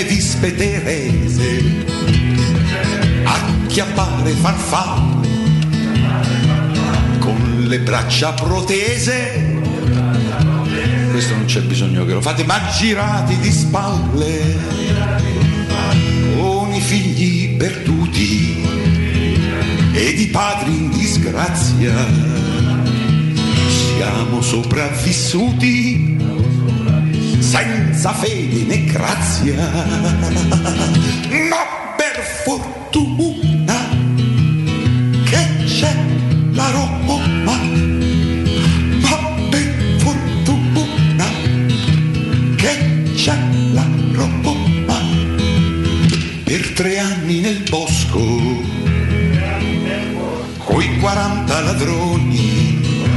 dispeterese, acchiappare farfalle con le braccia protese. Questo non c'è bisogno che lo fate, ma girati di spalle con i figli perduti ed i padri in disgrazia. Siamo sopravvissuti senza fede né grazia, ma per fortuna che c'è la Roma, ma per fortuna che c'è la Roma. Per 3 anni nel bosco coi 40 ladroni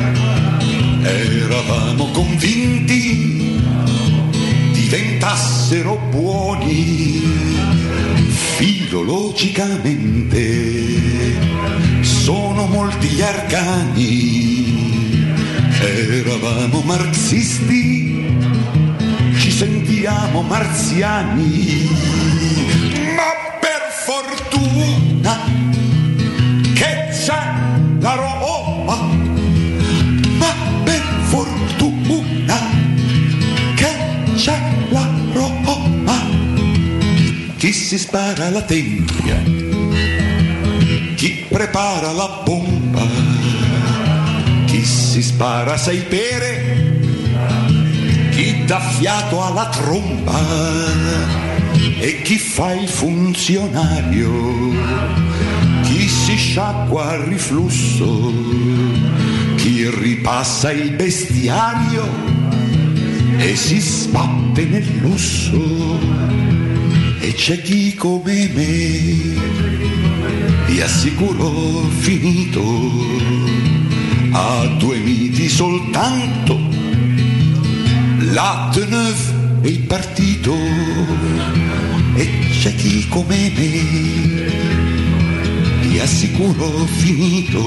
eravamo convinti diventassero buoni. Filologicamente sono molti gli arcani, eravamo marxisti, ci sentiamo marziani, ma per fortuna che c'è la Roma, ma per fortuna che c'è la Roma. Chi si spara la tempia, chi prepara la bomba, chi si spara 6 pere, chi dà fiato alla tromba e chi fa il funzionario, chi si sciacqua al riflusso, chi ripassa il bestiario e si sbatte nel lusso. E c'è chi come me, vi assicuro finito, ha 2 miti soltanto, la Teneuve e il partito. E c'è chi come me, vi assicuro finito,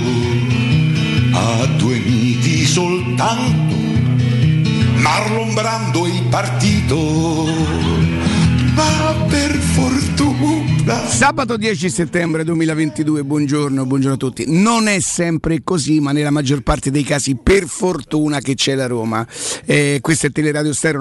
ha 2 miti soltanto, Marlon Brando e il partito. Ma per fortuna. Sabato 10 settembre 2022, buongiorno a tutti. Non è sempre così, ma nella maggior parte dei casi per fortuna che c'è la Roma. Questo è Teleradio Stereo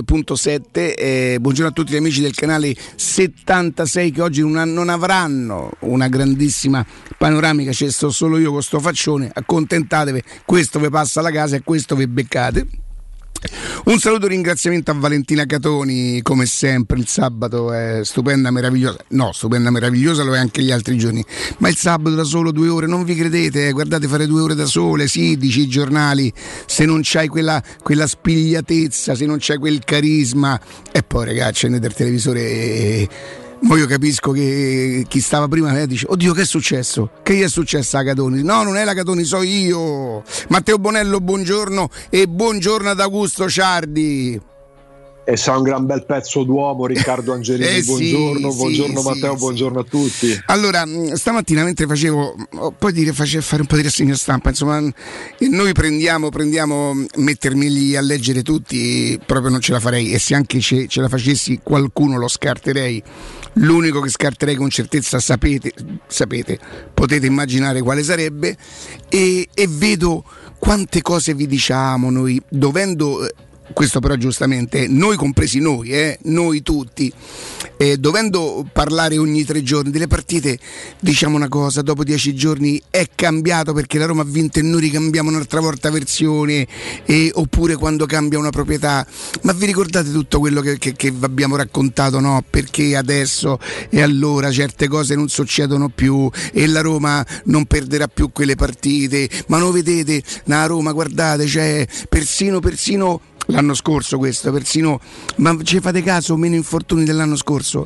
92.7. Buongiorno a tutti gli amici del canale 76 che oggi non avranno una grandissima panoramica, c'è sto solo io con sto faccione. Accontentatevi, questo vi passa alla casa e questo vi beccate. Un saluto e ringraziamento a Valentina Catoni, come sempre il sabato è stupenda, meravigliosa, lo è anche gli altri giorni, ma il sabato da solo 2 ore, non vi credete, guardate, fare 2 ore da sole, sì, dici i giornali, se non c'hai quella spigliatezza, se non c'hai quel carisma, e poi ragazzi accendete il televisore ma io capisco che chi stava prima dice oddio che è successo? Che gli è successo a Catoni? No, non è la Catoni, so io. Matteo Bonello, buongiorno e buongiorno ad Augusto Ciardi. E sa un gran bel pezzo d'uomo Riccardo Angelini, buongiorno, buongiorno Matteo, buongiorno a tutti. Allora, stamattina mentre facevo fare un po' di rassegna stampa, insomma, noi prendiamo mettermi lì a leggere tutti, proprio non ce la farei, e se anche ce la facessi qualcuno lo scarterei. L'unico che scarterei con certezza sapete, potete immaginare quale sarebbe, e vedo quante cose vi diciamo noi, dovendo questo però giustamente noi compresi noi tutti, dovendo parlare ogni 3 giorni delle partite, diciamo una cosa, dopo 10 giorni è cambiato perché la Roma ha vinto e noi ricambiamo un'altra volta versione, oppure quando cambia una proprietà. Ma vi ricordate tutto quello che vi abbiamo raccontato, no? Perché adesso e allora certe cose non succedono più e la Roma non perderà più quelle partite, ma non vedete, la Roma, guardate, c'è persino l'anno scorso questo, persino, ma ci fate caso, meno infortuni dell'anno scorso?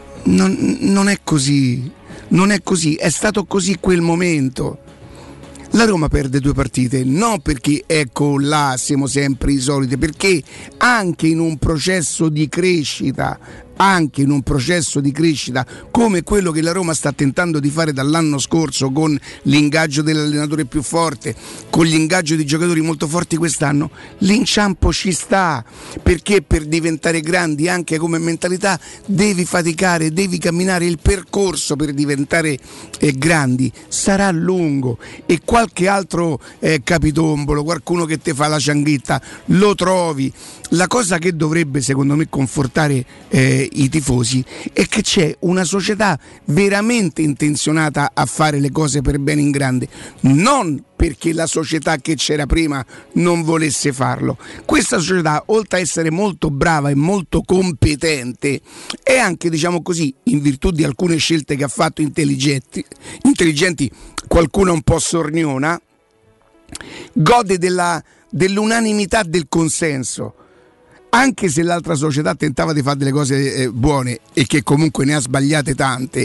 Non è così, è stato così quel momento. La Roma perde 2 partite, non perché ecco là siamo sempre i soliti, perché anche in un processo di crescita come quello che la Roma sta tentando di fare dall'anno scorso, con l'ingaggio dell'allenatore più forte, con l'ingaggio di giocatori molto forti quest'anno, l'inciampo ci sta, perché per diventare grandi anche come mentalità devi faticare, devi camminare. Il percorso per diventare grandi sarà lungo e qualche altro capitombolo, qualcuno che te fa la cianghetta lo trovi. La cosa che dovrebbe secondo me confortare i tifosi è che c'è una società veramente intenzionata a fare le cose per bene in grande, non perché la società che c'era prima non volesse farlo. Questa società, oltre a essere molto brava e molto competente, è anche, diciamo così, in virtù di alcune scelte che ha fatto intelligenti, qualcuna un po' sorniona, gode dell'unanimità del consenso. Anche se l'altra società tentava di fare delle cose buone e che comunque ne ha sbagliate tante,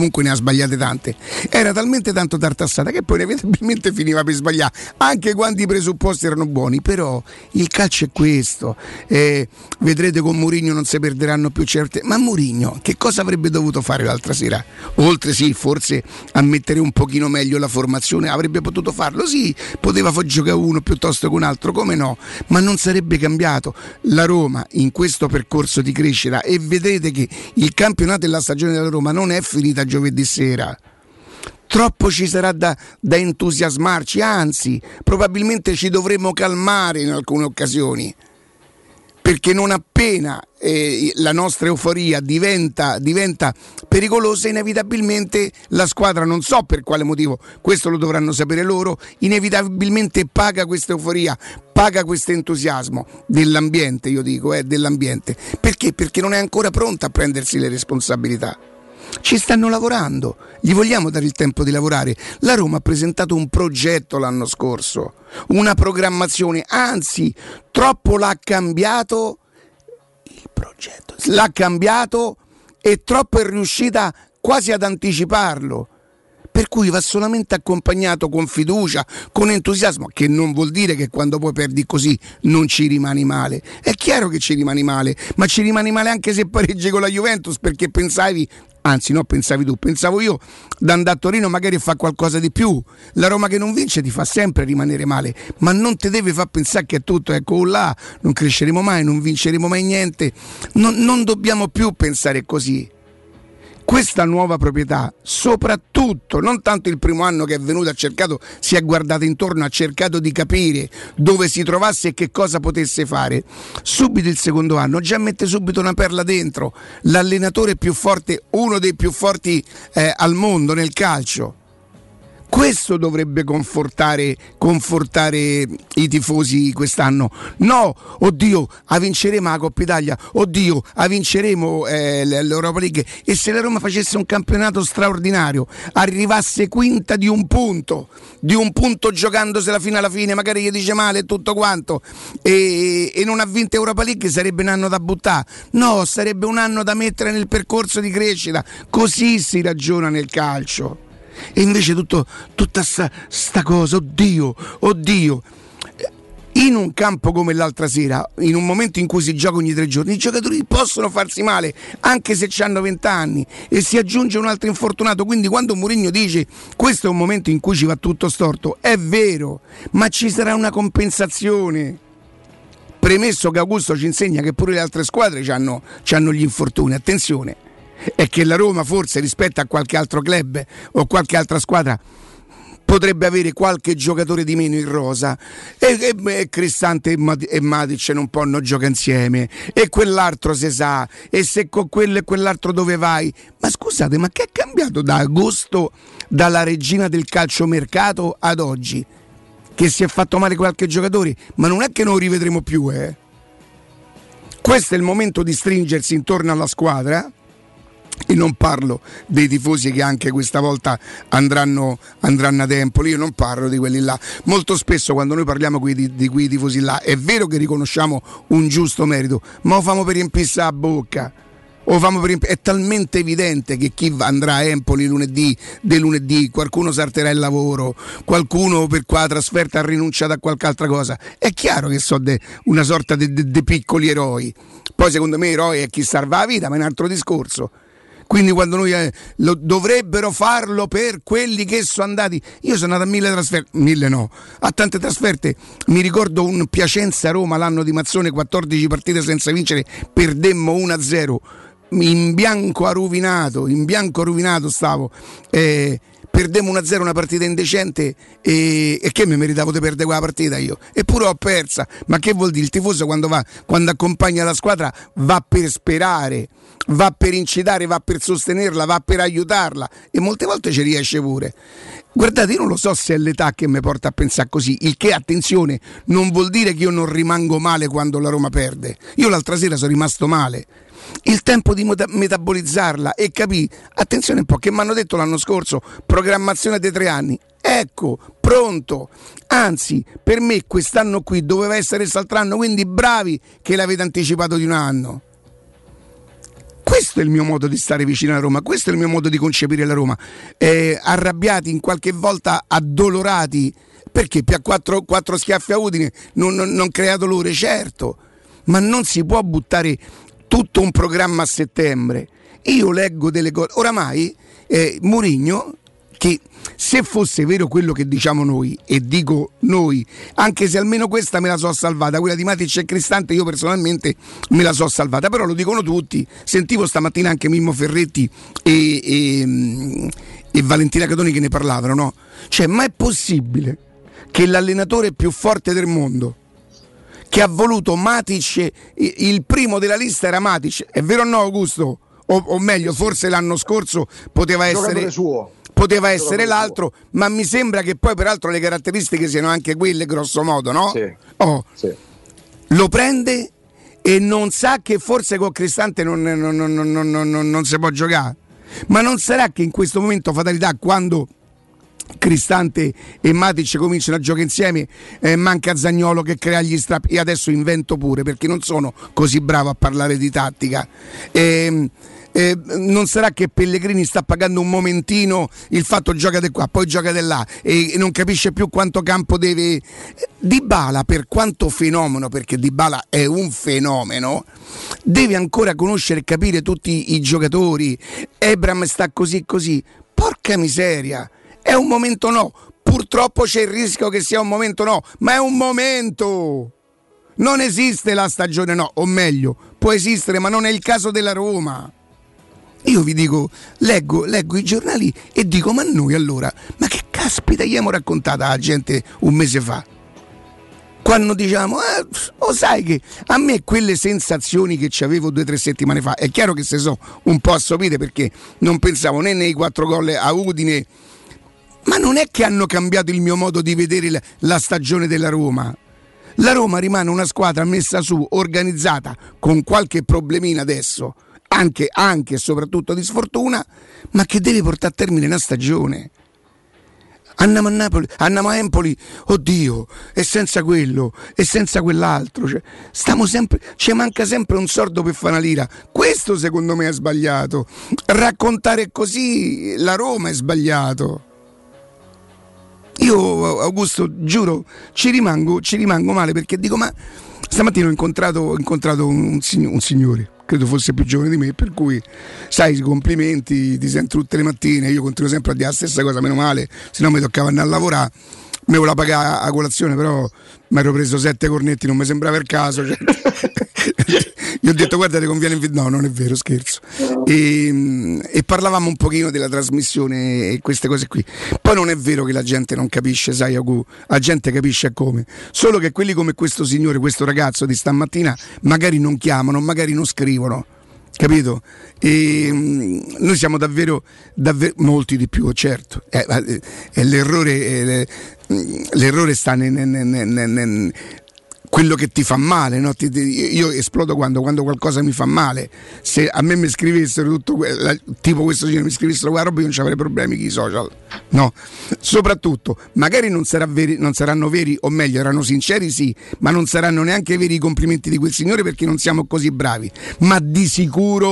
era talmente tanto tartassata che poi inevitabilmente finiva per sbagliare anche quando i presupposti erano buoni. Però il calcio è questo, vedrete con Mourinho non si perderanno più certe. Ma Mourinho che cosa avrebbe dovuto fare l'altra sera? Oltre sì, forse a mettere un pochino meglio la formazione, avrebbe potuto farlo, sì, poteva giocare uno piuttosto che un altro, come no, ma non sarebbe cambiato. La Roma in questo percorso di crescita, e vedrete che il campionato e la stagione della Roma non è finita giovedì sera. Troppo ci sarà da entusiasmarci, anzi probabilmente ci dovremo calmare in alcune occasioni, perché non appena la nostra euforia diventa pericolosa, inevitabilmente la squadra, non so per quale motivo, questo lo dovranno sapere loro, inevitabilmente paga questa euforia, paga questo entusiasmo dell'ambiente, io dico dell'ambiente. Perché? Perché non è ancora pronta a prendersi le responsabilità. Ci stanno lavorando, gli vogliamo dare il tempo di lavorare. La Roma ha presentato un progetto l'anno scorso, una programmazione, anzi troppo l'ha cambiato il progetto, e troppo è riuscita quasi ad anticiparlo, per cui va solamente accompagnato con fiducia, con entusiasmo, che non vuol dire che quando poi perdi così non ci rimani male. È chiaro che ci rimani male, ma ci rimani male anche se pareggi con la Juventus, perché pensavi tu, pensavo io, da andare a Torino magari fa qualcosa di più. La Roma che non vince ti fa sempre rimanere male, ma non ti deve far pensare che è tutto, ecco là, non cresceremo mai, non vinceremo mai niente. Non dobbiamo più pensare così. Questa nuova proprietà, soprattutto, non tanto il primo anno che è venuto, si è guardato intorno, ha cercato di capire dove si trovasse e che cosa potesse fare. Subito il secondo anno già mette subito una perla dentro, l'allenatore più forte, uno dei più forti al mondo nel calcio. Questo dovrebbe confortare i tifosi quest'anno. No, oddio, vinceremo la Coppa Italia, oddio, vinceremo l'Europa League. E se la Roma facesse un campionato straordinario, arrivasse quinta di un punto giocandosela fino alla fine, magari gli dice male e tutto quanto, e non ha vinto Europa League, sarebbe un anno da buttare. No, sarebbe un anno da mettere nel percorso di crescita. Così si ragiona nel calcio. E invece tutta sta cosa, oddio, in un campo come l'altra sera, in un momento in cui si gioca ogni 3 giorni, i giocatori possono farsi male anche se hanno 20 anni e si aggiunge un altro infortunato. Quindi quando Mourinho dice questo è un momento in cui ci va tutto storto, è vero, ma ci sarà una compensazione. Premesso che Augusto ci insegna che pure le altre squadre c'hanno gli infortuni, attenzione, è che la Roma forse rispetto a qualche altro club o qualche altra squadra potrebbe avere qualche giocatore di meno in rosa, e Cristante e Matic non possono giocare insieme, e quell'altro si sa, e se con quello e quell'altro dove vai? Ma scusate, ma che è cambiato da agosto, dalla regina del calciomercato ad oggi? Che si è fatto male qualche giocatore, ma non è che non lo rivedremo più, Questo è il momento di stringersi intorno alla squadra. E non parlo dei tifosi che anche questa volta andranno a Tempoli, io non parlo di quelli là. Molto spesso quando noi parliamo di quei tifosi là è vero che riconosciamo un giusto merito, ma lo famo per riempirsi la bocca, è talmente evidente che chi andrà a Empoli lunedì, qualcuno salterà il lavoro, qualcuno per qua trasferta ha rinunciato a qualche altra cosa. È chiaro che una sorta di piccoli eroi. Poi secondo me eroi è chi salva la vita, ma è un altro discorso. Quindi quando noi dovrebbero farlo per quelli che sono andati. Io sono andato a 1000 trasferte, 1000 no, a tante trasferte. Mi ricordo un Piacenza-Roma l'anno di Mazzone, 14 partite senza vincere, perdemmo 1-0 in bianco rovinato stavo. Perdemmo 1-0 una partita indecente e che mi meritavo di perdere quella partita io, eppure ho persa. Ma che vuol dire? Il tifoso quando accompagna la squadra va per sperare, va per incitare, va per sostenerla, va per aiutarla, e molte volte ci riesce pure. Guardate, io non lo so se è l'età che mi porta a pensare così, il che, attenzione, non vuol dire che io non rimango male quando la Roma perde. Io l'altra sera sono rimasto male. Il tempo di metabolizzarla e capire, attenzione un po', che mi hanno detto l'anno scorso, programmazione dei 3 anni, ecco, pronto, anzi per me quest'anno qui doveva essere quest'altro anno, quindi bravi che l'avete anticipato di un anno. Questo è il mio modo di stare vicino alla Roma, questo è il mio modo di concepire la Roma. Arrabbiati, in qualche volta addolorati, perché più a 4 schiaffi a Udine non crea dolore, certo, ma non si può buttare tutto un programma a settembre. Io leggo delle cose, oramai Mourinho, che se fosse vero quello che diciamo noi, e dico noi, anche se almeno questa me la so salvata, quella di Matic e Cristante io personalmente me la so salvata, però lo dicono tutti. Sentivo stamattina anche Mimmo Ferretti e Valentina Catoni che ne parlavano, no? Cioè, ma è possibile che l'allenatore più forte del mondo, che ha voluto Matic, il primo della lista era Matic, è vero o no, Augusto? O meglio, forse l'anno scorso poteva essere l'altro, ma mi sembra che poi peraltro le caratteristiche siano anche quelle grosso modo, no? Sì. Sì. Lo prende e non sa che forse con Cristante non si può giocare. Ma non sarà che in questo momento, fatalità, quando Cristante e Matic cominciano a giocare insieme, manca Zaniolo che crea gli strappi, e adesso invento pure perché non sono così bravo a parlare di tattica, non sarà che Pellegrini sta pagando un momentino il fatto gioca di qua poi gioca di là e non capisce più quanto campo deve. Dybala, per quanto fenomeno, perché Dybala è un fenomeno, deve ancora conoscere e capire tutti i giocatori. Ebram sta così, porca miseria, è un momento no, purtroppo c'è il rischio che sia un momento no, ma è un momento, non esiste la stagione no, o meglio può esistere ma non è il caso della Roma. Io vi dico, leggo i giornali e dico, ma noi allora, ma che caspita gli abbiamo raccontata la gente un mese fa, quando diciamo sai che a me quelle sensazioni che c'avevo 2 o 3 settimane fa, è chiaro che se so un po' assopite perché non pensavo né nei 4 gol a Udine, ma non è che hanno cambiato il mio modo di vedere la stagione della Roma. La Roma rimane una squadra messa su, organizzata, con qualche problemina adesso, anche e soprattutto di sfortuna, ma che deve portare a termine una stagione. Andiamo a Napoli, andiamo a Empoli, oddio, e senza quello, e senza quell'altro, cioè, stiamo sempre, ci manca sempre un sordo per fare una lira. Questo secondo me è sbagliato. Raccontare così la Roma è sbagliato. Io, Augusto, giuro, ci rimango male perché dico, ma stamattina ho incontrato un signore, credo fosse più giovane di me, per cui sai, i complimenti ti sento tutte le mattine, io continuo sempre a dire la stessa cosa, meno male, se no mi toccava andare a lavorare, me voleva pagare a colazione, però mi ero preso 7 cornetti, non mi sembrava il caso, cioè. Gli ho detto guarda, ti conviene no, non è vero, scherzo, e parlavamo un pochino della trasmissione e queste cose qui. Poi non è vero che la gente non capisce, sai, la gente capisce come, solo che quelli come questo signore, questo ragazzo di stamattina magari non chiamano, magari non scrivono, capito? E noi siamo davvero molti di più, certo, l'errore sta nel quello che ti fa male, no? Io esplodo quando qualcosa mi fa male. Se a me mi scrivessero tutto tipo questo signore, mi scrivessero quella roba, io non ci avrei problemi con i social, no? Soprattutto magari non saranno veri, o meglio erano sinceri, sì, ma non saranno neanche veri i complimenti di quel signore perché non siamo così bravi, ma di sicuro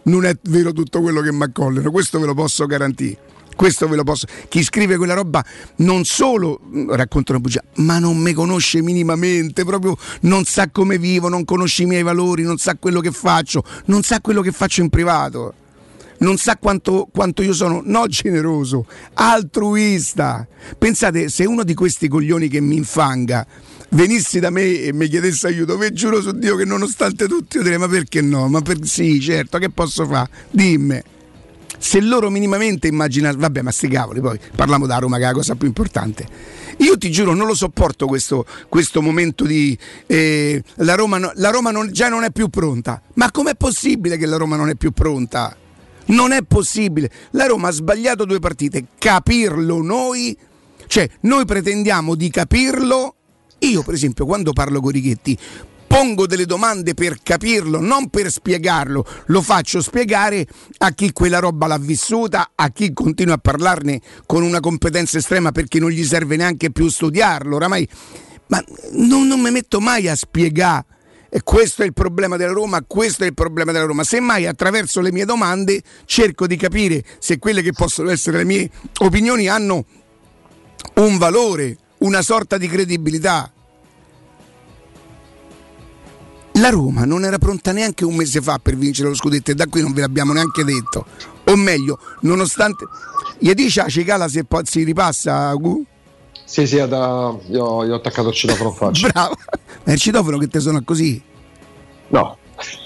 non è vero tutto quello che mi accollano, questo ve lo posso garantire. Questo ve lo posso. Chi scrive quella roba non solo racconta una bugia, ma non mi conosce minimamente, proprio non sa come vivo, non conosce i miei valori, non sa quello che faccio, non sa quello che faccio in privato, non sa quanto io sono generoso, altruista. Pensate, se uno di questi coglioni che mi infanga venisse da me e mi chiedesse aiuto, vi giuro su Dio che nonostante tutto io direi ma perché no? Sì, certo, che posso fare? Dimmi. Se loro minimamente immaginano, vabbè, ma sti cavoli, poi parliamo da Roma che è la cosa più importante. Io ti giuro, non lo sopporto questo momento di la Roma già non è più pronta. Ma com'è possibile che la Roma non è più pronta? Non è possibile. La Roma ha sbagliato 2 partite. Capirlo noi, cioè noi pretendiamo di capirlo. Io, per esempio, quando parlo con Righetti pongo delle domande per capirlo, non per spiegarlo, lo faccio spiegare a chi quella roba l'ha vissuta, a chi continua a parlarne con una competenza estrema perché non gli serve neanche più studiarlo oramai, ma non mi metto mai a spiegare. E questo è il problema della Roma, questo è il problema della Roma. Semmai attraverso le mie domande cerco di capire se quelle che possono essere le mie opinioni hanno un valore, una sorta di credibilità. La Roma non era pronta neanche un mese fa per vincere lo scudetto e da qui non ve l'abbiamo neanche detto. O meglio, nonostante... Gli dice a Cicala se poi si ripassa, Gu? Sì, io ho attaccato il citofono in faccia. Bravo, ma è il citofono che te suona così? No.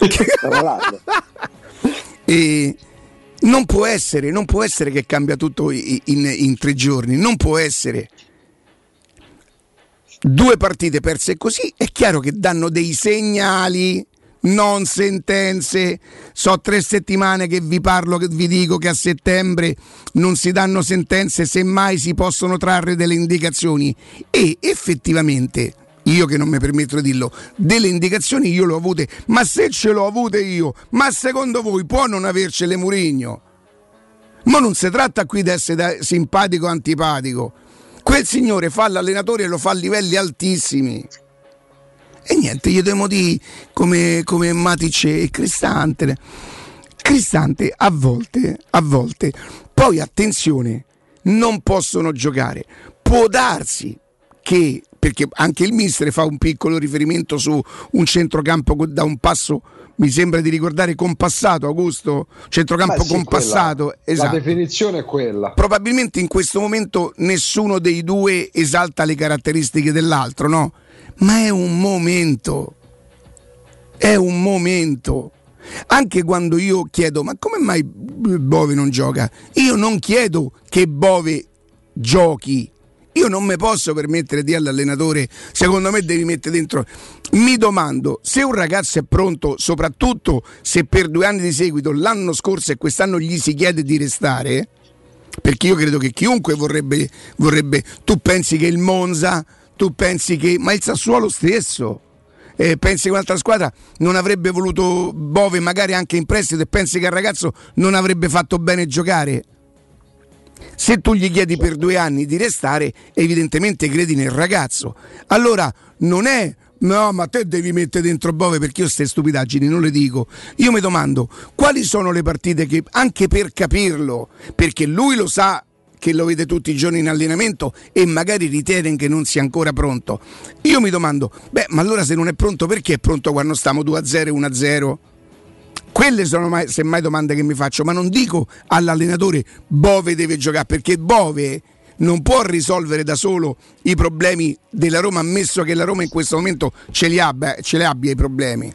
E non può essere che cambia tutto in 3 giorni, non può essere. 2 partite perse così, è chiaro che danno dei segnali, non sentenze. So 3 settimane che vi parlo, che vi dico che a settembre non si danno sentenze, semmai si possono trarre delle indicazioni. E effettivamente, io che non mi permetto di dirlo, delle indicazioni io le ho avute, ma se ce l'ho avute io, ma secondo voi può non avercele Mourinho? Ma non si tratta qui di essere simpatico o antipatico. Quel signore fa l'allenatore e lo fa a livelli altissimi. E niente, gli devo dire come Matic e Cristante. Cristante a volte, poi attenzione, non possono giocare. Può darsi che, perché anche il mister fa un piccolo riferimento su un centrocampo da un passo, mi sembra di ricordare compassato, Augusto, centrocampo compassato, esatto. La definizione è quella. Probabilmente in questo momento nessuno dei 2 esalta le caratteristiche dell'altro, no? Ma è un momento. Anche quando io chiedo, ma come mai Bove non gioca? Io non chiedo che Bove giochi. Io non mi posso permettere di dire all'allenatore, secondo me devi mettere dentro. Mi domando, se un ragazzo è pronto, soprattutto se per 2 anni di seguito, l'anno scorso e quest'anno gli si chiede di restare, perché io credo che chiunque vorrebbe, tu pensi che il Monza, ma il Sassuolo stesso, pensi che un'altra squadra non avrebbe voluto Bove magari anche in prestito e pensi che il ragazzo non avrebbe fatto bene giocare? Se tu gli chiedi per 2 anni di restare, evidentemente credi nel ragazzo. Allora non è no, ma te devi mettere dentro Bove, perché io ste stupidaggini non le dico. Io mi domando quali sono le partite che, anche per capirlo, perché lui lo sa che lo vede tutti i giorni in allenamento e magari ritiene che non sia ancora pronto. Io mi domando, ma allora se non è pronto, perché è pronto quando stiamo 2-0, 1-0? Quelle sono semmai domande che mi faccio, ma non dico all'allenatore Bove deve giocare, perché Bove non può risolvere da solo i problemi della Roma, ammesso che la Roma in questo momento ce li abbia i problemi.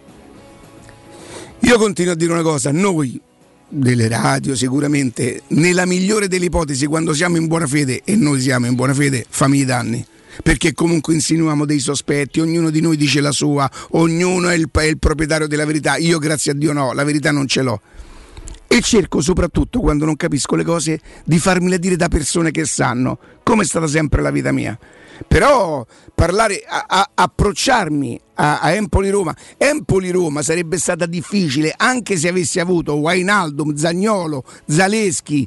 Io continuo a dire una cosa, noi delle radio sicuramente, nella migliore delle ipotesi, quando siamo in buona fede, e noi siamo in buona fede, fammi i danni, perché comunque insinuiamo dei sospetti, ognuno di noi dice la sua, ognuno è il proprietario della verità. Io grazie a Dio no, la verità non ce l'ho, e cerco soprattutto quando non capisco le cose di farmele dire da persone che sanno, come è stata sempre la vita mia. Però parlare, approcciarmi a Empoli-Roma sarebbe stata difficile anche se avessi avuto Wijnaldum, Zaniolo, Zaleschi,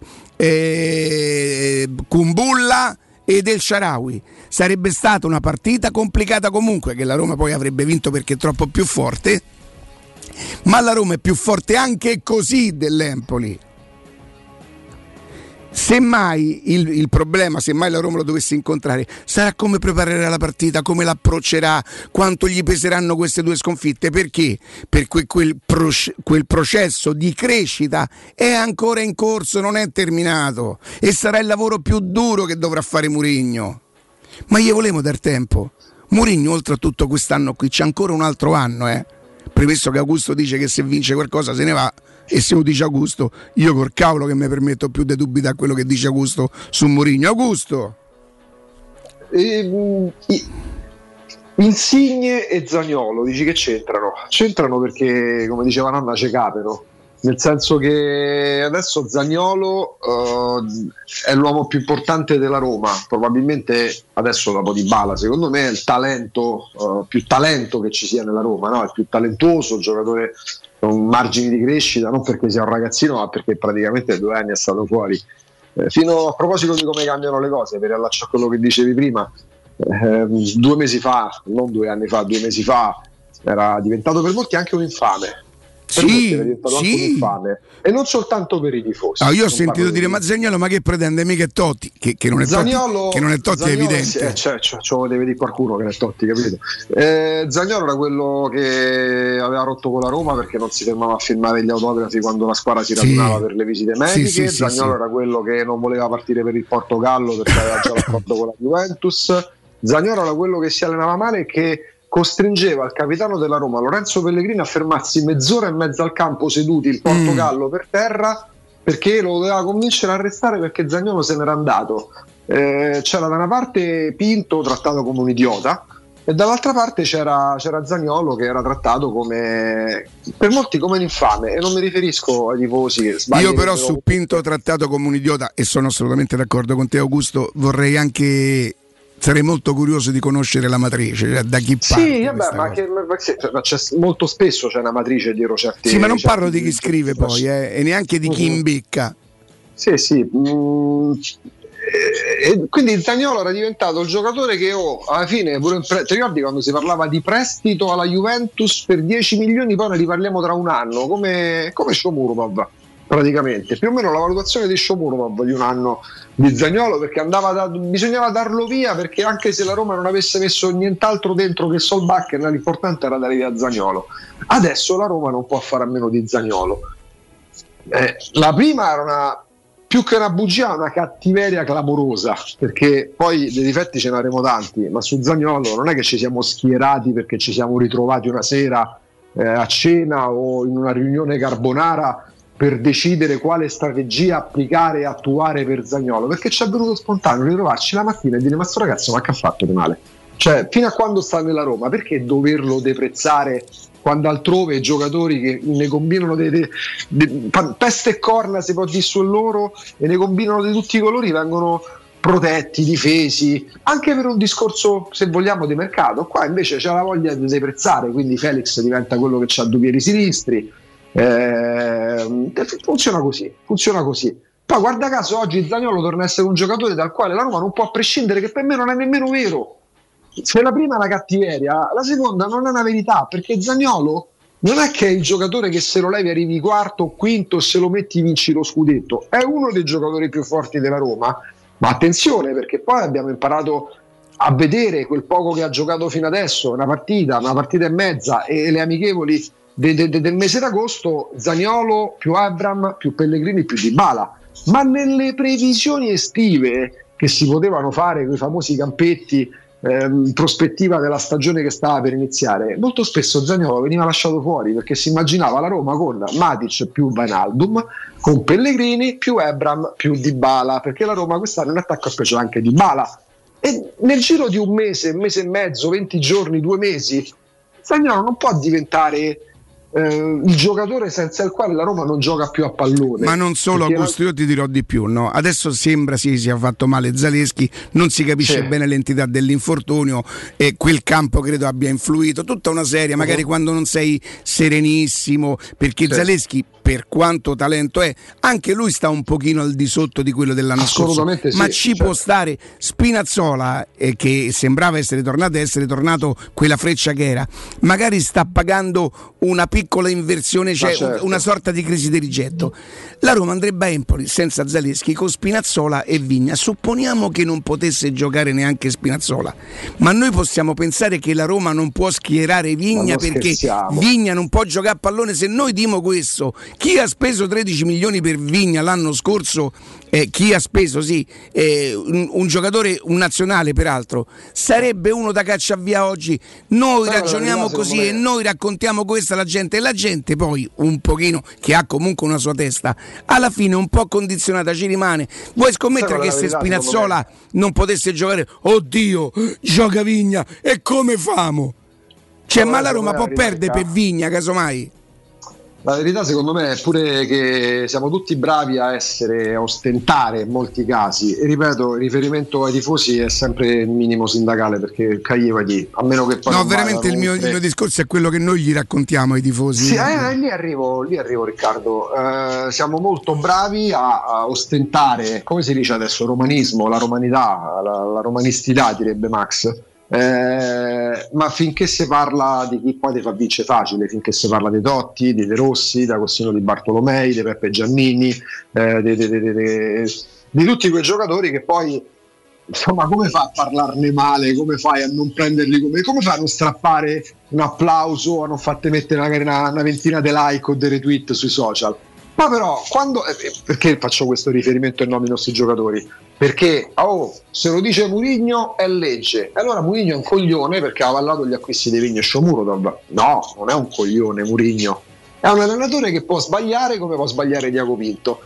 Kumbulla ed El Shaarawy. Sarebbe stata una partita complicata comunque, che la Roma poi avrebbe vinto perché è troppo più forte, ma la Roma è più forte anche così dell'Empoli. Semmai il problema, semmai la Roma lo dovesse incontrare, sarà come preparerà la partita, come l'approccerà, quanto gli peseranno queste due sconfitte. Perché? Perché quel processo di crescita è ancora in corso, non è terminato, e sarà il lavoro più duro che dovrà fare Mourinho. Ma gli volevo dar tempo. Mourinho, oltre a tutto quest'anno qui, c'è ancora un altro anno, premesso che Augusto dice che se vince qualcosa se ne va. E se lo dice Augusto, io col cavolo che mi permetto più di dubitare quello che dice Augusto su Mourinho. Augusto, Insigne e Zaniolo dici che c'entrano? C'entrano perché, come diceva nonna, c'è capero. Nel senso che adesso Zaniolo è l'uomo più importante della Roma, probabilmente adesso dopo Dybala, secondo me è il talento più talento che ci sia nella Roma, no? È il più talentuoso, il giocatore con margini di crescita, non perché sia un ragazzino, ma perché praticamente 2 anni è stato fuori. Fino a proposito di come cambiano le cose, per riallacciare a quello che dicevi prima, 2 mesi fa, non 2 anni fa, 2 mesi fa, era diventato per molti anche un infame. Sì. Anche un infame. E non soltanto per i tifosi. Io ho sentito dire ma Zaniolo, ma che pretende? Mica è Totti, che non è Zaniolo, Totti, che non è Totti, Zaniolo, è evidente. Deve dire qualcuno che non è Totti, capito? Zaniolo era quello che aveva rotto con la Roma perché non si fermava a firmare gli autografi quando la squadra si radunava per le visite mediche. Zaniolo era quello che non voleva partire per il Portogallo perché aveva già l'accordo con la Juventus. Zaniolo era quello che si allenava male e che costringeva il capitano della Roma, Lorenzo Pellegrini, a fermarsi mezz'ora e mezza al campo seduti, il Portogallo per terra, perché lo doveva convincere a restare perché Zaniolo se n'era andato. C'era da una parte Pinto trattato come un idiota e dall'altra parte c'era Zaniolo che era trattato come, per molti, come un infame, e non mi riferisco ai tifosi che sbagliano. Io però su Pinto trattato come un idiota, e sono assolutamente d'accordo con te Augusto, vorrei anche... Sarei molto curioso di conoscere la matrice, cioè da chi parte. Sì, vabbè, ma molto spesso c'è una matrice dietro certi. Sì, ma non parlo di chi scrive poi, e neanche di chi imbecca. Sì. E quindi Zaniolo era diventato il giocatore che alla fine, ti ricordi quando si parlava di prestito alla Juventus per 10 milioni, poi ne riparliamo tra un anno, come Shomurodov. Praticamente più o meno la valutazione di Shomurodov di un anno di Zaniolo, perché bisognava darlo via, perché anche se la Roma non avesse messo nient'altro dentro che Solbakken, l'importante era dare via Zaniolo. Adesso la Roma non può fare a meno di Zaniolo. La prima era più che una bugia, una cattiveria clamorosa, perché poi dei difetti ce ne avremo tanti, ma su Zaniolo non è che ci siamo schierati perché ci siamo ritrovati una sera a cena o in una riunione carbonara per decidere quale strategia applicare e attuare per Zaniolo, perché ci è venuto spontaneo ritrovarci la mattina e dire: ma sto ragazzo, ma che ha fatto di male? Cioè, fino a quando sta nella Roma, perché doverlo deprezzare quando altrove i giocatori che ne combinano peste e corna, si può dire su loro, e ne combinano di tutti i colori, vengono protetti, difesi, anche per un discorso, se vogliamo, di mercato. Qua invece c'è la voglia di deprezzare, quindi Felix diventa quello che ha 2 piedi sinistri. Funziona così. Poi guarda caso oggi Zaniolo torna a essere un giocatore dal quale la Roma non può prescindere, che per me non è nemmeno vero. Se la prima è una cattiveria, la seconda non è una verità, perché Zaniolo non è che è il giocatore che se lo levi arrivi quarto o quinto, se lo metti vinci lo scudetto. È uno dei giocatori più forti della Roma, ma attenzione, perché poi abbiamo imparato a vedere quel poco che ha giocato fino adesso, una partita e mezza, e le amichevoli del mese d'agosto. Zaniolo più Abraham più Pellegrini più Dybala, ma nelle previsioni estive che si potevano fare con i famosi campetti in prospettiva della stagione che stava per iniziare, molto spesso Zaniolo veniva lasciato fuori, perché si immaginava la Roma con Matic più Wijnaldum, con Pellegrini più Abraham più Dybala, perché la Roma quest'anno in attacco ha preso anche Dybala, e nel giro di un mese e mezzo, 20 giorni, 2 mesi, Zaniolo non può diventare il giocatore senza il quale la Roma non gioca più a pallone. Ma non solo, Augusto, io ti dirò di più, no? Adesso sembra si sia fatto male Zaleschi, non si capisce bene l'entità dell'infortunio, e quel campo credo abbia influito, tutta una serie, magari quando non sei serenissimo, perché Zaleschi, per quanto talento è, anche lui sta un pochino al di sotto di quello dell'anno scorso, ma ci può stare. Spinazzola, che sembrava essere tornato quella freccia che era, magari sta pagando una piccola piccola inversione, c'è certo. una sorta di crisi di rigetto. La Roma andrebbe a Empoli senza Zaleschi, con Spinazzola e Vigna. Supponiamo che non potesse giocare neanche Spinazzola, ma noi possiamo pensare che la Roma non può schierare Vigna perché Vigna non può giocare a pallone. Se noi dimo questo, chi ha speso 13 milioni per Vigna l'anno scorso, chi ha speso un giocatore, un nazionale peraltro, sarebbe uno da caccia via oggi. Noi ragioniamo così e noi raccontiamo questa alla gente, e la gente poi un pochino, che ha comunque una sua testa, alla fine un po' condizionata ci rimane. Vuoi scommettere che se Spinazzola non potesse giocare, oddio, gioca Vigna e come famo? Cioè, ma la Roma può perdere per Vigna casomai? La verità secondo me è pure che siamo tutti bravi a ostentare in molti casi, e ripeto, il riferimento ai tifosi è sempre il minimo sindacale, perché a meno che poi no, veramente il mio discorso è quello che noi gli raccontiamo ai tifosi. Sì, lì arrivo Riccardo. Siamo molto bravi a ostentare, come si dice adesso, romanismo, la romanità, la romanistità direbbe Max. Ma finché si parla di chi poi ti fa vincere facile, finché si parla dei Totti, di De Rossi, da Costino di Bartolomei, di Peppe Giannini, di tutti quei giocatori che poi, insomma, come fa a parlarne male, come fai a non prenderli, come fai a non strappare un applauso, a non farti mettere magari una ventina di like o di retweet sui social? Ma però perché faccio questo riferimento ai nomi dei nostri giocatori? Perché se lo dice Mourinho è legge, e allora Mourinho è un coglione perché ha avallato gli acquisti di Vigna e Shomurodov. No, non è un coglione Mourinho, è un allenatore che può sbagliare come può sbagliare Diaco Pinto.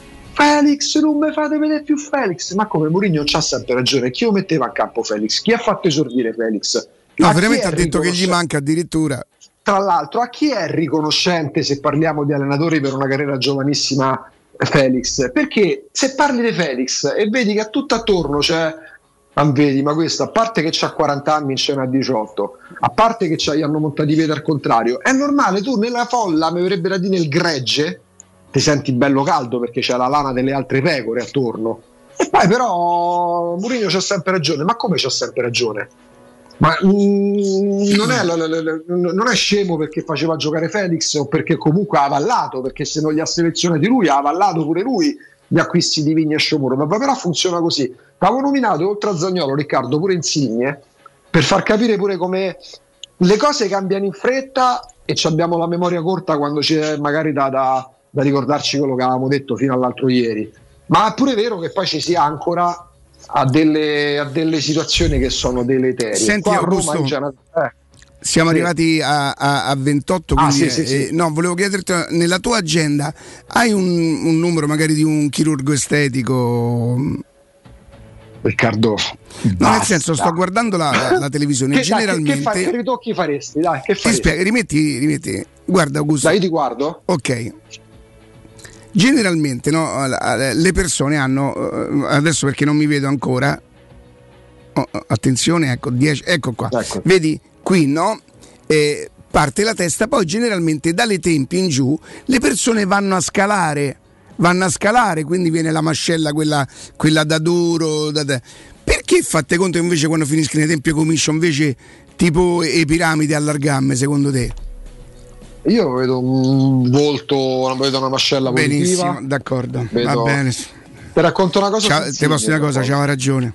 Felix, non mi fate vedere più Felix, ma come Mourinho c'ha sempre ragione. Chi lo metteva in campo Felix? Chi ha fatto esordire Felix? No, veramente ha detto che gli manca addirittura. Tra l'altro, a chi è riconoscente, se parliamo di allenatori per una carriera giovanissima, Felix? Perché se parli di Felix e vedi che a tutto attorno c'è, vedi, ma questo, a parte che c'ha 40 anni, ce n'ha 18, a parte che gli hanno montati i piedi al contrario, è normale, tu nella folla, mi verrebbe da dire nel gregge, ti senti bello caldo perché c'è la lana delle altre pecore attorno. E poi però Mourinho c'ha sempre ragione. Ma come c'ha sempre ragione? Ma non è scemo perché faceva giocare Felix o perché comunque ha avallato, perché se non li ha selezionati lui ha avallato pure lui gli acquisti di Vigna e Shomurodov. Ma però funziona così. Avevo nominato oltre a Zaniolo, Riccardo, pure Insigne, per far capire pure come le cose cambiano in fretta e abbiamo la memoria corta quando c'è magari da ricordarci quello che avevamo detto fino all'altro ieri. Ma è pure vero che poi ci sia ancora a delle situazioni che sono deleterie. Senti, Augusto, siamo arrivati a 28, quindi sì. No, volevo chiederti, nella tua agenda hai un numero magari di un chirurgo estetico? Riccardo, no, nel senso, sto guardando la televisione generalmente. Che ritocchi faresti? Dai, che faresti? Ti spiego, rimetti. Guarda, Augusto. Dai, io ti guardo. Ok. Generalmente, no, le persone hanno, adesso perché non mi vedo ancora, attenzione, ecco, 10, ecco qua, ecco. Vedi qui, no? Parte la testa, poi generalmente dalle tempie in giù le persone vanno a scalare, quindi viene la mascella, quella da duro, perché fate conto invece quando finiscono le tempie comincia invece tipo le piramidi allargamme, secondo te? Io vedo un volto, vedo una mascella positiva. Benissimo, d'accordo, va bene. Ti racconto una cosa. Ti posso dire una cosa, c'aveva ragione.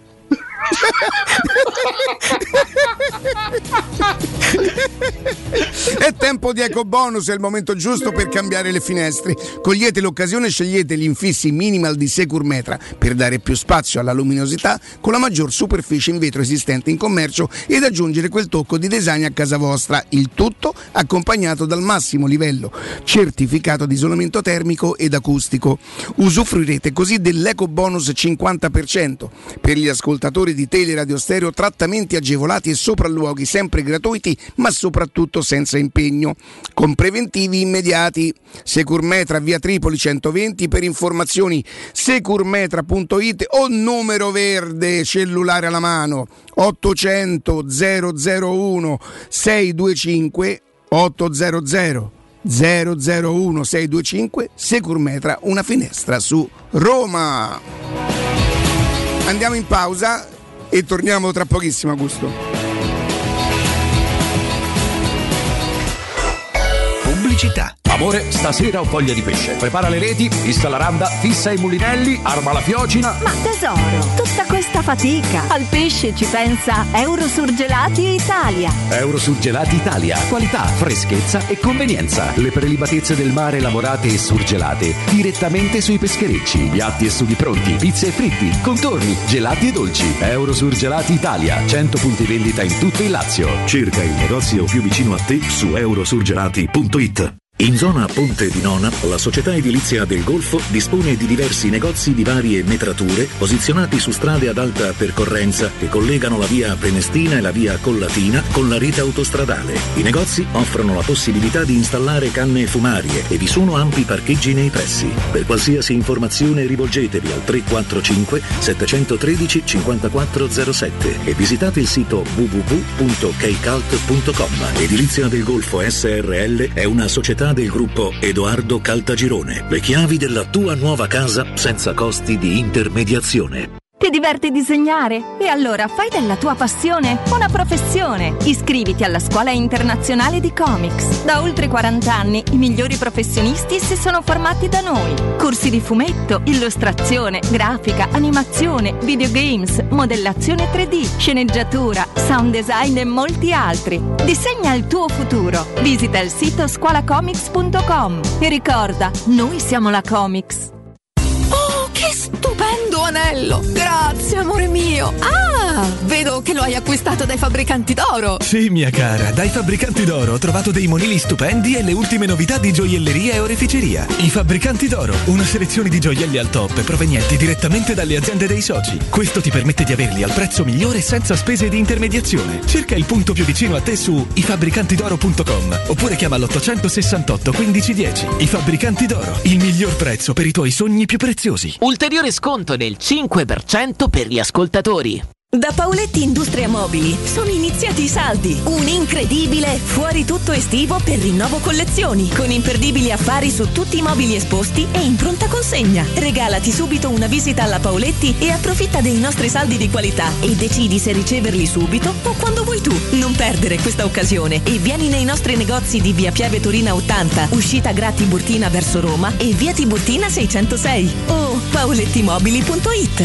È tempo di EcoBonus, è il momento giusto per cambiare le finestre. Cogliete l'occasione e scegliete gli infissi minimal di Securmetra per dare più spazio alla luminosità con la maggior superficie in vetro esistente in commercio ed aggiungere quel tocco di design a casa vostra, il tutto accompagnato dal massimo livello certificato di isolamento termico ed acustico. Usufruirete così dell'EcoBonus 50% per gli ascoltatori di Teleradio Stereo, trattamenti agevolati e sopralluoghi sempre gratuiti ma soprattutto senza impegno, con preventivi immediati. Securmetra, via Tripoli 120, per informazioni securmetra.it o numero verde cellulare alla mano 800 001 625 800 001 625. Securmetra, una finestra su Roma. Andiamo in pausa e torniamo tra pochissimo, Augusto. città. Amore, stasera ho voglia di pesce. Prepara le reti, fissa la randa, fissa i mulinelli, arma la fiocina. Ma tesoro, tutta questa fatica. Al pesce ci pensa Eurosurgelati Italia. Eurosurgelati Italia. Qualità, freschezza e convenienza. Le prelibatezze del mare lavorate e surgelate direttamente sui pescherecci. Piatti e sughi pronti, pizze e fritti, contorni, gelati e dolci. Eurosurgelati Italia. 100 punti vendita in tutto il Lazio. Cerca il negozio più vicino a te su eurosurgelati.it. In zona Ponte di Nona, la società edilizia del Golfo dispone di diversi negozi di varie metrature posizionati su strade ad alta percorrenza che collegano la via Prenestina e la via Collatina con la rete autostradale. I negozi offrono la possibilità di installare canne fumarie e vi sono ampi parcheggi nei pressi. Per qualsiasi informazione rivolgetevi al 345 713 5407 e visitate il sito www.keicalt.com. Edilizia del Golfo SRL è una società del gruppo Edoardo Caltagirone. Le chiavi della tua nuova casa senza costi di intermediazione. Ti diverti disegnare? E allora fai della tua passione una professione. Iscriviti alla Scuola Internazionale di Comics. Da oltre 40 anni i migliori professionisti si sono formati da noi. Corsi di fumetto, illustrazione, grafica, animazione, videogames, modellazione 3D, sceneggiatura, sound design e molti altri. Disegna il tuo futuro. Visita il sito scuolacomics.com e ricorda, noi siamo la Comics. Che stupendo anello! Grazie, amore mio! Ah, vedo che lo hai acquistato dai fabbricanti d'oro! Sì, mia cara, dai fabbricanti d'oro ho trovato dei monili stupendi e le ultime novità di gioielleria e oreficeria. I fabbricanti d'oro, una selezione di gioielli al top provenienti direttamente dalle aziende dei soci. Questo ti permette di averli al prezzo migliore senza spese di intermediazione. Cerca il punto più vicino a te su ifabbricantidoro.com oppure chiama l'868 1510. I fabbricanti d'oro, il miglior prezzo per i tuoi sogni più preziosi. Ulteriore sconto del 5% per gli ascoltatori. Da Paoletti Industria Mobili sono iniziati i saldi. Un incredibile fuori tutto estivo per rinnovo collezioni, con imperdibili affari su tutti i mobili esposti e in pronta consegna. Regalati subito una visita alla Paoletti e approfitta dei nostri saldi di qualità e decidi se riceverli subito o quando vuoi tu. Non perdere questa occasione e vieni nei nostri negozi di via Pieve Torina 80, uscita Gra Tiburtina verso Roma e via Tiburtina 606 o paolettimobili.it.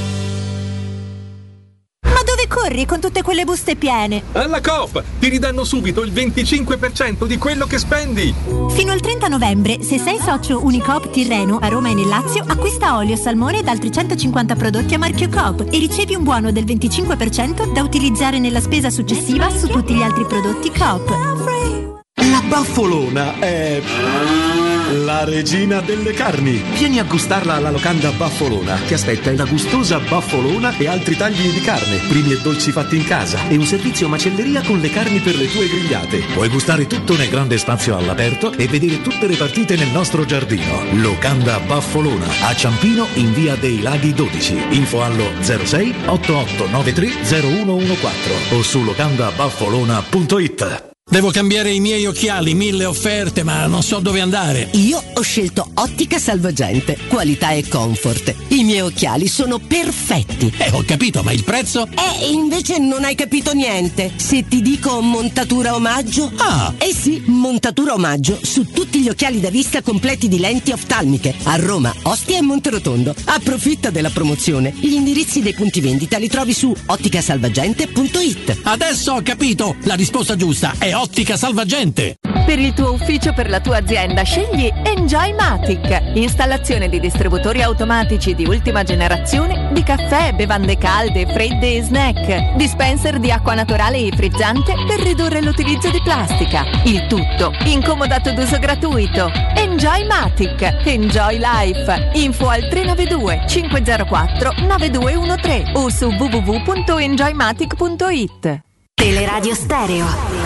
Dove corri con tutte quelle buste piene? Alla Coop ti ridanno subito il 25% di quello che spendi. Fino al 30 novembre, se sei socio Unicoop Tirreno a Roma e nel Lazio, acquista olio, salmone ed altri 150 prodotti a marchio Coop e ricevi un buono del 25% da utilizzare nella spesa successiva su tutti gli altri prodotti Coop. La Baffolona è la regina delle carni. Vieni a gustarla alla locanda Baffolona. Ti aspetta una gustosa baffolona e altri tagli di carne, primi e dolci fatti in casa e un servizio macelleria con le carni per le tue grigliate. Puoi gustare tutto nel grande spazio all'aperto e vedere tutte le partite nel nostro giardino. Locanda Baffolona a Ciampino in via dei Laghi 12. Info allo 06 8893 0114 o su locandabaffolona.it. Devo cambiare i miei occhiali, 1000 offerte, ma non so dove andare. Io ho scelto Ottica Salvagente, qualità e comfort. I miei occhiali sono perfetti. Ho capito, ma il prezzo? Invece non hai capito niente. Se ti dico montatura omaggio? Sì, montatura omaggio su tutti gli occhiali da vista completi di lenti oftalmiche a Roma, Ostia e Monterotondo. Approfitta della promozione. Gli indirizzi dei punti vendita li trovi su otticasalvagente.it. Adesso ho capito, la risposta giusta è Ottica Salvagente. Per il tuo ufficio, per la tua azienda, scegli Enjoymatic. Installazione di distributori automatici di ultima generazione di caffè, bevande calde, fredde e snack. Dispenser di acqua naturale e frizzante per ridurre l'utilizzo di plastica. Il tutto incomodato d'uso gratuito. Enjoymatic. Enjoy Life. Info al 392 504 9213 o su www.enjoymatic.it. Teleradio Stereo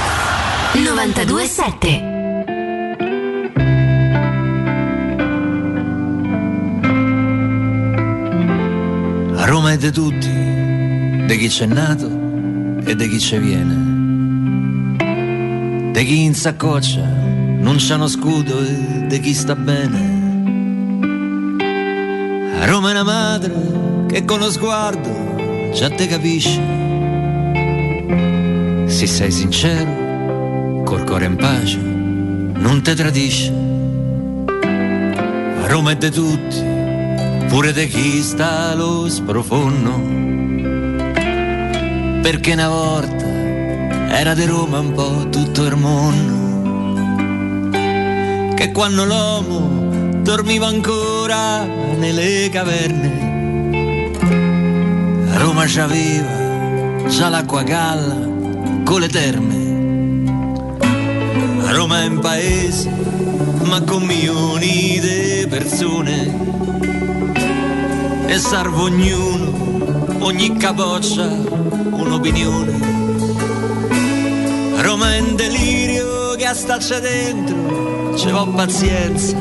92.7. A Roma è di tutti, di chi c'è nato e di chi ci viene, di chi in saccoccia non c'ha uno scudo e di chi sta bene. A Roma è una madre che con lo sguardo già te capisce. Se sei sincero, col cuore in pace, non te tradisce. Roma è de tutti, pure de chi sta allo sprofondo, perché una volta era di Roma un po' tutto il mondo, che quando l'uomo dormiva ancora nelle caverne, Roma c'aveva già l'acqua galla con le terme. Roma è un paese ma con milioni di persone, e serve ognuno, ogni capoccia un'opinione. Roma è un delirio che a starci dentro ci va pazienza,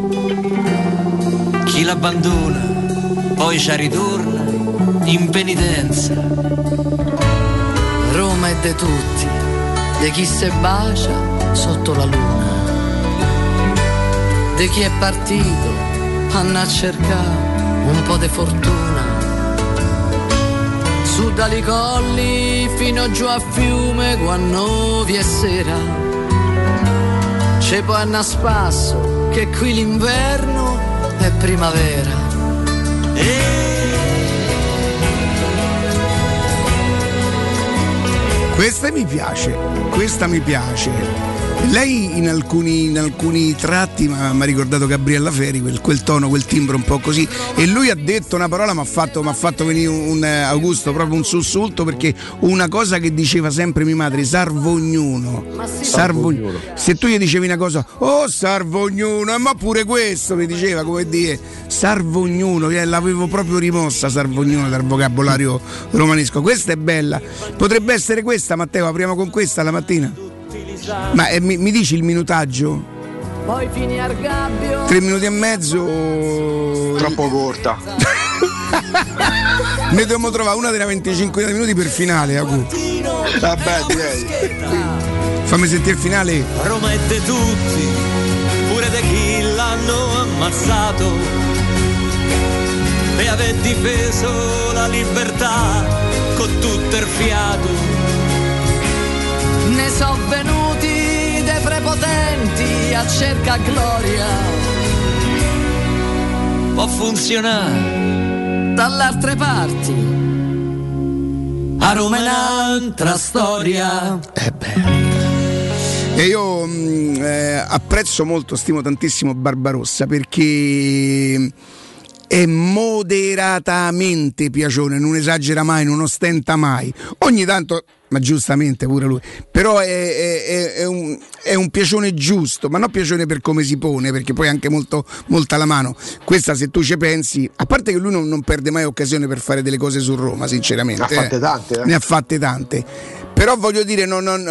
chi l'abbandona poi ci ritorna in penitenza. Roma è de tutti, di chi se bacia sotto la luna, di chi è partito a cercare un po' di fortuna, su dai colli fino giù a fiume quando vi è sera, c'è poi a spasso che qui l'inverno è primavera. Questa mi piace. Lei in alcuni tratti mi ha ricordato Gabriella Feri, quel tono, quel timbro un po' così, e lui ha detto una parola, mi ha fatto venire un Augusto, proprio un sussulto, perché una cosa che diceva sempre mia madre, sarvognuno. Se tu gli dicevi una cosa, oh sarvognuno, ma pure questo mi diceva, come dire, sarvognuno, l'avevo proprio rimossa sarvognuno dal vocabolario romanesco. Questa è bella, potrebbe essere questa, Matteo, apriamo con questa la mattina? Ma mi dici il minutaggio? Poi fini al gabbio. 3 minuti e mezzo. Troppo corta. Ne dobbiamo trovare una della 25 minuti per finale, Agu. Vabbè, direi. Fammi sentire il finale. Roma è de tutti, pure de chi l'hanno ammazzato, e aver difeso la libertà con tutto il fiato. Ne so venuti dei prepotenti a cerca gloria, può funzionare dall'altre parti, a Roma è un'altra storia. E io apprezzo molto, stimo tantissimo Barbarossa, perché è moderatamente piacione, non esagera mai, non ostenta mai, ogni tanto, ma giustamente pure lui, però è un piacione giusto, ma non piacione per come si pone, perché poi è anche molto alla mano. Questa, se tu ci pensi, a parte che lui non perde mai occasione per fare delle cose su Roma, sinceramente, ne ha fatte tante, però voglio dire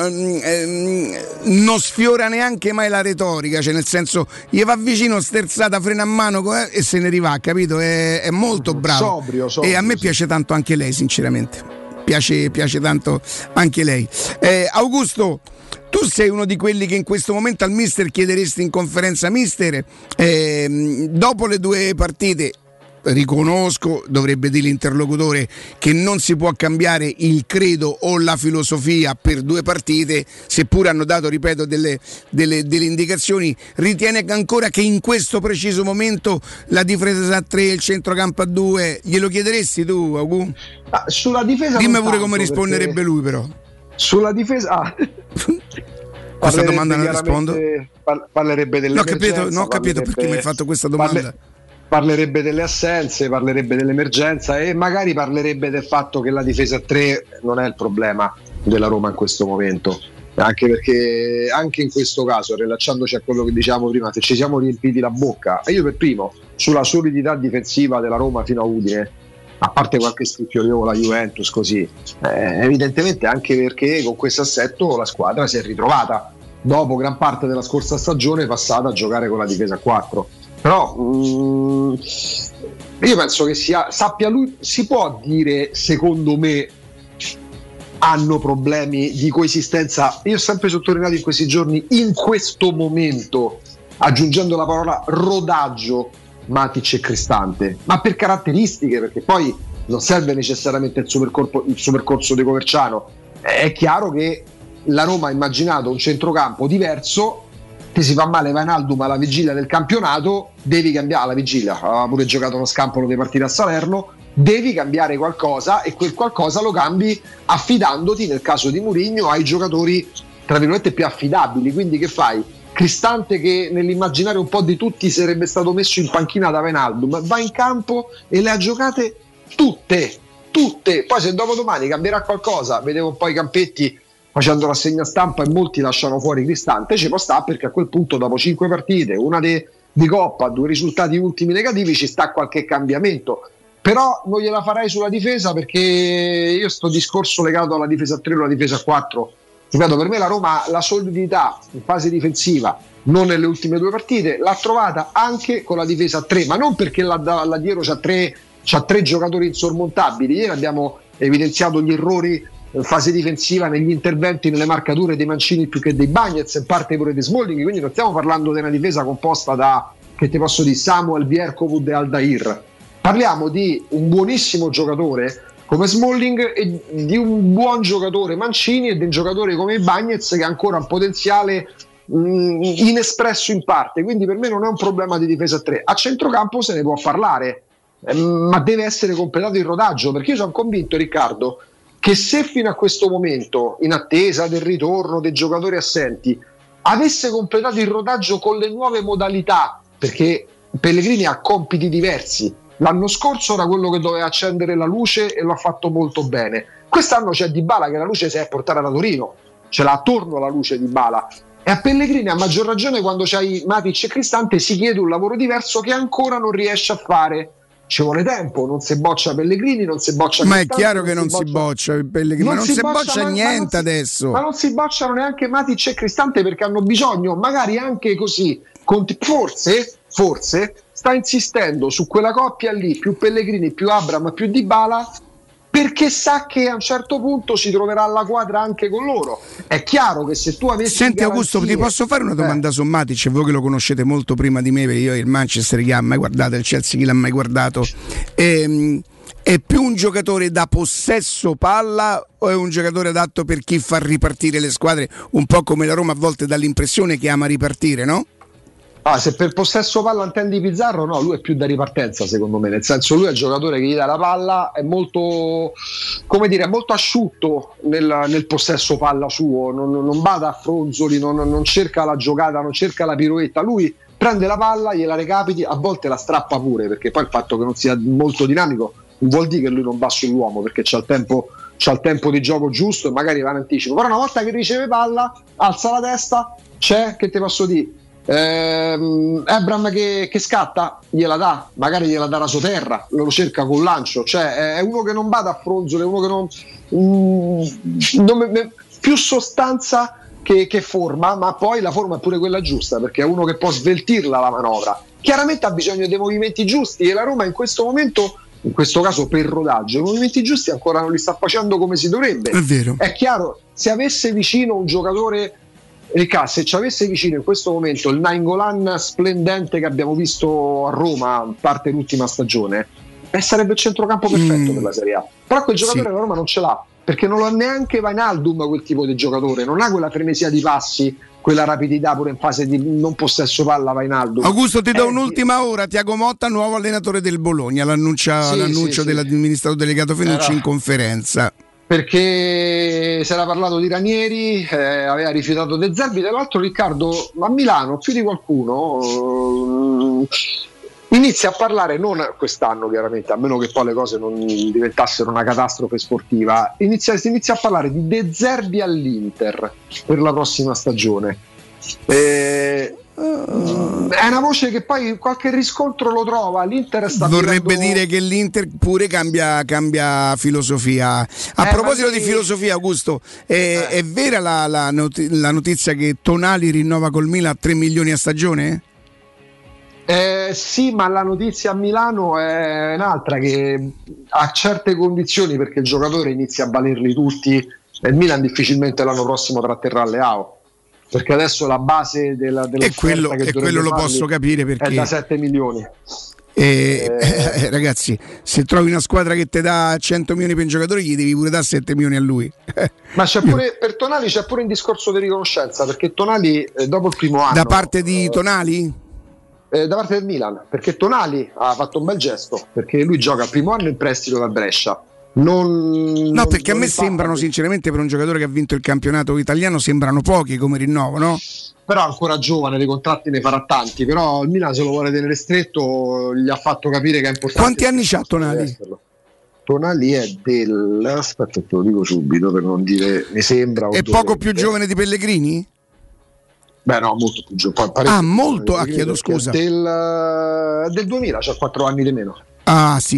non sfiora neanche mai la retorica, cioè nel senso gli va vicino, sterzata, frena a mano e se ne rivà, capito? È molto bravo, sobrio, e a me piace tanto anche lei, sinceramente. Piace tanto anche lei. Augusto, tu sei uno di quelli che in questo momento al mister chiederesti in conferenza: mister, dopo le 2 partite, riconosco, dovrebbe dire l'interlocutore, che non si può cambiare il credo o la filosofia per 2 partite, seppure hanno dato, ripeto, delle indicazioni, ritiene ancora che in questo preciso momento la difesa a 3, il centrocampo a 2, glielo chiederesti tu, Augu? Sulla difesa dimmi pure come risponderebbe lui, però. Sulla difesa questa domanda non rispondo. Parlerebbe dell'emergenza. Non ho capito perché mi hai fatto questa domanda. Parlerebbe delle assenze, parlerebbe dell'emergenza e magari parlerebbe del fatto che la difesa a 3 non è il problema della Roma in questo momento, anche perché anche in questo caso, rilacciandoci a quello che dicevamo prima, se ci siamo riempiti la bocca, e io per primo, sulla solidità difensiva della Roma fino a Udine, a parte qualche scricchiolio con la Juventus così, evidentemente anche perché con questo assetto la squadra si è ritrovata dopo gran parte della scorsa stagione passata a giocare con la difesa a 4. Però io penso che sappia lui, si può dire, secondo me hanno problemi di coesistenza. Io ho sempre sottolineato in questi giorni, in questo momento, aggiungendo la parola rodaggio, Matic e Cristante, ma per caratteristiche, perché poi non serve necessariamente il supercorso di Coverciano. È chiaro che la Roma ha immaginato un centrocampo diverso, ti si fa male Wijnaldum alla vigilia del campionato, devi cambiare alla vigilia, aveva pure giocato uno scampolo di partita a Salerno, devi cambiare qualcosa e quel qualcosa lo cambi affidandoti, nel caso di Mourinho, ai giocatori tra virgolette più affidabili. Quindi che fai? Cristante, che nell'immaginario un po' di tutti sarebbe stato messo in panchina da Wijnaldum, va in campo e le ha giocate tutte. Poi se dopodomani cambierà qualcosa, vedevo un po' i campetti facendo rassegna stampa e molti lasciano fuori Cristante, ci può stare, perché a quel punto dopo 5 partite, una di Coppa, 2 risultati ultimi negativi, ci sta qualche cambiamento. Però non gliela farei sulla difesa, perché io sto discorso legato alla difesa 3 o alla difesa 4, ripeto, per me la Roma la solidità in fase difensiva, non nelle ultime 2 partite, l'ha trovata anche con la difesa 3, ma non perché là dietro c'ha tre giocatori insormontabili. Ieri abbiamo evidenziato gli errori in fase difensiva negli interventi, nelle marcature dei Mancini più che dei Bagnez, in parte pure di Smalling, quindi non stiamo parlando di una difesa composta da, che ti posso dire, Samuel, Bjerkhout e Aldair. Parliamo di un buonissimo giocatore come Smalling e di un buon giocatore Mancini e di un giocatore come Bagnez che ha ancora un potenziale inespresso in parte, quindi per me non è un problema di difesa 3. A centrocampo se ne può parlare, ma deve essere completato il rodaggio, perché io sono convinto, Riccardo, che se fino a questo momento, in attesa del ritorno dei giocatori assenti, avesse completato il rodaggio con le nuove modalità, perché Pellegrini ha compiti diversi. L'anno scorso era quello che doveva accendere la luce e lo ha fatto molto bene. Quest'anno c'è Dybala che la luce si è portata da Torino, ce l'ha attorno la luce Dybala. E a Pellegrini, a maggior ragione, quando c'hai Matic e Cristante, si chiede un lavoro diverso che ancora non riesce a fare. Ci vuole tempo, non si boccia Pellegrini, non si boccia ma Cristante, è chiaro che non si boccia Pellegrini, ma non si boccia niente adesso. Ma non si bocciano neanche Matic e Cristante, perché hanno bisogno, magari anche così, forse sta insistendo su quella coppia lì, più Pellegrini, più Abraham, più Dybala, perché sa che a un certo punto si troverà alla quadra anche con loro. È chiaro che se tu avessi... Senti Augusto, ti posso fare una domanda su Matic? Voi che lo conoscete molto prima di me, perché io il Manchester chi l'ha mai guardato, il Chelsea chi l'ha mai guardato, è più un giocatore da possesso palla o è un giocatore adatto per chi fa ripartire le squadre, un po' come la Roma a volte dà l'impressione che ama ripartire, no? Se per possesso palla intendi Pizarro, no, lui è più da ripartenza secondo me, nel senso lui è il giocatore che gli dà la palla, è molto, come dire, molto asciutto nel possesso palla suo, non bada a fronzoli, non cerca la giocata, non cerca la piroetta, lui prende la palla, gliela recapiti, a volte la strappa pure, perché poi il fatto che non sia molto dinamico non vuol dire che lui non va sull'uomo, perché c'ha il tempo di gioco giusto e magari va in anticipo, però una volta che riceve palla alza la testa, che te posso dire, Abraham che scatta, gliela dà, magari gliela dà rasoterra, lo cerca con lancio, cioè è uno che non bada a fronzole, è uno che non più sostanza che forma, ma poi la forma è pure quella giusta, perché è uno che può sveltirla la manovra. Chiaramente ha bisogno dei movimenti giusti e la Roma in questo momento, in questo caso per rodaggio, i movimenti giusti ancora non li sta facendo come si dovrebbe. È vero. È chiaro, se avesse vicino un giocatore, se ci avesse vicino in questo momento il Nainggolan splendente che abbiamo visto a Roma a parte l'ultima stagione, sarebbe il centrocampo perfetto per la Serie A. Però quel giocatore la Roma non ce l'ha, perché non lo ha neanche Wijnaldum, quel tipo di giocatore, non ha quella frenesia di passi, quella rapidità pure in fase di non possesso palla Wijnaldum. Augusto, ti do un'ultima ora. Tiago Motta, nuovo allenatore del Bologna, l'annuncio dell'amministratore delegato Fenucci in conferenza. Perché si era parlato di Ranieri, aveva rifiutato De Zerbi. Tra l'altro, Riccardo, a Milano più di qualcuno inizia a parlare, non quest'anno chiaramente, a meno che poi le cose non diventassero una catastrofe sportiva, si inizia a parlare di De Zerbi all'Inter per la prossima stagione. È una voce che poi qualche riscontro lo trova. L'Inter vorrebbe dire che l'Inter pure cambia filosofia. A proposito di filosofia, Augusto, è vera la notizia che Tonali rinnova col Milan a 3 milioni a stagione? Sì, ma la notizia a Milano è un'altra, che a certe condizioni, perché il giocatore inizia a valerli tutti e il Milan difficilmente l'anno prossimo tratterrà Leao, perché adesso la base della quello lo posso capire, perché è da 7 milioni. Ragazzi, se trovi una squadra che ti dà 100 milioni per un giocatore, gli devi pure dare 7 milioni a lui. Ma c'è pure, per Tonali c'è pure un discorso di riconoscenza, perché Tonali dopo il primo anno... Da parte di Tonali? Da parte del Milan, perché Tonali ha fatto un bel gesto, perché lui gioca il primo anno in prestito da Brescia. No, perché a me sembrano, sinceramente, per un giocatore che ha vinto il campionato italiano, sembrano pochi come rinnovo, no? Però ancora giovane, dei contratti ne farà tanti, però il Milan se lo vuole tenere stretto, gli ha fatto capire che è importante. Quanti anni c'ha Tonali? Tonali è aspetta, te lo dico subito per non dire, mi sembra. È poco più giovane di Pellegrini? Beh no, molto più giovane. Molto, chiedo scusa. Del 2000, c'ha 4 anni di meno. Sì.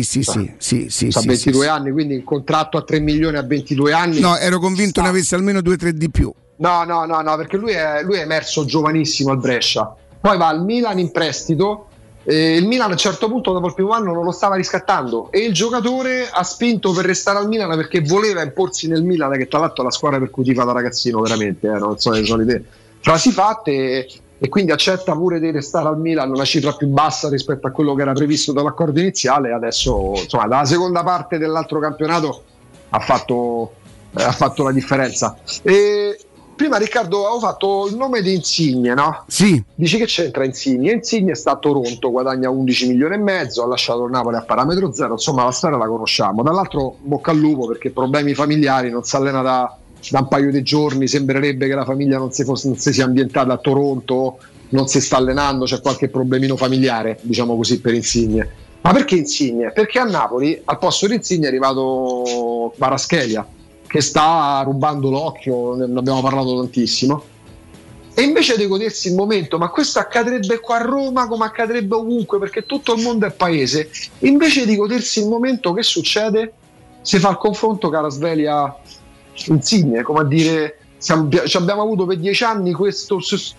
Ha 22 anni, quindi il contratto a 3 milioni a 22 anni. No, ero convinto ne avesse almeno 2-3 di più. No, perché lui è emerso giovanissimo al Brescia. Poi va al Milan in prestito. Il Milan a un certo punto dopo il primo anno non lo stava riscattando e il giocatore ha spinto per restare al Milan perché voleva imporsi nel Milan, che tra l'altro è la squadra per cui tifa da ragazzino veramente, non so le solite frasi fatte, e quindi accetta pure di restare al Milan, una cifra più bassa rispetto a quello che era previsto dall'accordo iniziale. Adesso, insomma, dalla seconda parte dell'altro campionato ha fatto la differenza. E prima, Riccardo, avevo fatto il nome di Insigne, no? Sì. Dici che c'entra Insigne? Insigne sta a Toronto, guadagna 11 milioni e mezzo, ha lasciato il Napoli a parametro zero, insomma la storia la conosciamo. Dall'altro bocca al lupo, perché problemi familiari, non si allena da un paio di giorni, sembrerebbe che la famiglia non si sia ambientata a Toronto, non si sta allenando, c'è qualche problemino familiare, diciamo così, per Insigne. Ma perché Insigne? Perché a Napoli al posto di Insigne è arrivato Kvaratskhelia, che sta rubando l'occhio, ne abbiamo parlato tantissimo, e invece di godersi il momento, ma questo accadrebbe qua a Roma come accadrebbe ovunque, perché tutto il mondo è paese, invece di godersi il momento, che succede? Si fa il confronto Kvaratskhelia Insigne, come a dire, ci abbiamo avuto per 10 anni questo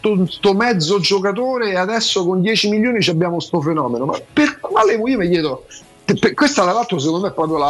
mezzo giocatore e adesso con 10 milioni ci abbiamo sto fenomeno. Ma per quale? Io mi chiedo, questa tra l'altro secondo me è proprio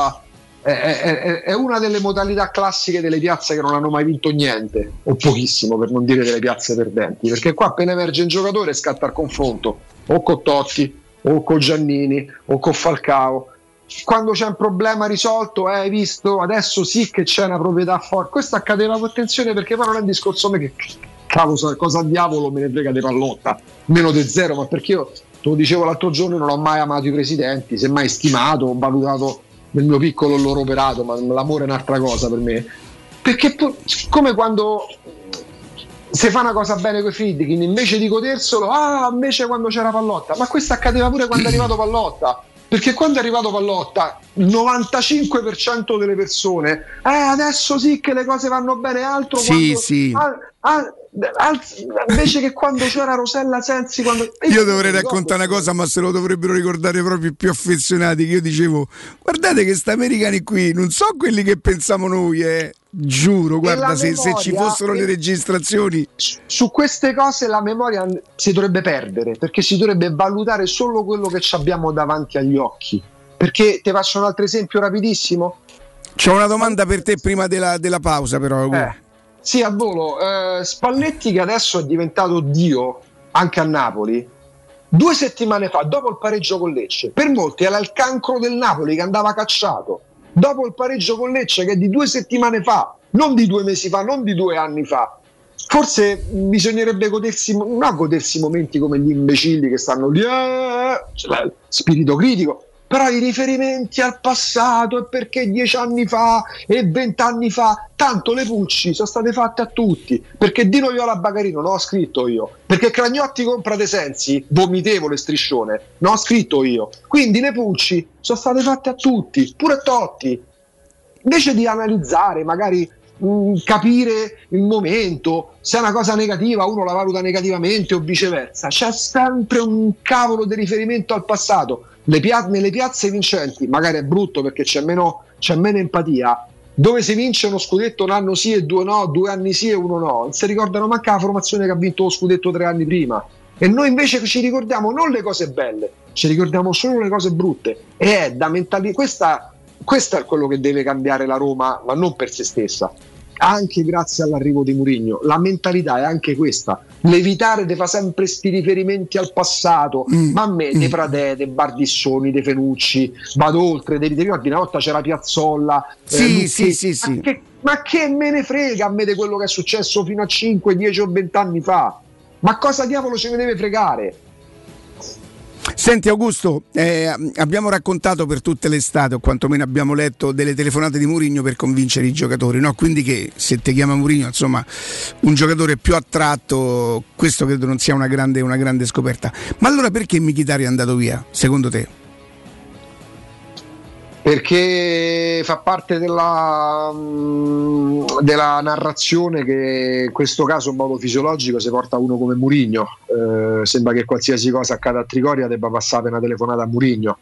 è una delle modalità classiche delle piazze che non hanno mai vinto niente o pochissimo, per non dire delle piazze perdenti, perché qua appena emerge un giocatore scatta il confronto o con Totti o con Giannini o con Falcao. Quando c'è un problema risolto, hai visto, adesso sì che c'è una proprietà forte. Questo accadeva, attenzione, perché poi non è un discorso me che cosa diavolo me ne frega di Pallotta, meno di zero, ma perché io, te lo dicevo l'altro giorno, non ho mai amato i presidenti, semmai stimato o valutato nel mio piccolo il loro operato, ma l'amore è un'altra cosa per me, perché come quando se fa una cosa bene con i Friedkin, invece di goderselo, invece quando c'era Pallotta, ma questo accadeva pure quando è arrivato Pallotta. Perché quando è arrivato Pallotta, il 95% delle persone, adesso sì che le cose vanno bene, altro sì, quando, sì. Invece che quando c'era Rosella Sensi. Io dovrei raccontare una cosa, ma se lo dovrebbero ricordare proprio i più affezionati, che io dicevo, guardate che sti americani qui non so quelli che pensiamo noi, giuro, guarda, se ci fossero le registrazioni su queste cose, la memoria si dovrebbe perdere, perché si dovrebbe valutare solo quello che ci abbiamo davanti agli occhi. Perché ti faccio un altro esempio rapidissimo. C'ho una domanda per te prima della pausa, però. Sì, a volo. Spalletti, che adesso è diventato Dio anche a Napoli, 2 settimane fa, dopo il pareggio con Lecce, per molti era il cancro del Napoli che andava cacciato. Dopo il pareggio con Lecce, che è di 2 settimane fa, non di 2 mesi fa, non di 2 anni fa, forse bisognerebbe godersi i momenti come gli imbecilli che stanno lì, spirito critico, però i riferimenti al passato, e perché 10 anni fa e 20 anni fa, tanto le pulci sono state fatte a tutti, perché Dino Viola Baccarino non ho scritto io, perché Cragnotti compra De Sensi, vomitevole striscione, non ho scritto io, quindi le pulci sono state fatte a tutti, pure Totti. Invece di analizzare, magari capire il momento, se è una cosa negativa uno la valuta negativamente o viceversa, c'è sempre un cavolo di riferimento al passato. Nelle piazze vincenti magari è brutto perché c'è meno empatia, dove si vince uno scudetto un anno sì e 2 no, 2 anni sì e 1 no, non si ricordano manca la formazione che ha vinto lo scudetto 3 anni prima, e noi invece ci ricordiamo non le cose belle, ci ricordiamo solo le cose brutte, e è da mentalità. Questo è quello che deve cambiare la Roma, ma non per se stessa, anche grazie all'arrivo di Mourinho. La mentalità è anche questa, l'evitare di fare sempre sti riferimenti al passato, ma a me De Pradè, De Bardissoni, De Fenucci, vado oltre, ti ricordi una volta c'era Piazzolla, sì. Ma che me ne frega a me di quello che è successo fino a 5, 10 o 20 anni fa? Ma cosa diavolo ce ne deve fregare? Senti Augusto, abbiamo raccontato per tutte le estate, o quantomeno abbiamo letto delle telefonate di Mourinho per convincere i giocatori, no? Quindi che se ti chiama Mourinho, insomma, un giocatore più attratto, questo credo non sia una grande scoperta. Ma allora perché Mkhitaryan è andato via, secondo te? Perché fa parte della narrazione che in questo caso in modo fisiologico si porta uno come Mourinho. Sembra che qualsiasi cosa accada a Trigoria debba passare una telefonata a Mourinho.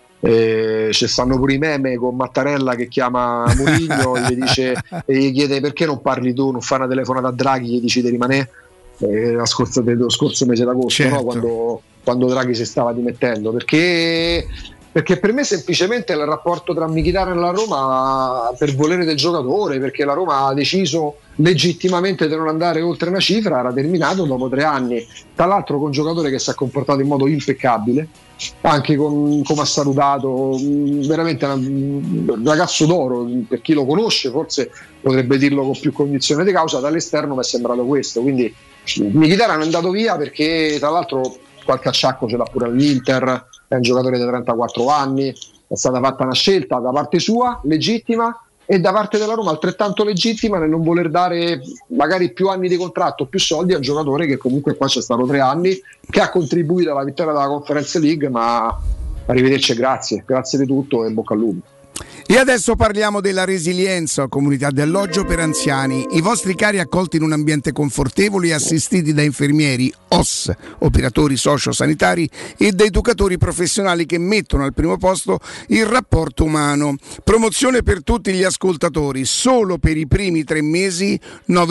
Ci stanno pure i meme con Mattarella che chiama Mourinho e gli chiede perché non parli tu, non fai una telefonata a Draghi, gli dici di rimanere lo scorso mese d'agosto, certo. No? Quando Draghi si stava dimettendo, perché per me semplicemente il rapporto tra Mkhitaryan e la Roma, per volere del giocatore, perché la Roma ha deciso legittimamente di non andare oltre una cifra, era terminato dopo 3 anni, tra l'altro con un giocatore che si è comportato in modo impeccabile, anche come ha salutato, veramente un ragazzo d'oro, per chi lo conosce forse potrebbe dirlo con più cognizione di causa, dall'esterno mi è sembrato questo. Quindi Mkhitaryan è andato via perché tra l'altro qualche acciacco ce l'ha pure all'Inter, è un giocatore di 34 anni, è stata fatta una scelta da parte sua legittima e da parte della Roma altrettanto legittima nel non voler dare magari più anni di contratto, più soldi a un giocatore che comunque qua c'è stato 3 anni, che ha contribuito alla vittoria della Conference League, ma arrivederci e grazie di tutto e bocca al lupo. E adesso parliamo della Resilienza, comunità di alloggio per anziani. I vostri cari accolti in un ambiente confortevole e assistiti da infermieri, OS, operatori sociosanitari e da educatori professionali che mettono al primo posto il rapporto umano. Promozione per tutti gli ascoltatori, solo per i primi 3 mesi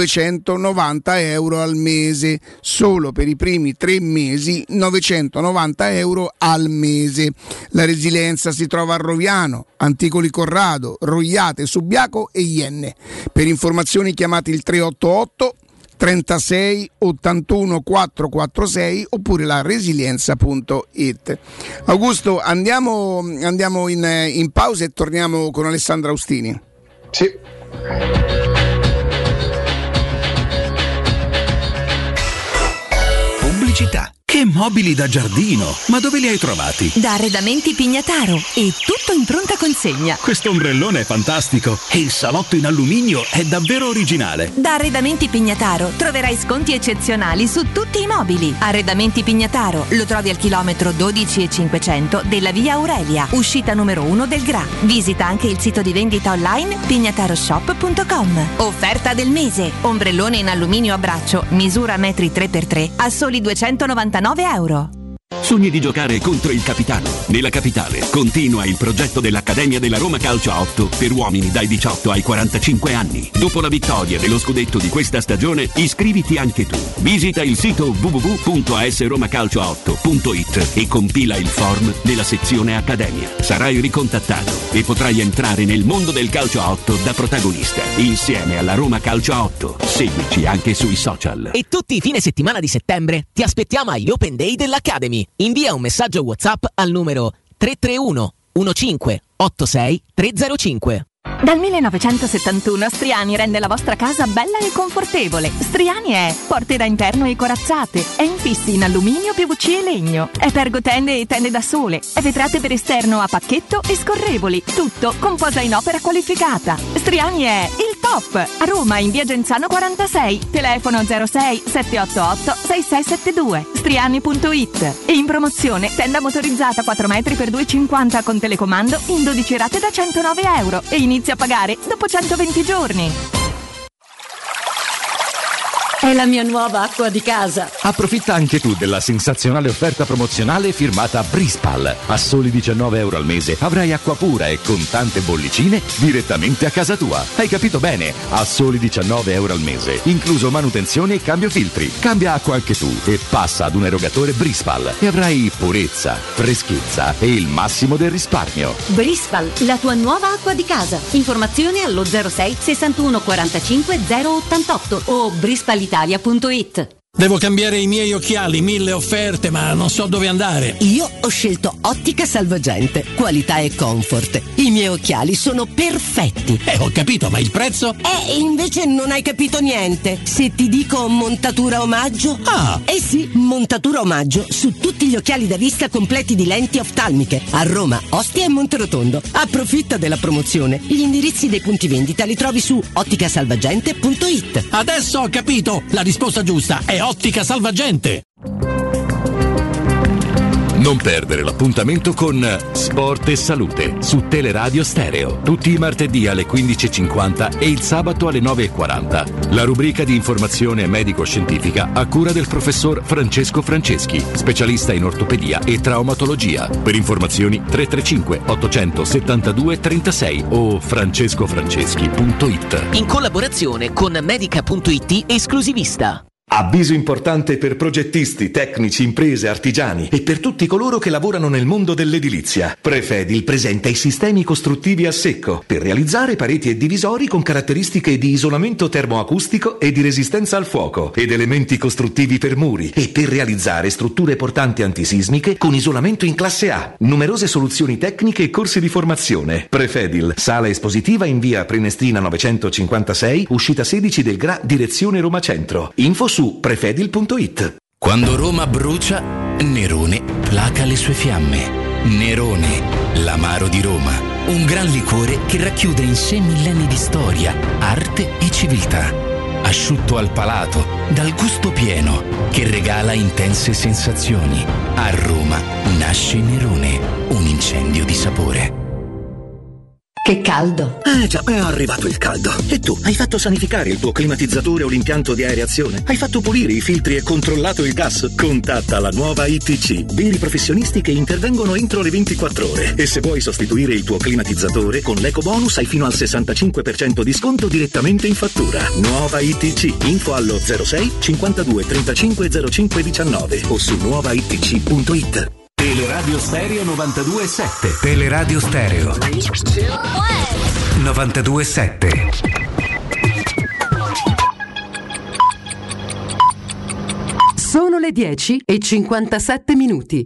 990 euro al mese, solo per i primi 3 mesi 990 euro al mese. La Resilienza si trova a Roviano, Anticoli Corrado, Rogliate, Subiaco e Ienne. Per informazioni chiamate il 388 36 81 446 oppure la resilienza.it. Augusto, andiamo in pausa e torniamo con Alessandra Austini. Sì. Pubblicità. Che mobili da giardino! Ma dove li hai trovati? Da Arredamenti Pignataro, e tutto in pronta consegna. Questo ombrellone è fantastico e il salotto in alluminio è davvero originale. Da Arredamenti Pignataro troverai sconti eccezionali su tutti i mobili. Arredamenti Pignataro lo trovi al chilometro 12,500 della via Aurelia, uscita numero 1 del GRA. Visita anche il sito di vendita online pignataroshop.com. Offerta del mese: ombrellone in alluminio a braccio, misura metri 3x3 a soli 299 euro. Sogni di giocare contro il capitano? Nella capitale continua il progetto dell'Accademia della Roma Calcio a 8 per uomini dai 18 ai 45 anni. Dopo la vittoria dello scudetto di questa stagione, iscriviti anche tu. Visita il sito www.asromacalcio8.it e compila il form nella sezione Accademia. Sarai ricontattato e potrai entrare nel mondo del calcio a 8 da protagonista, insieme alla Roma Calcio a 8. Seguici anche sui social. E tutti i fine settimana di settembre ti aspettiamo agli Open Day dell'Academy. Invia un messaggio WhatsApp al numero 331 15 86 305. Dal 1971 Striani rende la vostra casa bella e confortevole. Striani è porte da interno e corazzate, è infissi in alluminio, PVC e legno, è pergotende e tende da sole, è vetrate per esterno a pacchetto e scorrevoli, tutto con posa in opera qualificata. Striani è il top! A Roma in via Genzano 46, telefono 06 788 6672, striani.it. E in promozione tenda motorizzata 4 metri per 2,50 con telecomando in 12 rate da 109 euro e inizia a pagare dopo 120 giorni. È la mia nuova acqua di casa. Approfitta anche tu della sensazionale offerta promozionale firmata Brispal. A soli €19 al mese avrai acqua pura e con tante bollicine direttamente a casa tua. Hai capito bene? A soli €19 al mese, incluso manutenzione e cambio filtri. Cambia acqua anche tu e passa ad un erogatore Brispal e avrai purezza, freschezza e il massimo del risparmio. Brispal, la tua nuova acqua di casa. Informazioni allo 06 61 45 088 o brispalitalia.it. Devo cambiare i miei occhiali, 1000 offerte, ma non so dove andare. Io ho scelto Ottica Salvagente, qualità e comfort. I miei occhiali sono perfetti. Ho capito, ma il prezzo? Invece non hai capito niente. Se ti dico montatura omaggio? Sì, montatura omaggio su tutti gli occhiali da vista completi di lenti oftalmiche a Roma, Ostia e Monterotondo. Approfitta della promozione. Gli indirizzi dei punti vendita li trovi su otticasalvagente.it. Adesso ho capito, la risposta giusta è Ottica Salvagente. Non perdere l'appuntamento con Sport e Salute su Teleradio Stereo. Tutti i martedì alle 15.50 e il sabato alle 9.40. La rubrica di informazione medico-scientifica a cura del professor Francesco Franceschi, specialista in ortopedia e traumatologia. Per informazioni 335 872 36 o francescofranceschi.it. In collaborazione con Medica.it esclusivista. Avviso importante per progettisti, tecnici, imprese, artigiani e per tutti coloro che lavorano nel mondo dell'edilizia. Prefedil presenta i sistemi costruttivi a secco per realizzare pareti e divisori con caratteristiche di isolamento termoacustico e di resistenza al fuoco ed elementi costruttivi per muri e per realizzare strutture portanti antisismiche con isolamento in classe A. Numerose soluzioni tecniche e corsi di formazione. Prefedil, sala espositiva in via Prenestina 956, uscita 16 del GRA, direzione Roma Centro. Info su prefedil.it. Quando Roma brucia, Nerone placa le sue fiamme. Nerone, l'amaro di Roma. Un gran liquore che racchiude in sé millenni di storia, arte e civiltà. Asciutto al palato, dal gusto pieno, che regala intense sensazioni. A Roma nasce Nerone, un incendio di sapore. Che caldo! Già, è arrivato il caldo. E tu, hai fatto sanificare il tuo climatizzatore o l'impianto di areazione? Hai fatto pulire i filtri e controllato il gas? Contatta la nuova ITC, veri professionisti che intervengono entro le 24 ore. E se vuoi sostituire il tuo climatizzatore, con l'ecobonus hai fino al 65% di sconto direttamente in fattura. Nuova ITC, info allo 06 52 35 05 19 o su nuovaitc.it. Teleradio Stereo 92.7. Teleradio Stereo 92.7. Sono le 10:57.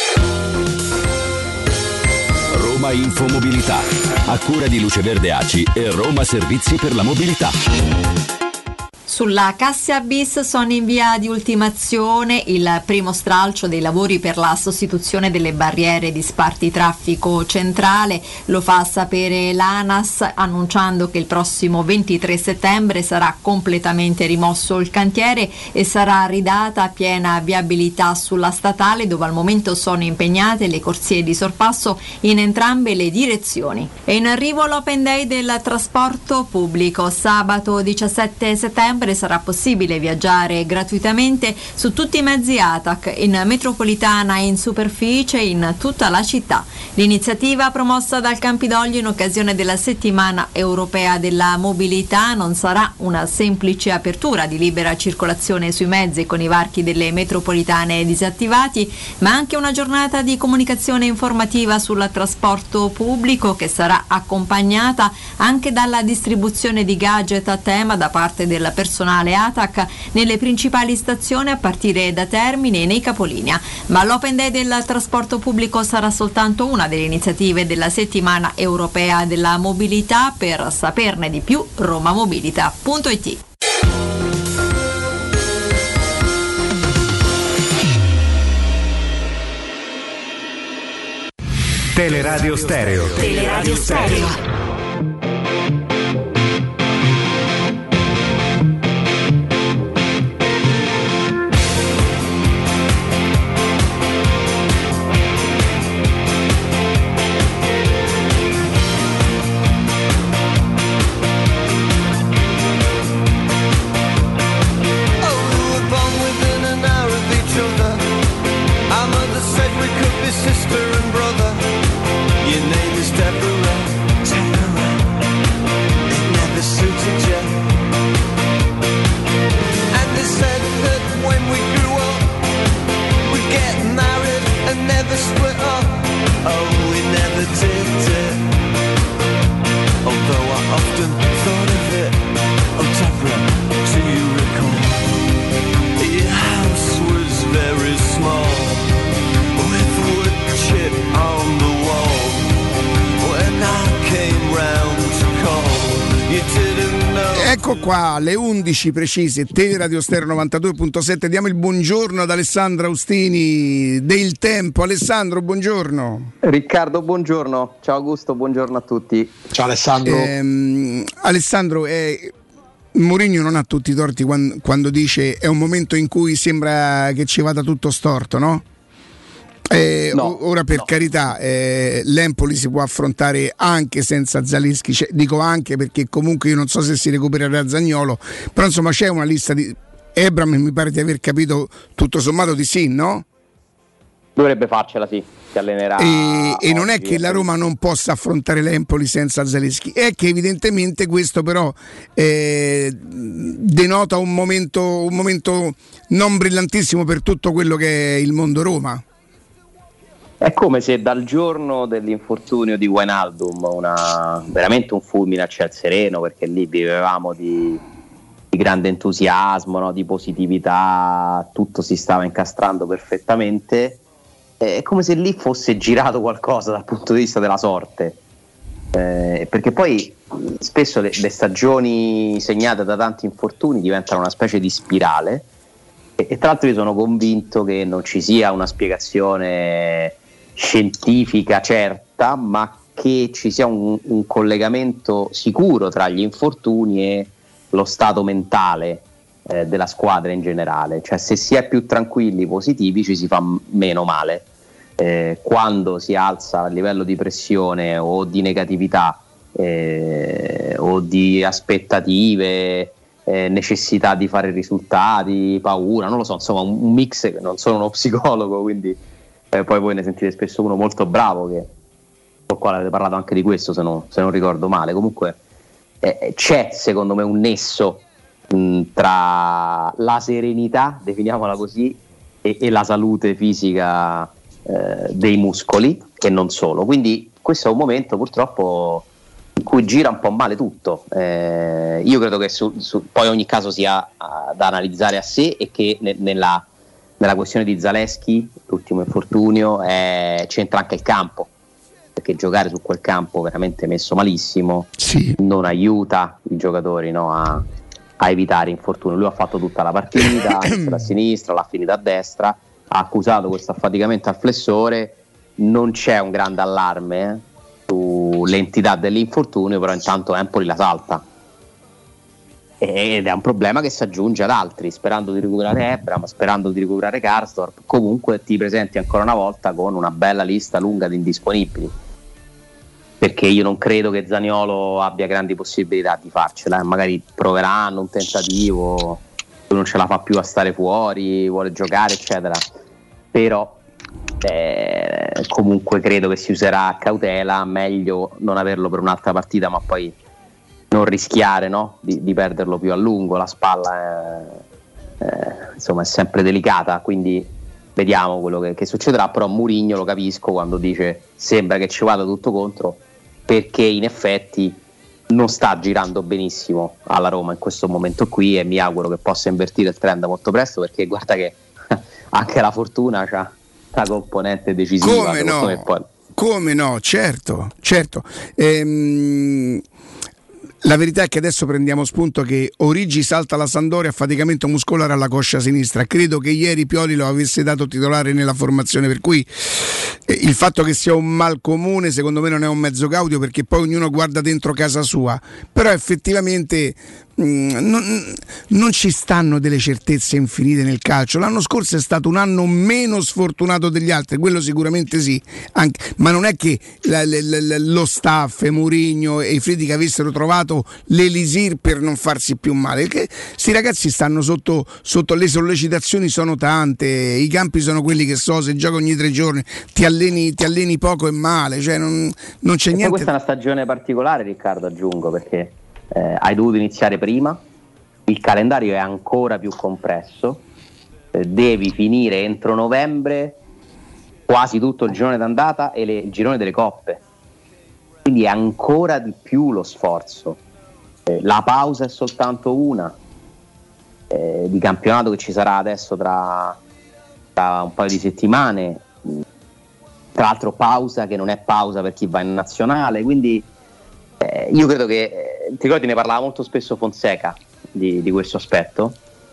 Roma Infomobilità, a cura di Luce Verde ACI e Roma Servizi per la Mobilità. Sulla Cassia Bis sono in via di ultimazione il primo stralcio dei lavori per la sostituzione delle barriere di spartitraffico centrale. Lo fa sapere l'ANAS annunciando che il prossimo 23 settembre sarà completamente rimosso il cantiere e sarà ridata piena viabilità sulla statale, dove al momento sono impegnate le corsie di sorpasso in entrambe le direzioni. È in arrivo l'Open Day del trasporto pubblico. Sabato 17 settembre sarà possibile viaggiare gratuitamente su tutti i mezzi ATAC in metropolitana e in superficie in tutta la città. L'iniziativa promossa dal Campidoglio in occasione della settimana europea della mobilità non sarà una semplice apertura di libera circolazione sui mezzi con i varchi delle metropolitane disattivati, ma anche una giornata di comunicazione informativa sul trasporto pubblico che sarà accompagnata anche dalla distribuzione di gadget a tema da parte del personale ATAC nelle principali stazioni a partire da Termini e nei capolinea. Ma l'Open Day del trasporto pubblico sarà soltanto una delle iniziative della settimana europea della mobilità. Per saperne di più, romamobilita.it. Teleradio Stereo. Teleradio Stereo. Oh said we could be sister and brother. Your name is Deborah, Deborah. It never suited you. And they said that when we grew up, we'd get married and never split up. Oh, we never did it. Although I often thought of it. Oh, Deborah, do you recall? Your house was very small, with wood chip on the wall. When I came round to call, you didn't know. Ecco qua, alle 11 precise, Teleradio Stereo 92.7. Diamo il buongiorno ad Alessandro Austini del Tempo. Alessandro, buongiorno. Riccardo, buongiorno. Ciao Augusto, buongiorno a tutti. Ciao Alessandro. Alessandro, Mourinho non ha tutti i torti quando dice è un momento in cui sembra che ci vada tutto storto, no? Ora per carità, l'Empoli si può affrontare anche senza Zalewski, dico anche perché comunque io non so se si recupererà Zaniolo, però insomma c'è una lista di Ebram, mi pare di aver capito tutto sommato di sì, no? Dovrebbe farcela, sì, si allenerà e non è che la Roma non possa affrontare l'Empoli senza Zalewski, è che evidentemente questo però denota un momento non brillantissimo per tutto quello che è il mondo Roma. È come se dal giorno dell'infortunio di Wijnaldum, veramente un fulmine a ciel sereno, perché lì vivevamo di grande entusiasmo, no? Di positività, tutto si stava incastrando perfettamente. È come se lì fosse girato qualcosa dal punto di vista della sorte, perché poi spesso le stagioni segnate da tanti infortuni diventano una specie di spirale e tra l'altro io sono convinto che non ci sia una spiegazione scientifica certa, ma che ci sia un collegamento sicuro tra gli infortuni e lo stato mentale della squadra in generale. Cioè, se si è più tranquilli, positivi, ci si fa meno male. Quando si alza a livello di pressione o di negatività o di aspettative, necessità di fare risultati, paura, non lo so, insomma un mix. Non sono uno psicologo, quindi poi voi ne sentite spesso uno molto bravo con il quale avete parlato anche di questo, se non ricordo male. Comunque c'è secondo me un nesso tra la serenità, definiamola così, e la salute fisica dei muscoli e non solo. Quindi questo è un momento purtroppo in cui gira un po' male tutto. Io credo che poi ogni caso sia da analizzare a sé e che nella questione di Zalewski, l'ultimo infortunio, c'entra anche il campo, perché giocare su quel campo veramente messo malissimo non aiuta i giocatori, no, a evitare infortuni. Lui ha fatto tutta la partita, a sinistra, l'ha finita a destra, ha accusato questo affaticamento al flessore. Non c'è un grande allarme sull'entità dell'infortunio, però intanto Empoli la salta ed è un problema che si aggiunge ad altri, sperando di recuperare Ebram, sperando di recuperare Karsdorp. Comunque ti presenti ancora una volta con una bella lista lunga di indisponibili, perché io non credo che Zaniolo abbia grandi possibilità di farcela. Magari proveranno un tentativo, non ce la fa più a stare fuori, vuole giocare eccetera, però comunque credo che si userà a cautela. Meglio non averlo per un'altra partita, ma poi non rischiare, no? di perderlo più a lungo. La spalla insomma è sempre delicata, quindi vediamo quello che succederà. Però Mourinho lo capisco quando dice sembra che ci vada tutto contro, perché in effetti non sta girando benissimo alla Roma in questo momento qui, e mi auguro che possa invertire il trend molto presto, perché guarda che anche la fortuna c'ha la componente decisiva. Come no, certo. La verità è che adesso prendiamo spunto che Origi salta la Sampdoria, affaticamento muscolare alla coscia sinistra. Credo che ieri Pioli lo avesse dato titolare nella formazione, per cui il fatto che sia un mal comune secondo me non è un mezzo gaudio, perché poi ognuno guarda dentro casa sua. Però effettivamente non ci stanno delle certezze infinite nel calcio. L'anno scorso è stato un anno meno sfortunato degli altri, quello sicuramente sì, ma non è che lo staff, Mourinho e i Friedrich avessero trovato l'elisir per non farsi più male, perché sti ragazzi stanno sotto, le sollecitazioni sono tante, i campi sono quelli che se giochi ogni 3 giorni ti alleni poco e male, cioè non c'è niente. Questa è una stagione particolare, Riccardo, aggiungo, perché hai dovuto iniziare prima, il calendario è ancora più compresso, devi finire entro novembre quasi tutto il girone d'andata e il girone delle coppe, quindi è ancora di più lo sforzo. La pausa è soltanto una di campionato che ci sarà adesso tra un paio di settimane, tra l'altro pausa che non è pausa per chi va in nazionale, quindi io credo che, ti ricordi, ne parlava molto spesso Fonseca di questo aspetto,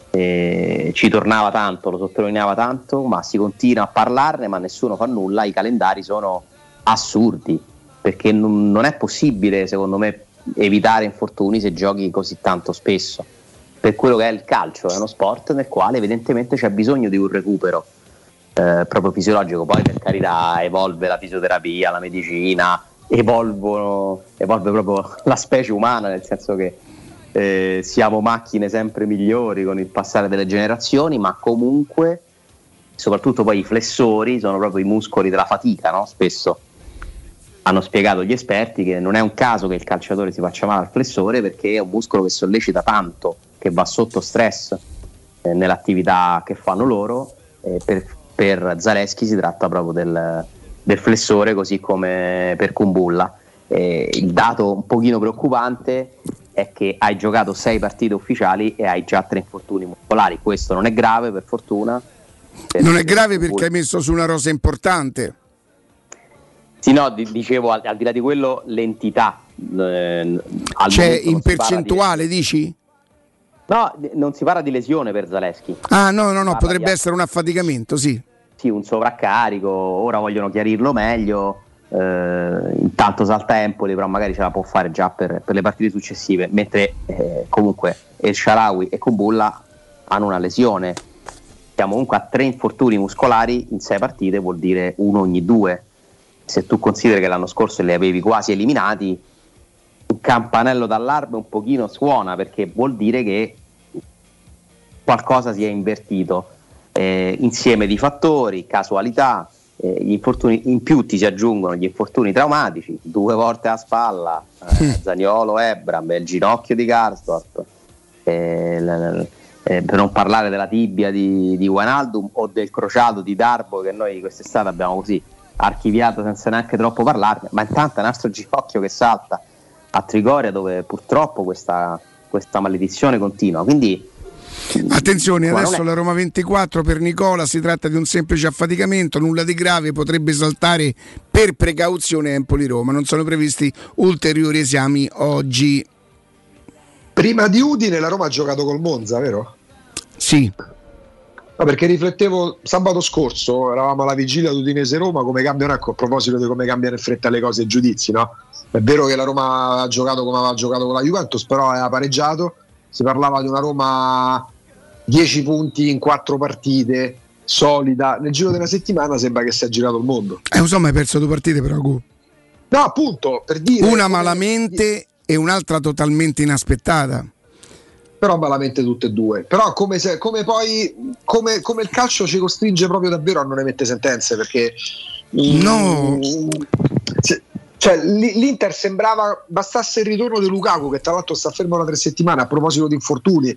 ci tornava tanto, lo sottolineava tanto, ma si continua a parlarne ma nessuno fa nulla. I calendari sono assurdi, perché non è possibile, secondo me, evitare infortuni se giochi così tanto spesso. Per quello che è il calcio, è uno sport nel quale evidentemente c'è bisogno di un recupero proprio fisiologico. Poi, per carità, evolve la fisioterapia, la medicina, evolve proprio la specie umana, nel senso che siamo macchine sempre migliori con il passare delle generazioni, ma comunque, soprattutto poi i flessori sono proprio i muscoli della fatica, no? Spesso hanno spiegato gli esperti che non è un caso che il calciatore si faccia male al flessore, perché è un muscolo che sollecita tanto, che va sotto stress nell'attività che fanno loro. Per Zalewski si tratta proprio del flessore, così come per Kumbulla. Il dato un pochino preoccupante è che hai giocato 6 partite ufficiali e hai già 3 infortuni muscolari. Questo non è grave, per fortuna. Non è grave perché hai messo su una rosa importante. Sì, no, dicevo, al di là di quello, l'entità. Cioè, in percentuale, dici? No, non si parla di lesione per Zalewski. Ah, no, potrebbe essere un affaticamento, sì. Sì, un sovraccarico, ora vogliono chiarirlo meglio, intanto salta Empoli, però magari ce la può fare già per le partite successive, mentre comunque El Shaarawy e Kumbulla hanno una lesione. Siamo comunque a 3 infortuni muscolari in 6 partite, vuol dire 1 ogni 2. Se tu consideri che l'anno scorso li avevi quasi eliminati, un campanello d'allarme un pochino suona, perché vuol dire che qualcosa si è invertito, insieme di fattori, casualità, gli infortuni in più, ti si aggiungono gli infortuni traumatici, 2 volte a spalla, Zaniolo, Ebram, il ginocchio di Karsdorp, per non parlare della tibia di Wijnaldum o del crociato di Darbo, che noi quest'estate abbiamo così archiviato senza neanche troppo parlarne, ma intanto è il nostro ginocchio che salta a Trigoria, dove purtroppo questa maledizione continua. Quindi attenzione, adesso la Roma 24 per Nicola si tratta di un semplice affaticamento, nulla di grave, potrebbe saltare per precauzione Empoli-Roma, non sono previsti ulteriori esami oggi. Prima di Udine la Roma ha giocato col Monza, vero? Sì. No, perché riflettevo sabato scorso, eravamo alla vigilia di Udinese-Roma, come cambiano, ecco, a proposito di come cambiano in fretta le cose e i giudizi, no? È vero che la Roma ha giocato come aveva giocato con la Juventus, però aveva pareggiato. Si parlava di una Roma 10 punti in 4 partite, solida. Nel giro della settimana sembra che si è girato il mondo. Insomma, hai perso 2 partite però. No, appunto, per dire. Una malamente e un'altra totalmente inaspettata. Però malamente tutte e 2. Però come il calcio ci costringe proprio davvero a non emettere sentenze, perché no. Cioè, l'Inter sembrava bastasse il ritorno di Lukaku, che tra l'altro sta fermo da 3 settimane a proposito di infortuni,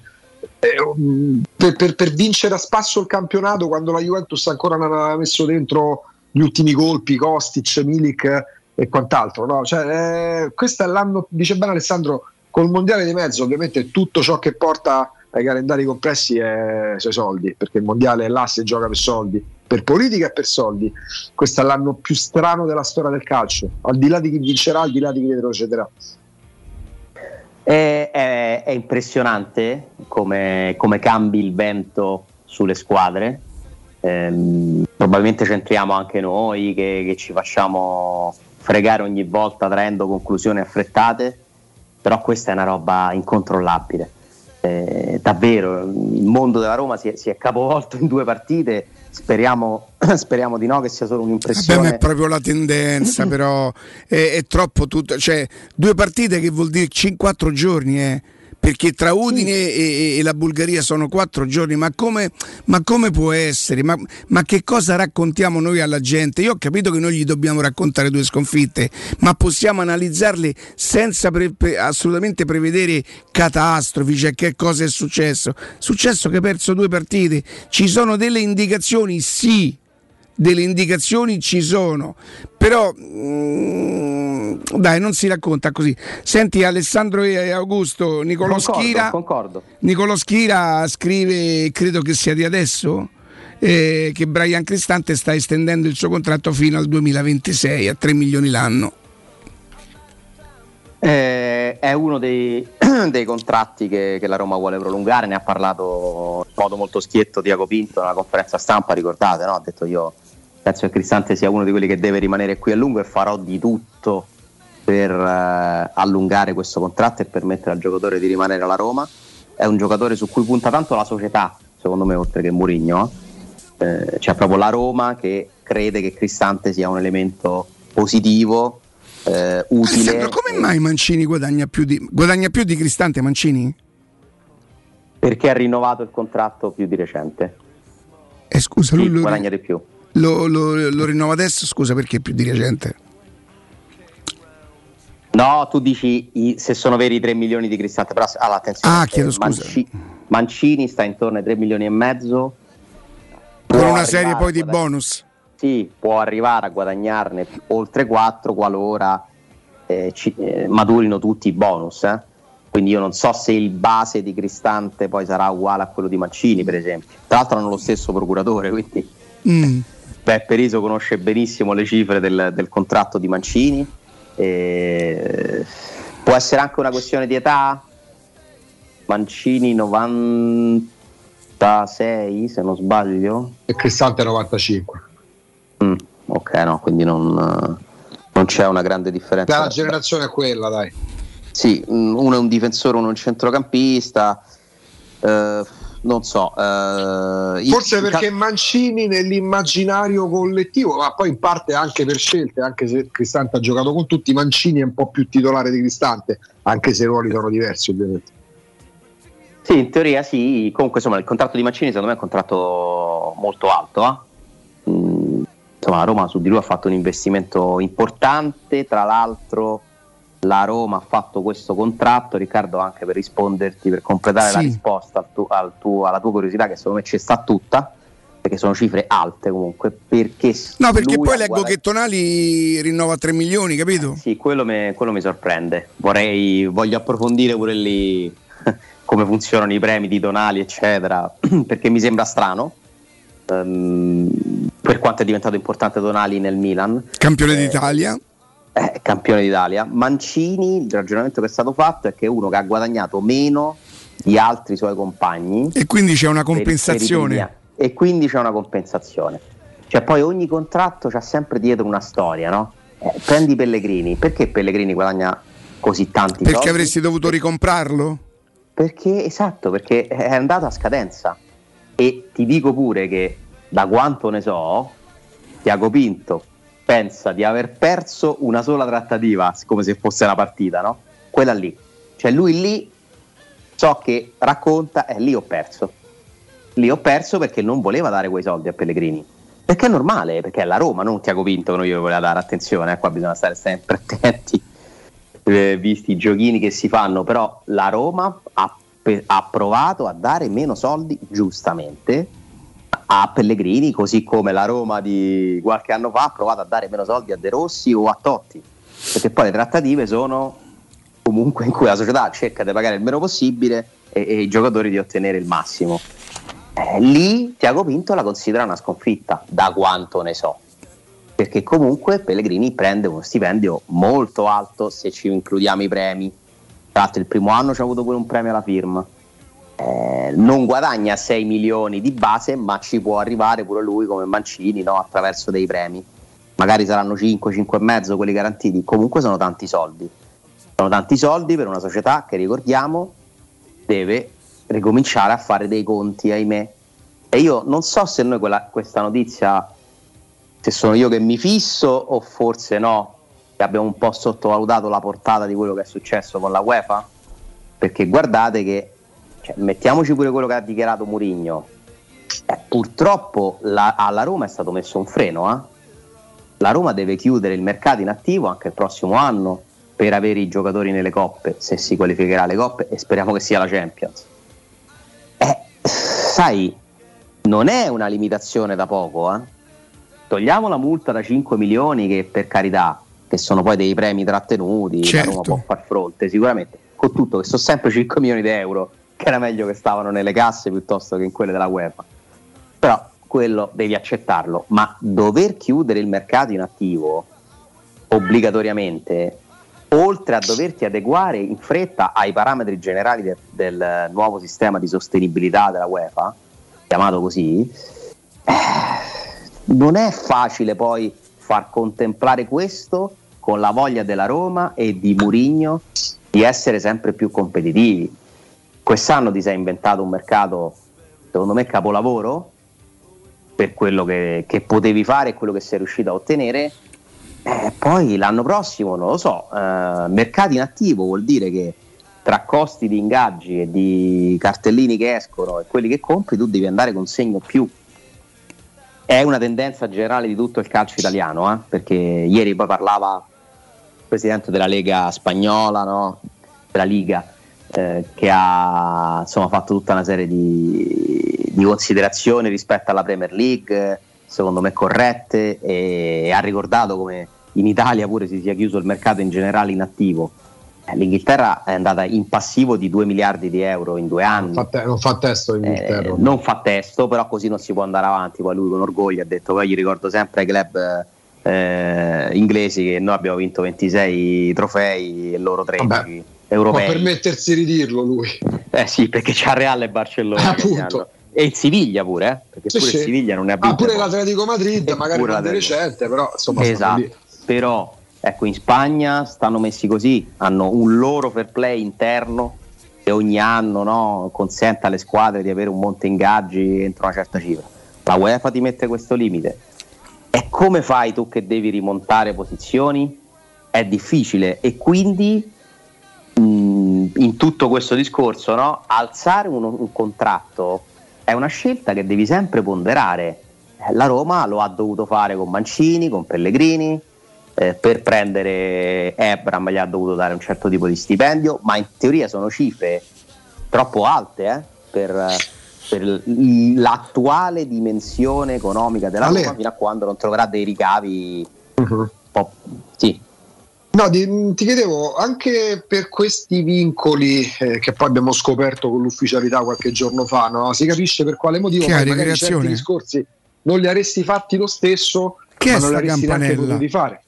per vincere a spasso il campionato, quando la Juventus ancora non aveva messo dentro gli ultimi colpi, Kostic, Milik e quant'altro, no? Cioè, questo è l'anno, dice bene Alessandro, col mondiale di mezzo. Ovviamente tutto ciò che porta ai calendari compressi è i soldi, perché il mondiale è là, si gioca per soldi, per politica e per soldi. Questo è l'anno più strano della storia del calcio, al di là di chi vincerà, al di là di chi retrocederà. È impressionante come cambi il vento sulle squadre. Probabilmente c'entriamo anche noi che ci facciamo fregare ogni volta traendo conclusioni affrettate, però questa è una roba incontrollabile. davvero il mondo della Roma si è capovolto in 2 partite. Speriamo di no, che sia solo un'impressione. Ma è proprio la tendenza, però è troppo tutto, cioè 2 partite che vuol dire 4 giorni, perché tra Udine e la Bulgaria sono 4 giorni, ma come può essere? Ma che cosa raccontiamo noi alla gente? Io ho capito che noi gli dobbiamo raccontare 2 sconfitte, ma possiamo analizzarle senza assolutamente prevedere catastrofi, cioè che cosa è successo. Successo che ha perso 2 partite, ci sono delle indicazioni, sì, delle indicazioni ci sono, però dai, non si racconta così. Senti, Alessandro e Augusto, Nicolò Schira scrive, credo che sia di adesso, che Bryan Cristante sta estendendo il suo contratto fino al 2026 a 3 milioni l'anno. È uno dei contratti che la Roma vuole prolungare, ne ha parlato in modo molto schietto Tiago Pinto nella conferenza stampa, ricordate, no? Ha detto: io penso che Cristante sia uno di quelli che deve rimanere qui a lungo e farò di tutto per allungare questo contratto e permettere al giocatore di rimanere alla Roma. È un giocatore su cui punta tanto la società, secondo me, oltre che Mourinho. C'è proprio la Roma che crede che Cristante sia un elemento positivo, utile. Come mai Mancini guadagna più di Cristante, Mancini? Perché ha rinnovato il contratto più di recente. Scusa, lui guadagna di più. Lo rinnova adesso, scusa, perché più di recente? No, tu dici se sono veri i 3 milioni di Cristante, però attenzione, chiedo scusa. Mancini sta intorno ai 3 milioni e mezzo. Con una serie poi di bonus. Sì, può arrivare a guadagnarne oltre 4 qualora maturino tutti i bonus. Quindi io non so se il base di Cristante poi sarà uguale a quello di Mancini, per esempio. Tra l'altro hanno lo stesso procuratore, quindi Beppe Riso conosce benissimo le cifre del contratto di Mancini. Può essere anche una questione di età. Mancini 96 se non sbaglio, e Cristante 95. Ok, no, quindi non c'è una grande differenza. La generazione è quella, dai. Sì, uno è un difensore, uno è un centrocampista, non so. Forse perché Mancini nell'immaginario collettivo, ma poi in parte anche per scelte, anche se Cristante ha giocato con tutti, Mancini è un po' più titolare di Cristante, anche se i ruoli sono diversi ovviamente. Sì, in teoria sì. Comunque insomma il contratto di Mancini secondo me è un contratto molto alto. Insomma la Roma su di lui ha fatto un investimento importante. Tra l'altro la Roma ha fatto questo contratto, Riccardo, anche per risponderti, per completare la risposta alla tua curiosità, che secondo me ci sta tutta, perché sono cifre alte comunque. Perché poi leggo che Tonali rinnova 3 milioni, capito? Sì, quello mi sorprende. Voglio approfondire pure lì come funzionano i premi di Tonali, eccetera, perché mi sembra strano. Per quanto è diventato importante Tonali nel Milan, campione d'Italia. Campione d'Italia. Mancini, il ragionamento che è stato fatto è che è uno che ha guadagnato meno di altri suoi compagni e quindi c'è una compensazione. Cioè poi ogni contratto c'ha sempre dietro una storia, no? Prendi Pellegrini, perché Pellegrini guadagna così tanti soldi? Perché avresti dovuto ricomprarlo? Perché è andato a scadenza. E ti dico pure che, da quanto ne so, Tiago Pinto pensa di aver perso una sola trattativa, come se fosse una partita, no? Quella lì. Cioè lui lì, so che racconta, lì ho perso perché non voleva dare quei soldi a Pellegrini. Perché è normale, perché è la Roma, non Tiago Pinto che non gli voleva dare. Attenzione, qua bisogna stare sempre attenti, visti i giochini che si fanno. Però la Roma ha provato a dare meno soldi, giustamente, a Pellegrini, così come la Roma di qualche anno fa ha provato a dare meno soldi a De Rossi o a Totti, perché poi le trattative sono comunque in cui la società cerca di pagare il meno possibile e i giocatori di ottenere il massimo. Lì Tiago Pinto la considera una sconfitta, da quanto ne so, perché comunque Pellegrini prende uno stipendio molto alto se ci includiamo i premi. Tra l'altro il primo anno c'ha avuto pure un premio alla firma. Non guadagna 6 milioni di base, ma ci può arrivare pure lui come Mancini, no? Attraverso dei premi. Magari saranno 5,5 quelli garantiti. Comunque sono tanti soldi. Sono tanti soldi per una società che, ricordiamo, deve ricominciare a fare dei conti, ahimè. E io non so se noi questa notizia, se sono io che mi fisso o forse no, che abbiamo un po' sottovalutato la portata di quello che è successo con la UEFA, perché guardate che, mettiamoci pure quello che ha dichiarato Mourinho, purtroppo alla Roma è stato messo un freno, La Roma deve chiudere il mercato in attivo anche il prossimo anno per avere i giocatori nelle coppe, se si qualificherà alle coppe, e speriamo che sia la Champions. Sai, non è una limitazione da poco, Togliamo la multa da 5 milioni che, per carità, che sono poi dei premi trattenuti, certo. La Roma può far fronte sicuramente, con tutto che sono sempre 5 milioni di euro, che era meglio che stavano nelle casse piuttosto che in quelle della UEFA, però quello devi accettarlo. Ma dover chiudere il mercato in attivo obbligatoriamente, oltre a doverti adeguare in fretta ai parametri generali del nuovo sistema di sostenibilità della UEFA, chiamato così, non è facile poi far contemplare questo con la voglia della Roma e di Mourinho di essere sempre più competitivi. Quest'anno ti sei inventato un mercato, secondo me, capolavoro per quello che potevi fare e quello che sei riuscito a ottenere. Poi l'anno prossimo, non lo so, mercato in attivo vuol dire che tra costi di ingaggi e di cartellini che escono e quelli che compri, tu devi andare con segno più. È una tendenza generale di tutto il calcio italiano, perché ieri poi parlava il presidente della Lega spagnola, no? Della Liga, che ha fatto tutta una serie di considerazioni rispetto alla Premier League, secondo me corrette, e ha ricordato come in Italia pure si sia chiuso il mercato in generale in attivo. L'Inghilterra è andata in passivo di 2 miliardi di euro in 2 anni. Non fa testo l'Inghilterra. Non fa testo, però così non si può andare avanti. Poi lui con orgoglio ha detto, poi gli ricordo sempre ai club inglesi che noi abbiamo vinto 26 trofei e loro 13 europei. Può permettersi di dirlo lui. Sì, perché c'ha Real e Barcellona. Appunto. E il Siviglia pure, perché pure il Siviglia non ne ha vinto. Pure l'Atletico Madrid, magari non di recente, però insomma. Esatto, però ecco, in Spagna stanno messi così, hanno un loro fair play interno che ogni anno, no, consente alle squadre di avere un monte ingaggi entro una certa cifra. La UEFA ti mette questo limite. E come fai tu che devi rimontare posizioni? È difficile, e quindi in tutto questo discorso, no, alzare un contratto è una scelta che devi sempre ponderare. La Roma lo ha dovuto fare con Mancini, con Pellegrini, per prendere Ebram gli ha dovuto dare un certo tipo di stipendio, ma in teoria sono cifre troppo alte per l'attuale dimensione economica della Roma, fino a quando non troverà dei ricavi. Sì. No, ti chiedevo, anche per questi vincoli che poi abbiamo scoperto con l'ufficialità qualche giorno fa, no? Si capisce per quale motivo magari certi discorsi non li avresti fatti lo stesso, ma non li avresti neanche potuti fare.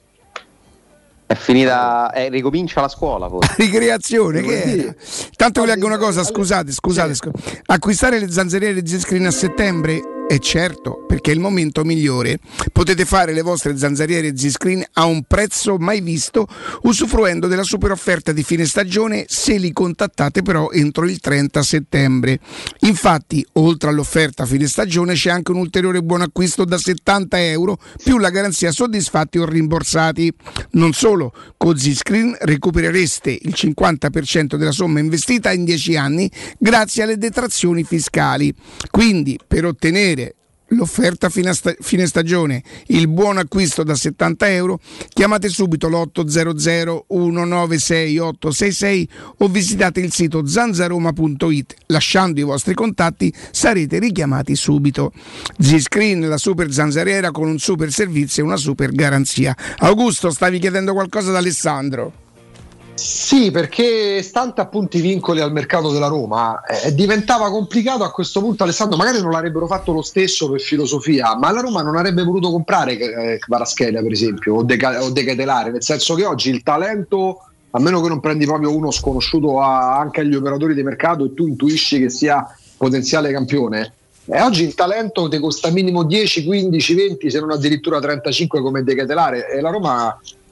È finita, ricomincia la scuola forse. Ricreazione, che era? Tanto vi leggo una cosa, scusate. Acquistare le zanzariere di Z-Screen a settembre? E certo, perché è il momento migliore. Potete fare le vostre zanzariere Z-Screen a un prezzo mai visto, usufruendo della super offerta di fine stagione se li contattate però entro il 30 settembre. Infatti, oltre all'offerta fine stagione, c'è anche un ulteriore buon acquisto da €70 più la garanzia soddisfatti o rimborsati. Non solo, con Z-Screen recuperereste il 50% della somma investita in 10 anni grazie alle detrazioni fiscali. Quindi, per ottenere l'offerta fine stagione, il buon acquisto da €70, chiamate subito l'800 196 866 o visitate il sito zanzaroma.it. Lasciando i vostri contatti sarete richiamati subito. Z-Screen, la super zanzariera con un super servizio e una super garanzia. Augusto, stavi chiedendo qualcosa ad Alessandro? Sì, perché stante appunto i vincoli al mercato della Roma, diventava complicato a questo punto. Alessandro, magari non l'avrebbero fatto lo stesso per filosofia, ma la Roma non avrebbe voluto comprare Kvaratskhelia per esempio o De Ketelare, nel senso che oggi il talento, a meno che non prendi proprio uno sconosciuto anche agli operatori di mercato e tu intuisci che sia potenziale campione, oggi il talento ti costa minimo 10, 15, 20 se non addirittura 35 come De Ketelare, e la Roma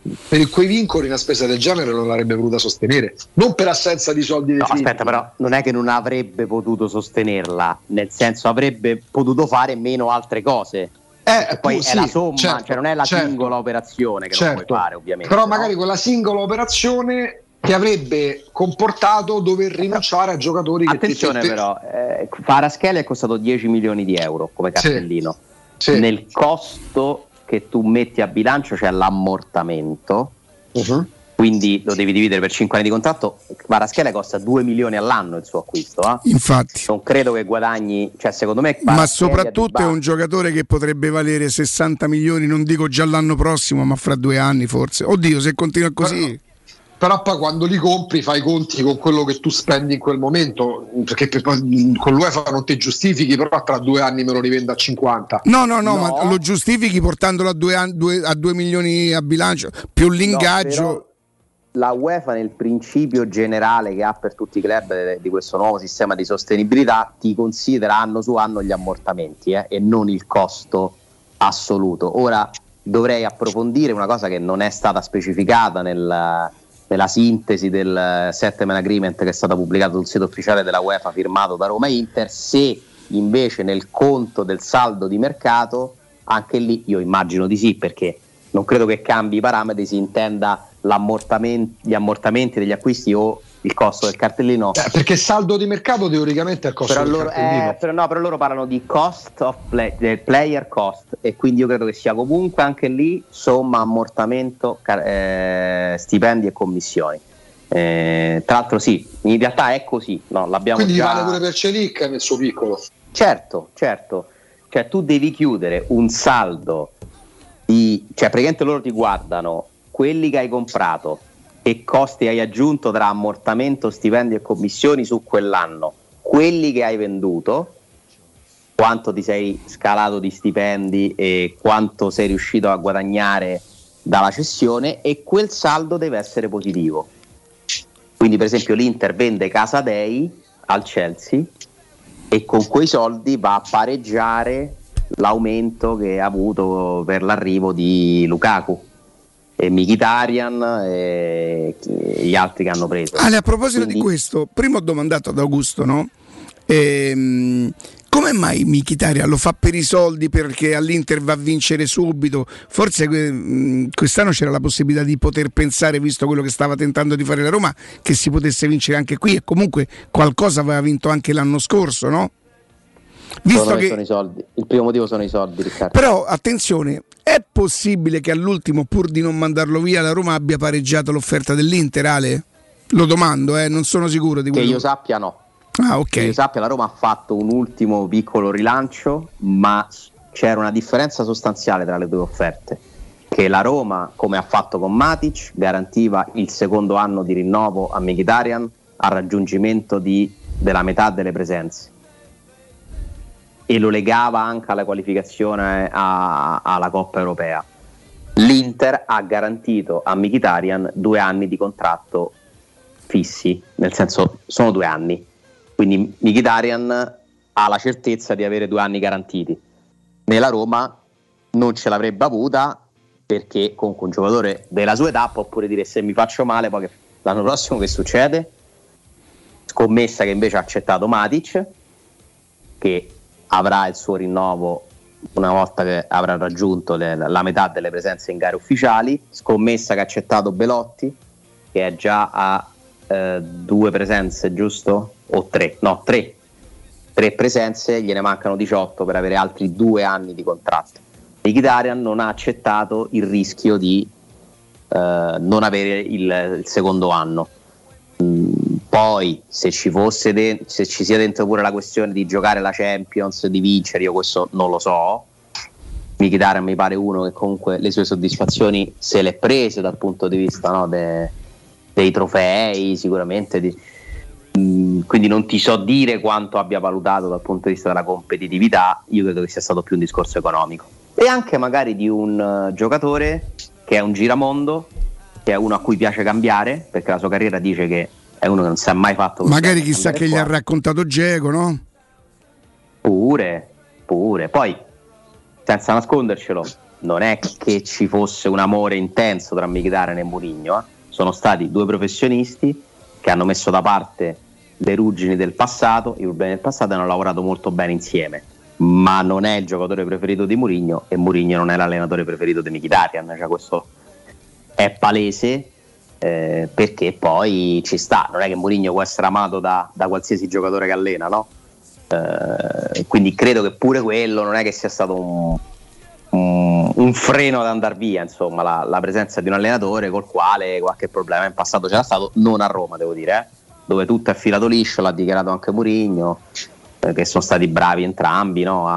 per quei vincoli una spesa del genere non l'avrebbe voluta sostenere, non per assenza di soldi dei figli. Aspetta, però non è che non avrebbe potuto sostenerla, nel senso avrebbe potuto fare meno altre cose. Poi è la somma, certo, cioè non è la singola operazione che non puoi fare, ovviamente. Però magari quella singola operazione che avrebbe comportato dover rinunciare a giocatori attenzione che però Kvaratskhelia è costato 10 milioni di euro come cartellino. Sì. Nel costo che tu metti a bilancio c'è l'ammortamento, quindi lo devi dividere per 5 anni di contratto. Kvaratskhelia costa 2 milioni all'anno il suo acquisto, infatti non credo che guadagni, cioè secondo me ma soprattutto è un giocatore che potrebbe valere 60 milioni, non dico già l'anno prossimo, ma fra 2 anni forse. Oddio, se continua così. Però poi quando li compri fai i conti con quello che tu spendi in quel momento, perché con l'UEFA non ti giustifichi, però tra 2 anni me lo rivendo a 50. No, ma lo giustifichi portandolo a 2 milioni a bilancio più l'ingaggio. No, la UEFA nel principio generale che ha per tutti i club di questo nuovo sistema di sostenibilità ti considera anno su anno gli ammortamenti e non il costo assoluto. Ora dovrei approfondire una cosa che non è stata specificata nella sintesi del settlement agreement che è stata pubblicata sul sito ufficiale della UEFA firmato da Roma e Inter, se invece nel conto del saldo di mercato, anche lì io immagino di sì, perché non credo che cambi i parametri, si intenda gli ammortamenti degli acquisti o il costo del cartellino. Perché saldo di mercato teoricamente è il costo del cartellino. Però loro parlano di cost of play, del player cost, e quindi io credo che sia comunque anche lì somma, ammortamento, stipendi e commissioni. Tra l'altro sì, in realtà è così, no? L'abbiamo quindi già... vale pure per Celic nel suo piccolo. Certo, cioè tu devi chiudere un saldo cioè praticamente loro ti guardano quelli che hai comprato, che costi hai aggiunto tra ammortamento, stipendi e commissioni su quell'anno, quelli che hai venduto, quanto ti sei scalato di stipendi e quanto sei riuscito a guadagnare dalla cessione, e quel saldo deve essere positivo. Quindi per esempio l'Inter vende Casadei al Chelsea e con quei soldi va a pareggiare l'aumento che ha avuto per l'arrivo di Lukaku e Mkhitaryan e gli altri che hanno preso. A proposito di questo, prima ho domandato ad Augusto, no? Come mai Mkhitaryan lo fa per i soldi, perché all'Inter va a vincere subito? Forse quest'anno c'era la possibilità di poter pensare, visto quello che stava tentando di fare la Roma, che si potesse vincere anche qui, e comunque qualcosa aveva vinto anche l'anno scorso, no? Visto che sono i soldi. Il primo motivo sono i soldi, Riccardo. Però attenzione, è possibile che all'ultimo, pur di non mandarlo via, la Roma abbia pareggiato l'offerta dell'Inter, Ale? Lo domando, non sono sicuro di quello. Che io sappia no. Ah, ok. Che io sappia la Roma ha fatto un ultimo piccolo rilancio, ma c'era una differenza sostanziale tra le due offerte. Che la Roma, come ha fatto con Matic, garantiva il secondo anno di rinnovo a Mkhitaryan al raggiungimento della metà delle presenze, e lo legava anche alla qualificazione alla Coppa Europea. L'Inter ha garantito a Mkhitaryan 2 anni di contratto fissi, nel senso sono 2 anni, quindi Mkhitaryan ha la certezza di avere 2 anni garantiti. Nella Roma non ce l'avrebbe avuta, perché comunque un giocatore della sua età può pure dire: se mi faccio male poi l'anno prossimo che succede? Scommessa che invece ha accettato Matic, che avrà il suo rinnovo una volta che avrà raggiunto la metà delle presenze in gare ufficiali. Scommessa che ha accettato Belotti, che è già a 2 presenze, giusto? O 3? No, 3 presenze, gliene mancano 18 per avere altri 2 anni di contratto. Mkhitaryan non ha accettato il rischio di non avere il secondo anno. Poi se ci sia dentro pure la questione di giocare la Champions, di vincere, io questo non lo so. Mkhitaryan mi pare uno che comunque le sue soddisfazioni se le è prese dal punto di vista, no, dei trofei sicuramente, quindi non ti so dire quanto abbia valutato dal punto di vista della competitività. Io credo che sia stato più un discorso economico, e anche magari di un giocatore che è un giramondo, che è uno a cui piace cambiare, perché la sua carriera dice che è uno che non si è mai fatto magari chissà che gli ha raccontato Dzeko, no? Pure poi senza nascondercelo, non è che ci fosse un amore intenso tra Mkhitaryan e Mourinho, sono stati due professionisti che hanno messo da parte le ruggini del passato, i problemi del passato, e hanno lavorato molto bene insieme, ma non è il giocatore preferito di Mourinho e Mourinho non è l'allenatore preferito di Mkhitaryan, cioè questo è palese, perché poi ci sta, non è che Mourinho può essere amato da qualsiasi giocatore che allena, no? Quindi credo che pure quello non è che sia stato un freno ad andar via, insomma, la presenza di un allenatore col quale qualche problema in passato c'era stato, non a Roma devo dire, dove tutto è filato liscio, l'ha dichiarato anche Mourinho, che sono stati bravi entrambi, no,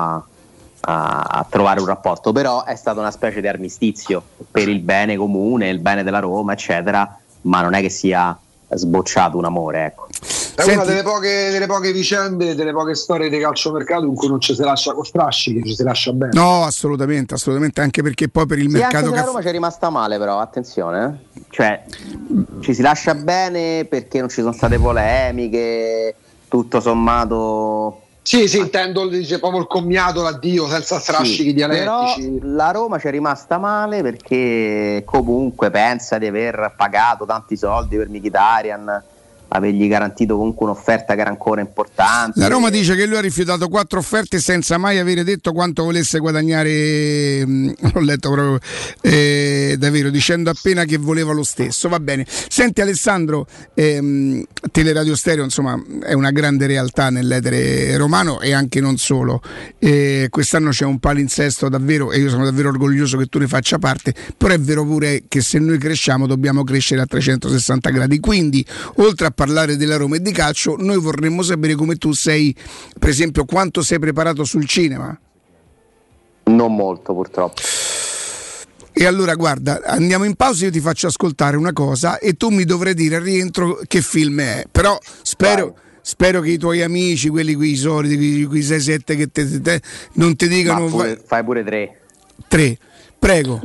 a trovare un rapporto, però è stata una specie di armistizio per il bene comune, il bene della Roma, eccetera, ma non è che sia sbocciato un amore, ecco. È una delle poche vicende, delle poche storie di calciomercato in cui non ci si lascia con strascichi, ci si lascia bene. No, assolutamente, anche perché poi per il mercato anche se la Roma ci è rimasta male, però attenzione, cioè ci si lascia bene perché non ci sono state polemiche, tutto sommato. Sì, intendo, dice proprio il commiato, l'addio senza strascichi dialettici. Però la Roma ci è rimasta male perché comunque pensa di aver pagato tanti soldi per Mkhitaryan, avergli garantito comunque un'offerta che era ancora importante. La Roma dice che lui ha rifiutato 4 offerte senza mai avere detto quanto volesse guadagnare, l'ho letto proprio davvero, dicendo appena che voleva lo stesso. Va bene, senti Alessandro, Teleradio Stereo insomma è una grande realtà nell'etere romano e anche non solo, quest'anno c'è un palinsesto davvero, e io sono davvero orgoglioso che tu ne faccia parte, però è vero pure che se noi cresciamo dobbiamo crescere a 360 gradi, quindi oltre a parlare della Roma e di calcio, noi vorremmo sapere come tu sei, per esempio, quanto sei preparato sul cinema. Non molto, purtroppo. E allora guarda, andiamo in pausa, io ti faccio ascoltare una cosa e tu mi dovrai dire al rientro che film è, però spero che i tuoi amici, quelli qui soliti, quei 6-7 che te non ti dicano fai pure 3. 3, prego.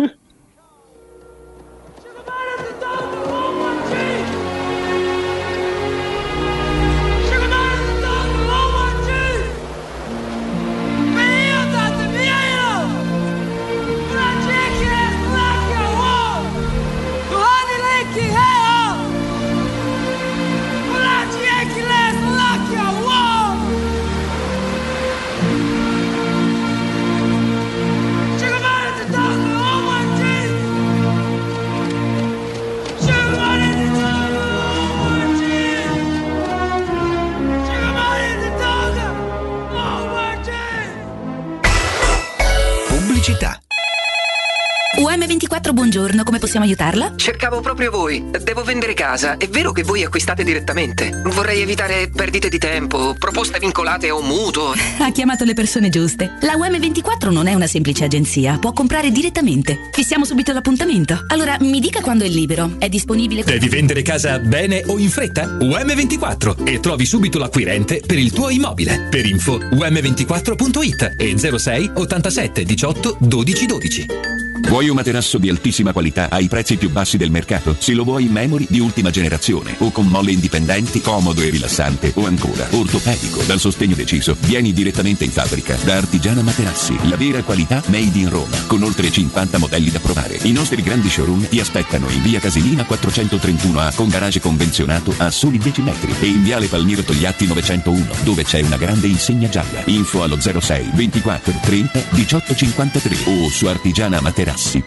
UM24, buongiorno, come possiamo aiutarla? Cercavo proprio voi. Devo vendere casa. È vero che voi acquistate direttamente? Vorrei evitare perdite di tempo, proposte vincolate o mutuo. Ha chiamato le persone giuste. La UM24 non è una semplice agenzia, può comprare direttamente. Fissiamo subito l'appuntamento. Allora, mi dica quando è libero. È disponibile? Devi vendere casa bene o in fretta? UM24 e trovi subito l'acquirente per il tuo immobile. Per info um24.it e 06 87 18 12 12. Vuoi un materasso di altissima qualità ai prezzi più bassi del mercato? Se lo vuoi in memory di ultima generazione o con molle indipendenti, comodo e rilassante, o ancora ortopedico dal sostegno deciso, vieni direttamente in fabbrica da Artigiana Materassi, la vera qualità made in Roma, con oltre 50 modelli da provare. I nostri grandi showroom ti aspettano in via Casilina 431A con garage convenzionato a soli 10 metri e in viale Palmiro Togliatti 901 dove c'è una grande insegna gialla. Info allo 06 24 30 18 53 o su artigianamaterassi.com.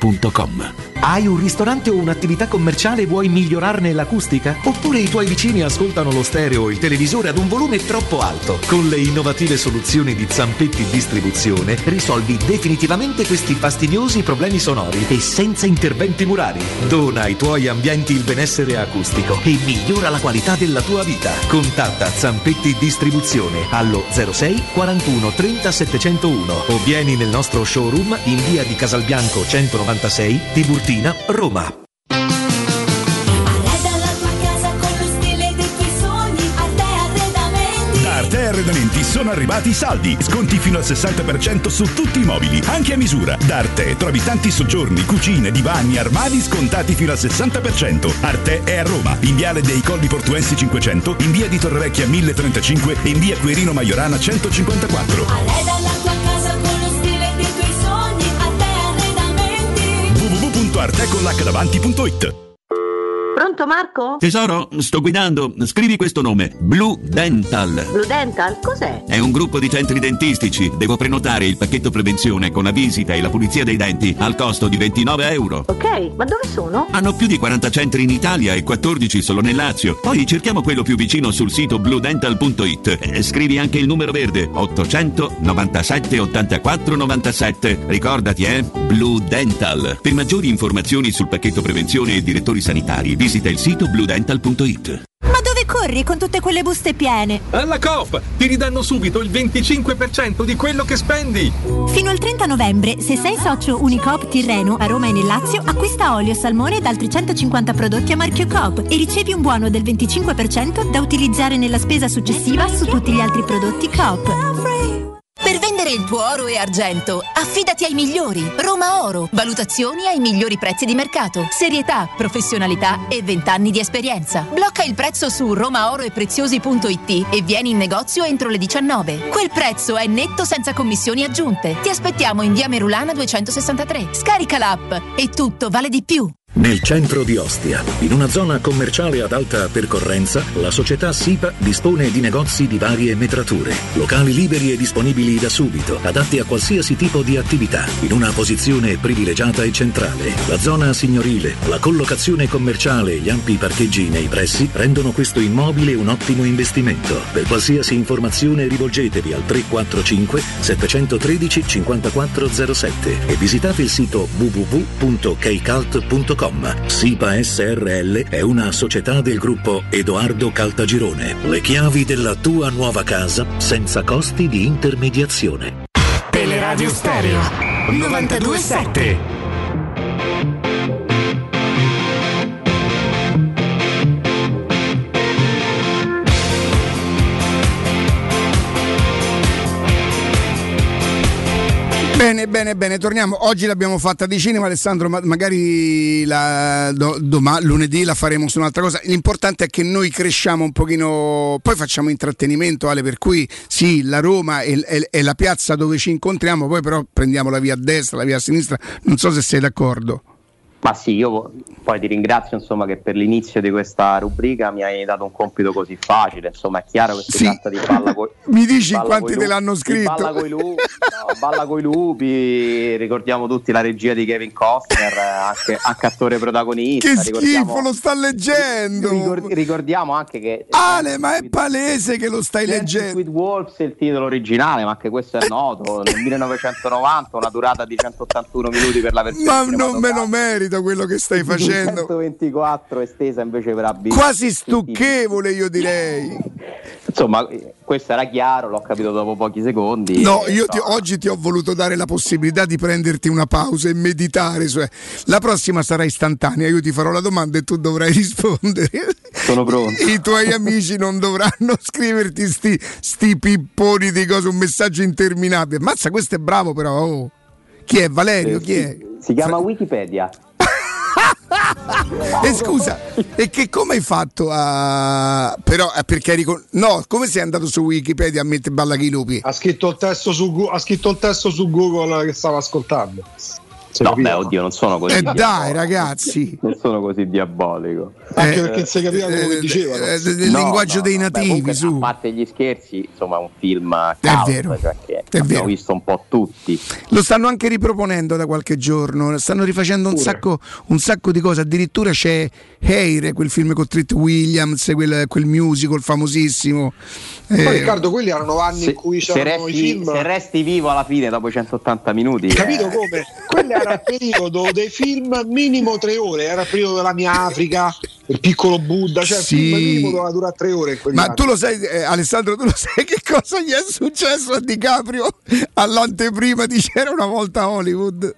Hai un ristorante o un'attività commerciale e vuoi migliorarne l'acustica? Oppure i tuoi vicini ascoltano lo stereo o il televisore ad un volume troppo alto? Con le innovative soluzioni di Zampetti Distribuzione risolvi definitivamente questi fastidiosi problemi sonori e senza interventi murari. Dona ai tuoi ambienti il benessere acustico e migliora la qualità della tua vita. Contatta Zampetti Distribuzione allo 06 41 30 701 o vieni nel nostro showroom in via di Casalbianco 196, Tiburtina, Roma. Arte Arredamenti sono arrivati i saldi, sconti fino al 60% su tutti i mobili, anche a misura. Da Arte trovi tanti soggiorni, cucine, divani, armadi scontati fino al 60%. Arte è a Roma, in viale dei Colli Portuensi 500, in via di Torrevecchia 1035 e in via Quirino Maiorana 154. Arreda la tua casa con lo stile dei tuoi sogni. arteconlacdavanti.it. Pronto Marco? Tesoro, sto guidando. Scrivi questo nome: Blue Dental. Blue Dental? Cos'è? È un gruppo di centri dentistici. Devo prenotare il pacchetto prevenzione con la visita e la pulizia dei denti al costo di €29. Ok, ma dove sono? Hanno più di 40 centri in Italia e 14 solo nel Lazio. Poi cerchiamo quello più vicino sul sito bluedental.it. Scrivi anche il numero verde: 800 97 84 97. Ricordati, Blue Dental. Per maggiori informazioni sul pacchetto prevenzione e direttori sanitari, visita il sito bluedental.it. Ma dove corri con tutte quelle buste piene? Alla Coop ti ridanno subito il 25% di quello che spendi. Fino al 30 novembre, se sei socio Unicoop Tirreno a Roma e nel Lazio, acquista olio, salmone ed altri 150 prodotti a marchio Coop e ricevi un buono del 25% da utilizzare nella spesa successiva su tutti gli altri prodotti Coop. Per vendere il tuo oro e argento, affidati ai migliori. Roma Oro. Valutazioni ai migliori prezzi di mercato. Serietà, professionalità e 20 anni di esperienza. Blocca il prezzo su romaoroepreziosi.it e vieni in negozio entro le 19. Quel prezzo è netto senza commissioni aggiunte. Ti aspettiamo in via Merulana 263. Scarica l'app e tutto vale di più. Nel centro di Ostia, in una zona commerciale ad alta percorrenza, la società SIPA dispone di negozi di varie metrature, locali liberi e disponibili da subito, adatti a qualsiasi tipo di attività, in una posizione privilegiata e centrale. La zona signorile, la collocazione commerciale e gli ampi parcheggi nei pressi rendono questo immobile un ottimo investimento. Per qualsiasi informazione rivolgetevi al 345 713 5407 e visitate il sito www.keicalt.com. SIPA SRL è una società del gruppo Edoardo Caltagirone. Le chiavi della tua nuova casa senza costi di intermediazione. Teleradio Stereo 92.7. Bene, torniamo. Oggi l'abbiamo fatta di cinema, Alessandro, ma magari lunedì la faremo su un'altra cosa. L'importante è che noi cresciamo un pochino, poi facciamo intrattenimento, Ale, per cui sì, la Roma è la piazza dove ci incontriamo, poi però prendiamo la via a destra, la via a sinistra, non so se sei d'accordo. Ma sì, io poi ti ringrazio, insomma, che per l'inizio di questa rubrica mi hai dato un compito così facile. Insomma, è chiaro che si tratta di balla coi Mi dici quanti te l'hanno scritto? Balla coi lupi, ricordiamo tutti la regia di Kevin Costner, anche attore protagonista. Che schifo, lo sta leggendo! Ricordiamo anche che Ale, ma è palese che lo stai leggendo. Sweet Wolves è il titolo originale, ma anche questo è noto. Nel 1990, una durata di 181 minuti per la versione. Ma non me lo merito quello che stai facendo. 124 estesa invece per ABC. Quasi stucchevole, io direi. Insomma, questo era chiaro, l'ho capito dopo pochi secondi. No, oggi ti ho voluto dare la possibilità di prenderti una pausa e meditare. La prossima sarà istantanea, io ti farò la domanda e tu dovrai rispondere. Sono pronto. I tuoi amici non dovranno scriverti sti pipponi di cose, un messaggio interminabile. Mazza, questo è bravo però. Oh. Chi è Valerio? Chi è? Si chiama Wikipedia. E scusa, e che come hai fatto a però perché no, come sei andato su Wikipedia a mettere balla che i lupi? Ha scritto il testo su Google che stava ascoltando. No, beh, oddio, non sono così. Dai, ragazzi, non sono così diabolico. Anche perché si capiva quello che dicevano. Il linguaggio dei nativi. Comunque, su. A parte gli scherzi, insomma, è un film è vero, cioè che abbiamo visto un po' tutti. Lo stanno anche riproponendo da qualche giorno. Stanno rifacendo un sacco di cose. Addirittura c'è Hair, quel film con Treat Williams, quel musical famosissimo. Poi Riccardo, quelli erano anni in cui c'erano i film. Se resti vivo alla fine dopo 180 minuti. Capito come? Quelli era il periodo dei film minimo 3 ore, era il periodo della mia Africa, il piccolo Buddha, cioè il film minimo doveva durare 3 ore. Ma tu lo sai, Alessandro, tu lo sai che cosa gli è successo a DiCaprio all'anteprima di C'era una volta a Hollywood?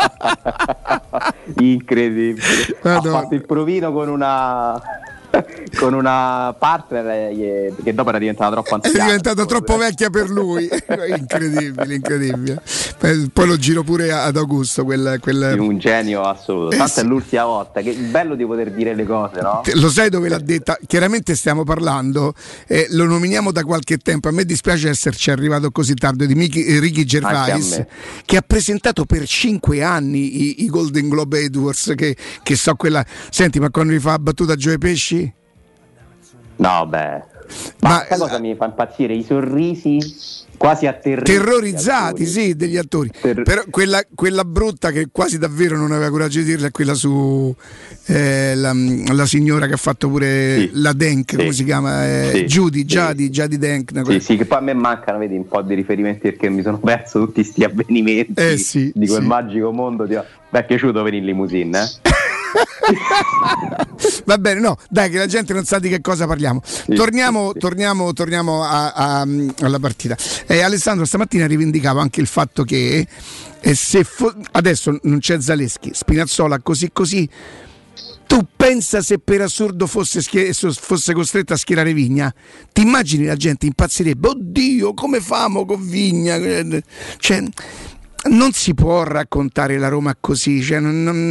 Incredibile. Ha fatto il provino con una con una partner che dopo era diventata troppo anziana. È diventata troppo vecchia per lui. Incredibile. Poi lo giro pure ad Augusto, un genio assoluto. Tanto è l'ultima volta, che è bello di poter dire le cose, no? Lo sai dove l'ha detta? Chiaramente stiamo parlando, lo nominiamo da qualche tempo. A me dispiace esserci arrivato così tardi, di Ricky Gervais, che ha presentato per 5 anni i Golden Globe Awards, che so quella. Senti, ma quando gli fa battuta Gioia Pesci? No, beh. Ma questa cosa mi fa impazzire, i sorrisi quasi terrorizzati, sì, degli attori. Però quella brutta che quasi davvero non aveva coraggio di dirla è quella su la signora che ha fatto pure la Denk, come si chiama? Judi Denk. Sì, che poi a me mancano, vedi, un po' di riferimenti, perché mi sono perso tutti sti avvenimenti di quel magico mondo. Mi è piaciuto venire in limousine, Va bene, no, dai, che la gente non sa di che cosa parliamo. Torniamo alla partita. Alessandro stamattina rivendicava anche il fatto che adesso non c'è Zaleschi, Spinazzola così. Tu pensa se per assurdo fosse costretto a schierare Vigna, ti immagini la gente impazzirebbe? Oddio, come famo con Vigna? Cioè, non si può raccontare la Roma così, cioè,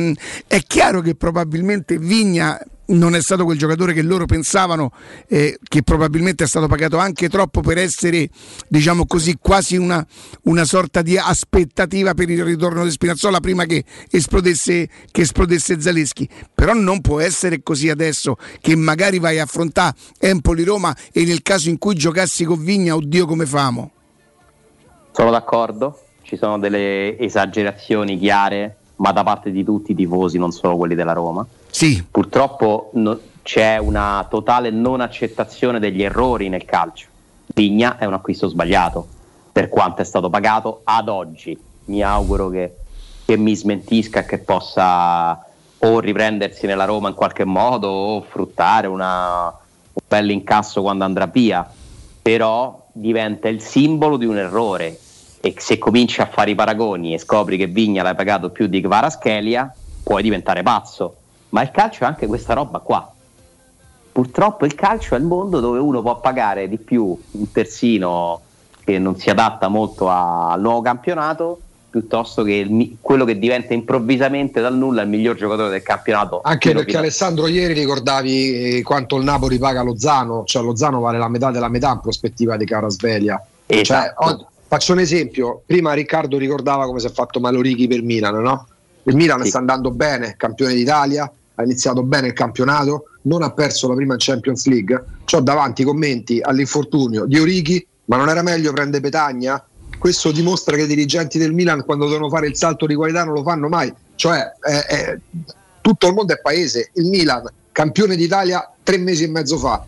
è chiaro che probabilmente Vigna non è stato quel giocatore che loro pensavano, che probabilmente è stato pagato anche troppo per essere, diciamo così, quasi una sorta di aspettativa per il ritorno di Spinazzola prima che esplodesse Zaleschi. Però non può essere così adesso, che magari vai a affrontare Empoli-Roma e nel caso in cui giocassi con Vigna, oddio come famo. Sono d'accordo. Ci sono delle esagerazioni chiare, ma da parte di tutti i tifosi, non solo quelli della Roma. Sì. Purtroppo c'è una totale non accettazione degli errori nel calcio. Vigna è un acquisto sbagliato, per quanto è stato pagato ad oggi. Mi auguro che mi smentisca, che possa o riprendersi nella Roma in qualche modo o fruttare un bel incasso quando andrà via. Però diventa il simbolo di un errore. E se cominci a fare i paragoni e scopri che Vigna l'hai pagato più di Kvaratskhelia, puoi diventare pazzo. Ma il calcio è anche questa roba qua. Purtroppo il calcio è il mondo dove uno può pagare di più un terzino che non si adatta molto al nuovo campionato, piuttosto che quello che diventa improvvisamente dal nulla il miglior giocatore del campionato. Anche perché Alessandro, ieri ricordavi quanto il Napoli paga Lozano, cioè Lozano vale la metà della metà in prospettiva di Kvaratskhelia. Esatto. Cioè, faccio un esempio, prima Riccardo ricordava come si è fatto male Origi per Milan, no? Il Milan sta andando bene, campione d'Italia, ha iniziato bene il campionato, non ha perso la prima in Champions League. C'ho davanti i commenti all'infortunio di Origi, ma non era meglio prendere Petagna? Questo dimostra che i dirigenti del Milan, quando devono fare il salto di qualità, non lo fanno mai. Cioè tutto il mondo è paese. Il Milan, campione d'Italia 3 mesi e mezzo fa,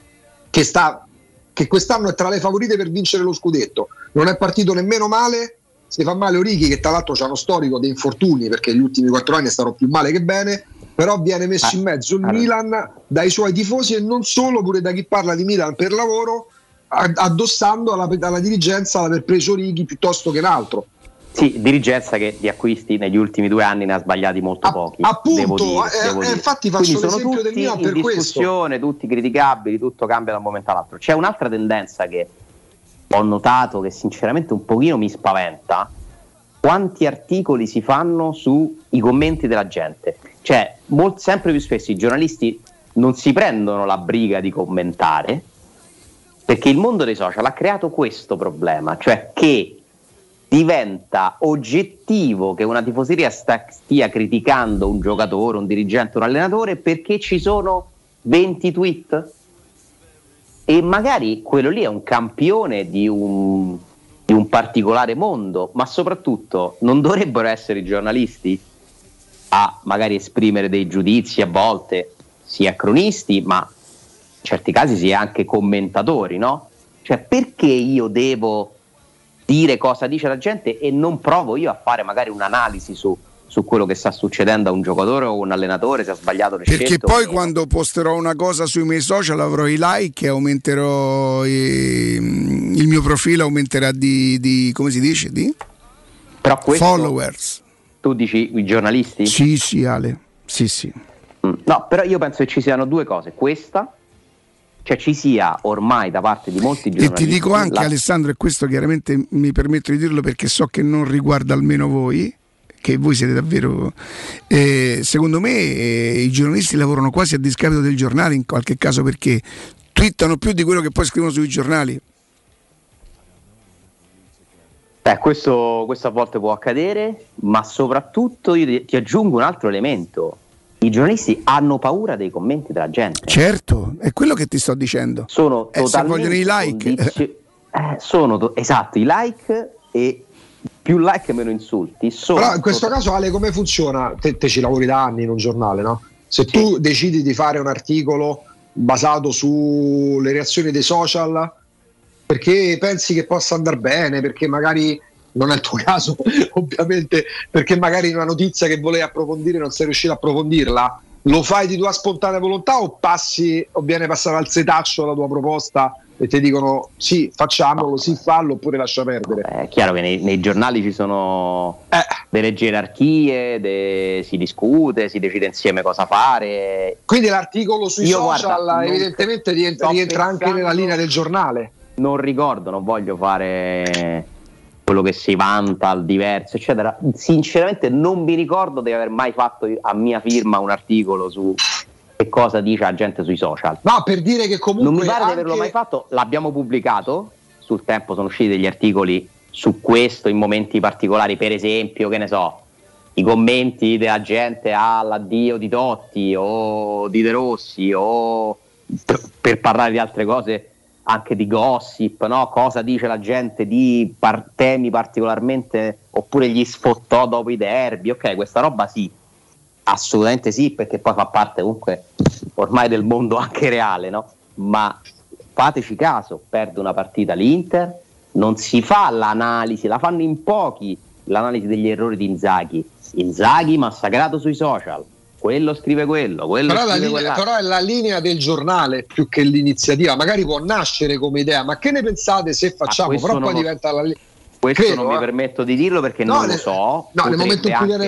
che quest'anno è tra le favorite per vincere lo scudetto, non è partito nemmeno male. Si fa male Origi, che tra l'altro c'ha uno storico di infortuni, perché gli ultimi 4 anni è stato più male che bene, però viene messo in mezzo il Milan dai suoi tifosi, e non solo, pure da chi parla di Milan per lavoro, addossando alla dirigenza l'aver preso Origi piuttosto che un altro. Sì, dirigenza che di acquisti negli ultimi 2 anni ne ha sbagliati molto pochi. Appunto, devo dire. Infatti faccio l'esempio del Milan per questo. Discussione, tutti criticabili, tutto cambia da un momento all'altro. C'è un'altra tendenza che ho notato, che sinceramente un pochino mi spaventa: quanti articoli si fanno sui commenti della gente. Cioè, sempre più spesso i giornalisti non si prendono la briga di commentare, perché il mondo dei social ha creato questo problema, cioè che diventa oggettivo che una tifoseria stia criticando un giocatore, un dirigente, un allenatore, perché ci sono 20 tweet, e magari quello lì è un campione di un particolare mondo, ma soprattutto non dovrebbero essere i giornalisti a magari esprimere dei giudizi, a volte sia cronisti, ma in certi casi sia anche commentatori, no? Cioè, perché io devo dire cosa dice la gente e non provo io a fare magari un'analisi su quello che sta succedendo a un giocatore o un allenatore, se ha sbagliato le scelte? Perché poi quando posterò una cosa sui miei social avrò i like e aumenterò il mio profilo aumenterà di come si dice? Però questo, followers. Tu dici i giornalisti? Sì, Ale. Sì. No, però io penso che ci siano 2 cose. Questa, cioè ci sia ormai da parte di molti giornalisti. E ti dico anche, Alessandro, e questo chiaramente mi permetto di dirlo perché so che non riguarda almeno voi, che voi siete davvero secondo me i giornalisti lavorano quasi a discapito del giornale in qualche caso, perché twittano più di quello che poi scrivono sui giornali. Questo a volte può accadere, ma soprattutto io ti aggiungo un altro elemento: i giornalisti hanno paura dei commenti della gente. Certo, è quello che ti sto dicendo. Sono totalmente se vogliono i like esatto, i like, e più like e meno insulti. Però in questo caso, Ale, come funziona? Te ci lavori da anni in un giornale, no? Se tu decidi di fare un articolo basato sulle reazioni dei social perché pensi che possa andare bene, perché magari non è il tuo caso ovviamente, perché magari una notizia che volevi approfondire non sei riuscito a approfondirla, lo fai di tua spontanea volontà o passi o viene passata al setaccio la tua proposta e ti dicono sì, facciamolo, sì, fallo, oppure lascia perdere? È chiaro che nei giornali ci sono delle gerarchie, si discute, si decide insieme cosa fare. Quindi l'articolo sui social evidentemente rientra anche nella linea del giornale. Non ricordo, non voglio fare quello che si vanta al diverso, eccetera. Sinceramente non mi ricordo di aver mai fatto a mia firma un articolo su che cosa dice la gente sui social. No, per dire che comunque non mi pare di averlo mai fatto. L'abbiamo pubblicato sul Tempo, sono usciti degli articoli su questo in momenti particolari, per esempio, che ne so, i commenti della gente all'addio di Totti o di De Rossi, o per parlare di altre cose anche di gossip, no? Cosa dice la gente di temi particolarmente, oppure gli sfottò dopo i derby. Ok, questa roba sì, assolutamente sì, perché poi fa parte comunque ormai del mondo anche reale, no? Ma fateci caso, perde una partita l'Inter, non si fa l'analisi, la fanno in pochi, l'analisi degli errori di Inzaghi massacrato sui social, quello scrive quello però è la linea del giornale più che l'iniziativa. Magari può nascere come idea, ma che ne pensate se facciamo? Però poi diventa la linea. Questo credo, non mi permetto di dirlo perché non lo so. No, nel momento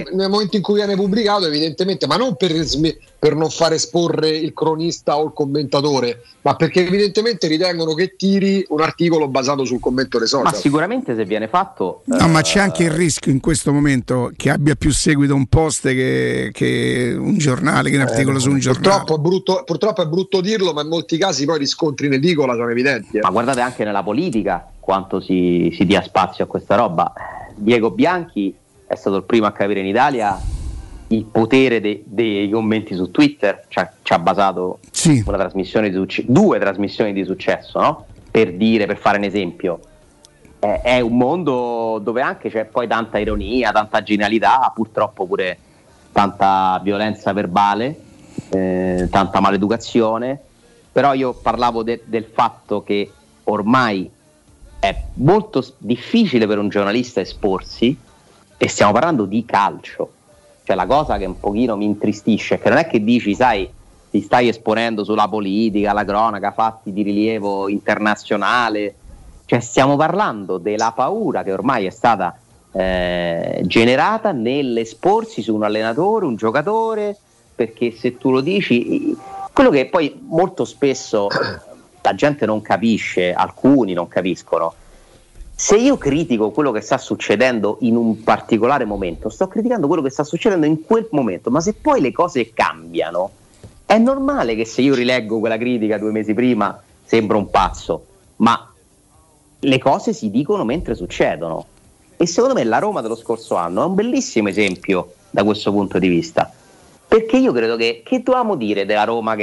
in cui viene pubblicato, evidentemente, ma non per non far esporre il cronista o il commentatore, ma perché evidentemente ritengono che tiri un articolo basato sul commento dei social. Ma sicuramente se viene fatto... No, ma c'è anche il rischio in questo momento che abbia più seguito un post che un giornale, che un articolo su un giornale. Purtroppo è brutto dirlo, ma in molti casi poi i riscontri in edicola sono evidenti. Ma guardate anche nella politica quanto si dia spazio a questa roba. Diego Bianchi è stato il primo a capire in Italia il potere dei commenti su Twitter, ci ha basato una trasmissione due trasmissioni di successo, no? Per fare un esempio, è un mondo dove anche c'è poi tanta ironia, tanta genialità, purtroppo pure tanta violenza verbale, tanta maleducazione. Però io parlavo del fatto che ormai è molto difficile per un giornalista esporsi, e stiamo parlando di calcio. Cioè la cosa che un pochino mi intristisce è che non è che dici, sai, ti stai esponendo sulla politica, la cronaca, fatti di rilievo internazionale. Cioè stiamo parlando della paura che ormai è stata generata nell'esporsi su un allenatore, un giocatore, perché se tu lo dici, quello che poi molto spesso la gente non capisce, alcuni non capiscono. Se io critico quello che sta succedendo in un particolare momento, sto criticando quello che sta succedendo in quel momento, ma se poi le cose cambiano, è normale che se io rileggo quella critica 2 mesi prima sembra un pazzo, ma le cose si dicono mentre succedono. E secondo me la Roma dello scorso anno è un bellissimo esempio da questo punto di vista, perché io credo che dovevamo dire della Roma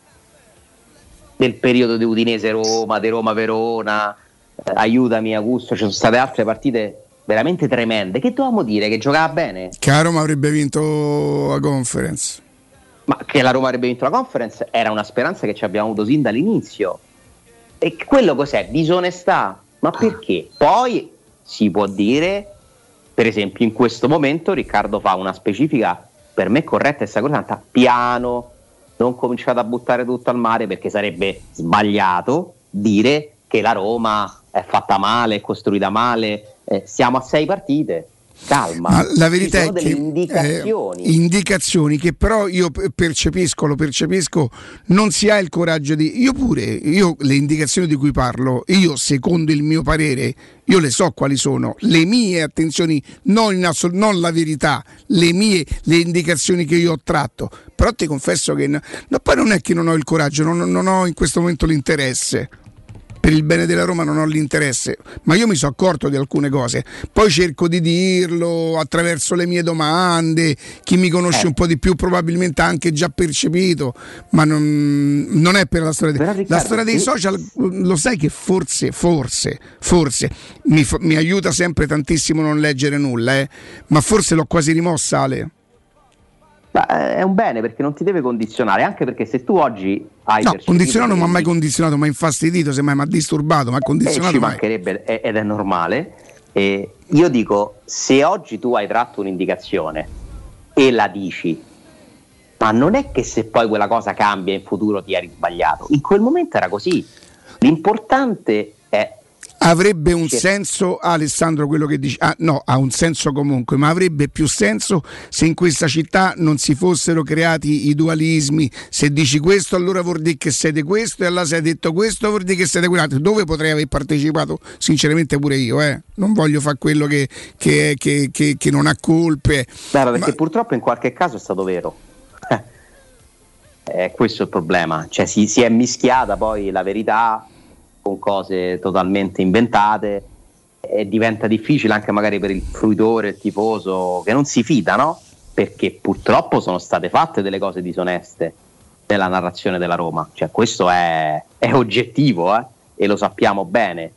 del periodo di Udinese-Roma, di Roma-Verona, aiutami Augusto, ci sono state altre partite veramente tremende, che dovevamo dire? Che giocava bene? Che la Roma avrebbe vinto la Conference. Ma che la Roma avrebbe vinto la Conference era una speranza che ci abbiamo avuto sin dall'inizio. E quello cos'è? Disonestà? Ma perché? Poi si può dire, per esempio in questo momento Riccardo fa una specifica per me corretta e sacrosanta: piano, non cominciate a buttare tutto al mare, perché sarebbe sbagliato dire che la Roma è fatta male, è costruita male. Siamo a 6 partite, calma. Ma la verità Ci sono è che indicazioni che però io lo percepisco, non si ha il coraggio di. Io le indicazioni di cui parlo, io secondo il mio parere, io le so quali sono, le mie attenzioni, non la verità, le indicazioni che io ho tratto. Però ti confesso che poi non è che non ho il coraggio, non ho in questo momento l'interesse. Per il bene della Roma non ho l'interesse, ma io mi sono accorto di alcune cose, poi cerco di dirlo attraverso le mie domande, chi mi conosce un po' di più probabilmente ha anche già percepito, ma non è per la storia la storia dei social. Lo sai che forse mi aiuta sempre tantissimo non leggere nulla, ma forse l'ho quasi rimossa, Ale. È un bene, perché non ti deve condizionare, anche perché se tu oggi hai condizionato non mi ha mai condizionato, mi ha infastidito, semmai mi ha disturbato, mi ha condizionato ci mancherebbe, ed è normale. Io dico, se oggi tu hai tratto un'indicazione e la dici, ma non è che se poi quella cosa cambia in futuro ti eri sbagliato, in quel momento era così. L'importante è avrebbe un senso, Alessandro, quello che dici? No, ha un senso comunque, ma avrebbe più senso se in questa città non si fossero creati i dualismi. Se dici questo allora vuol dire che siete questo, e allora se hai detto questo vuol dire che siete quell'altro. Dove potrei aver partecipato sinceramente pure io, non voglio fare quello che non ha colpe. Perché purtroppo in qualche caso è stato vero. Questo è il problema, cioè si è mischiata poi la verità con cose totalmente inventate e diventa difficile anche magari per il fruitore, il tifoso che non si fida, no? Perché purtroppo sono state fatte delle cose disoneste nella narrazione della Roma, cioè questo è oggettivo, e lo sappiamo bene,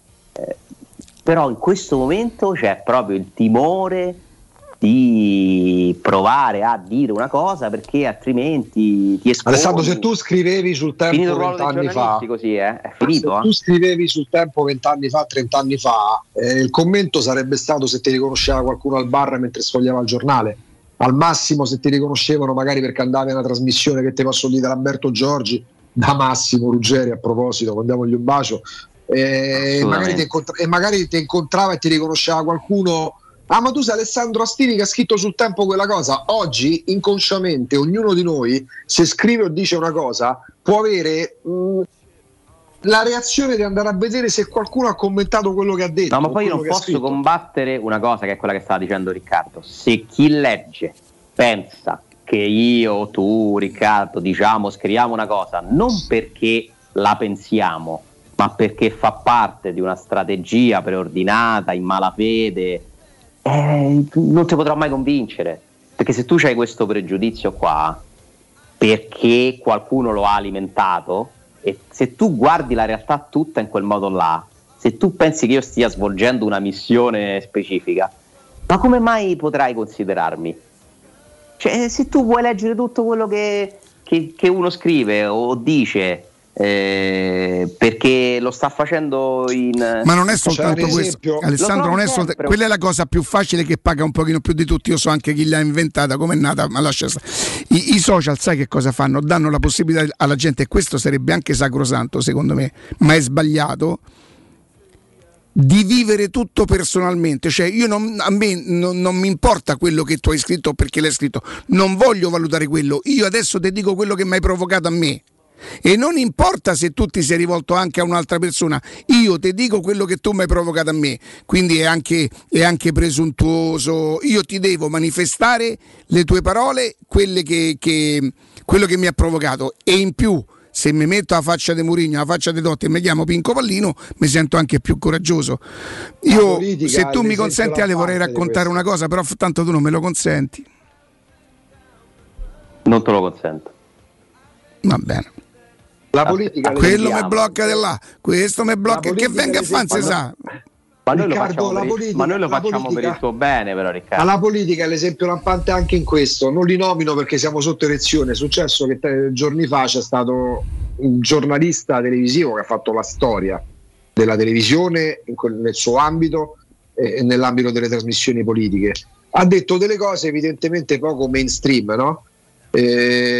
però in questo momento c'è proprio il timore di provare a dire una cosa, perché altrimenti ti esponi. Alessandro, se tu scrivevi sul Tempo 20 anni fa, così è finito. Se tu scrivevi sul Tempo 20 anni fa, 30 anni fa, il commento sarebbe stato se ti riconosceva qualcuno al bar mentre sfogliava il giornale. Al massimo se ti riconoscevano magari perché andavi a una trasmissione, che ti posso dire, da Lamberto Giorgi, da Massimo Ruggeri, a proposito, mandiamogli un bacio, e magari ti incontrava e ti riconosceva qualcuno. Ma tu sei Alessandro Astini che ha scritto sul Tempo quella cosa. Oggi inconsciamente ognuno di noi, se scrive o dice una cosa, può avere la reazione di andare a vedere se qualcuno ha commentato quello che ha detto. No, ma poi io non posso combattere una cosa che è quella che stava dicendo Riccardo. Se chi legge pensa che io o tu, Riccardo, scriviamo una cosa non perché la pensiamo, ma perché fa parte di una strategia preordinata, in malafede, non ti potrò mai convincere, perché se tu c'hai questo pregiudizio qua perché qualcuno lo ha alimentato, e se tu guardi la realtà tutta in quel modo là, se tu pensi che io stia svolgendo una missione specifica, ma come mai potrai considerarmi? Cioè, se tu vuoi leggere tutto quello che uno scrive o dice, perché lo sta facendo ma non è soltanto questo, Alessandro, non è soltanto quella, è la cosa più facile che paga un pochino più di tutti. Io so anche chi l'ha inventata, come è nata, ma lascia stare. I social, sai che cosa fanno? Danno la possibilità alla gente, e questo sarebbe anche sacrosanto secondo me, ma è sbagliato, di vivere tutto personalmente. Cioè a me non mi importa quello che tu hai scritto perché l'hai scritto, non voglio valutare quello, io adesso ti dico quello che mi hai provocato a me. E non importa se tu ti sei rivolto anche a un'altra persona, io ti dico quello che tu mi hai provocato a me, quindi è anche presuntuoso. Io ti devo manifestare le tue parole, quello che mi ha provocato, e in più se mi metto la faccia di Mourinho, la faccia di Totti e mi chiamo Pinco Pallino, mi sento anche più coraggioso. Io, se tu mi consenti, Ale, vorrei raccontare una cosa, però tanto tu non me lo consenti. Non te lo consento. Va bene. La politica, quello mi blocca di là, questo mi blocca, che venga a fanzi sa. Ma noi lo facciamo per il tuo bene, però, Riccardo. Ma la politica è l'esempio lampante anche in questo. Non li nomino perché siamo sotto elezione. È successo che giorni fa c'è stato un giornalista televisivo che ha fatto la storia della televisione nel suo ambito e nell'ambito delle trasmissioni politiche. Ha detto delle cose evidentemente poco mainstream, no?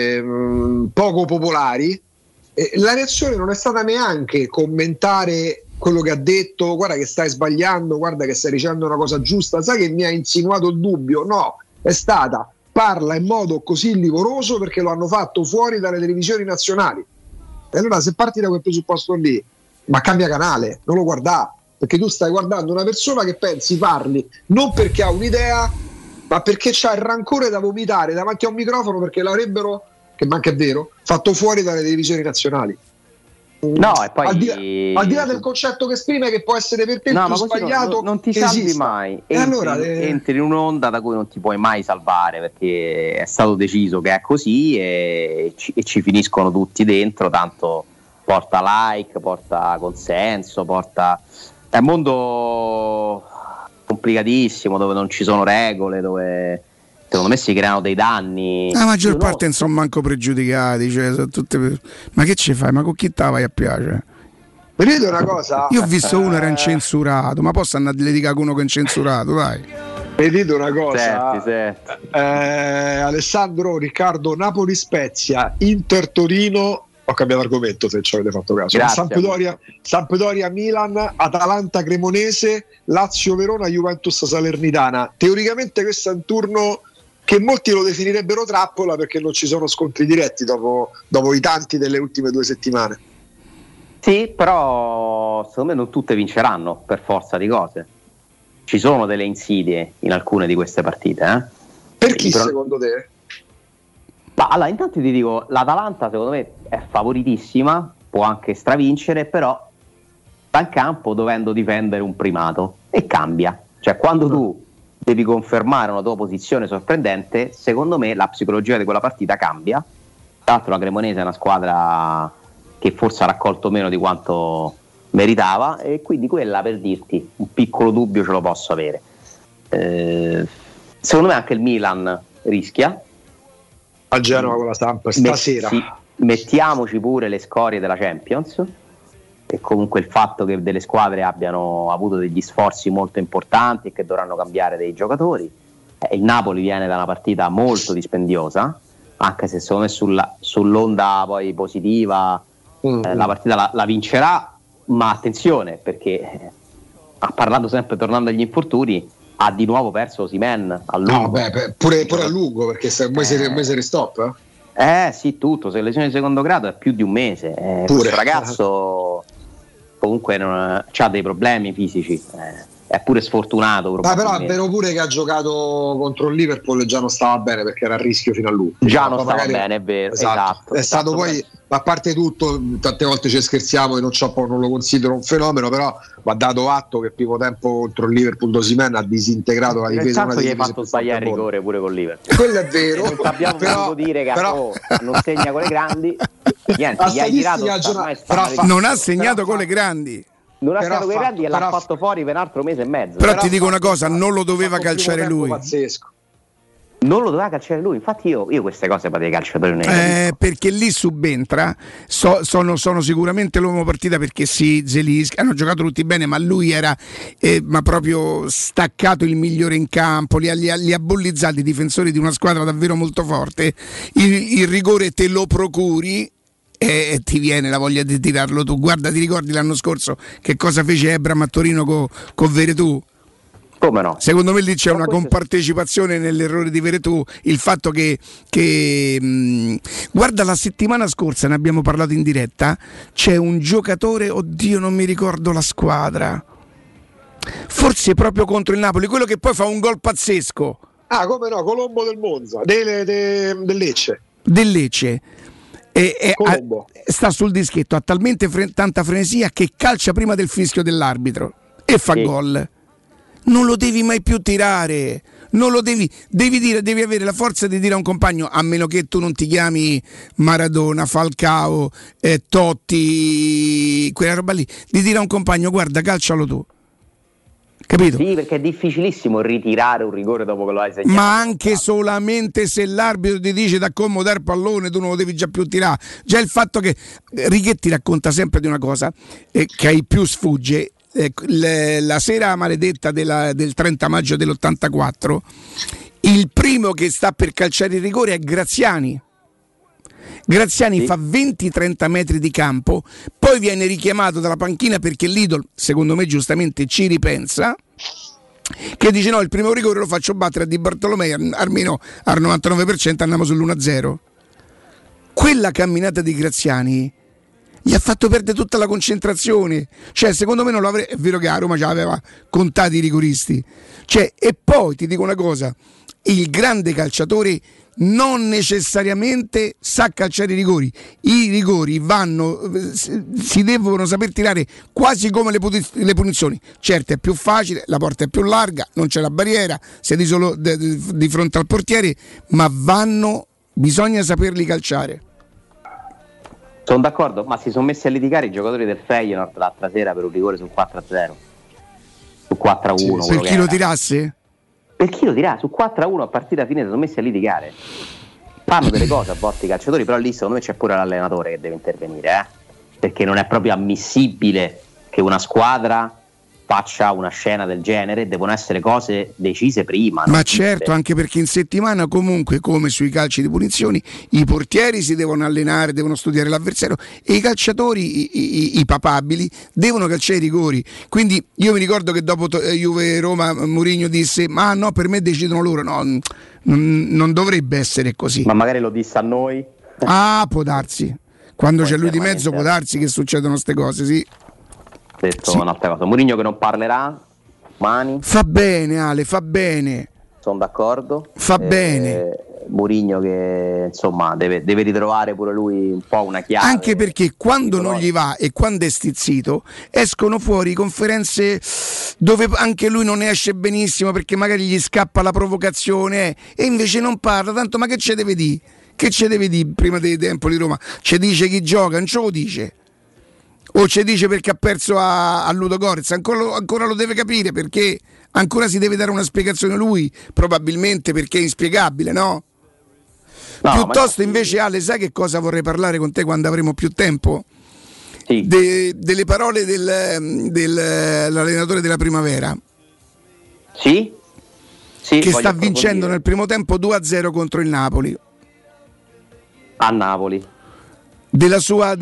Poco popolari. La reazione non è stata neanche commentare quello che ha detto, guarda che stai sbagliando, guarda che stai dicendo una cosa giusta, sai che mi ha insinuato il dubbio? No, è stata parla in modo così livoroso perché lo hanno fatto fuori dalle televisioni nazionali. E allora se parti da quel presupposto lì, ma cambia canale, non lo guarda, perché tu stai guardando una persona che pensi parli non perché ha un'idea, ma perché c'ha il rancore da vomitare davanti a un microfono perché l'avrebbero, che manca è vero, fatto fuori dalle televisioni nazionali. No, e poi al di là del concetto che esprime, che può essere per te più sbagliato, non ti salvi mai. Entri in un'onda da cui non ti puoi mai salvare, perché è stato deciso che è così e ci finiscono tutti dentro. Tanto porta like, porta consenso, è un mondo complicatissimo dove non ci sono regole, dove secondo me si creano dei danni. La maggior parte non sono manco pregiudicati, cioè, sono tutte... Ma che ci fai? Ma con chi te vai a piacere? Vedete una cosa? Io ho visto uno era incensurato, ma posso andare a litigare con uno che è incensurato, dai. Vedete una cosa? Certo. Alessandro, Riccardo, Napoli Spezia, Inter Torino. Ho cambiato argomento se ci avete fatto caso. Sampdoria Milan, Atalanta Cremonese, Lazio Verona, Juventus Salernitana. Teoricamente questo è un turno che molti lo definirebbero trappola perché non ci sono scontri diretti dopo i tanti delle ultime 2 settimane. Sì, però secondo me non tutte vinceranno per forza di cose. Ci sono delle insidie in alcune di queste partite. Per chi secondo te? Ma allora, intanto ti dico, l'Atalanta secondo me è favoritissima, può anche stravincere, però sta in campo dovendo difendere un primato e cambia. Cioè quando tu devi confermare una tua posizione sorprendente, secondo me la psicologia di quella partita cambia. Tra l'altro la Cremonese è una squadra che forse ha raccolto meno di quanto meritava e quindi quella, per dirti, un piccolo dubbio ce lo posso avere. Secondo me anche il Milan rischia. A Genova con la Samp stasera. Mettiamoci pure le scorie della Champions e comunque il fatto che delle squadre abbiano avuto degli sforzi molto importanti e che dovranno cambiare dei giocatori. Il Napoli viene da una partita molto dispendiosa, anche se secondo me sull'onda poi positiva la partita la vincerà, ma attenzione perché ha parlato sempre, tornando agli infortuni, ha di nuovo perso Osimhen a lungo. Pure a lungo, perché se un mese restop. Sì, tutto, se lesione di secondo grado è più di un mese. Questo ragazzo comunque ha dei problemi fisici, è pure sfortunato. Ma però è vero pure che ha giocato contro il Liverpool e già non stava bene perché era a rischio fino all'ultimo. Già non stava bene, è vero. Esatto. È stato poi, a parte tutto, tante volte ci scherziamo e non lo considero un fenomeno, però va dato atto che il primo tempo contro il Liverpool Osimhen ha disintegrato la difesa. Intanto gli hai fatto sbagliare il rigore pure con Liverpool. Quello è vero. Non abbiamo potuto dire che non segna con le grandi. Niente, gli hai tirato non ha segnato con le grandi. Non ha segnato con le grandi e l'ha fatto fuori per un altro mese e mezzo. Però ti dico una cosa, non lo doveva calciare lui. Pazzesco. Non lo doveva calciare lui, infatti io queste cose per dei calciatori non perché lì subentra sono sicuramente l'uomo partita, perché Zelinski hanno giocato tutti bene, ma lui era ma proprio staccato il migliore in campo, li ha bollizzati i difensori di una squadra davvero molto forte. Il rigore te lo procuri e ti viene la voglia di tirarlo tu. Guarda, ti ricordi l'anno scorso che cosa fece Ebram a Torino con Veretù? Come no? Secondo me lì c'è una compartecipazione nell'errore di Veretù, il fatto che guarda, la settimana scorsa ne abbiamo parlato in diretta, c'è un giocatore, oddio non mi ricordo la squadra, forse proprio contro il Napoli, quello che poi fa un gol pazzesco. Come no, Colombo del Monza, del Lecce. Del Lecce. Sta sul dischetto, ha talmente tanta frenesia che calcia prima del fischio dell'arbitro e fa gol. Non lo devi mai più tirare, non lo devi avere la forza di dire a un compagno, a meno che tu non ti chiami Maradona, Falcao, Totti, quella roba lì, di dire a un compagno guarda, calcialo tu. Capito? Sì, perché è difficilissimo ritirare un rigore dopo che lo hai segnato. Ma anche solamente se l'arbitro ti dice di accomodare il pallone, tu non lo devi già più tirare. Già il fatto che Righetti racconta sempre di una cosa che ai più sfugge. La sera maledetta del 30 maggio dell'84, il primo che sta per calciare il rigore è Graziani Graziani fa 20-30 metri di campo, poi viene richiamato dalla panchina perché l'Idol, secondo me giustamente, ci ripensa, che dice no, il primo rigore lo faccio battere a Di Bartolomei, almeno al 99% andiamo sull'1-0. Quella camminata di Graziani gli ha fatto perdere tutta la concentrazione, cioè secondo me non lo avrebbe, è vero che a Roma già aveva contati i rigoristi, cioè, e poi ti dico una cosa, il grande calciatore non necessariamente sa calciare i rigori vanno, si devono saper tirare quasi come le punizioni, certo è più facile, la porta è più larga, non c'è la barriera, siete solo di fronte al portiere, ma bisogna saperli calciare. Sono d'accordo, ma si sono messi a litigare i giocatori del Feyenoord l'altra sera per un rigore sul 4-0, su 4-1. Per chi lo tirasse? Per chi lo dirà, su 4-1 a partita fine si sono messi a litigare. Fanno delle cose a volte i calciatori, però lì secondo me c'è pure l'allenatore che deve intervenire, perché non è proprio ammissibile che una squadra faccia una scena del genere, devono essere cose decise prima. Ma certo, anche perché in settimana comunque, come sui calci di punizioni, i portieri si devono allenare, devono studiare l'avversario e i calciatori, i papabili, devono calciare i rigori. Quindi io mi ricordo che dopo Juve-Roma Mourinho disse ma no, per me decidono loro. No, non dovrebbe essere così. Ma magari lo disse a noi? Ah, può darsi. Quando c'è lui di mezzo può darsi che succedono ste cose, sì. Detto un'altra cosa, Mourinho che non parlerà domani. Fa bene Ale, fa bene. Sono d'accordo. Fa bene. Mourinho che insomma deve ritrovare pure lui un po' una chiave. Anche perché quando non gli va e quando è stizzito escono fuori conferenze dove anche lui non ne esce benissimo perché magari gli scappa la provocazione e invece non parla, tanto ma che ce deve dire? Che ce deve dire prima dei tempi di Roma? Ci dice chi gioca, non ce lo dice. O ci dice perché ha perso a Ludogorets, ancora lo deve capire perché ancora si deve dare una spiegazione lui, probabilmente perché è inspiegabile, no? Piuttosto invece Ale, sai che cosa vorrei parlare con te quando avremo più tempo? Sì. Delle parole dell'allenatore della Primavera. Sì? Che sta vincendo nel primo tempo 2-0 contro il Napoli. A Napoli. Della sua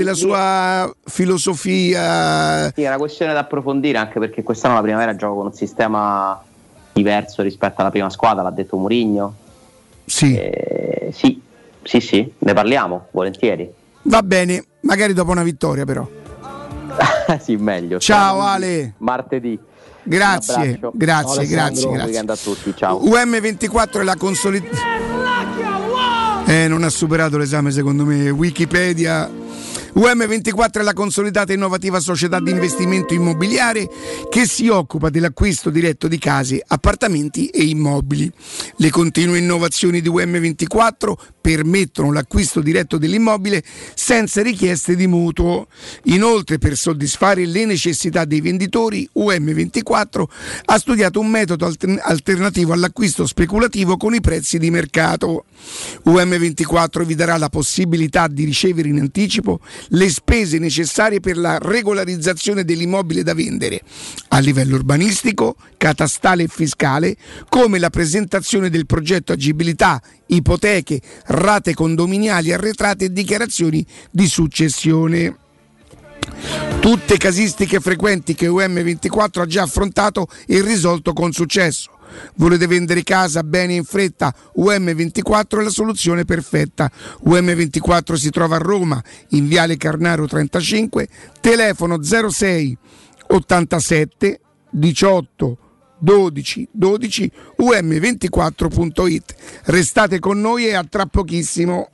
filosofia. Sì, è una questione da approfondire, anche perché quest'anno la Primavera gioca con un sistema diverso rispetto alla prima squadra, l'ha detto Mourinho. Sì. Sì, ne parliamo volentieri. Va bene, magari dopo una vittoria però. Sì, meglio. Ciao Ale. Martedì. Grazie. Weekend a tutti, ciao. UM24 è la consolidazione. Non ha superato l'esame secondo me Wikipedia. UM24 è la consolidata e innovativa società di investimento immobiliare che si occupa dell'acquisto diretto di case, appartamenti e immobili. Le continue innovazioni di UM24 permettono l'acquisto diretto dell'immobile senza richieste di mutuo. Inoltre, per soddisfare le necessità dei venditori, UM24 ha studiato un metodo alternativo all'acquisto speculativo con i prezzi di mercato. UM24 vi darà la possibilità di ricevere in anticipo le spese necessarie per la regolarizzazione dell'immobile da vendere a livello urbanistico, catastale e fiscale, come la presentazione del progetto agibilità, ipoteche, rate condominiali arretrate e dichiarazioni di successione. Tutte casistiche frequenti che UM24 ha già affrontato e risolto con successo. Volete vendere casa bene in fretta? UM24 è la soluzione perfetta. UM24 si trova a Roma, in Viale Carnaro 35, telefono 06 87 18 12 12, um24.it. Restate con noi e a tra pochissimo.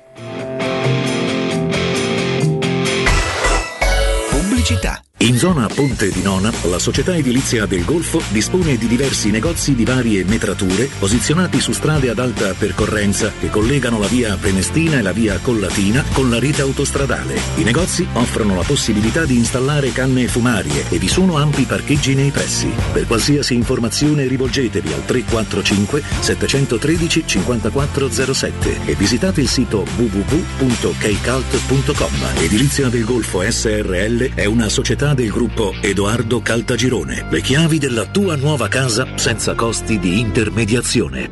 Pubblicità. In zona Ponte di Nona, la società edilizia del Golfo dispone di diversi negozi di varie metrature posizionati su strade ad alta percorrenza che collegano la via Prenestina e la via Collatina con la rete autostradale. I negozi offrono la possibilità di installare canne fumarie e vi sono ampi parcheggi nei pressi. Per qualsiasi informazione rivolgetevi al 345 713 5407 e visitate il sito www.keicalt.com. Edilizia del Golfo SRL è una società del gruppo Edoardo Caltagirone. Le chiavi della tua nuova casa senza costi di intermediazione.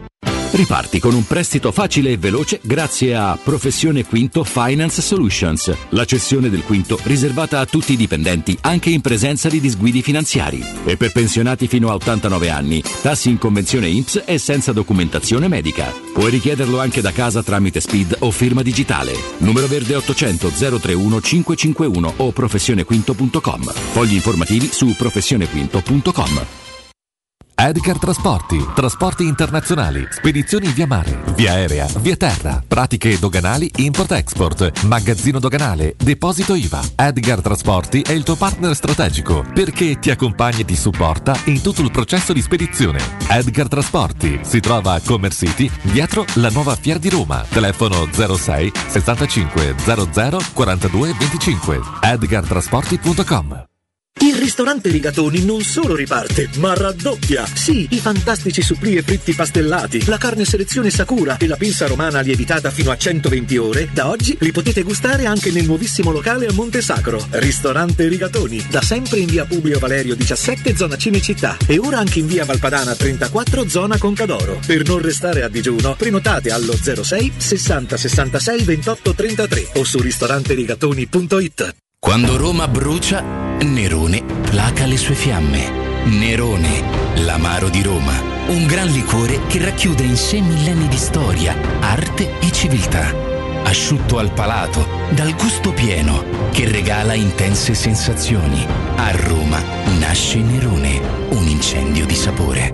Riparti con un prestito facile e veloce grazie a Professione Quinto Finance Solutions, la cessione del quinto riservata a tutti i dipendenti anche in presenza di disguidi finanziari. E per pensionati fino a 89 anni, tassi in convenzione INPS e senza documentazione medica. Puoi richiederlo anche da casa tramite SPID o firma digitale. Numero verde 800 031 551 o professionequinto.com. Fogli informativi su professionequinto.com. Edgar Trasporti internazionali, spedizioni via mare, via aerea, via terra, pratiche doganali, import-export, magazzino doganale, deposito IVA. Edgar Trasporti è il tuo partner strategico perché ti accompagna e ti supporta in tutto il processo di spedizione. Edgar Trasporti si trova a Commerce City, dietro la nuova Fiera di Roma. Telefono 06 65 00 42 25. edgartrasporti.com. Il ristorante Rigatoni non solo riparte, ma raddoppia! Sì, i fantastici supplì e fritti pastellati, la carne selezione Sakura e la pinza romana lievitata fino a 120 ore, da oggi li potete gustare anche nel nuovissimo locale a Monte Sacro. Ristorante Rigatoni, da sempre in via Publio Valerio 17, zona Cinecittà, e ora anche in via Valpadana 34, zona Concadoro. Per non restare a digiuno, prenotate allo 06 60 66 28 33 o su ristoranterigatoni.it. Quando Roma brucia, Nerone placa le sue fiamme. Nerone, l'amaro di Roma. Un gran liquore che racchiude in sé millenni di storia, arte e civiltà. Asciutto al palato, dal gusto pieno, che regala intense sensazioni. A Roma nasce Nerone, un incendio di sapore.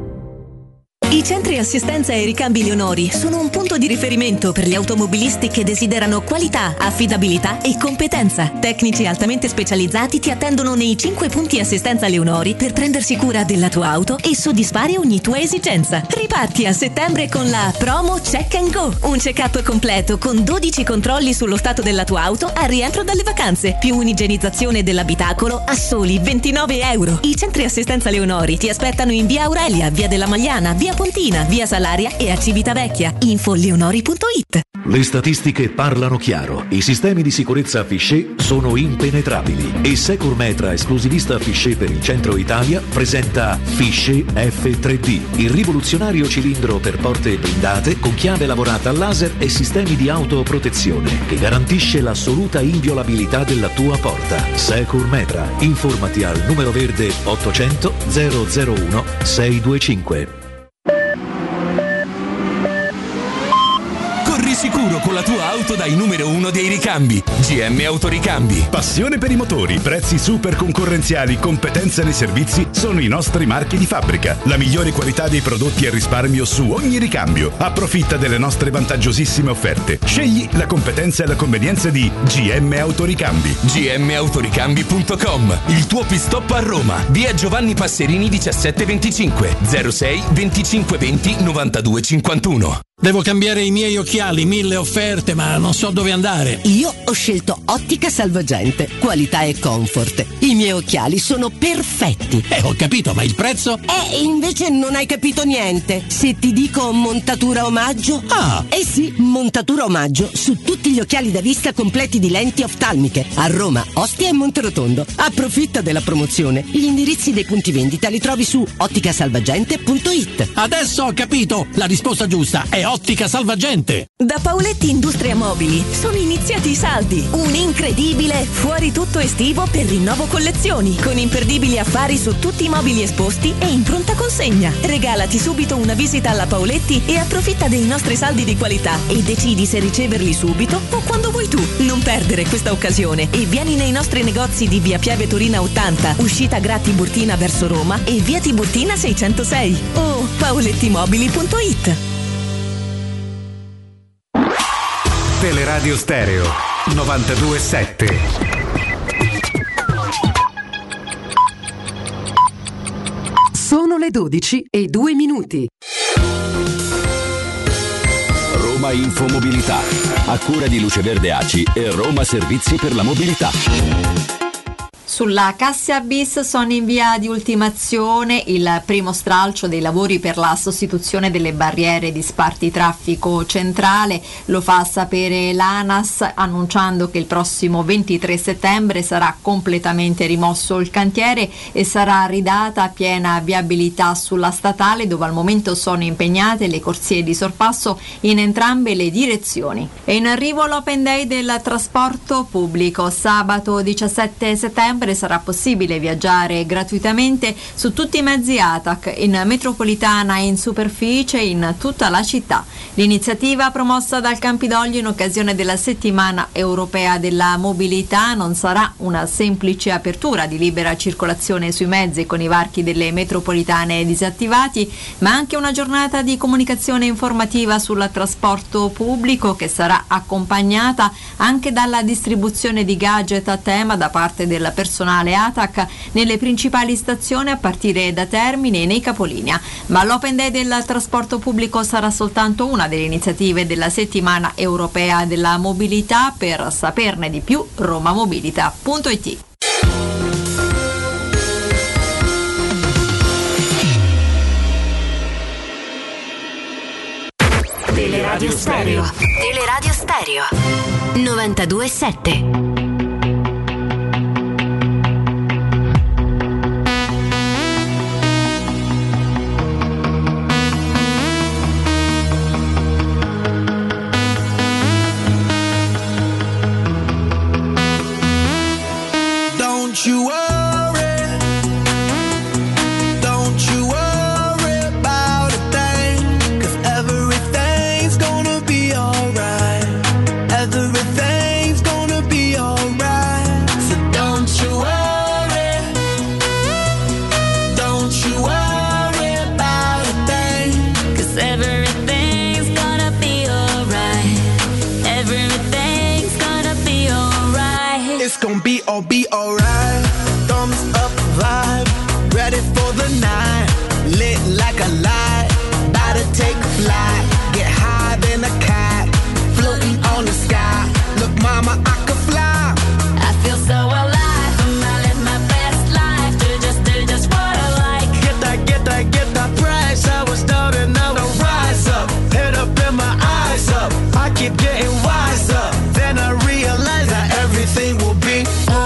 I centri assistenza e ricambi Leonori sono un punto di riferimento per gli automobilisti che desiderano qualità, affidabilità e competenza. Tecnici altamente specializzati ti attendono nei 5 punti assistenza Leonori per prendersi cura della tua auto e soddisfare ogni tua esigenza. Riparti a settembre con la promo Check and Go, un check-up completo con 12 controlli sullo stato della tua auto al rientro dalle vacanze, più un'igienizzazione dell'abitacolo a soli €29. I centri assistenza Leonori ti aspettano in via Aurelia, via della Magliana, via Pontina, via Salaria e a Civitavecchia. Info leonori.it. Le statistiche parlano chiaro. I sistemi di sicurezza Fichet sono impenetrabili e Securmetra, esclusivista Fichet per il centro Italia, presenta Fichet F3D, il rivoluzionario cilindro per porte blindate con chiave lavorata a laser e sistemi di autoprotezione che garantisce l'assoluta inviolabilità della tua porta. Securmetra. Informati al numero verde 800 001 625. Sicuro con la tua auto dai numero 1 dei ricambi. GM Autoricambi. Passione per i motori, prezzi super concorrenziali, competenza nei servizi sono i nostri marchi di fabbrica. La migliore qualità dei prodotti e risparmio su ogni ricambio. Approfitta delle nostre vantaggiosissime offerte. Scegli la competenza e la convenienza di GM Autoricambi. gmautoricambi.com. Il tuo pit stop a Roma. Via Giovanni Passerini 1725 06 25 20 92 51. Devo cambiare i miei occhiali, 1000 offerte, ma non so dove andare. Io ho scelto Ottica Salvagente, qualità e comfort. I miei occhiali sono perfetti. Ho capito, ma il prezzo? Invece non hai capito niente. Se ti dico montatura omaggio? Sì, montatura omaggio su tutti gli occhiali da vista completi di lenti oftalmiche. A Roma, Ostia e Monterotondo. Approfitta della promozione. Gli indirizzi dei punti vendita li trovi su otticasalvagente.it. Adesso ho capito, la risposta giusta è Ottica Salvagente. Da Paoletti Industria Mobili sono iniziati i saldi. Un incredibile fuori tutto estivo per rinnovo collezioni, con imperdibili affari su tutti i mobili esposti e in pronta consegna. Regalati subito una visita alla Paoletti e approfitta dei nostri saldi di qualità e decidi se riceverli subito o quando vuoi tu. Non perdere questa occasione e vieni nei nostri negozi di via Pieve Torina 80, uscita Gra Tiburtina verso Roma e via Tiburtina 606 o paolettimobili.it. Teleradio Stereo 92.7. Sono le 12:02. Roma Infomobilità, a cura di Luce Verde ACI e Roma Servizi per la Mobilità. Sulla Cassia Bis sono in via di ultimazione il primo stralcio dei lavori per la sostituzione delle barriere di spartitraffico centrale. Lo fa sapere l'ANAS annunciando che il prossimo 23 settembre sarà completamente rimosso il cantiere e sarà ridata piena viabilità sulla statale, dove al momento sono impegnate le corsie di sorpasso in entrambe le direzioni. È in arrivo l'Open Day del trasporto pubblico. Sabato 17 settembre sarà possibile viaggiare gratuitamente su tutti i mezzi ATAC in metropolitana e in superficie in tutta la città. L'iniziativa promossa dal Campidoglio in occasione della settimana europea della mobilità non sarà una semplice apertura di libera circolazione sui mezzi con i varchi delle metropolitane disattivati, ma anche una giornata di comunicazione informativa sul trasporto pubblico che sarà accompagnata anche dalla distribuzione di gadget a tema da parte del personale ATAC nelle principali stazioni a partire da Termini e nei capolinea. Ma l'Open Day del trasporto pubblico sarà soltanto una delle iniziative della settimana europea della mobilità. Per saperne di più, romamobilita.it. Teleradio Stereo. Teleradio Stereo 92.7. Don't you worry, don't you worry about a thing, 'cause everything's gonna be alright, everything's gonna be alright, so don't you worry about a thing, 'cause everything's gonna be alright, everything's gonna be alright, it's gonna be alright. Thumbs up vibe, ready for the night, lit like a light, about to take flight, get high than a cat, floating on the sky, look mama I could fly, I feel so alive, I live my best life, do just what I like, get that price, I was down and now I rise up, head up and my eyes up, I keep getting wiser, then I realize that everything will be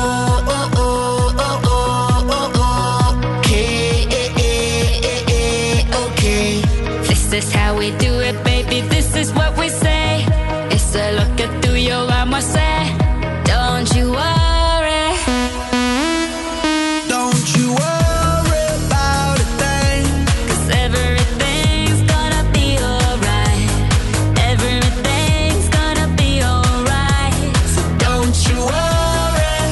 this is how we do it, baby, this is what we say. It's a look at through your eyes, I say. Don't you worry, don't you worry about a thing, 'cause everything's gonna be alright, everything's gonna be alright, so don't you worry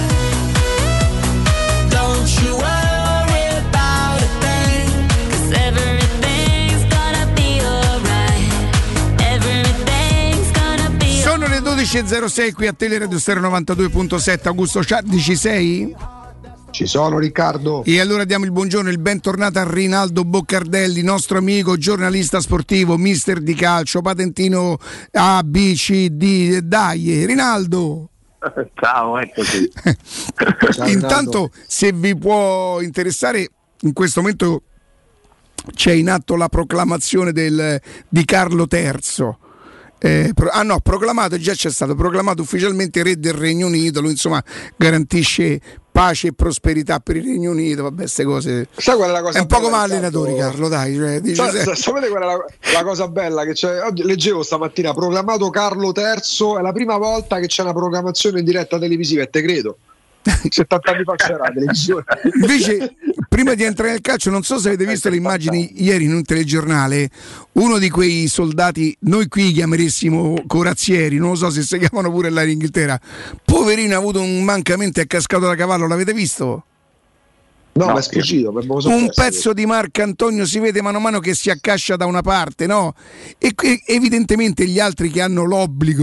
about a thing, 'cause everything's gonna be alright, everything's gonna be. Sono le 12.06 qui a Teleradio Stereo 92.7. Augusto Ciardi, ci sei? Ci sono, Riccardo. E allora diamo il buongiorno e il bentornato a Rinaldo Boccardelli, nostro amico giornalista sportivo, mister di calcio, patentino A, B, C, D. Dai, Rinaldo. Ciao, eccoci. Intanto, se vi può interessare, in questo momento c'è in atto la proclamazione di Carlo III. Proclamato, già c'è stato proclamato ufficialmente re del Regno Unito. Lui insomma garantisce pace e prosperità per il Regno Unito. Vabbè, queste cose. Sai qual è la cosa? È un po' come allenatori, Carlo, dai. Sapete qual è la cosa bella che c'è? Oggi leggevo stamattina, proclamato Carlo III, è la prima volta che c'è una proclamazione in diretta televisiva, e te credo. 70 anni fa c'era la televisione. Invece, prima di entrare nel calcio, non so se avete visto le immagini ieri in un telegiornale, uno di quei soldati, noi qui chiameressimo corazzieri, non lo so se si chiamano pure là in Inghilterra, poverino, ha avuto un mancamento e è cascato da cavallo, l'avete visto? No, ma è sfuggito. Un pezzo di Marcantonio si vede mano a mano che si accascia da una parte, no? E evidentemente gli altri che hanno l'obbligo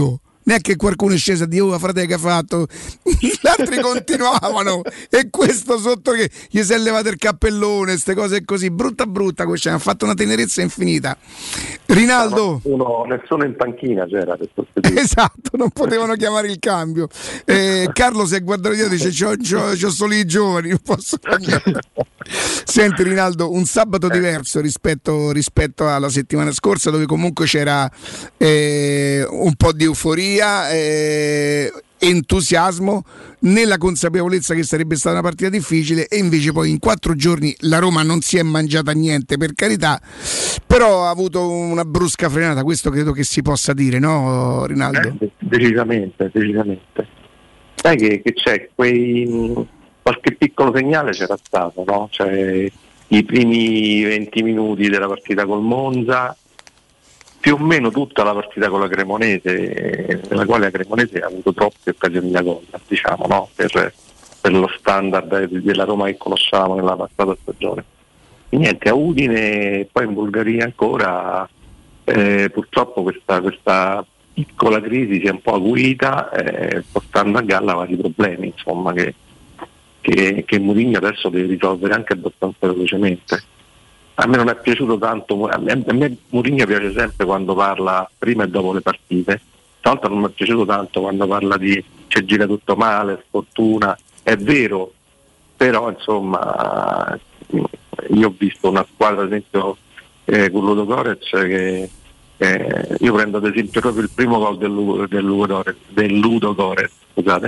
neanche qualcuno è sceso a dire oh frate che ha fatto, gli altri continuavano e questo sotto che gli si è levato il cappellone, queste cose così, brutta questa, ha fatto una tenerezza infinita. Rinaldo, nessuno in panchina c'era per esatto, non potevano chiamare il cambio. Carlo si è guardato dietro e dice c'ho solo i giovani, non posso cambiare. Senti Rinaldo, un sabato diverso rispetto alla settimana scorsa, dove comunque c'era un po' di euforia, entusiasmo, nella consapevolezza che sarebbe stata una partita difficile, e invece poi in 4 giorni la Roma non si è mangiata niente, per carità, però ha avuto una brusca frenata, questo credo che si possa dire, no Rinaldo? Decisamente. Sai che c'è qualche piccolo segnale c'era stato, no? Cioè i primi 20 minuti della partita col Monza, più o meno tutta la partita con la Cremonese, nella quale la Cremonese ha avuto troppe occasioni da gol, diciamo, no? per lo standard della Roma che conoscevamo nella passata stagione. E niente, a Udine e poi in Bulgaria ancora, purtroppo questa piccola crisi si è un po' acuita, portando a galla vari problemi, insomma, che Mourinho adesso deve risolvere anche abbastanza velocemente. A me non è piaciuto tanto, a me Mourinho piace sempre quando parla prima e dopo le partite, tra l'altro non mi è piaciuto tanto quando parla di ci gira tutto male, sfortuna, è vero, però insomma io ho visto una squadra, ad esempio con Ludogorets, che io prendo ad esempio proprio il primo gol del Ludogorets, scusate,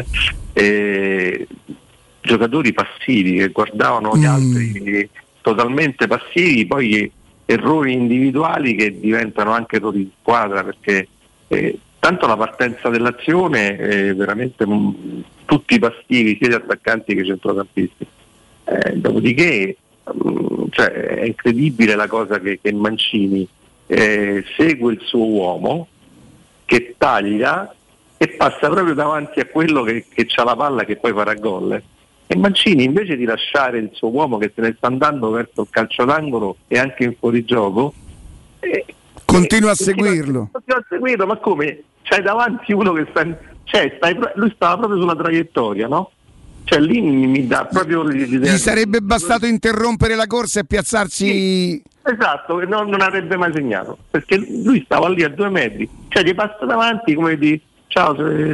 giocatori passivi che guardavano gli altri totalmente passivi, poi errori individuali che diventano anche errori di squadra, perché tanto la partenza dell'azione veramente tutti passivi, sia gli attaccanti che i centrocampisti, dopodiché cioè, è incredibile la cosa che Mancini segue il suo uomo che taglia e passa proprio davanti a quello che c'ha la palla, che poi farà gol. E Mancini, invece di lasciare il suo uomo che se ne sta andando verso il calcio d'angolo e anche in fuorigioco, continua a seguirlo. Continua a seguirlo, ma come? C'hai davanti uno che lui stava proprio sulla traiettoria, no? Cioè lì mi dà proprio l'idea. Gli sarebbe bastato interrompere la corsa e piazzarsi. Sì, esatto, non avrebbe mai segnato, perché lui stava lì a 2 metri, cioè gli passa davanti come di ciao,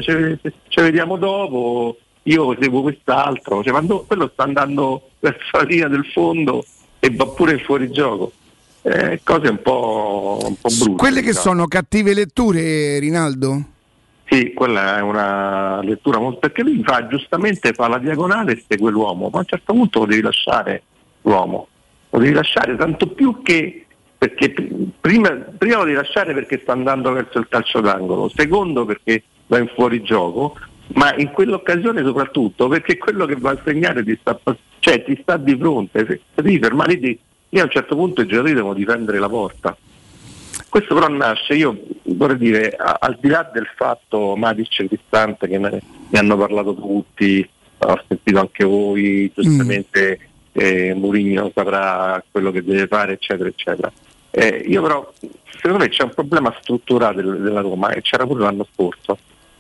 ci vediamo dopo. Io seguo quest'altro, cioè quando quello sta andando verso la linea del fondo e va pure in fuorigioco, cose un po' brutte. Quelle che sono cattive letture, Rinaldo? Sì, quella è una lettura molto, perché lui giustamente fa la diagonale e segue l'uomo, ma a un certo punto lo devi lasciare l'uomo, lo devi lasciare, tanto più che perché prima lo devi lasciare perché sta andando verso il calcio d'angolo, secondo perché va in fuorigioco, ma in quell'occasione soprattutto perché quello che va a segnare ti sta di fronte, devi fermare lì, a un certo punto i giocatori devono difendere la porta. Questo però nasce, io vorrei dire, al di là del fatto Matic e Cristante, che ne hanno parlato tutti, ho sentito anche voi, giustamente Mourinho saprà quello che deve fare, eccetera eccetera. Io però, secondo me c'è un problema strutturale della Roma, e c'era pure l'anno scorso,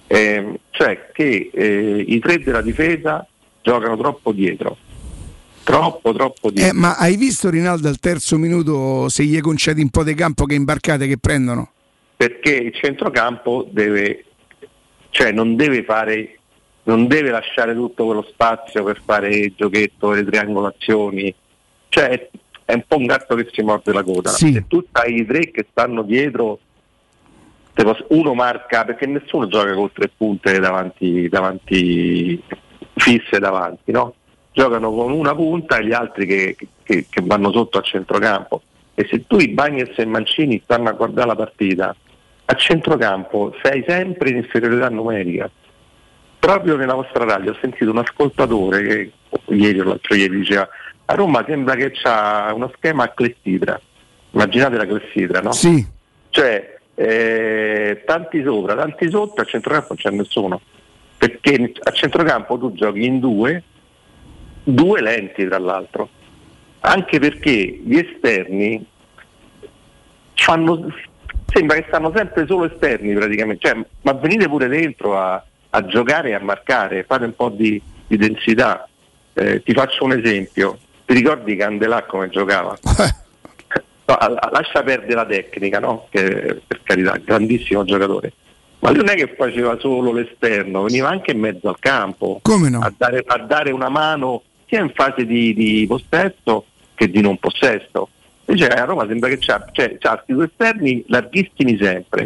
cioè che i 3 della difesa giocano troppo dietro, troppo dietro. Ma hai visto Rinaldo al terzo minuto, se gli concedi un po' di campo, che imbarcate che prendono? Perché il centrocampo non deve lasciare tutto quello spazio per fare il giochetto, le triangolazioni, cioè è un po' un gatto che si morde la coda. Sì. Se tu hai i 3 che stanno dietro, uno marca, perché nessuno gioca con 3 punte davanti fisse davanti, no? Giocano con una punta e gli altri che vanno sotto a centrocampo, e se tu i Bagnez e Mancini stanno a guardare la partita, a centrocampo sei sempre in inferiorità numerica. Proprio nella vostra radio ho sentito un ascoltatore che ieri o l'altro ieri diceva: a Roma sembra che c'ha uno schema a clessidra, immaginate la clessidra, no? Sì. Cioè tanti sopra, tanti sotto, a centrocampo non c'è nessuno, perché a centrocampo tu giochi in due lenti tra l'altro, anche perché gli esterni sembra che stanno sempre solo esterni praticamente, cioè, ma venite pure dentro a giocare e a marcare, fate un po' di densità. Ti faccio un esempio, ti ricordi Candelà come giocava? No, lascia perdere la tecnica, no? Che per carità, grandissimo giocatore, ma lui non è che faceva solo l'esterno, veniva anche in mezzo al campo. Come no? a dare una mano sia in fase di possesso che di non possesso. Invece a Roma sembra che c'ha questi due esterni larghissimi sempre,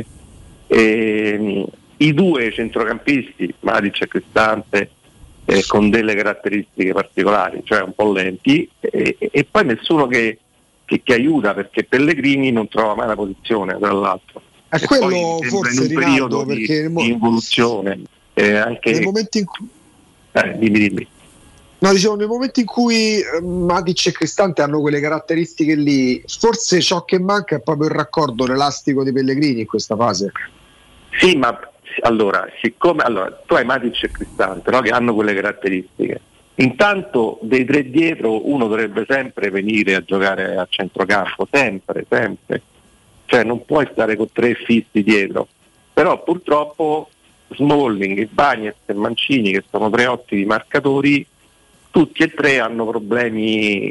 i due centrocampisti, Matic e Cristante, con delle caratteristiche particolari, cioè un po' lenti, e poi nessuno che aiuta, perché Pellegrini non trova mai la posizione, tra l'altro. È quello forse in un periodo di involuzione, anche nel momento in cui dimmi. No, dicevo, nel momento in cui Matic e Cristante hanno quelle caratteristiche lì, forse ciò che manca è proprio il raccordo, l'elastico di Pellegrini in questa fase. Sì, ma allora tu hai Matic e Cristante, no, che hanno quelle caratteristiche. Intanto dei tre dietro uno dovrebbe sempre venire a giocare a centrocampo, sempre, cioè non puoi stare con tre fissi dietro, però purtroppo Smalling, Bagnez e Mancini, che sono tre ottimi marcatori, tutti e tre hanno problemi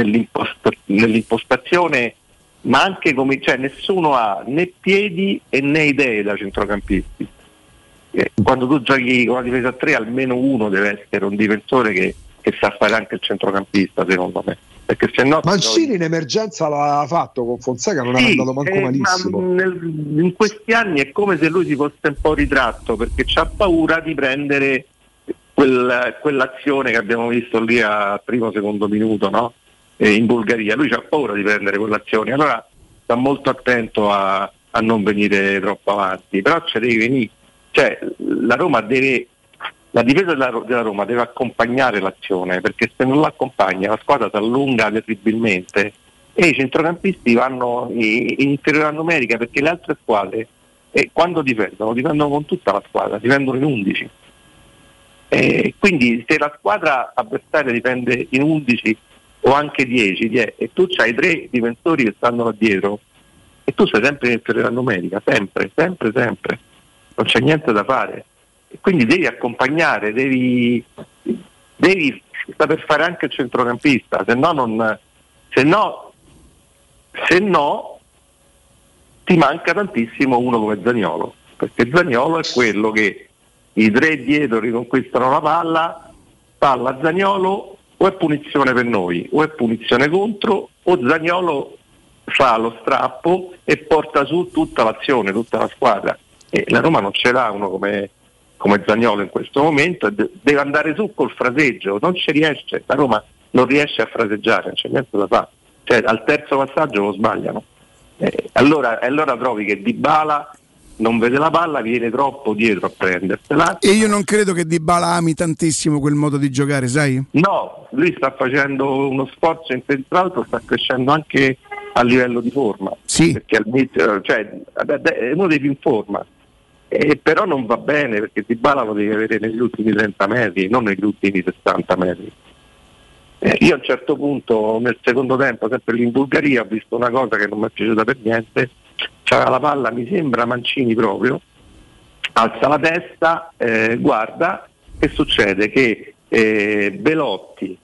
nell'impostazione, ma anche cioè nessuno ha né piedi e né idee da centrocampisti. Quando tu giochi con la difesa a 3 almeno uno deve essere un difensore che sa fare anche il centrocampista, secondo me, perché se no Mancini in emergenza l'ha fatto con Fonseca, non è andato manco malissimo, ma in questi anni è come se lui si fosse un po' ritratto, perché c'ha paura di prendere quell'azione che abbiamo visto lì al primo secondo minuto, no? In Bulgaria lui c'ha paura di prendere quell'azione, allora sta molto attento a non venire troppo avanti, però ci devi venire, cioè la difesa della Roma deve accompagnare l'azione, perché se non l'accompagna la squadra si allunga terribilmente e i centrocampisti vanno in inferiorità numerica, perché le altre squadre quando difendono con tutta la squadra, difendono in 11. Quindi se la squadra avversaria difende in 11 o anche 10 e tu c'hai tre difensori che stanno là dietro e tu sei sempre in inferiorità numerica, sempre, non c'è niente da fare. Quindi devi accompagnare, devi saper fare anche il centrocampista, se no ti manca tantissimo uno come Zaniolo, perché Zaniolo è quello che i tre dietro riconquistano la palla a Zaniolo, o è punizione per noi o è punizione contro, o Zaniolo fa lo strappo e porta su tutta l'azione, tutta la squadra, e la Roma non ce l'ha uno come Zaniolo in questo momento, deve andare su col fraseggio, non ci riesce, la Roma non riesce a fraseggiare, non c'è niente da fare, cioè al terzo passaggio lo sbagliano, allora trovi che Dybala non vede la palla, viene troppo dietro a prendersela. E io non credo che Dybala ami tantissimo quel modo di giocare, sai? No, lui sta facendo uno sforzo, tra l'altro sta crescendo anche a livello di forma, sì, perché all'inizio è uno dei più in forma, però non va bene, perché Dybala lo devi avere negli ultimi 30 metri, non negli ultimi 60 metri. Io a un certo punto nel secondo tempo, sempre lì in Bulgaria, ho visto una cosa che non mi è piaciuta per niente. C'era la palla, mi sembra Mancini proprio, alza la testa, guarda, che succede? Che Belotti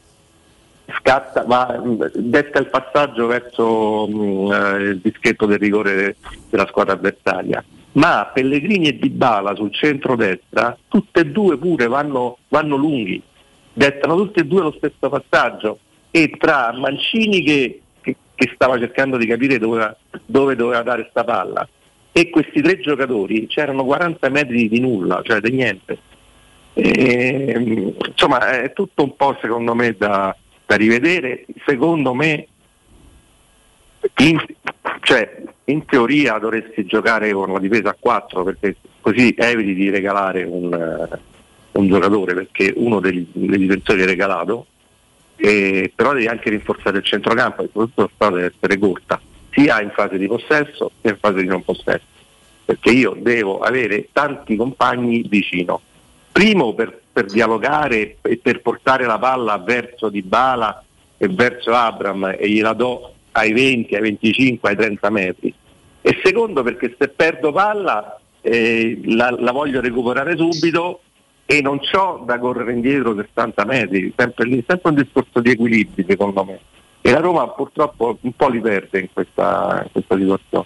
detta il passaggio verso il dischetto del rigore della squadra avversaria, ma Pellegrini e Dybala sul centro-destra, tutte e due pure vanno lunghi, dettano tutti e due lo stesso passaggio, e tra Mancini che stava cercando di capire dove doveva dare sta palla e questi tre giocatori c'erano 40 metri di nulla, cioè di niente. Insomma è tutto un po', secondo me, da rivedere. Secondo me in teoria dovresti giocare con la difesa a 4, perché così eviti di regalare un giocatore, perché uno dei difensori è regalato. Però devi anche rinforzare il centrocampo, e soprattutto la strada deve essere corta, sia in fase di possesso sia in fase di non possesso, perché io devo avere tanti compagni vicino, primo per dialogare e per portare la palla verso Dybala e verso Abraham, e gliela do ai 20, ai 25, ai 30 metri, e secondo perché se perdo palla la voglio recuperare subito e non c'ho da correre indietro 60 metri, sempre un discorso di equilibri secondo me, e la Roma purtroppo un po' li perde in questa situazione.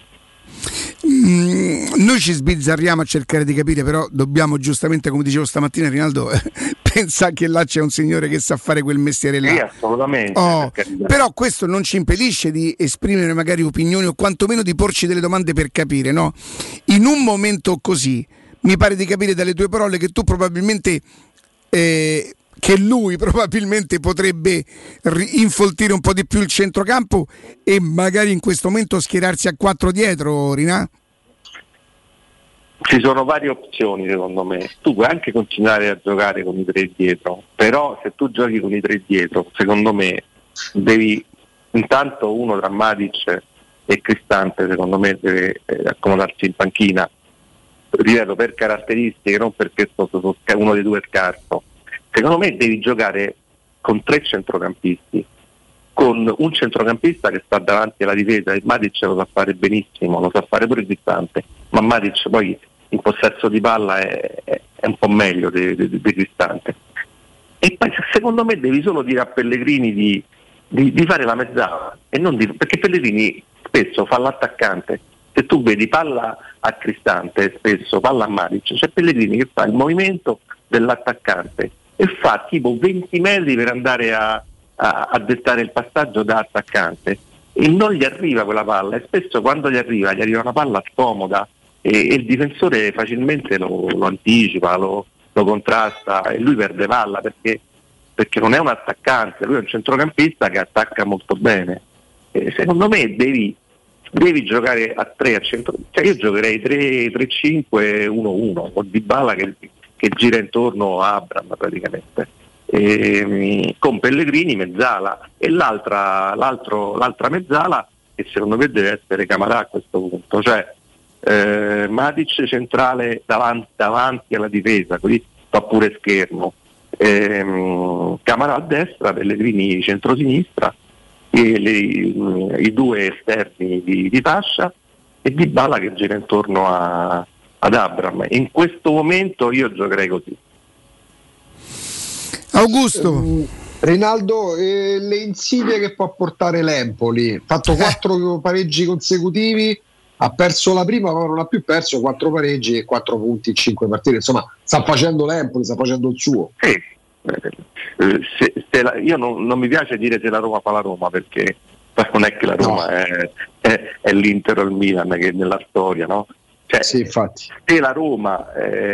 Noi ci sbizzarriamo a cercare di capire, però dobbiamo giustamente, come dicevo stamattina Rinaldo, pensare che là c'è un signore che sa fare quel mestiere là. Sì, assolutamente. Però questo non ci impedisce di esprimere magari opinioni o quantomeno di porci delle domande per capire, no? In un momento così mi pare di capire dalle tue parole che tu probabilmente che lui probabilmente potrebbe infoltire un po' di più il centrocampo e magari in questo momento schierarsi a 4 dietro, Rinà? Ci sono varie opzioni secondo me, tu puoi anche continuare a giocare con i 3 dietro, però se tu giochi con i 3 dietro secondo me devi intanto uno tra Matic e Cristante secondo me deve accomodarsi in panchina, ripeto, per caratteristiche, non perché uno dei due è scarso. Secondo me devi giocare con 3 centrocampisti, con un centrocampista che sta davanti alla difesa, e Matic lo sa fare benissimo, lo sa fare pure Cristante, ma Matic poi in possesso di palla è un po' meglio di Cristante. E poi secondo me devi solo dire a Pellegrini di fare la mezzala, e non perché Pellegrini spesso fa l'attaccante. Se tu vedi palla a Cristante, spesso palla a Matic, c'è Pellegrini che fa il movimento dell'attaccante e fa tipo 20 metri per andare a dettare il passaggio da attaccante, e non gli arriva quella palla, e spesso quando gli arriva una palla scomoda e il difensore facilmente lo anticipa, lo contrasta, e lui perde palla perché non è un attaccante, lui è un centrocampista che attacca molto bene. E secondo me devi giocare a 3 a centro, cioè io giocherei 3-5-1-1 con Dybala che gira intorno a Abraham praticamente, con Pellegrini mezzala, e l'altra mezzala che secondo me deve essere Camarà a questo punto, cioè Matic centrale davanti alla difesa, così fa pure schermo, Camarà a destra, Pellegrini centrosinistra, e i 2 esterni di fascia, e Dybala che gira intorno ad Abraham. In questo momento io giocherei così. Augusto. Rinaldo, le insidie che può portare l'Empoli, ha fatto 4 pareggi consecutivi, ha perso la prima ma non ha più perso, 4 pareggi e 4 punti in 5 partite, insomma sta facendo l'Empoli, sta facendo il suo. Io non mi piace dire se la Roma fa la Roma, perché non è che la Roma è l'Inter o il Milan che è nella storia, no? Cioè, sì, infatti. Se la Roma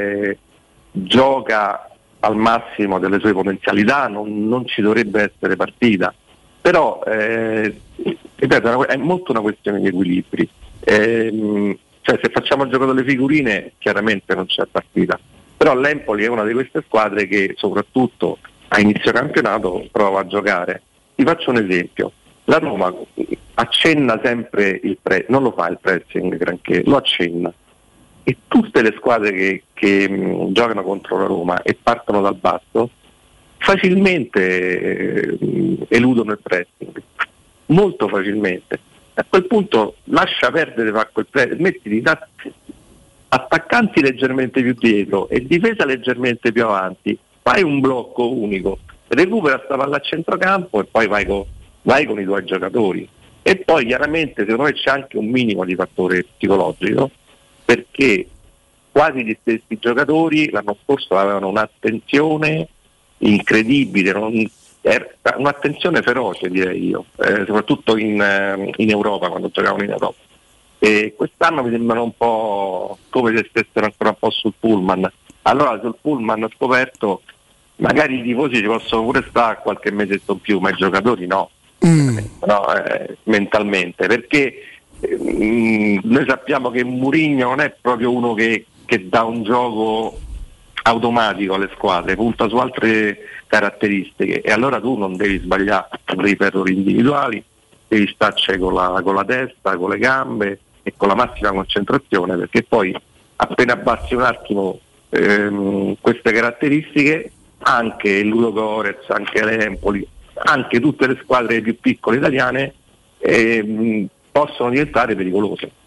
gioca al massimo delle sue potenzialità non ci dovrebbe essere partita, però ripeto, è molto una questione di equilibri, cioè se facciamo il gioco delle figurine chiaramente non c'è partita, però l'Empoli è una di queste squadre che soprattutto a inizio campionato prova a giocare. Ti faccio un esempio: la Roma accenna sempre non lo fa il pressing granché, lo accenna, e tutte le squadre che giocano contro la Roma e partono dal basso facilmente eludono il pressing, molto facilmente. A quel punto lascia perdere, fa quel pressing, mettiti attaccanti leggermente più dietro e difesa leggermente più avanti, fai un blocco unico, recupera sta palla a centrocampo e poi vai con i tuoi giocatori. E poi chiaramente secondo me c'è anche un minimo di fattore psicologico, perché quasi gli stessi giocatori l'anno scorso avevano un'attenzione incredibile, un'attenzione feroce direi io, soprattutto in Europa, quando giocavano in Europa, e quest'anno mi sembrano un po' come se stessero ancora un po' sul pullman. Allora sul pullman ho scoperto magari i tifosi ci possono pure stare qualche mesetto in più, ma i giocatori no, mentalmente, perché noi sappiamo che Mourinho non è proprio uno che dà un gioco automatico alle squadre, punta su altre caratteristiche, e allora tu non devi sbagliare dei errori individuali, devi starci con la testa, con le gambe e con la massima concentrazione, perché poi appena abbassi un attimo queste caratteristiche, anche il Ludogorets, anche l'Empoli, anche tutte le squadre più piccole italiane possono diventare pericolose.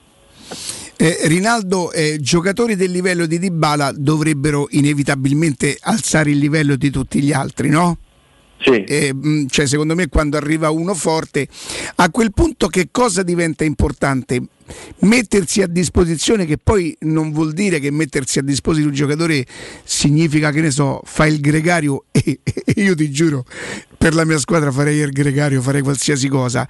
Rinaldo, giocatori del livello di Dybala dovrebbero inevitabilmente alzare il livello di tutti gli altri, no? Sì. Cioè, secondo me, quando arriva uno forte, a quel punto che cosa diventa importante? Mettersi a disposizione, che poi non vuol dire che mettersi a disposizione di un giocatore significa, che ne so, fai il gregario e io ti giuro, per la mia squadra farei il gregario, farei qualsiasi cosa.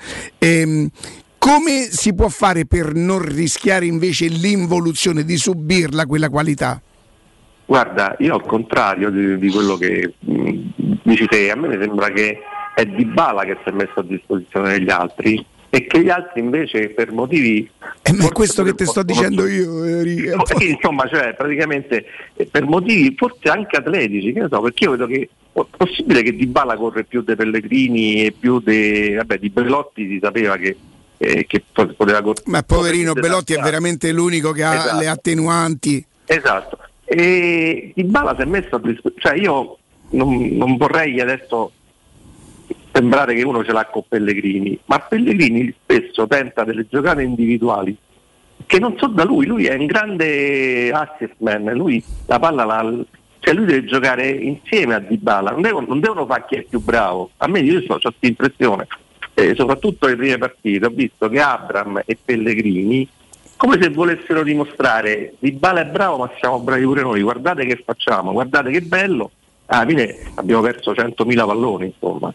Come si può fare per non rischiare invece l'involuzione, di subirla quella qualità? Guarda, io al contrario di quello che dici te, a me mi sembra che è Dybala che si è messo a disposizione degli altri e che gli altri invece per motivi... ma è questo che ti sto dicendo io. Insomma, cioè praticamente per motivi forse anche atletici, che ne so, perché io vedo che è possibile che Dybala corre più dei Pellegrini e più di Belotti, si sapeva che poteva correre. Ma poverino Belotti è veramente l'unico che ha le attenuanti. Esatto. E Dybala si è messo a disposizione, cioè io non vorrei adesso sembrare che uno ce l'ha con Pellegrini, ma Pellegrini spesso tenta delle giocate individuali che non so da lui è un grande assist man, lui la palla cioè lui deve giocare insieme a Dybala, non devono fare chi è più bravo. A me io ho questa impressione, soprattutto nelle prime partite ho visto che Abraham e Pellegrini come se volessero dimostrare Dybala è bravo ma siamo bravi pure noi, guardate che facciamo, guardate che bello. Alla fine abbiamo perso 100.000 palloni, insomma.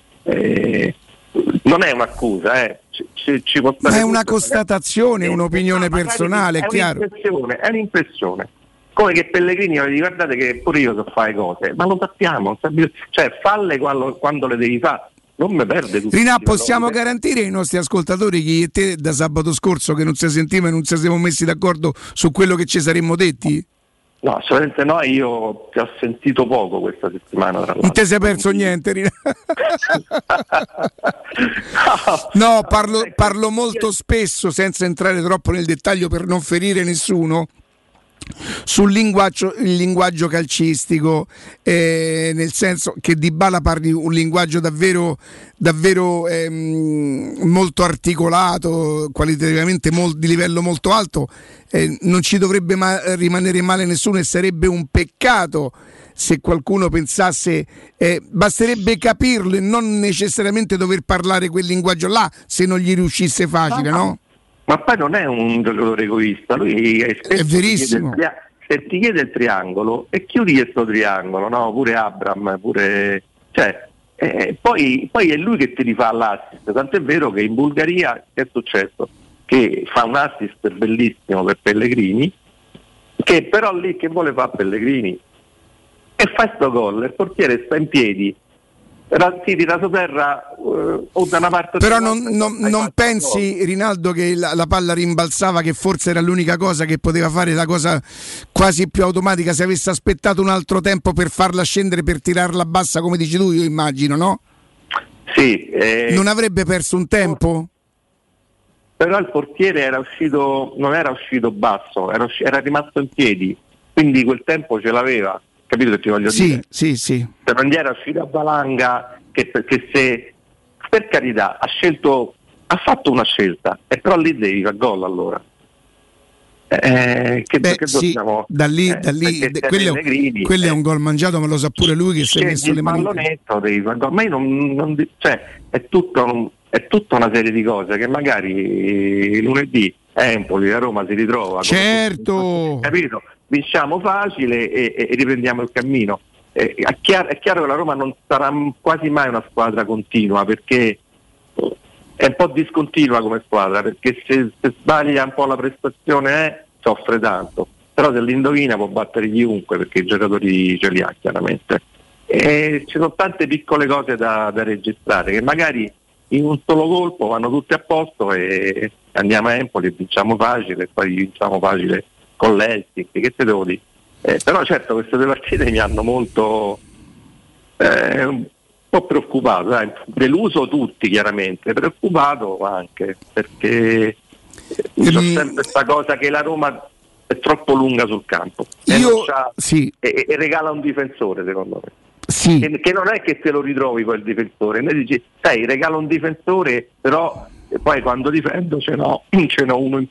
Non è un'accusa, ci può stare, ma è una constatazione, un'opinione personale, è chiaro. È un'impressione. Come che Pellegrini guardate che pure io so fare cose, ma lo sappiamo, cioè falle quando le devi fare. Non mi perde tutto. Rina, possiamo garantire ai nostri ascoltatori che io e te da sabato scorso che non si sentiva e non ci siamo messi d'accordo su quello che ci saremmo detti? No, assolutamente no, io ti ho sentito poco questa settimana. Tra l'altro. Non ti sei perso niente, Rina? No, parlo molto spesso, senza entrare troppo nel dettaglio per non ferire nessuno, sul il linguaggio calcistico, nel senso che Dybala parli un linguaggio davvero molto articolato, qualitativamente di livello molto alto, non ci dovrebbe rimanere male nessuno e sarebbe un peccato se qualcuno pensasse basterebbe capirlo e non necessariamente dover parlare quel linguaggio là, se non gli riuscisse facile, no? Ma poi non è un giocatore egoista, lui è verissimo. Se ti chiede il triangolo e chiudi questo triangolo, no? Pure Abraham, pure poi è lui che ti rifà l'assist, tant'è vero che in Bulgaria che è successo? Che fa un assist bellissimo per Pellegrini, che però lì che vuole fare Pellegrini e fa sto gol, il portiere sta in piedi, si tira su terra o da una parte. Però non pensi, Rinaldo, che la palla rimbalzava, che forse era l'unica cosa che poteva fare, la cosa quasi più automatica, se avesse aspettato un altro tempo per farla scendere, per tirarla bassa come dici tu, io immagino, no? Sì. Non avrebbe perso un tempo? Però il portiere non era uscito basso, era rimasto in piedi, quindi quel tempo ce l'aveva. Capito che ti voglio dire? Sì. Se non gli era uscito a valanga, perché se per carità ha fatto una scelta, e però lì devi fare gol allora. Dobbiamo, da lì quello è un gol mangiato, ma lo sa pure lui che si è messo le mani. Il pallonetto devi fare gol, ma io è tutta una serie di cose che magari lunedì Empoli, a Roma si ritrova. Certo, capito? Vinciamo facile e riprendiamo il cammino. È chiaro che la Roma non sarà quasi mai una squadra continua, perché è un po' discontinua come squadra, perché se sbaglia un po' la prestazione soffre tanto, però se l'indovina può battere chiunque, perché i giocatori ce li ha chiaramente. E ci sono tante piccole cose da registrare che magari in un solo colpo vanno tutte a posto e andiamo a Empoli e vinciamo facile, e poi vinciamo facile con l'Helsinki, che te devo dire? Però certo queste due partite mi hanno molto un po' preoccupato, deluso tutti chiaramente, preoccupato anche, perché c'è sempre questa cosa che la Roma è troppo lunga sul campo e regala un difensore, secondo me. Sì. Che non è che te lo ritrovi poi il difensore, ne dici, regala un difensore, però poi quando difendo ce n'ho uno in più.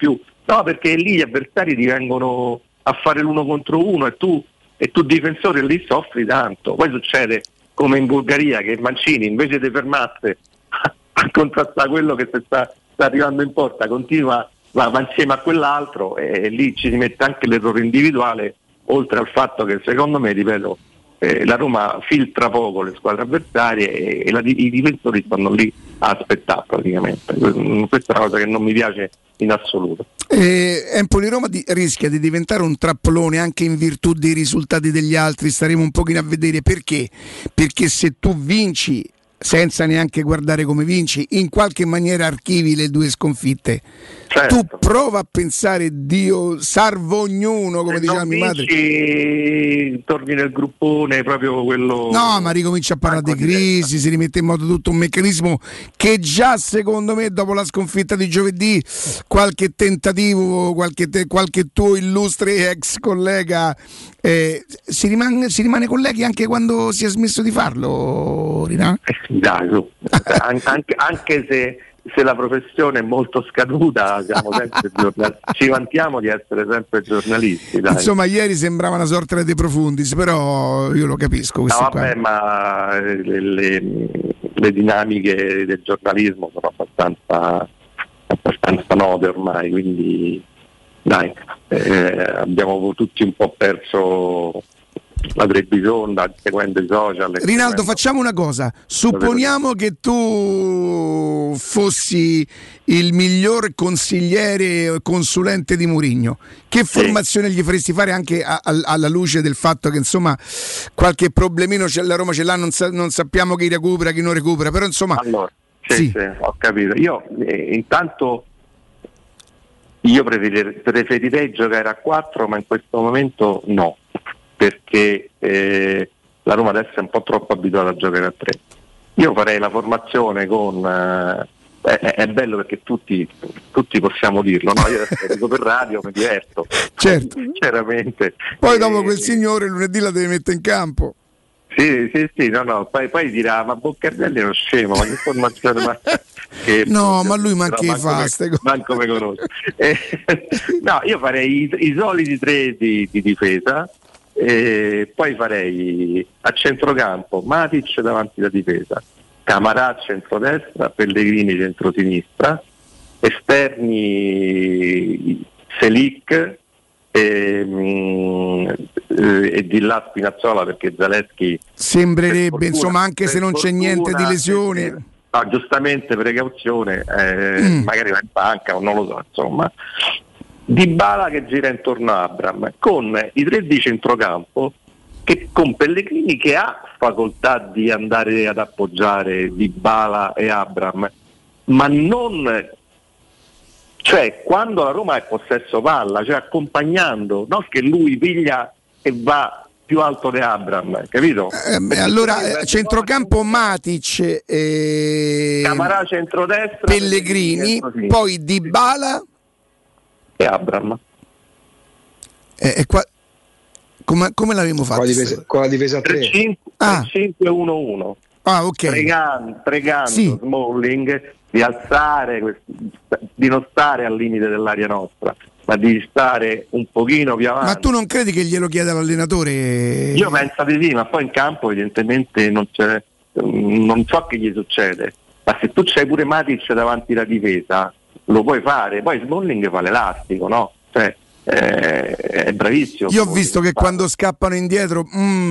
No, perché lì gli avversari ti vengono a fare l'uno contro uno e tu difensore lì soffri tanto. Poi succede come in Bulgaria che Mancini invece di fermarsi a contrastare quello che sta arrivando in porta continua, va insieme a quell'altro, e lì ci si mette anche l'errore individuale, oltre al fatto che secondo me, ripeto, la Roma filtra poco le squadre avversarie e i difensori stanno lì a aspettare praticamente. Questa è una cosa che non mi piace in assoluto. Empoli-Roma rischia di diventare un trappolone anche in virtù dei risultati degli altri. Staremo un pochino a vedere perché se tu vinci senza neanche guardare come vinci, in qualche maniera archivi le due sconfitte. Certo. Tu prova a pensare, Dio salvo ognuno, come diceva mia madre. Torni nel gruppone, proprio quello. No, ma ricomincia a parlare di crisi, si rimette in moto tutto un meccanismo che già secondo me dopo la sconfitta di giovedì qualche tentativo, qualche tuo illustre ex collega si rimane colleghi anche quando si è smesso di farlo, Rina? Dai, anche se la professione è molto scaduta, siamo sempre ci vantiamo di essere sempre giornalisti. Dai. Insomma, ieri sembrava una sorta di Profundis, però io lo capisco. Vabbè, ma le dinamiche del giornalismo sono abbastanza note ormai, quindi dai, abbiamo tutti un po' perso la trebisonda seguendo i social. Rinaldo, facciamo una cosa, supponiamo che tu fossi il miglior consigliere consulente di Mourinho, che formazione gli faresti fare, anche alla luce del fatto che insomma qualche problemino la Roma ce l'ha, non sappiamo chi recupera, chi non recupera, però insomma allora, sì, ho capito. Io intanto preferirei giocare a 4, ma in questo momento no, perché la Roma adesso è un po' troppo abituata a giocare a 3. Io farei la formazione con è bello perché tutti possiamo dirlo, no? Io adesso lo dico per radio, mi diverto, certo, sinceramente. Poi dopo quel signore lunedì la deve mettere in campo. Sì, no, poi dirà, ma Boccardelli è uno scemo, ma che formazione no, ma lui manca fa manco me conosco. No, io farei i soliti 3 di difesa, poi farei a centrocampo Matic davanti alla difesa, Camarà a centrodestra, Pellegrini centrosinistra, esterni Selic e di là Spinazzola, perché Zaleschi sembrerebbe insomma, anche se non c'è niente di lesioni, no, giustamente precauzione, magari va in panca o non lo so, insomma. Dybala che gira intorno a Abraham, con i 3 di centrocampo, che con Pellegrini che ha facoltà di andare ad appoggiare Dybala e Abraham, ma non, cioè quando la Roma è possesso palla, cioè accompagnando, non che lui piglia e va più alto di Abraham, capito? Allora centrocampo Matic, Camarà centrodestra, Pellegrini, poi Dybala e Abraham. Come l'abbiamo fatto? Con la difesa 3. 3-5-1-1. Ah, ok. Pregando sì. Smalling di alzare, di non stare al limite dell'area nostra, ma di stare un pochino più avanti. Ma tu non credi che glielo chieda l'allenatore? Io penso di sì, ma poi in campo evidentemente non so che gli succede. Ma se tu c'hai pure Matic davanti alla difesa, lo puoi fare. Poi Smalling fa l'elastico, no? Cioè è bravissimo. Io ho visto che quando scappano indietro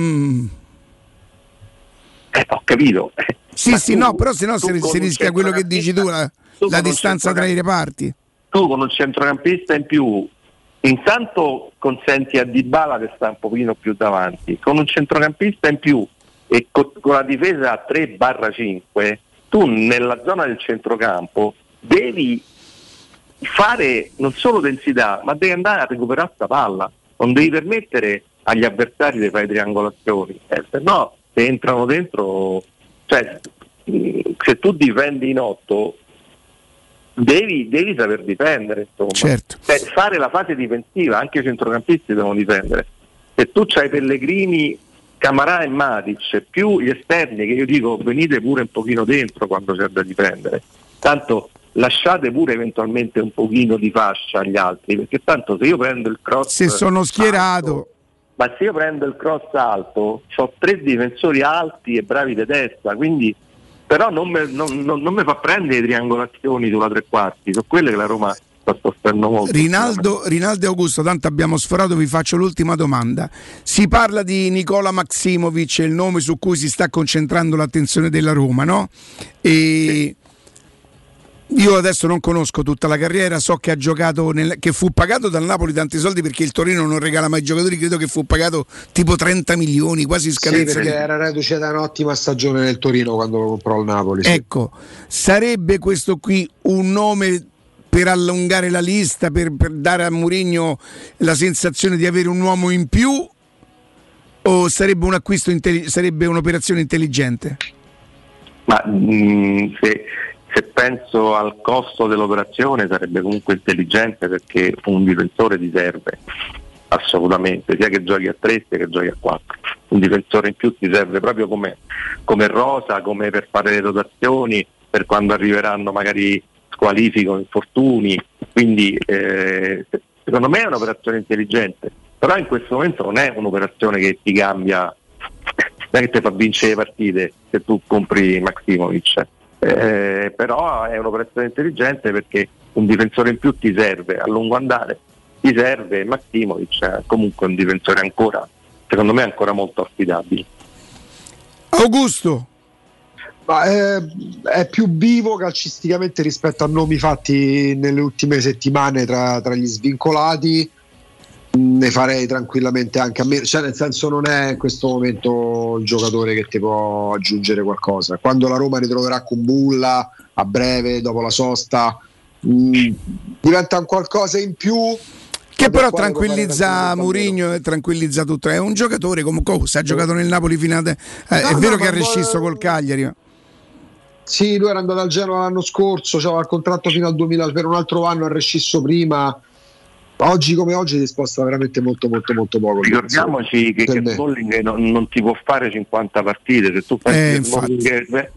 ho capito. Sì, no, però se no si rischia quello che dici tu, la distanza tra i reparti. Tu con un centrocampista in più, intanto consenti a Dybala che sta un pochino più davanti, con un centrocampista in più e con la difesa a 3/5, tu nella zona del centrocampo devi fare non solo densità, ma devi andare a recuperare sta palla, non devi permettere agli avversari di fare triangolazioni, se no se entrano dentro, cioè se tu difendi in 8 devi saper difendere, insomma. Certo. Fare la fase difensiva, anche i centrocampisti devono difendere. Se tu c'hai Pellegrini, Camarà e Matic più gli esterni, che io dico venite pure un pochino dentro quando c'è da difendere, tanto lasciate pure eventualmente un pochino di fascia agli altri, perché tanto se io prendo il cross, se sono schierato, ma se io prendo il cross alto, ho 3 difensori alti e bravi di testa, quindi però non mi fa prendere le triangolazioni sulla tre quarti, sono quelle che la Roma sta soffrendo molto. Rinaldo e Augusto, tanto abbiamo sforato, vi faccio l'ultima domanda. Si parla di Nikola Maksimovic, il nome su cui si sta concentrando l'attenzione della Roma, no? E io adesso non conosco tutta la carriera, so che ha giocato che fu pagato dal Napoli tanti soldi, perché il Torino non regala mai giocatori, credo che fu pagato tipo 30 milioni, quasi scadenza. Sì, perché era reduce da un'ottima stagione nel Torino quando lo comprò il Napoli. Sì. Ecco, sarebbe questo qui un nome per allungare la lista, per dare a Mourinho la sensazione di avere un uomo in più, o sarebbe un acquisto sarebbe un'operazione intelligente? Ma se penso al costo dell'operazione sarebbe comunque intelligente, perché un difensore ti serve assolutamente, sia che giochi a 3 sia che giochi a 4. Un difensore in più ti serve proprio come rosa, come per fare le rotazioni, per quando arriveranno magari squalifiche o infortuni, quindi secondo me è un'operazione intelligente, però in questo momento non è un'operazione che ti cambia, non è che ti fa vincere le partite se tu compri Maksimovic. Però è un'operazione intelligente, perché un difensore in più ti serve a lungo andare, ti serve. Maksimovic è comunque un difensore ancora, secondo me, ancora molto affidabile. Augusto, ma è più vivo calcisticamente rispetto a nomi fatti nelle ultime settimane tra gli svincolati. Ne farei tranquillamente anche a me, cioè nel senso non è in questo momento il giocatore che ti può aggiungere qualcosa. Quando la Roma ritroverà Kumbulla a breve dopo la sosta, diventa un qualcosa in più che però tranquillizza Mourinho e tranquillizza tutto. È un giocatore comunque, si è giocato nel Napoli fino a è vero che ha rescisso col Cagliari. Sì, lui era andato al Genoa l'anno scorso, aveva il contratto fino al 2000 per un altro anno, ha rescisso prima. Oggi come oggi si sposta veramente molto poco. Ricordiamoci che Smalling non ti può fare 50 partite, se tu pensi che Smalling,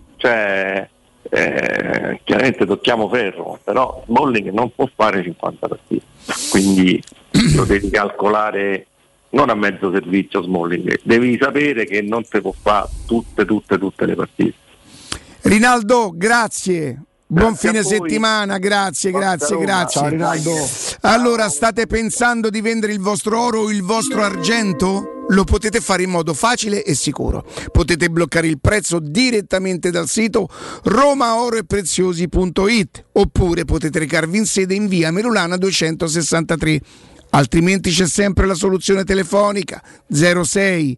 chiaramente tocchiamo ferro, però Smalling non può fare 50 partite, quindi lo devi calcolare non a mezzo servizio. Smalling devi sapere che non ti può fare tutte le partite. Rinaldo, grazie. Buon fine settimana, grazie. Ciao Rinaldo. Allora, state pensando di vendere il vostro oro o il vostro argento? Lo potete fare in modo facile e sicuro. Potete bloccare il prezzo direttamente dal sito romaoroepreziosi.it, oppure potete recarvi in sede in via Merulana 263. Altrimenti c'è sempre la soluzione telefonica 06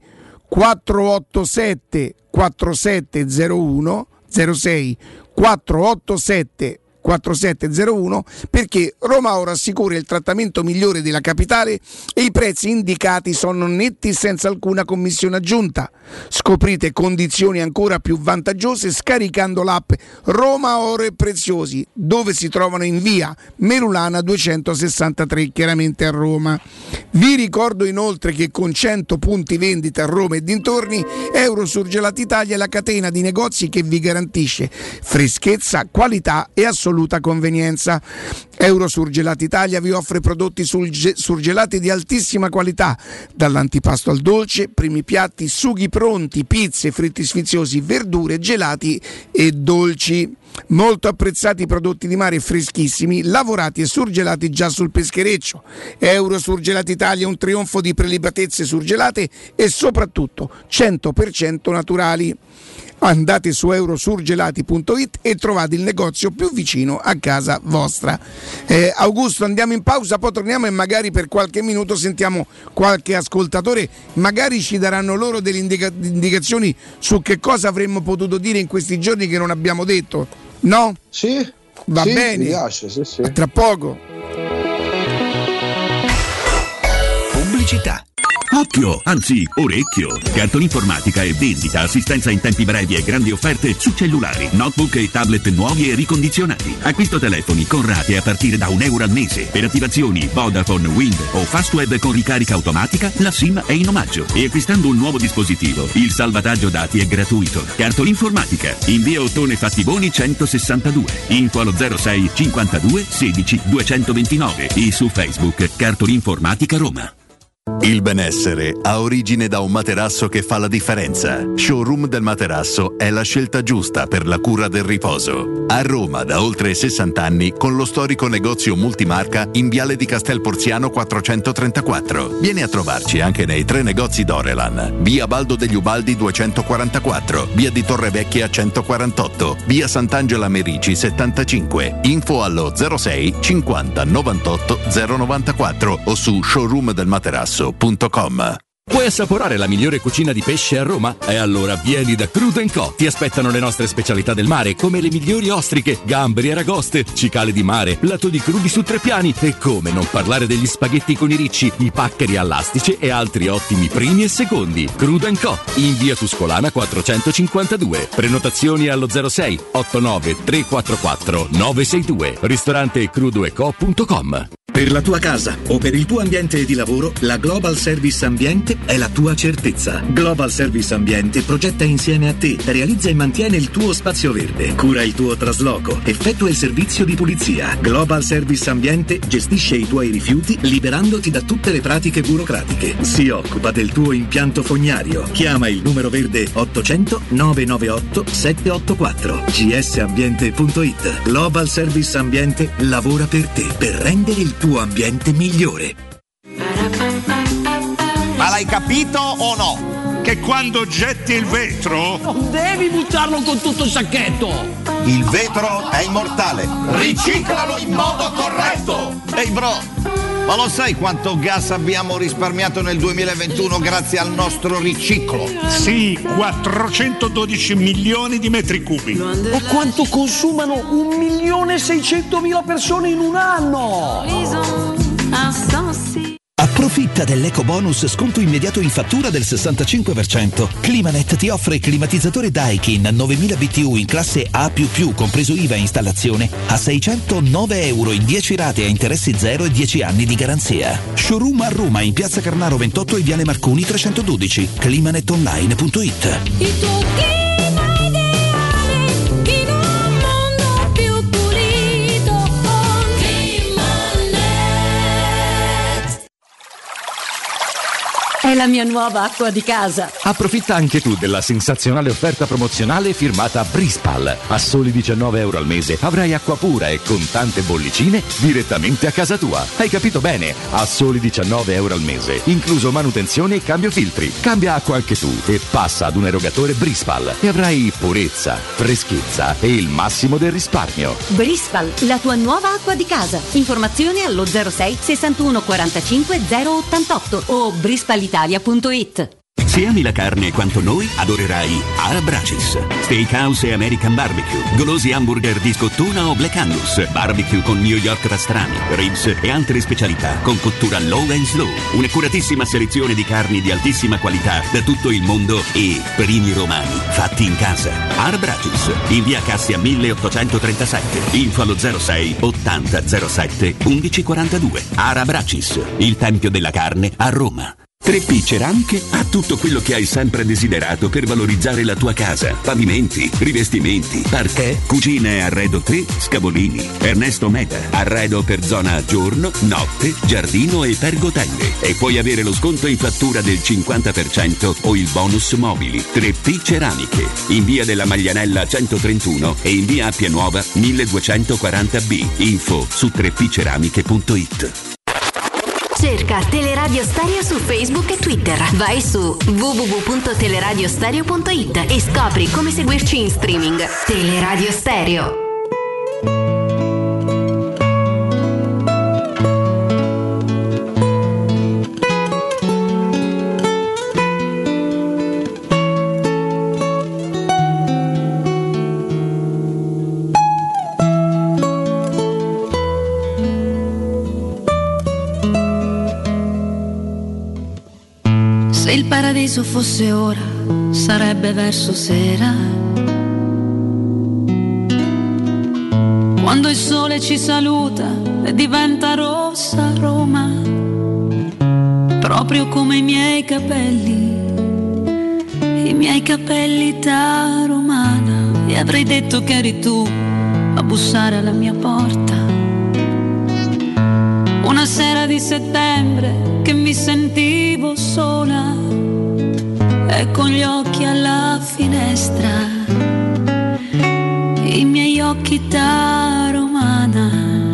487 4701 06 487 4701, perché Roma Oro assicura il trattamento migliore della capitale e i prezzi indicati sono netti senza alcuna commissione aggiunta. Scoprite condizioni ancora più vantaggiose scaricando l'app Roma Oro e Preziosi, dove si trovano in via Merulana 263, chiaramente a Roma. Vi ricordo inoltre che con 100 punti vendita a Roma e dintorni, Eurosurgelati Italia è la catena di negozi che vi garantisce freschezza, qualità e assoluta convenienza. Eurosurgelati Italia vi offre prodotti surgelati di altissima qualità, dall'antipasto al dolce, primi piatti, sughi pronti, pizze, fritti sfiziosi, verdure, gelati e dolci. Molto apprezzati prodotti di mare freschissimi, lavorati e surgelati già sul peschereccio. Eurosurgelati Italia è un trionfo di prelibatezze surgelate e soprattutto 100% naturali. Andate su eurosurgelati.it e trovate il negozio più vicino a casa vostra. Augusto, andiamo in pausa, poi torniamo e magari per qualche minuto sentiamo qualche ascoltatore, magari ci daranno loro delle indicazioni su che cosa avremmo potuto dire in questi giorni che non abbiamo detto. No? Sì. Va bene. Mi piace, sì. Tra poco. Pubblicità. Occhio, anzi orecchio. Cartolinformatica e vendita, assistenza in tempi brevi e grandi offerte su cellulari, notebook e tablet nuovi e ricondizionati. Acquisto telefoni con rate a partire da €1 al mese. Per attivazioni Vodafone, Wind o Fastweb con ricarica automatica, la SIM è in omaggio. E acquistando un nuovo dispositivo, il salvataggio dati è gratuito. Cartolinformatica, in via Ottone Fattiboni 162. Info allo 06 52 16 229 e su Facebook Cartolinformatica Roma. Il benessere ha origine da un materasso che fa la differenza. Showroom del Materasso è la scelta giusta per la cura del riposo. A Roma da oltre 60 anni con lo storico negozio multimarca in Viale di Castel Porziano 434. Vieni a trovarci anche nei 3 negozi Dorelan. Via Baldo degli Ubaldi 244, via di Torrevecchia 148, via Sant'Angela Merici 75. Info allo 06 50 98 094 o su showroomdelmaterasso.com. Puoi assaporare la migliore cucina di pesce a Roma? E allora vieni da Crudo & Co. Ti aspettano le nostre specialità del mare, come le migliori ostriche, gamberi e aragoste, cicale di mare, latoni crudi su 3 piani e come non parlare degli spaghetti con i ricci, i paccheri all'astice e altri ottimi primi e secondi. Crudo & Co. in via Tuscolana 452. Prenotazioni allo 06 89 344 962. Ristorante crudoeco.com. Per la tua casa o per il tuo ambiente di lavoro, la Global Service Ambiente è la tua certezza. Global Service Ambiente progetta insieme a te, realizza e mantiene il tuo spazio verde, cura il tuo trasloco, effettua il servizio di pulizia. Global Service Ambiente gestisce i tuoi rifiuti liberandoti da tutte le pratiche burocratiche. Si occupa del tuo impianto fognario. Chiama il numero verde 800 998 784. gsambiente.it. Global Service Ambiente lavora per te, per rendere il tuo ambiente migliore. Ma l'hai capito o no? Che quando getti il vetro non devi buttarlo con tutto il sacchetto. Il vetro è immortale. Riciclalo in modo corretto. Ehi bro, ma lo sai quanto gas abbiamo risparmiato nel 2021 grazie al nostro riciclo? Sì, 412 milioni di metri cubi. E quanto consumano 1.600.000 persone in un anno? Approfitta dell'eco-bonus sconto immediato in fattura del 65%. Climanet ti offre climatizzatore Daikin 9000 BTU in classe A++, compreso IVA e installazione, a €609 in 10 rate a interessi zero e 10 anni di garanzia. Showroom a Roma in Piazza Carnaro 28 e Viale Marconi 312. climanetonline.it. Il tuo clima ideale in un mondo più pulito con Climanet. È la mia nuova acqua di casa. Approfitta anche tu della sensazionale offerta promozionale firmata Brispal. A soli €19 al mese avrai acqua pura e con tante bollicine direttamente a casa tua. Hai capito bene? A soli €19 al mese, incluso manutenzione e cambio filtri. Cambia acqua anche tu e passa ad un erogatore Brispal e avrai purezza, freschezza e il massimo del risparmio. Brispal, la tua nuova acqua di casa. Informazioni allo 06 61 45 088 o brispalitalia.it. Se ami la carne quanto noi, adorerai Arabracis. Steakhouse e American Barbecue, golosi hamburger di scottuna o Black Angus, barbecue con New York pastrami, ribs e altre specialità con cottura low and slow. Un'accuratissima selezione di carni di altissima qualità da tutto il mondo e primi romani fatti in casa. Arabracis, in via Cassia 1837. Info allo 06 80 07 1142. Arabracis, il tempio della carne a Roma. 3P Ceramiche ha tutto quello che hai sempre desiderato per valorizzare la tua casa. Pavimenti, rivestimenti, parquet, cucina e arredo 3, Scavolini. Ernesto Meta, arredo per zona giorno, notte, giardino e pergotelle. E puoi avere lo sconto in fattura del 50% o il bonus mobili. 3P Ceramiche, in via della Maglianella 131 e in via Appia Nuova 1240B. Info su 3pceramiche.it. Cerca Teleradio Stereo su Facebook e Twitter. Vai su www.teleradiostereo.it e scopri come seguirci in streaming. Teleradio Stereo. Se il paradiso fosse ora, sarebbe verso sera. Quando il sole ci saluta e diventa rossa Roma, proprio come i miei capelli da romana. E avrei detto che eri tu a bussare alla mia porta. Una sera di settembre che mi sentivo sola e con gli occhi alla finestra, i miei occhi da romana.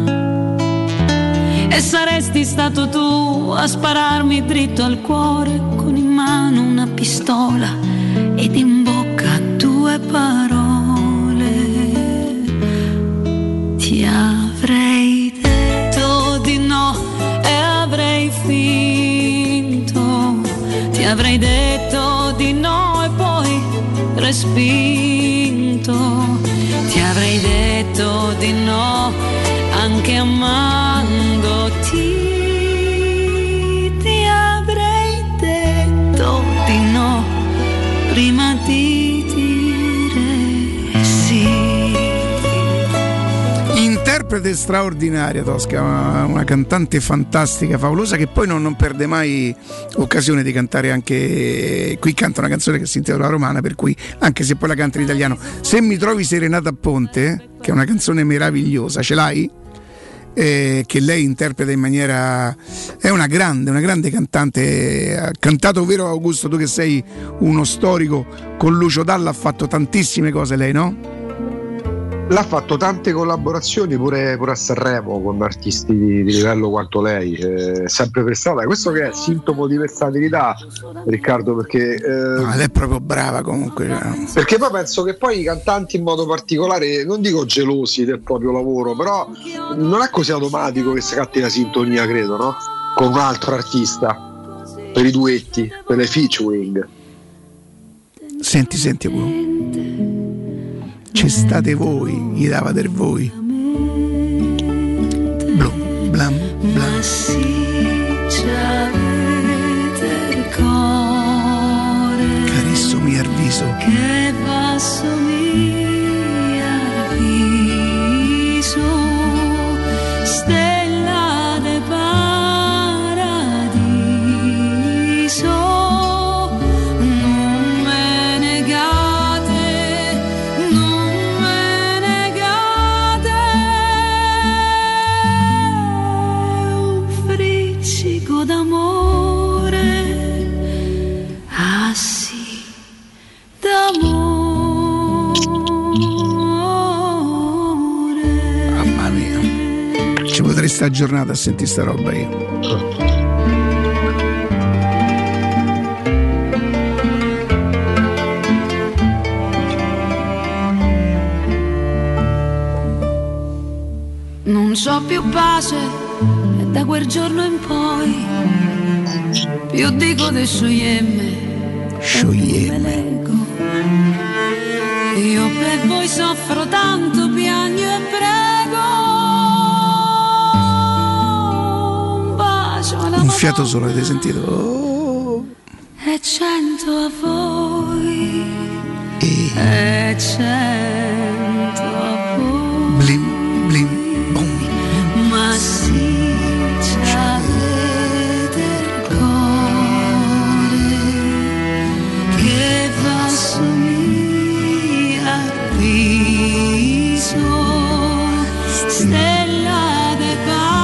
E saresti stato tu a spararmi dritto al cuore con in mano una pistola ed in bocca 2 parole. Ti avrei detto di no e avrei finto. Ti avrei detto di no e poi respinto. Ti avrei detto di no anche amandoti. Ti avrei detto di no prima di dire sì. Interprete straordinaria Tosca, una cantante fantastica, favolosa, che poi non perde mai occasione di cantare. Anche qui canta una canzone che si intitola Romana, per cui anche se poi la canta in italiano. Se mi trovi Serenata a Ponte, che è una canzone meravigliosa, ce l'hai? Che lei interpreta in maniera, è una grande cantante. Ha cantato, vero Augusto, tu che sei uno storico, con Lucio Dalla ha fatto tantissime cose lei, no? L'ha fatto tante collaborazioni pure a Sanremo con artisti di livello quanto lei, sempre prestata. Questo che è sintomo di versatilità, Riccardo, perché lei è proprio brava comunque. Perché poi penso che poi i cantanti in modo particolare, non dico gelosi del proprio lavoro, però non è così automatico che si catti la sintonia, credo, no? Con un altro artista, per i duetti, per le featuring. Senti ci state voi, gli dava del voi. Blum, blam, blam. Ma sì, c'avete il cuore, Carissimi al viso, che va somiglia al viso, stella del paradiso. Potrei sta giornata a sentire sta roba io. Non c'ho più pace e da quel giorno in poi più dico de sciogliemme. Io per voi soffro tanto, piagno e prego. Un fiato solo, avete sentito? Oh. E 100 a voi. E 100 a voi. Blim, blim, boom. Ma sì, c'avete il cuore che va somiglia al viso, stella del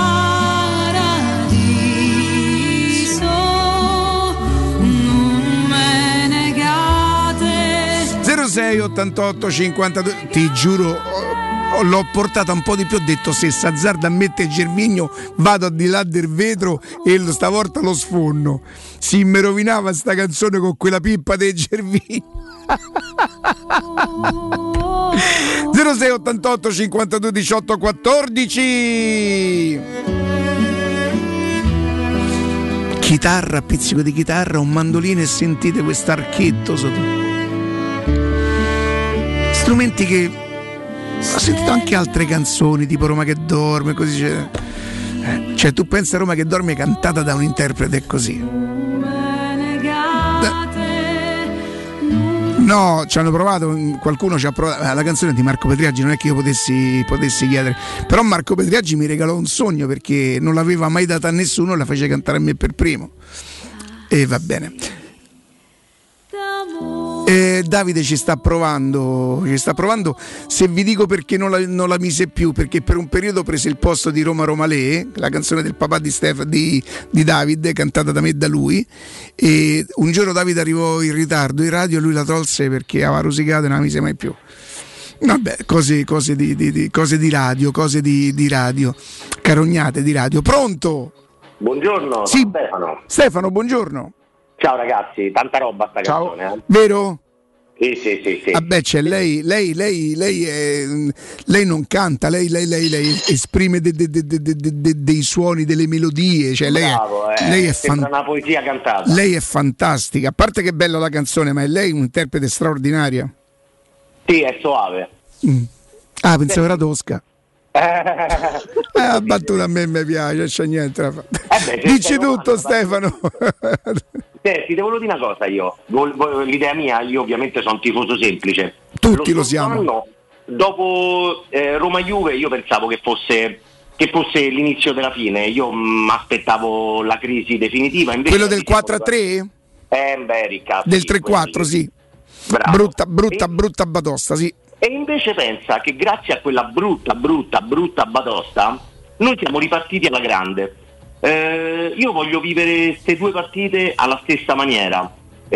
paradiso. Non me negate. 06 88 52, ti giuro, l'ho portata un po' di più, ho detto se s'azzarda a mettere Gervigno vado al di là del vetro e stavolta lo sfonno. Si mi rovinava sta canzone con quella pippa del Gervigno. 06 88 52 18 14. Chitarra, pizzico di chitarra, un mandolino e sentite quest'archetto sotto. Strumenti che ho sentito anche altre canzoni tipo Roma che dorme, così cioè tu pensa a Roma che dorme cantata da un interprete così. No, ci hanno provato, qualcuno ci ha provato. La canzone di Marco Petriaggi non è che io potessi chiedere, però Marco Petriaggi mi regalò un sogno perché non l'aveva mai data a nessuno e la fece cantare a me per primo. E va bene. Davide ci sta provando. Se vi dico perché non la mise più, perché per un periodo prese il posto di Roma Romalè, la canzone del papà di Davide, cantata da me e da lui, e un giorno Davide arrivò in ritardo in radio e lui la tolse perché aveva rosicato e non la mise mai più. Vabbè, cose di radio, carognate di radio. Pronto? Buongiorno, sì, Stefano, buongiorno. Ciao ragazzi, tanta roba sta canzone. Vero? Sì. Vabbè, c'è lei non canta, lei esprime dei suoni, delle melodie, cioè bravo, lei è sembra una poesia cantata. Lei è fantastica, a parte che è bella la canzone, ma è lei un'interprete straordinaria. Sì, è soave. Pensavo era tosca. La battuta a me mi piace, c'è niente da fare. Dici tutto, Stefano. Ti devo dire una cosa, io l'idea mia, io ovviamente sono un tifoso semplice. Tutti lo siamo. Dopo Roma-Juve io pensavo che fosse l'inizio della fine. Io mi aspettavo la crisi definitiva. Invece quello del 4-3? Del 3-4, sì. Bravo. Brutta batosta, sì. E invece pensa che grazie a quella brutta batosta noi siamo ripartiti alla grande. Io voglio vivere queste due partite alla stessa maniera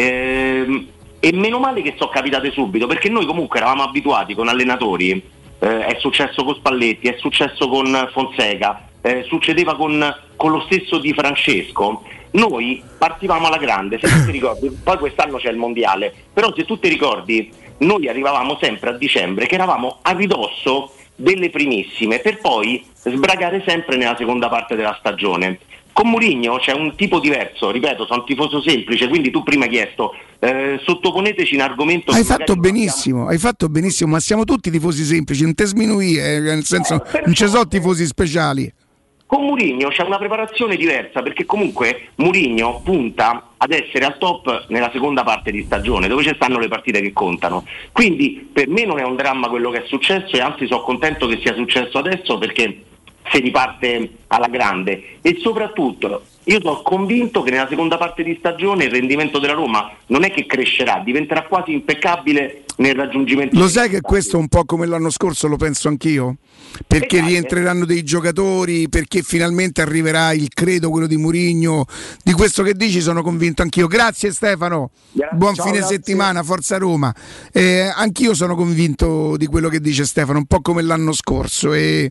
e meno male che sono capitate subito, perché noi comunque eravamo abituati con allenatori, è successo con Spalletti, è successo con Fonseca, succedeva con lo stesso Di Francesco. Noi partivamo alla grande, se tu ti ricordi, poi quest'anno c'è il mondiale, però se tu ti ricordi noi arrivavamo sempre a dicembre che eravamo a ridosso delle primissime per poi sbragare sempre nella seconda parte della stagione. Con Mourinho c'è un tipo diverso, ripeto, sono un tifoso semplice, quindi tu prima hai chiesto sottoponeteci un argomento. Hai fatto benissimo, ma siamo tutti tifosi semplici, non te sminuì, nel senso non ci sono tifosi speciali. Con Mourinho c'è una preparazione diversa, perché comunque Mourinho punta ad essere al top nella seconda parte di stagione, dove ci stanno le partite che contano. Quindi per me non è un dramma quello che è successo, e anzi sono contento che sia successo adesso, perché si riparte alla grande. E soprattutto io sono convinto che nella seconda parte di stagione il rendimento della Roma non è che crescerà, diventerà quasi impeccabile nel raggiungimento. Lo sai che questo è un po' come l'anno scorso, lo penso anch'io, perché rientreranno dei giocatori, perché finalmente arriverà il credo, quello di Mourinho. Di questo che dici sono convinto anch'io. Grazie Stefano, buon fine settimana, forza Roma. Anch'io sono convinto di quello che dice Stefano, un po' come l'anno scorso, e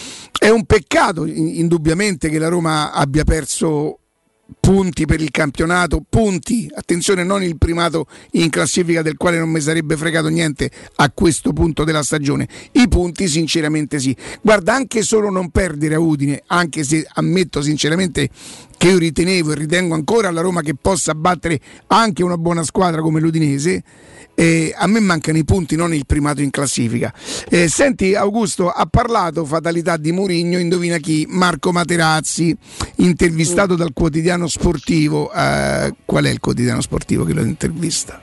è un peccato indubbiamente che la Roma abbia perso punti per il campionato, punti, attenzione, non il primato in classifica, del quale non mi sarebbe fregato niente a questo punto della stagione. I punti sinceramente sì. Guarda, anche solo non perdere a Udine, anche se ammetto sinceramente che io ritenevo e ritengo ancora alla Roma che possa battere anche una buona squadra come l'Udinese, a me mancano i punti, non il primato in classifica. Senti Augusto, ha parlato fatalità di Mourinho, indovina chi? Marco Materazzi, intervistato dal quotidiano sportivo. Qual è il quotidiano sportivo che lo intervista?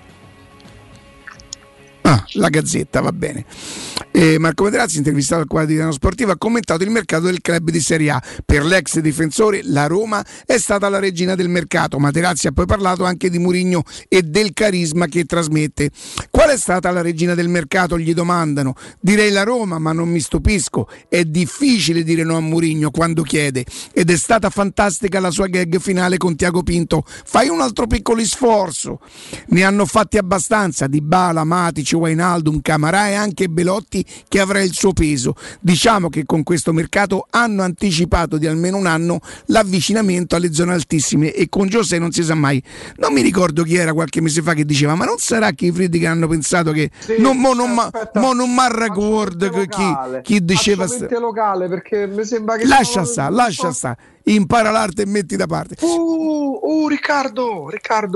La Gazzetta, va bene. Marco Materazzi, intervistato al quotidiano sportivo, ha commentato il mercato del club di Serie A. Per l'ex difensore la Roma è stata la regina del mercato. Materazzi ha poi parlato anche di Mourinho e del carisma che trasmette. Qual è stata la regina del mercato? Gli domandano. Direi la Roma, ma non mi stupisco. È difficile dire no a Mourinho quando chiede, ed è stata fantastica la sua gag finale con Tiago Pinto. Fai un altro piccolo sforzo. Ne hanno fatti abbastanza, Dybala, Matic, Wijnaldum, Camarà e anche Belotti, che avrà il suo peso. Diciamo che con questo mercato hanno anticipato di almeno un anno l'avvicinamento alle zone altissime, e con José non si sa mai. Non mi ricordo chi era qualche mese fa che diceva, ma non sarà che i Freddi che hanno pensato che non mi ricordo chi diceva locale, perché mi sembra che lascia sta, impara l'arte e metti da parte. Riccardo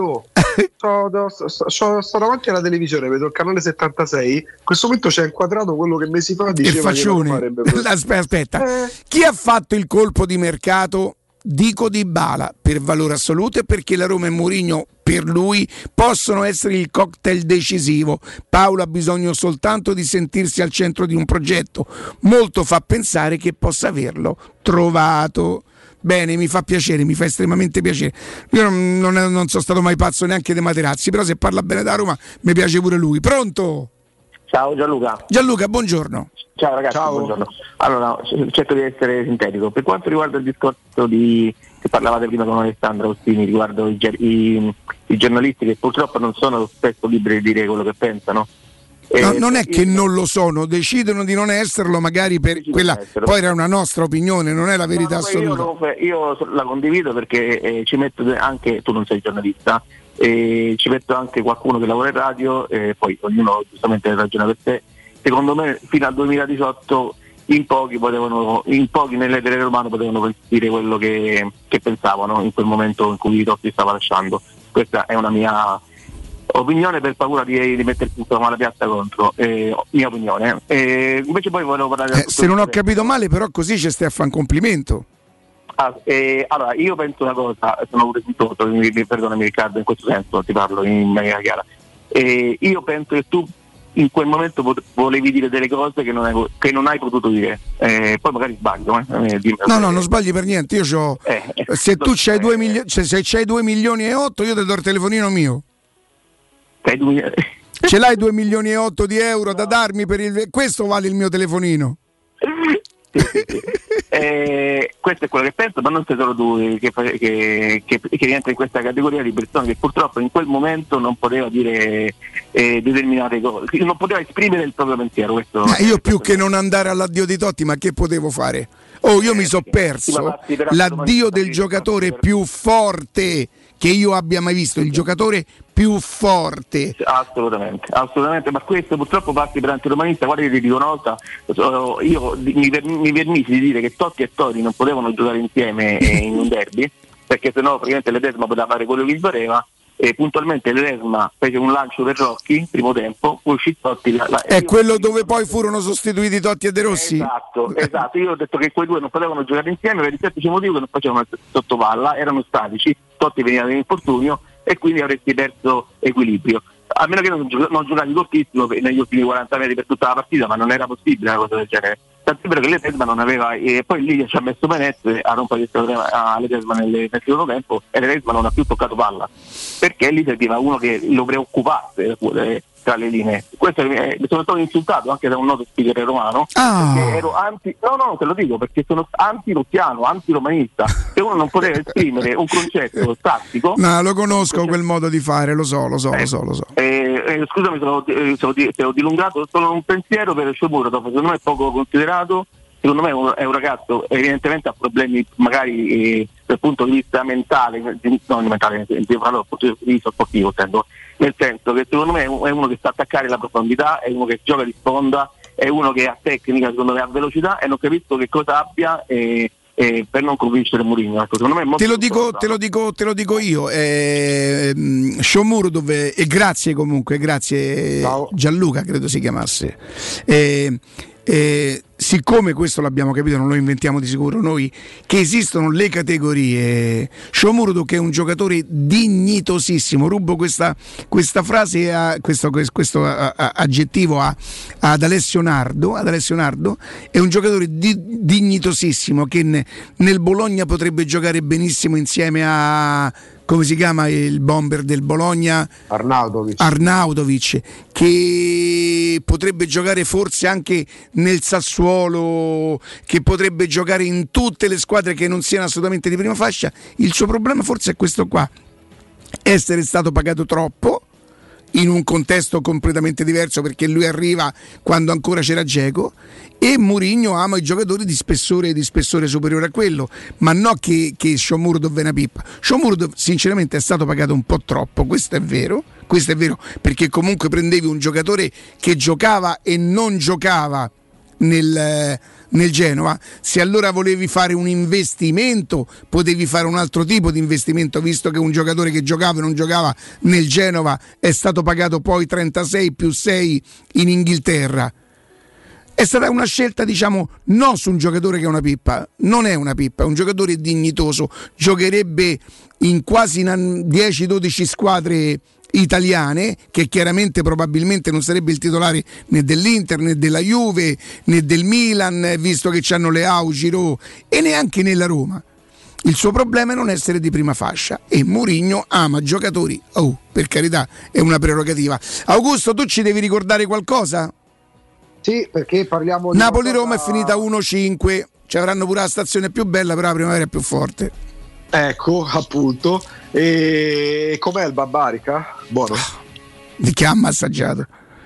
sto davanti alla televisione, vedo il canale 76, in questo momento c'è inquadrato quello che mesi fa diceva il faccione. Aspetta. Chi ha fatto il colpo di mercato dico Dybala per valore assoluto e perché la Roma e Mourinho per lui possono essere il cocktail decisivo. Paolo ha bisogno soltanto di sentirsi al centro di un progetto. Molto fa pensare che possa averlo trovato. Bene, mi fa piacere, mi fa estremamente piacere. Io non sono stato mai pazzo neanche dei Materazzi, però se parla bene da Roma mi piace pure lui. Pronto? Ciao Gianluca. Gianluca, buongiorno. Ciao ragazzi, Ciao. buongiorno. Allora, cerco di essere sintetico. Per quanto riguarda il discorso che parlavate prima con Alessandro Ostini riguardo i giornalisti che purtroppo non sono spesso liberi di dire quello che pensano. No, non è che non lo sono, decidono di non esserlo magari per quella, poi era una nostra opinione, non è la verità assoluta. Io la condivido perché ci metto anche, tu non sei giornalista, ci metto anche qualcuno che lavora in radio, poi ognuno giustamente ragiona per sé. Secondo me fino al 2018 in pochi nell'etere romano potevano dire quello che pensavano in quel momento in cui Totti stava lasciando. Questa è una mia opinione, per paura di mettersi insomma la piazza contro, mia opinione. Invece poi volevo parlare se non ho capito male, però così ci stai a fare un complimento. Allora io penso una cosa, sono pure tutto, perdonami Riccardo, in questo senso ti parlo in maniera chiara. Io penso che tu in quel momento volevi dire delle cose che non hai potuto dire, poi magari sbaglio. No, non sbagli per niente. Io c'ho, se tu c'hai 2 milioni, se c'hai 2 milioni e 8, io ti do il telefonino mio. Ce l'hai 2 milioni e 8 di euro da darmi per questo vale il mio telefonino. Sì. Questo è quello che penso, ma non sei solo tu che rientra in questa categoria di persone che purtroppo in quel momento non poteva dire determinate cose, non poteva esprimere il proprio pensiero. Questo, io più che non andare all'addio di Totti, ma che potevo fare? Io mi sono perso l'addio del giocatore più forte che io abbia mai visto, il giocatore più forte. Assolutamente, ma questo purtroppo passi per antiromanista. Guarda che ti dico una volta, io mi permisi di dire che Totti e Tori non potevano giocare insieme in un derby, perché sennò praticamente l'Edesma poteva fare quello che gli pareva, e puntualmente l'Edesma fece un lancio per Rocchi, primo tempo, poi uscì Totti. È quello dove poi furono sostituiti Totti e De Rossi? Esatto, io ho detto che quei due non potevano giocare insieme per il semplice motivo che non facevano sotto palla, erano statici, Totti veniva da infortunio e quindi avresti perso equilibrio. A meno che non giocavi cortissimo negli ultimi 40 metri per tutta la partita, ma non era possibile una cosa del genere. Tant'è vero che l'Edesma non aveva, e poi lì ci ha messo Benez a rompere all'Edesma nel secondo tempo, e l'Edesma non ha più toccato palla, perché lì serviva uno che lo preoccupasse tra le linee. Questo sono stato insultato anche da un noto speaker romano, perché ero te lo dico, perché sono anti-rocchiano, anti-romanista, che uno non poteva esprimere un concetto tattico. No, lo conosco quel modo di fare, lo so. Scusami se ho dilungato, solo un pensiero per Shomurodov, secondo me è poco considerato. Secondo me è un ragazzo evidentemente ha problemi magari dal punto di vista mentale, non mentale, dal punto di vista sportivo, nel senso che secondo me è uno che sa attaccare la profondità, è uno che gioca di sponda, è uno che ha tecnica, secondo me ha velocità, e non capisco che cosa abbia per non convincere Mourinho. Secondo me è molto te lo dico io, Shomurodov, e grazie Gianluca credo si chiamasse, siccome questo l'abbiamo capito, non lo inventiamo di sicuro noi, che esistono le categorie, Shomurodov che è un giocatore dignitosissimo, rubo questa frase, questo aggettivo ad Alessio Nardo, è un giocatore dignitosissimo che nel Bologna potrebbe giocare benissimo insieme a, come si chiama il bomber del Bologna? Arnautovic, che potrebbe giocare forse anche nel Sassuolo, che potrebbe giocare in tutte le squadre che non siano assolutamente di prima fascia. Il suo problema forse è questo qua: essere stato pagato troppo in un contesto completamente diverso, perché lui arriva quando ancora c'era Dzeko, e Mourinho ama i giocatori di spessore superiore a quello, ma no che Shomurodov è una pippa. Shomurodov sinceramente è stato pagato un po' troppo, questo è vero, perché comunque prendevi un giocatore che giocava e non giocava nel Genova. Se allora volevi fare un investimento, potevi fare un altro tipo di investimento, visto che un giocatore che giocava e non giocava nel Genova è stato pagato poi 36 più 6 in Inghilterra. È stata una scelta, diciamo, non su un giocatore che è una pippa, non è una pippa, è un giocatore dignitoso, giocherebbe in quasi 10-12 squadre italiane, che chiaramente probabilmente non sarebbe il titolare né dell'Inter né della Juve né del Milan, visto che c'hanno Leao, Giroud, e neanche nella Roma. Il suo problema è non essere di prima fascia, e Mourinho ama giocatori, per carità, è una prerogativa. Augusto, tu ci devi ricordare qualcosa? Sì, perché parliamo di Napoli-Roma è finita 1-5, ci avranno pure la stazione più bella, però la primavera è più forte. Ecco, appunto. E com'è il Barbarica? Buono. Di che ha massaggiato?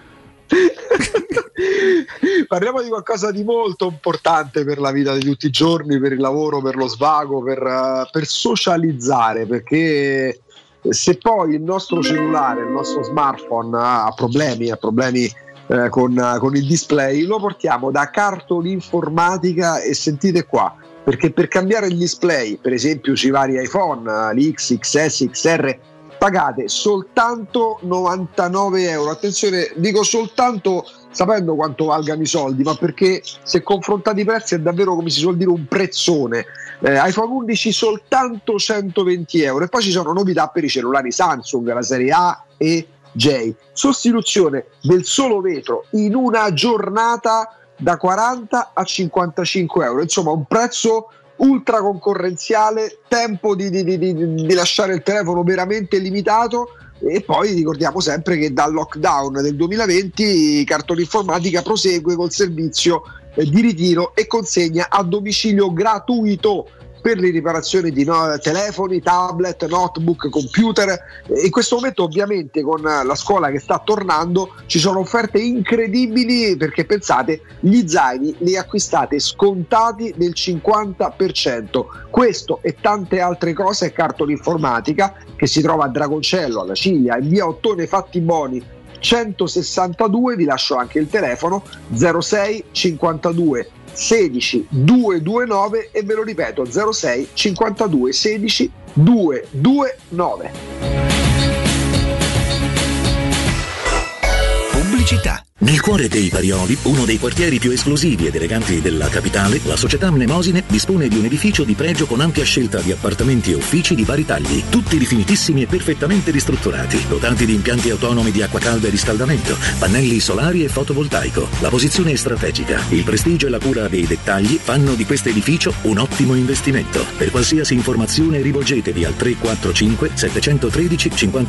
Parliamo di qualcosa di molto importante per la vita di tutti i giorni, per il lavoro, per lo svago, per socializzare, perché se poi il nostro cellulare, il nostro smartphone ha problemi con il display, lo portiamo da Cartol Informatica, e sentite qua, perché per cambiare il display, per esempio sui vari iPhone, l'X, XS, XR, pagate soltanto 99 euro. Attenzione, dico soltanto sapendo quanto valgano i soldi, ma perché se confrontati i prezzi è davvero, come si suol dire, un prezzone. iPhone 11 soltanto 120 euro. E poi ci sono novità per i cellulari Samsung, la serie A e J. Sostituzione del solo vetro in una giornata da 40 a 55 euro. Insomma, un prezzo ultra concorrenziale, tempo di lasciare il telefono veramente limitato. E poi ricordiamo sempre che dal lockdown del 2020 Cartol Informatica prosegue col servizio di ritiro e consegna a domicilio gratuito per le riparazioni di telefoni, tablet, notebook, computer. In questo momento ovviamente con la scuola che sta tornando ci sono offerte incredibili, perché pensate, gli zaini li acquistate scontati del 50%. Questo e tante altre cose è Cartol Informatica, che si trova a Dragoncello, alla Ciglia, in via Ottone Fattiboni 162. Vi lascio anche il telefono 06 52 16 229, e ve lo ripeto 06 52 16 229. Pubblicità. Nel cuore dei Parioli, uno dei quartieri più esclusivi ed eleganti della capitale, la società Mnemosine dispone di un edificio di pregio con ampia scelta di appartamenti e uffici di vari tagli, tutti rifinitissimi e perfettamente ristrutturati, dotati di impianti autonomi di acqua calda e riscaldamento, pannelli solari e fotovoltaico. La posizione è strategica, il prestigio e la cura dei dettagli fanno di questo edificio un ottimo investimento. Per qualsiasi informazione rivolgetevi al 345 713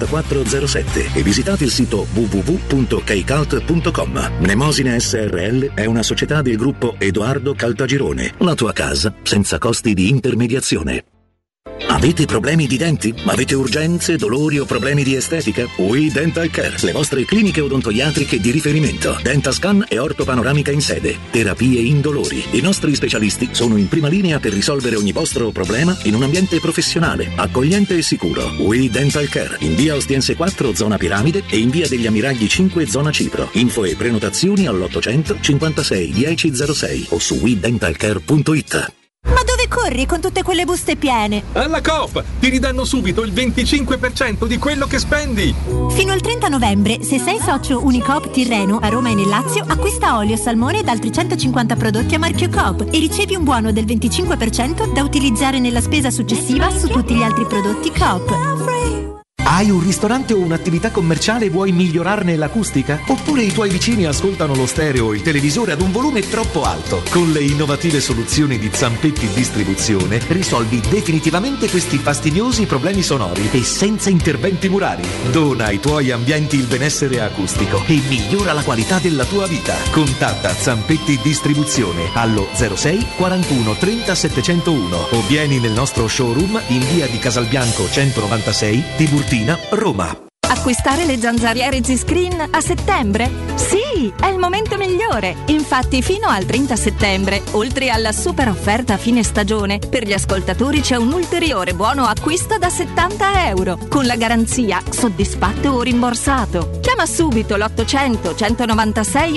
5407 e visitate il sito www.kcalt.com. Mnemosine SRL è una società del gruppo Edoardo Caltagirone. La tua casa senza costi di intermediazione. Avete problemi di denti? Avete urgenze, dolori o problemi di estetica? We Dental Care, le vostre cliniche odontoiatriche di riferimento. Dentascan e ortopanoramica in sede. Terapie indolori. I nostri specialisti sono in prima linea per risolvere ogni vostro problema in un ambiente professionale, accogliente e sicuro. We Dental Care, in via Ostiense 4, zona Piramide, e in via degli Ammiragli 5, zona Cipro. Info e prenotazioni all'800 56 1006 o su wedentalcare.it. Ma dove corri con tutte quelle buste piene? Alla Coop ti ridanno subito il 25% di quello che spendi. Fino al 30 novembre, se sei socio Unicoop Tirreno a Roma e nel Lazio, acquista olio, salmone ed altri 150 prodotti a marchio Coop e ricevi un buono del 25% da utilizzare nella spesa successiva su tutti gli altri prodotti Coop. Hai un ristorante o un'attività commerciale e vuoi migliorarne l'acustica? Oppure i tuoi vicini ascoltano lo stereo o il televisore ad un volume troppo alto? Con le innovative soluzioni di Zampetti Distribuzione risolvi definitivamente questi fastidiosi problemi sonori e senza interventi murari. Dona ai tuoi ambienti il benessere acustico e migliora la qualità della tua vita. Contatta Zampetti Distribuzione allo 06 41 30 701 o vieni nel nostro showroom in via di Casalbianco 196, Tiburtina, Roma. Acquistare le zanzariere Z-Screen a settembre? Sì, è il momento migliore. Infatti fino al 30 settembre, oltre alla super offerta fine stagione, per gli ascoltatori c'è un ulteriore buono acquisto da 70 euro, con la garanzia soddisfatto o rimborsato. Chiama subito l'800 196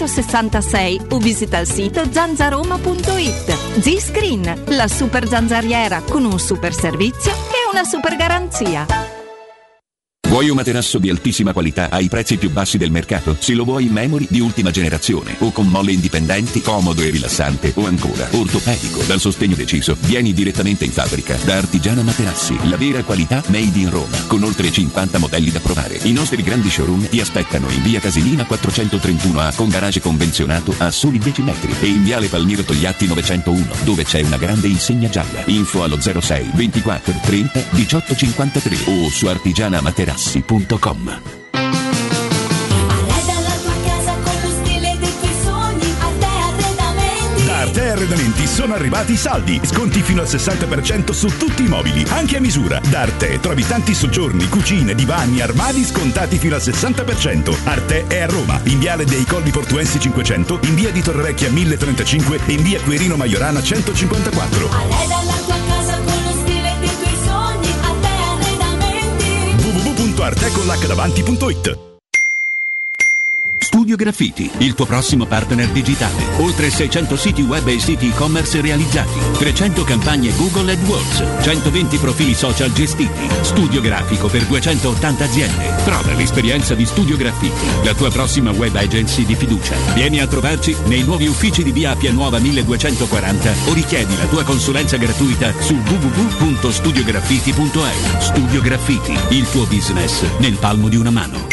866 o visita il sito zanzaroma.it. Z-Screen, la super zanzariera con un super servizio e una super garanzia. Vuoi un materasso di altissima qualità ai prezzi più bassi del mercato? Se lo vuoi in memory di ultima generazione o con molle indipendenti, comodo e rilassante, o ancora ortopedico dal sostegno deciso, vieni direttamente in fabbrica da Artigiana Materassi, la vera qualità made in Roma, con oltre 50 modelli da provare. I nostri grandi showroom ti aspettano in via Casilina 431A con garage convenzionato a soli 10 metri e in viale Palmiro Togliatti 901, dove c'è una grande insegna gialla. Info allo 06 24 30 18 53 o su artigianamaterassi.com. Da Arte Arredamenti sono arrivati i saldi, sconti fino al 60% su tutti i mobili, anche a misura. Da Arte trovi tanti soggiorni, cucine, divani, armadi scontati fino al 60%. Arte è a Roma, in viale dei Colli Portuensi 500, in via di Torrevecchia 1035 e in via Quirino Maiorana 154. www.arteconlacdavanti.it. Studio Graffiti, il tuo prossimo partner digitale. Oltre 600 siti web e siti e-commerce realizzati, 300 campagne Google AdWords, 120 profili social gestiti, studio grafico per 280 aziende. Prova l'esperienza di Studio Graffiti, la tua prossima web agency di fiducia. Vieni a trovarci nei nuovi uffici di via Appia Nuova 1240 o richiedi la tua consulenza gratuita su www.studiograffiti.eu. Studio Graffiti, il tuo business nel palmo di una mano.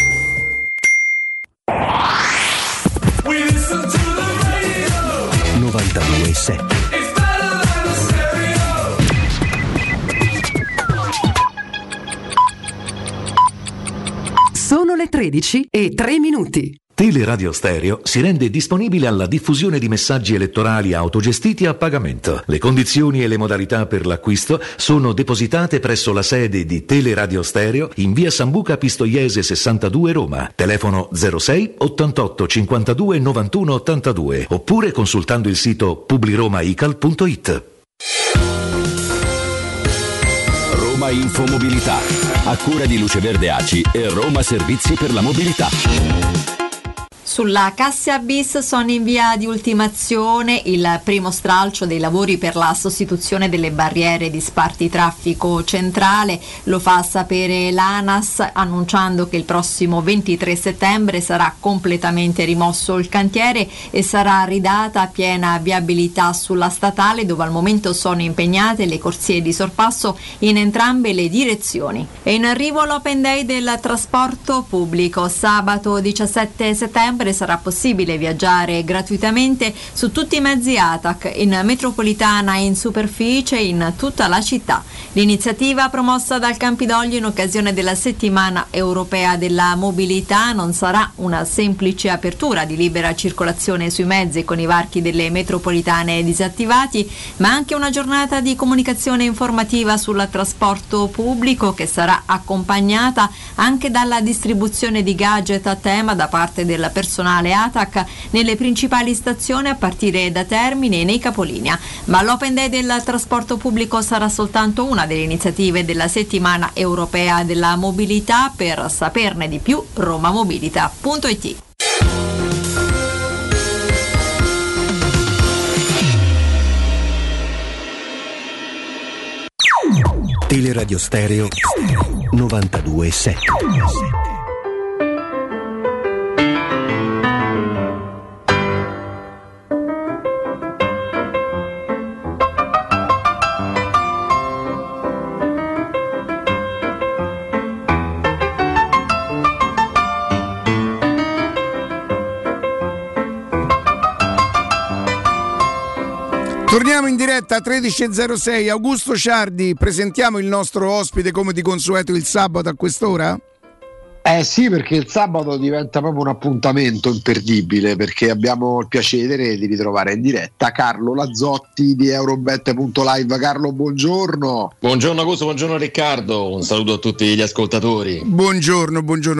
Sono le 13:03. Teleradio Stereo si rende disponibile alla diffusione di messaggi elettorali autogestiti a pagamento. Le condizioni e le modalità per l'acquisto sono depositate presso la sede di Teleradio Stereo in via Sambuca Pistoiese 62 Roma. Telefono 06 88 52 91 82 oppure consultando il sito publiromaical.it. Roma Infomobilità, a cura di Luce Verde ACI e Roma Servizi per la Mobilità. Sulla Cassia Bis sono in via di ultimazione il primo stralcio dei lavori per la sostituzione delle barriere di spartitraffico centrale. Lo fa sapere l'ANAS annunciando che il prossimo 23 settembre sarà completamente rimosso il cantiere e sarà ridata piena viabilità sulla statale, dove al momento sono impegnate le corsie di sorpasso in entrambe le direzioni. È in arrivo l'Open Day del trasporto pubblico. Sabato 17 settembre sarà possibile viaggiare gratuitamente su tutti i mezzi ATAC in metropolitana e in superficie in tutta la città. L'iniziativa promossa dal Campidoglio in occasione della settimana europea della mobilità non sarà una semplice apertura di libera circolazione sui mezzi con i varchi delle metropolitane disattivati, ma anche una giornata di comunicazione informativa sul trasporto pubblico che sarà accompagnata anche dalla distribuzione di gadget a tema da parte del personale ATAC nelle principali stazioni a partire da Termini e nei capolinea. Ma l'Open Day del trasporto pubblico sarà soltanto una delle iniziative della settimana europea della mobilità. Per saperne di più, romamobilita.it. Teleradio Stereo 92.7. Torniamo in diretta a 13.06. Augusto Ciardi, presentiamo il nostro ospite come di consueto il sabato a quest'ora? Sì, perché il sabato diventa proprio un appuntamento imperdibile, perché abbiamo il piacere di ritrovare in diretta Carlo Lazzotti di Eurobet.live. Carlo, buongiorno. Buongiorno Augusto, buongiorno Riccardo, un saluto a tutti gli ascoltatori. Buongiorno.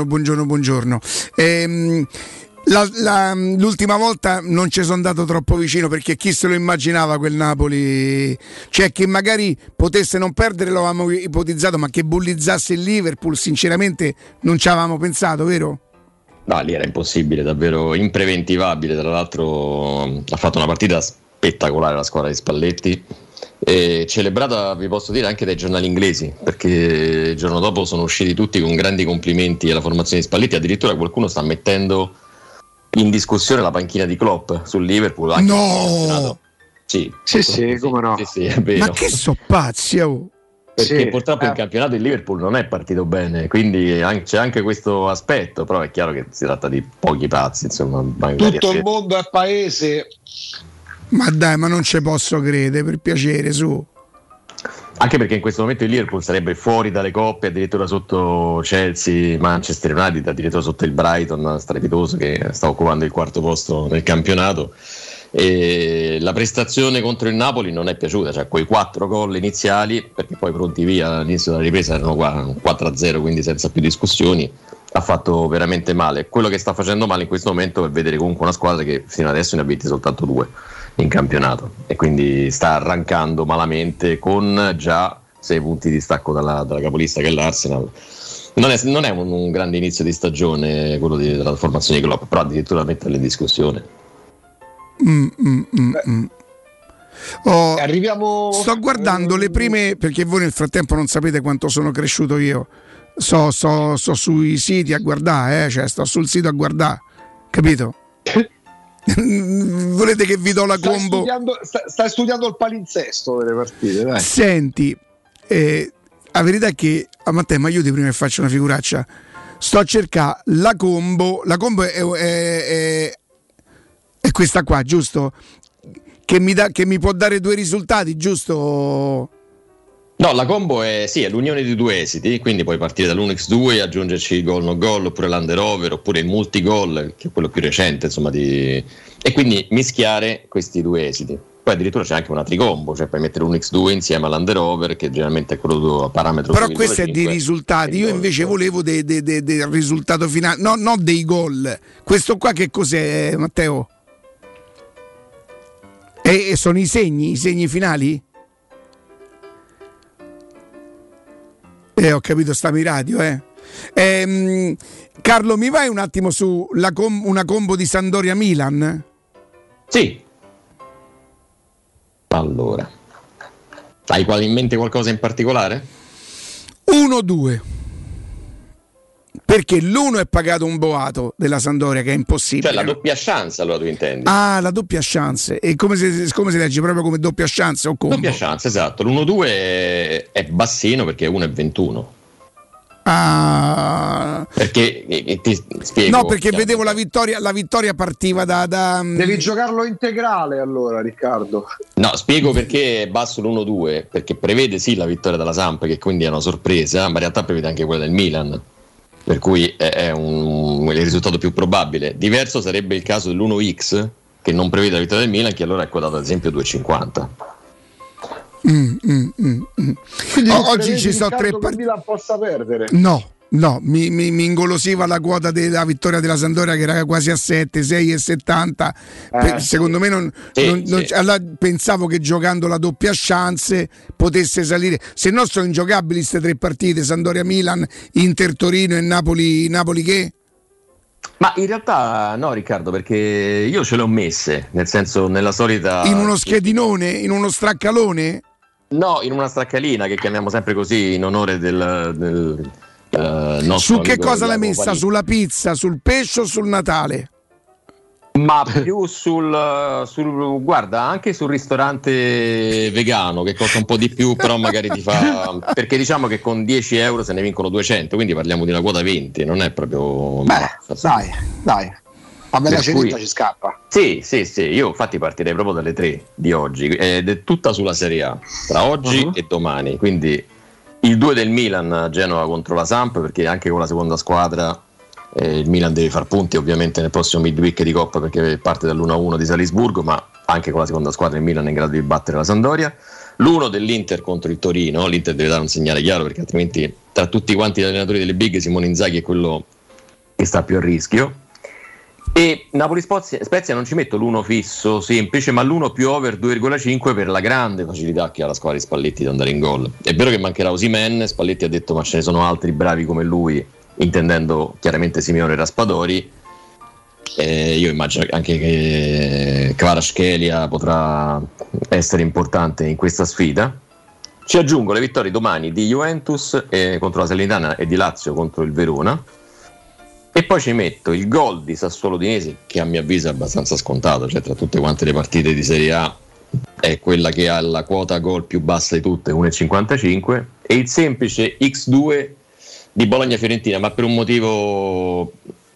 L'ultima volta non ci sono andato troppo vicino, perché chi se lo immaginava quel Napoli, cioè che magari potesse non perdere, lo avevamo ipotizzato, ma che bullizzasse il Liverpool sinceramente non ci avevamo pensato, vero? No, lì era impossibile, davvero impreventivabile. Tra l'altro ha fatto una partita spettacolare la squadra di Spalletti, celebrata, vi posso dire, anche dai giornali inglesi, perché il giorno dopo sono usciti tutti con grandi complimenti alla formazione di Spalletti. Addirittura qualcuno sta mettendo in discussione la panchina di Klopp sul Liverpool. Anche no! Sì, come no? Sì, è vero. Ma che so pazzi, oh! Perché purtroppo in campionato il Liverpool non è partito bene, quindi c'è anche questo aspetto, però è chiaro che si tratta di pochi pazzi, insomma. Tutto il mondo è paese. Ma dai, ma non ci posso credere, per piacere, su. Anche perché in questo momento il Liverpool sarebbe fuori dalle coppe, addirittura sotto Chelsea, Manchester United, addirittura sotto il Brighton strepitoso che sta occupando il 4º posto nel campionato. E la prestazione contro il Napoli non è piaciuta, cioè quei 4 gol iniziali, perché poi pronti via all'inizio della ripresa erano 4-0, quindi senza più discussioni. Ha fatto veramente male. Quello che sta facendo male in questo momento è vedere comunque una squadra che fino adesso ne ha vinti soltanto 2 in campionato e quindi sta arrancando malamente con già 6 punti di distacco dalla capolista che è l'Arsenal. Non è un grande inizio di stagione quello della formazione di Klopp, però addirittura metterla in discussione. Arriviamo. Sto guardando le prime, perché voi nel frattempo non sapete quanto sono cresciuto io. Sto sui siti a guardare, cioè sto sul sito a guardare, capito? Volete che vi do la combo? Stai studiando il palinsesto delle partite, dai. Senti, la verità è che a Matteo, ma io di prima faccio una figuraccia. Sto a cercare la combo. La combo è questa qua, giusto? Che mi può dare 2 risultati, giusto? No, la combo è l'unione di 2 esiti, quindi puoi partire dall'1x2 e aggiungerci il gol no gol, oppure l'under-over, oppure il multigol, che è quello più recente, insomma, e quindi mischiare questi 2 esiti. Poi addirittura c'è anche una tricombo, cioè puoi mettere un x2 insieme all'under-over, che generalmente è quello a parametro. Però questo è di risultati, io invece volevo del risultato finale, no dei gol. Questo qua che cos'è, Matteo? E sono i segni finali? Ho capito, stavi in radio, Carlo, mi vai un attimo su una combo di Sampdoria Milan? Sì. Allora, hai in mente qualcosa in particolare? 1-2. Perché l'1 è pagato un boato della Sampdoria, che è impossibile. Cioè la doppia chance, allora tu intendi? Ah, la doppia chance. E come si legge proprio come doppia chance o combo? Doppia chance, esatto. L'1-2 è bassino perché 1 è 21. Ah. Perché ti spiego. No, perché vedevo la vittoria partiva da Devi giocarlo integrale allora, Riccardo. No, spiego perché è basso l'1-2, perché prevede sì la vittoria della Samp, che quindi è una sorpresa, ma in realtà prevede anche quella del Milan. Per cui è il risultato più probabile. Diverso sarebbe il caso dell'1x, che non prevede la vittoria del Milan, che allora è quotato ad esempio 2,50. Quindi oggi ci sono 3 partite. Milan possa perdere. No, mi ingolosiva la quota della vittoria della Sampdoria, che era quasi a 7, 6,70. Secondo me allora pensavo che giocando la doppia chance potesse salire. Se no sono ingiocabili queste 3 partite: Sampdoria Milan, Inter Torino e Napoli che? Ma in realtà no, Riccardo, perché io ce le ho messe, nel senso, nella solita. In uno schedinone, in uno straccalone? No, in una straccalina, che chiamiamo sempre così in onore del nostro. Su che cosa l'hai messa? Parigi. Sulla pizza, sul pesce o sul Natale? Ma più guarda, anche sul ristorante vegano, che costa un po' di più, però magari ti fa. Perché diciamo che con 10 euro se ne vincono 200, quindi parliamo di una quota 20, non è proprio. Dai. A me la cenetta ci scappa. Sì, io infatti partirei proprio dalle 3 di oggi, ed è tutta sulla Serie A, tra oggi e domani, quindi il 2 del Milan a Genova contro la Samp, perché anche con la seconda squadra il Milan deve far punti ovviamente nel prossimo midweek di Coppa, perché parte dall'1-1 di Salisburgo, ma anche con la seconda squadra il Milan è in grado di battere la Sampdoria. L'1 dell'Inter contro il Torino, l'Inter deve dare un segnale chiaro, perché altrimenti tra tutti quanti gli allenatori delle big Simone Inzaghi è quello che sta più a rischio. E Napoli-Spezia non ci metto l'1 fisso semplice, ma l'1 più over 2,5 per la grande facilità che ha la squadra di Spalletti di andare in gol. È vero che mancherà Osimhen, Spalletti ha detto ma ce ne sono altri bravi come lui, intendendo chiaramente Simeone e Raspadori, Io immagino anche che Kvaratskhelia potrà essere importante in questa sfida. Ci aggiungo le vittorie domani di Juventus contro la Salernitana e di Lazio contro il Verona, e poi ci metto il gol di Sassuolo Udinese, che a mio avviso è abbastanza scontato, cioè tra tutte quante le partite di Serie A è quella che ha la quota gol più bassa di tutte, 1,55, e il semplice X2 di Bologna-Fiorentina, ma per un motivo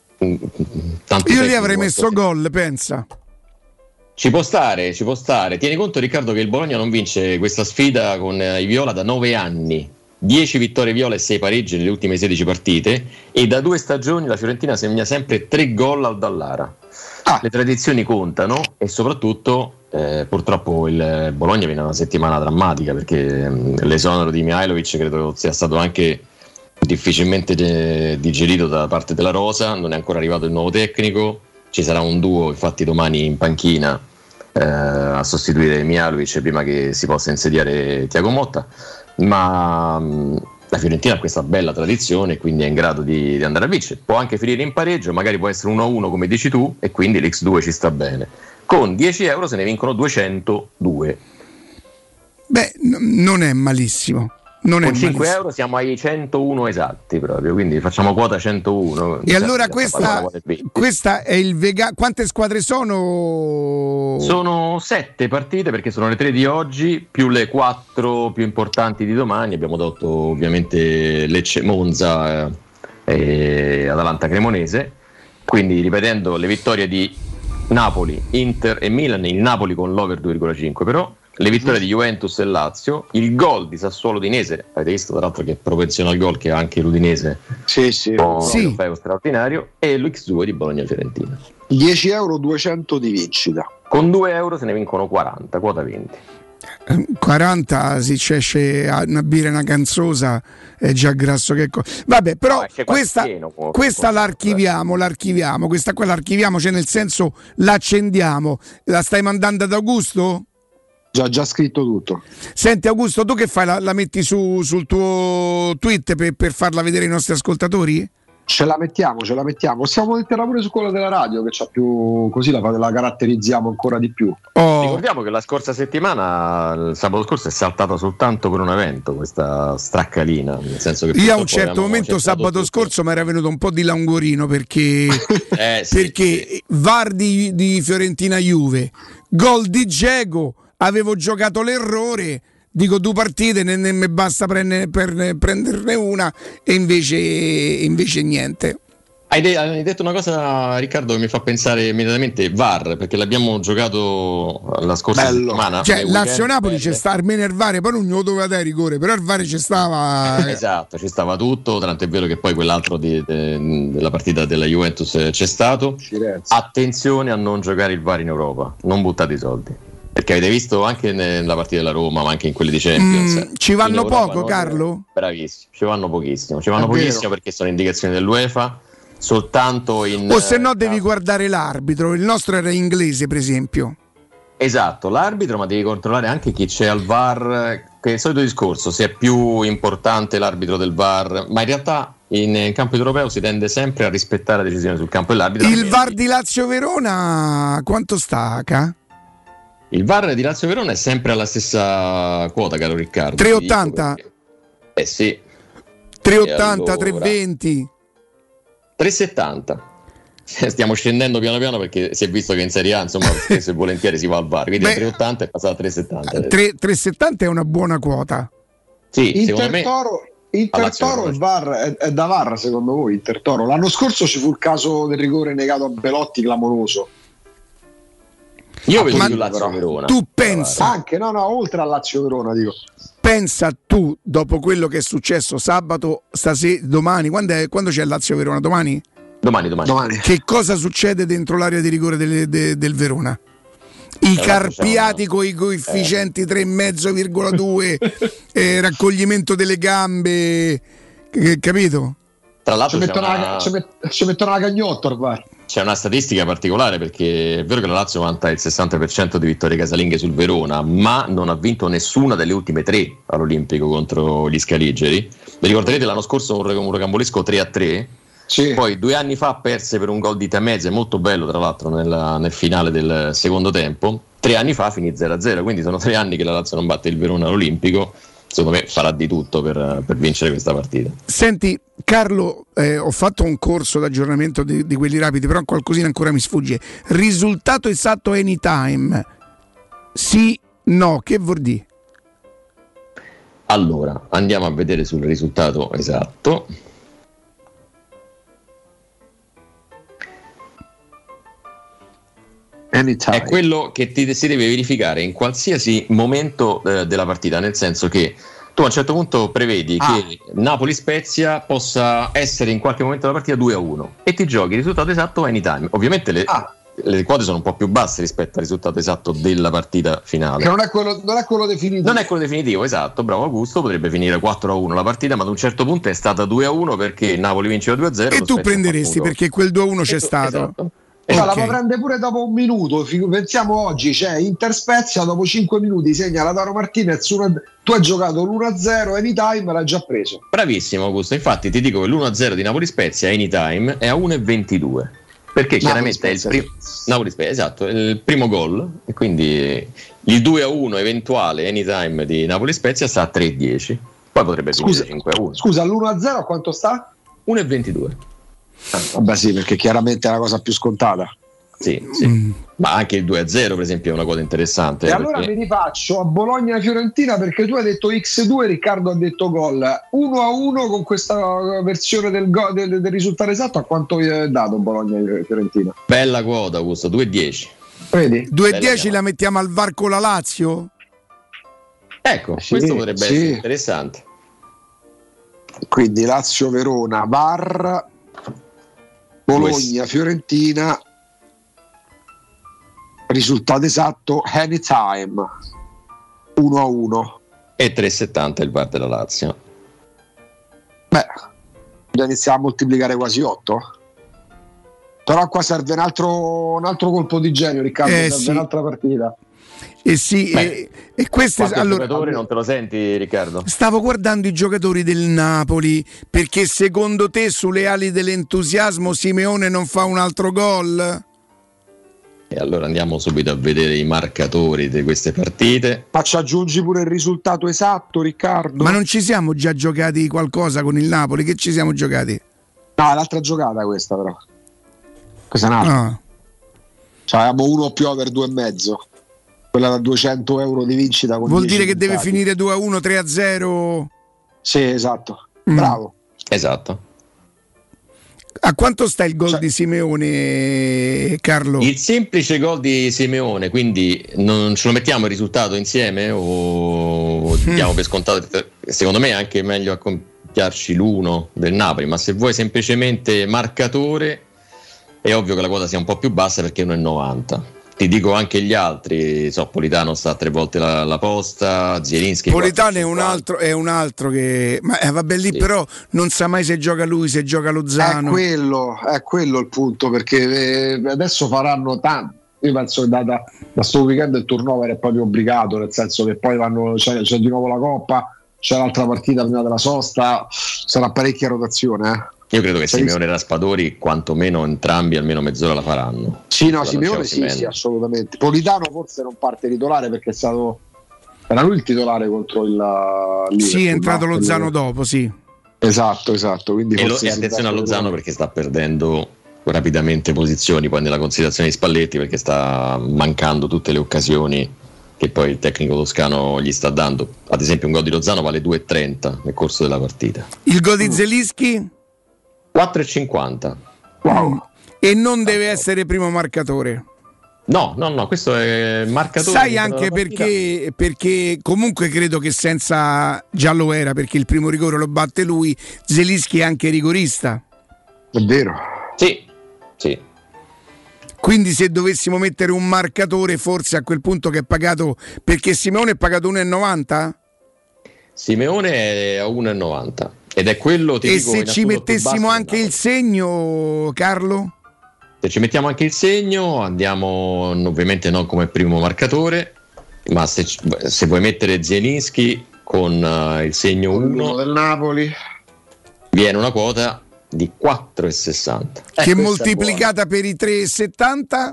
tanto io lì avrei messo gol, pensa. Ci può stare. Tieni conto, Riccardo, che il Bologna non vince questa sfida con i viola da 9 anni, 10 vittorie viola e 6 pareggi nelle ultime 16 partite, e da 2 stagioni la Fiorentina segna sempre 3 gol al Dallara. Le tradizioni contano, e soprattutto purtroppo il Bologna viene una settimana drammatica, perché l'esonero di Mihajlovic credo sia stato anche difficilmente digerito da parte della rosa, non è ancora arrivato il nuovo tecnico, ci sarà un duo infatti domani in panchina a sostituire Mihajlovic prima che si possa insediare Thiago Motta, ma la Fiorentina ha questa bella tradizione, quindi è in grado di andare a vincere. Può anche finire in pareggio, magari può essere 1-1 come dici tu, e quindi l'X2 ci sta bene. Con 10 euro se ne vincono 202. Beh, non è malissimo. Con 5 euro siamo ai 101 esatti proprio, quindi facciamo quota 101. E allora questa è il quante squadre sono? Sono 7 partite, perché sono le 3 di oggi più le 4 più importanti di domani. Abbiamo detto ovviamente Lecce, Monza e Atalanta Cremonese, quindi ripetendo le vittorie di Napoli, Inter e Milan, il Napoli con l'over 2,5 però, le vittorie di Juventus e Lazio, il gol di Sassuolo Udinese, avete visto tra l'altro che propensione al gol che ha anche l'Udinese, con un paio straordinario, e l'X2 di Bologna Fiorentina. 10 euro 200 di vincita. Con 2 euro se ne vincono 40, quota 20. 40 si esce a una birra e una canzosa, è già grasso che vabbè, però questa l'archiviamo, questa qua l'archiviamo, cioè nel senso l'accendiamo. La stai mandando ad Augusto? Già scritto tutto. Senti Augusto, tu che fai? La metti sul tuo tweet per farla vedere ai nostri ascoltatori? Ce la mettiamo. Possiamo metterla pure su quella della radio, che c'ha più, così la caratterizziamo ancora di più. Ricordiamo che la scorsa settimana, il sabato scorso, è saltata soltanto per un evento questa straccalina, nel senso che io a un certo momento sabato scorso mi era venuto un po' di languorino perché perché VAR di Fiorentina Juve, gol di Dzeko, avevo giocato l'errore, dico 2 partite, ne basta prenderne una, e invece niente. Hai detto una cosa, Riccardo, che mi fa pensare immediatamente VAR, perché l'abbiamo giocato la scorsa settimana. Cioè Lazio-Napoli c'è sta almeno il VAR, poi non glielo doveva dare rigore, però il VAR ci stava. Esatto, ci stava tutto, tanto è vero che poi quell'altro della partita della Juventus c'è stato. Attenzione a non giocare il VAR in Europa, non buttate i soldi. Perché avete visto anche nella partita della Roma, ma anche in quelle di Champions. Ci vanno poco, Carlo? Bravissimo, ci vanno pochissimo perché sono indicazioni dell'UEFA. Soltanto in. O se no devi guardare l'arbitro. Il nostro era inglese, per esempio. Esatto, l'arbitro, ma devi controllare anche chi c'è al VAR. Che è il solito discorso, se è più importante l'arbitro del VAR, ma in realtà in campo europeo si tende sempre a rispettare la decisione sul campo dell'arbitro. Il VAR di Lazio-Verona quanto staca? Il VAR di Lazio-Verona è sempre alla stessa quota, caro Riccardo. 3,80? Sì. 3,80, allora, 3,20? 3,70. Stiamo scendendo piano piano, perché si è visto che in Serie A insomma spesso e volentieri si va al VAR, quindi 3,80 è passato a 3,70. 3,70 è una buona quota. Sì, secondo me. Inter-Toro il VAR è da VAR secondo voi? Inter-Toro? L'anno scorso ci fu il caso del rigore negato a Belotti clamoroso. Io vedo più Lazio-Verona. Tu pensa anche oltre a Lazio-Verona, dico. Pensa tu, dopo quello che è successo sabato, domani, quando c'è Lazio-Verona? Domani. Che cosa succede dentro l'area di rigore del Verona? I carpiati con i coefficienti 3,5,2, raccoglimento delle gambe, capito? Tra l'altro ci mettono la cagnotta ormai. C'è una statistica particolare, perché è vero che la Lazio vanta il 60% di vittorie casalinghe sul Verona, ma non ha vinto nessuna delle ultime 3 all'Olimpico contro gli Scaligeri. Vi ricorderete l'anno scorso un rocambolesco 3-3, Sì. Poi 2 anni fa perse per un gol di Tameze, molto bello tra l'altro nel finale del secondo tempo. 3 anni fa finì 0-0, quindi sono 3 anni che la Lazio non batte il Verona all'Olimpico. Secondo me farà di tutto per vincere questa partita. Senti Carlo, ho fatto un corso d'aggiornamento di quelli rapidi, però qualcosina ancora mi sfugge. Risultato esatto anytime, sì, no, che vuol dire? Allora, andiamo a vedere sul risultato esatto. Anytime. È quello che si deve verificare in qualsiasi momento della partita, nel senso che tu a un certo punto prevedi che Napoli-Spezia possa essere in qualche momento della partita 2-1 e ti giochi il risultato esatto anytime. Ovviamente le quote sono un po' più basse rispetto al risultato esatto della partita finale. Che non è quello definitivo. Non è quello definitivo, esatto, bravo Augusto, potrebbe finire 4-1 la partita, ma ad un certo punto è stata 2-1 perché il Napoli vinceva 2-0. E tu prenderesti perché quel 2-1 c'è stato. Esatto. Cioè, la può prendere pure dopo un minuto. Pensiamo oggi, c'è Inter Spezia, dopo 5 minuti segna Lautaro Martinez, tu hai giocato l'1-0 anytime, l'hai già preso. Bravissimo Augusto, infatti ti dico che l'1-0 di Napoli Spezia anytime è a 1,22 perché chiaramente è il primo Napoli Spezia, esatto, è il primo gol e quindi il 2-1 eventuale anytime di Napoli Spezia sta a 3,10, poi potrebbe finire 5-1. Scusa, l'1-0 a quanto sta? 1,22. Vabbè sì, perché chiaramente è la cosa più scontata. Sì. Ma anche il 2-0 per esempio è una cosa interessante. E allora mi rifaccio a Bologna-Fiorentina perché tu hai detto X2, Riccardo ha detto gol 1-1 con questa versione del risultato esatto. A quanto è dato Bologna-Fiorentina? Bella quota Augusto, 2,10. Vedi? 2,10 la mettiamo al VAR con la Lazio? Ecco, questo potrebbe essere interessante. Quindi Lazio-Verona, VAR, Bologna-Fiorentina, risultato esatto anytime 1-1 e 3,70 il VAR della Lazio. Beh, già iniziamo a moltiplicare quasi 8, però qua serve un altro colpo di genio, Riccardo, serve un'altra partita. E queste allora non te lo senti, Riccardo? Stavo guardando i giocatori del Napoli, perché secondo te sulle ali dell'entusiasmo Simeone non fa un altro gol? E allora andiamo subito a vedere i marcatori di queste partite. Ma ci aggiungi pure il risultato esatto, Riccardo? Ma non ci siamo già giocati qualcosa con il Napoli? Che ci siamo giocati? No, è l'altra giocata questa però. Questa è un'altra. Cioè avevamo uno più over 2,5. Quella da 200 euro di vincita con vuol dire che deve finire 2-1, 3-0? Sì, esatto. Bravo. Esatto. A quanto sta il gol di Simeone, Carlo? Il semplice gol di Simeone, quindi non ce lo mettiamo il risultato insieme o diamo per scontato? Secondo me è anche meglio accompiarci l'1 del Napoli, ma se vuoi semplicemente marcatore è ovvio che la quota sia un po' più bassa perché è 1,90. Ti dico anche gli altri, Politano sta 3 volte la posta, Zielinski. Politano è un altro che vabbè lì sì. Però non sa mai se gioca lui, se gioca Lozano. È quello il punto, perché adesso faranno tanto. Io penso che da sto weekend il turnover è proprio obbligato, nel senso che poi c'è di nuovo la Coppa, c'è l'altra partita prima della sosta, sarà parecchia rotazione. Io credo che Simeone e Raspadori quantomeno entrambi almeno mezz'ora la faranno. Sì, no, Simeone sì, assolutamente. Politano forse non parte titolare perché era lui il titolare contro il Liverpool. Sì, è entrato Lozano dopo, sì. Esatto. Quindi e attenzione a Lozano perché sta perdendo rapidamente posizioni poi nella considerazione di Spalletti, perché sta mancando tutte le occasioni che poi il tecnico toscano gli sta dando. Ad esempio un gol di Lozano vale 2,30 nel corso della partita. Il gol di Zielinski? 4,50. Wow. E non deve essere primo marcatore. No, questo è marcatore. Sai anche perché comunque credo che senza giallo era, perché il primo rigore lo batte lui. Zielinski è anche rigorista. È vero. Sì. Quindi se dovessimo mettere un marcatore, forse a quel punto che è pagato, perché Simeone è pagato 1,90? Simeone è a 1,90. Ed è quello e se ci mettessimo anche il segno, Carlo? Se ci mettiamo anche il segno andiamo ovviamente non come primo marcatore, ma se vuoi mettere Zielinski con il segno 1 del Napoli viene una quota di 4,60. Che moltiplicata per i 3,70?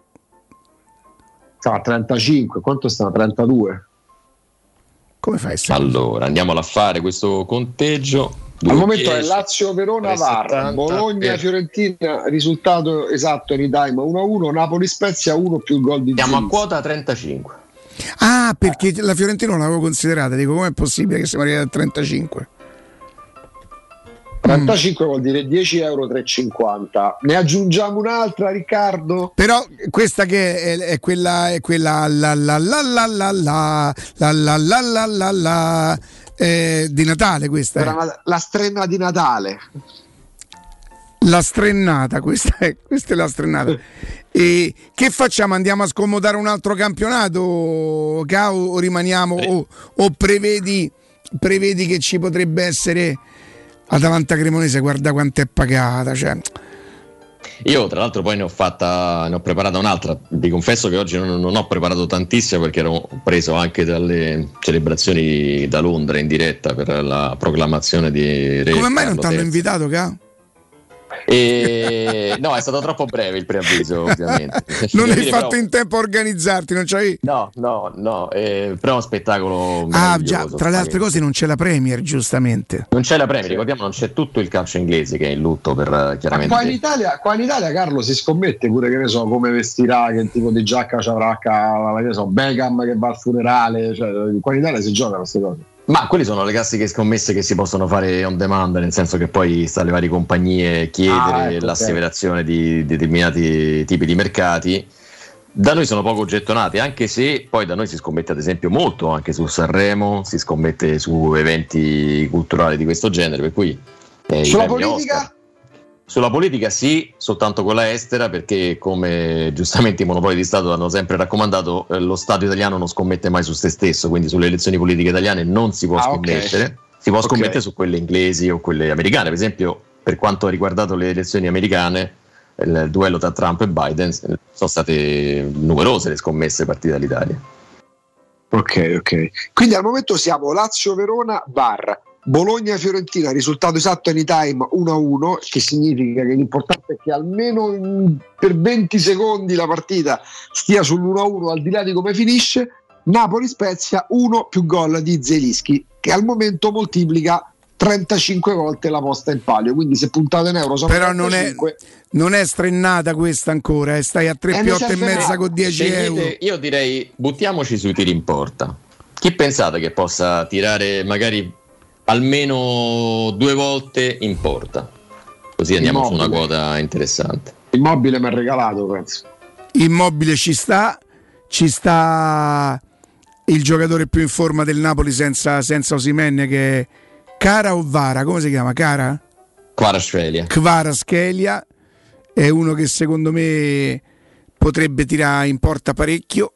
Sta a 35, quanto sta? 32. Come fai? Allora, andiamolo a fare questo conteggio. Al momento è Lazio-Verona VAR, Bologna-Fiorentina, risultato esatto anytime 1-1, Napoli-Spezia 1 più il gol di Siamo Zelinski. a quota 35. Ah, perché la Fiorentina non l'avevo considerata, dico com'è possibile che siamo arrivati a 35? 35 vuol dire 10 euro 3,50. Ne aggiungiamo un'altra, Riccardo? Però questa che è quella di Natale, questa era la strenna di Natale. La strennata, questa è la strennata. E che facciamo? Andiamo a scomodare un altro campionato, Cao, o rimaniamo o prevedi che ci potrebbe essere Atalanta Cremonese? Guarda quanto è pagata, cioè. Io tra l'altro poi ne ho preparata un'altra. Vi confesso che oggi non ho preparato tantissimo perché ero preso anche dalle celebrazioni da Londra in diretta per la proclamazione di Re. Come mai Carlo non ti hanno III. invitato, Cao? No, è stato troppo breve il preavviso, ovviamente. Non hai fatto in tempo a organizzarti, non c'hai? No, però è un spettacolo già, tra le altre cose non c'è la Premier, giustamente. Non c'è la Premier, ricordiamo, non c'è tutto il calcio inglese che è in lutto per chiaramente. Qua in Italia Carlo si scommette pure, che ne so, come vestirà, che tipo di giacca ci avrà, che ne so, Beckham che va al funerale, cioè, qua in Italia si giocano queste cose. Ma quelle sono le classiche scommesse che si possono fare on demand, nel senso che poi sta alle varie compagnie chiedere l'asseverazione di determinati tipi di mercati. Da noi sono poco gettonati, anche se poi da noi si scommette ad esempio molto anche su Sanremo, si scommette su eventi culturali di questo genere, per cui sulla politica? Oscar. Sulla politica sì, soltanto quella estera, perché come giustamente i monopoli di Stato hanno sempre raccomandato, lo Stato italiano non scommette mai su se stesso, quindi sulle elezioni politiche italiane non si può scommettere, okay. Si può scommettere su quelle inglesi o quelle americane. Per esempio, per quanto ha riguardato le elezioni americane, il duello tra Trump e Biden, sono state numerose le scommesse partite dall'Italia. Ok. Quindi al momento siamo Lazio-Verona VAR, Bologna-Fiorentina, risultato esatto anytime 1-1, che significa che l'importante è che almeno per 20 secondi la partita stia sull'1-1 al di là di come finisce. Napoli-Spezia 1 più gol di Zelinski, che al momento moltiplica 35 volte la posta in palio, quindi se puntate in euro sono però 35. non è strennata questa ancora, stai a 3 più 8,5 con 10 euro. Io direi buttiamoci sui tiri in porta. Chi pensate che possa tirare magari almeno 2 volte in porta? Così andiamo su una quota interessante. Immobile mi ha regalato, penso. Immobile ci sta il giocatore più in forma del Napoli senza Osimhen, che è Cara o Vara, come si chiama? Kvaratskhelia è uno che secondo me potrebbe tirare in porta parecchio.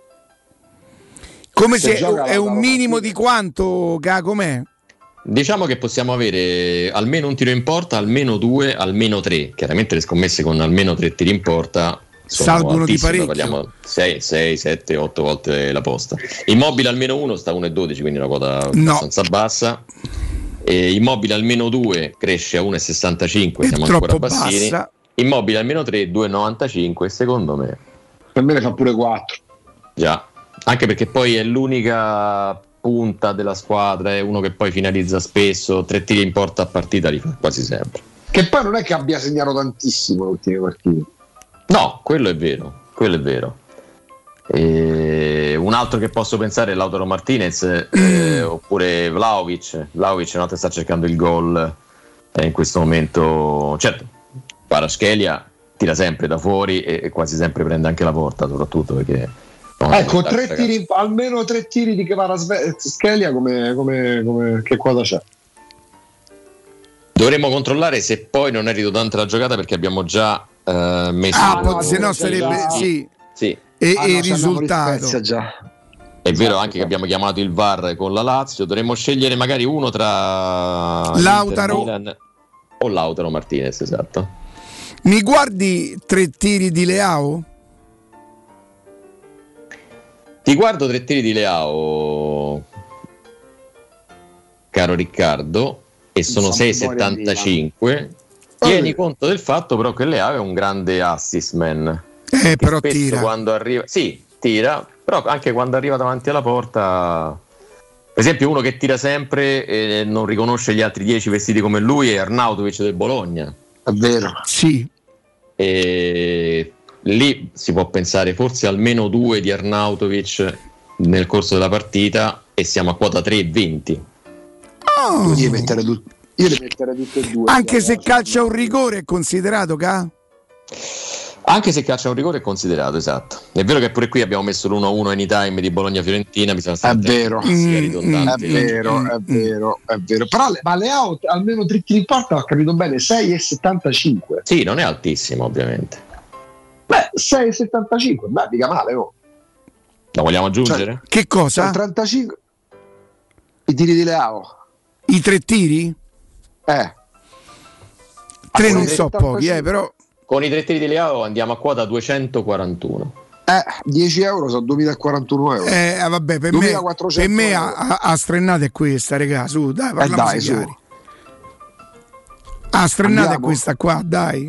Come se è un minimo di quanto, com'è? Diciamo che possiamo avere almeno un tiro in porta, almeno 2, almeno 3. Chiaramente le scommesse con almeno 3 tiri in porta salgono di parecchio. Parliamo 6, 7, 8 volte la posta. Immobile almeno 1 sta 1,12, quindi una quota abbastanza bassa. E Immobile almeno 2 cresce a 1,65, siamo ancora bassini. Bassa. Immobile almeno 3, 2,95, secondo me. Per me ne fa pure 4. Già, anche perché poi è l'unica punta della squadra, è uno che poi finalizza spesso, 3 tiri in porta a partita li fa quasi sempre. Che poi non è che abbia segnato tantissimo le ultime partite. No, quello è vero. E un altro che posso pensare è Lautaro Martinez oppure Vlahovic una volta sta cercando il gol in questo momento. Certo, Kvaratskhelia tira sempre da fuori e quasi sempre prende anche la porta, soprattutto perché ecco, 3 tiri, almeno 3 tiri di Kvaratskhelia, come che quota c'è? Dovremmo controllare se poi non è ridondante la giocata, perché abbiamo già messo se no sarebbe sì. E il risultato già. È vero anche che abbiamo chiamato il VAR con la Lazio. Dovremmo scegliere magari uno tra Lautaro o Lautaro Martinez, esatto. Mi guardi 3 tiri di Leao? Ti guardo 3 tiri di Leao, caro Riccardo, e sono 6,75. Tieni conto del fatto però che Leao è un grande assist man. Però tira. Quando arriva, sì, tira, però anche quando arriva davanti alla porta, per esempio uno che tira sempre e non riconosce gli altri 10 vestiti come lui è Arnautovic del Bologna. È vero. Sì. E lì si può pensare forse almeno 2 di Arnautovic nel corso della partita e siamo a quota 3,20. Io li metterei tutte e due. Anche se calcia un rigore è considerato, Anche se calcia un rigore è considerato, esatto. È vero che pure qui abbiamo messo l'1-1 anytime di Bologna-Fiorentina. È vero, è vero. Però ma Leao almeno 3 tiri in porta, ho capito bene, 6,75. Sì, non è altissimo ovviamente. Beh, 6,75, beh, mica male, oh. La vogliamo aggiungere? Che cosa? 35 i tiri di Leao. I 3 tiri? 3 non so pochi, però. Con i 3 tiri di Leao andiamo a quota 241. 10 euro sono 2041 euro. Vabbè, per me a strennata è questa, regà, su, dai, parliamo chiari. A strennata è questa qua, dai.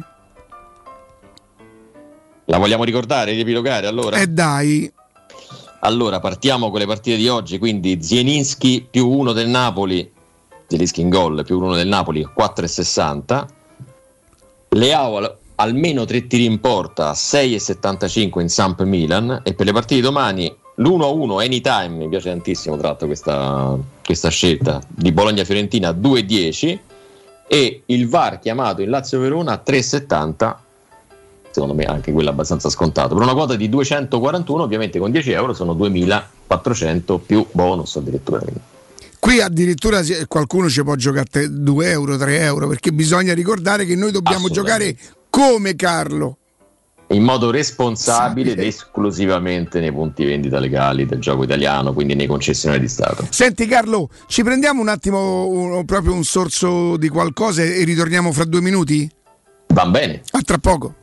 La vogliamo ricordare, riepilogare allora? Dai. Allora, partiamo con le partite di oggi, quindi Zielinski più 1 del Napoli, Zielinski in gol più 1 del Napoli, 4,60. Leao almeno 3 tiri in porta, 6,75 in Samp Milan. E per le partite di domani l'1-1 anytime, mi piace tantissimo tra l'altro questa scelta, di Bologna-Fiorentina, 2,10. E il VAR chiamato in Lazio-Verona, 3,70. Secondo me anche quello abbastanza scontato, per una quota di 241, ovviamente con 10 euro sono 2.400 più bonus addirittura. Qui addirittura qualcuno ci può giocare 2 euro, 3 euro, perché bisogna ricordare che noi dobbiamo giocare come Carlo, in modo responsabile ed esclusivamente nei punti vendita legali del gioco italiano, quindi nei concessionari di Stato. Senti Carlo, ci prendiamo un attimo proprio un sorso di qualcosa e ritorniamo fra 2 minuti? Va bene. A tra poco.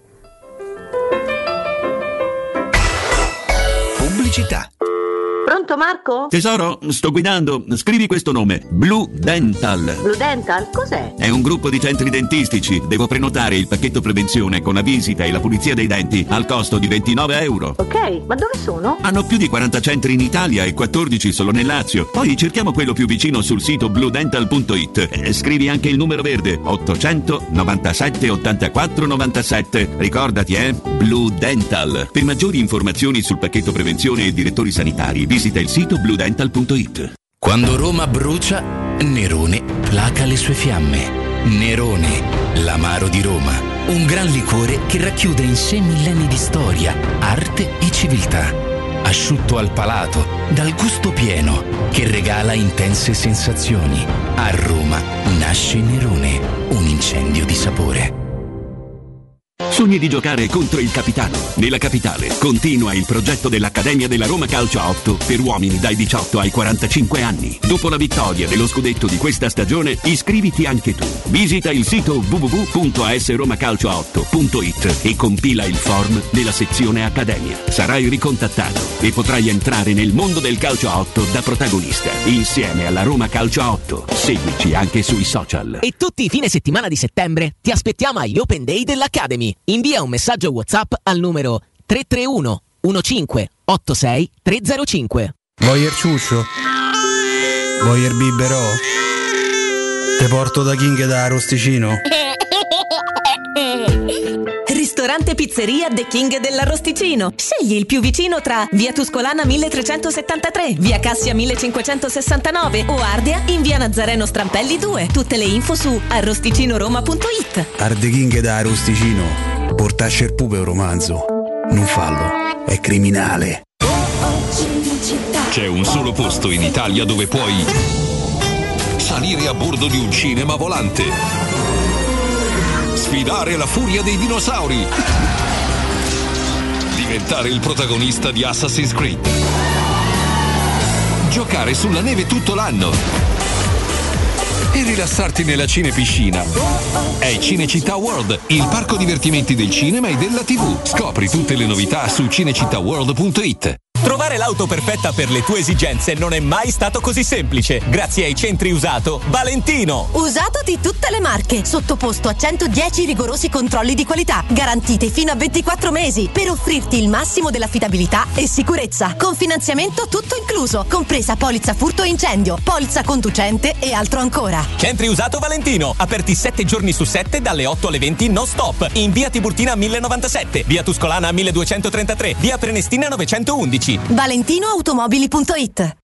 Pubblicità. Pronto Marco? Tesoro, sto guidando. Scrivi questo nome: Blue Dental. Blue Dental? Cos'è? È un gruppo di centri dentistici. Devo prenotare il pacchetto prevenzione con la visita e la pulizia dei denti al costo di 29 euro. Ok, ma dove sono? Hanno più di 40 centri in Italia e 14 solo nel Lazio. Poi cerchiamo quello più vicino sul sito bluedental.it. Scrivi anche il numero verde: 800 97 84 97. Ricordati, Blue Dental. Per maggiori informazioni sul pacchetto prevenzione e direttori sanitari, visita il sito bluedental.it. Quando Roma brucia, Nerone placa le sue fiamme. Nerone, l'amaro di Roma. Un gran liquore che racchiude in sé millenni di storia, arte e civiltà. Asciutto al palato, dal gusto pieno, che regala intense sensazioni. A Roma nasce Nerone, un incendio di sapore. Sogni di giocare contro il capitano? Nella capitale continua il progetto dell'Accademia della Roma Calcio a 8 per uomini dai 18 ai 45 anni. Dopo la vittoria dello scudetto di questa stagione, iscriviti anche tu. Visita il sito www.asromacalcio8.it e compila il form nella sezione Accademia. Sarai ricontattato e potrai entrare nel mondo del calcio a 8 da protagonista, insieme alla Roma Calcio a 8. Seguici anche sui social. E tutti i fine settimana di settembre ti aspettiamo agli Open Day dell'Academy. Invia un messaggio WhatsApp al numero 331 15 86 305. Voyer ciuscio? Voyer biberò? Te porto da King da Arrosticino? Ristorante Pizzeria The King dell'Arrosticino. Scegli il più vicino tra via Tuscolana 1373, via Cassia 1569 o Ardea in via Nazareno Strampelli 2. Tutte le info su arrosticinoroma.it. Arde King da Arrosticino. Portasce il pupe un romanzo. Non fallo, è criminale. C'è un solo posto in Italia dove puoi salire a bordo di un cinema volante, sfidare la furia dei dinosauri, diventare il protagonista di Assassin's Creed, giocare sulla neve tutto l'anno e rilassarti nella cinepiscina. È Cinecittà World, il parco divertimenti del cinema e della TV. Scopri tutte le novità su cinecittàworld.it. Trovare l'auto perfetta per le tue esigenze non è mai stato così semplice. Grazie ai centri usato Valentino. Usato di tutte le marche, sottoposto a 110 rigorosi controlli di qualità, garantiti fino a 24 mesi, per offrirti il massimo dell'affidabilità e sicurezza. Con finanziamento tutto incluso, compresa polizza furto e incendio, polizza conducente e altro ancora. Centri usato Valentino, aperti 7 giorni su 7 dalle 8 alle 20 non stop. In via Tiburtina 1097, via Tuscolana 1233, via Prenestina 911. ValentinoAutomobili.it.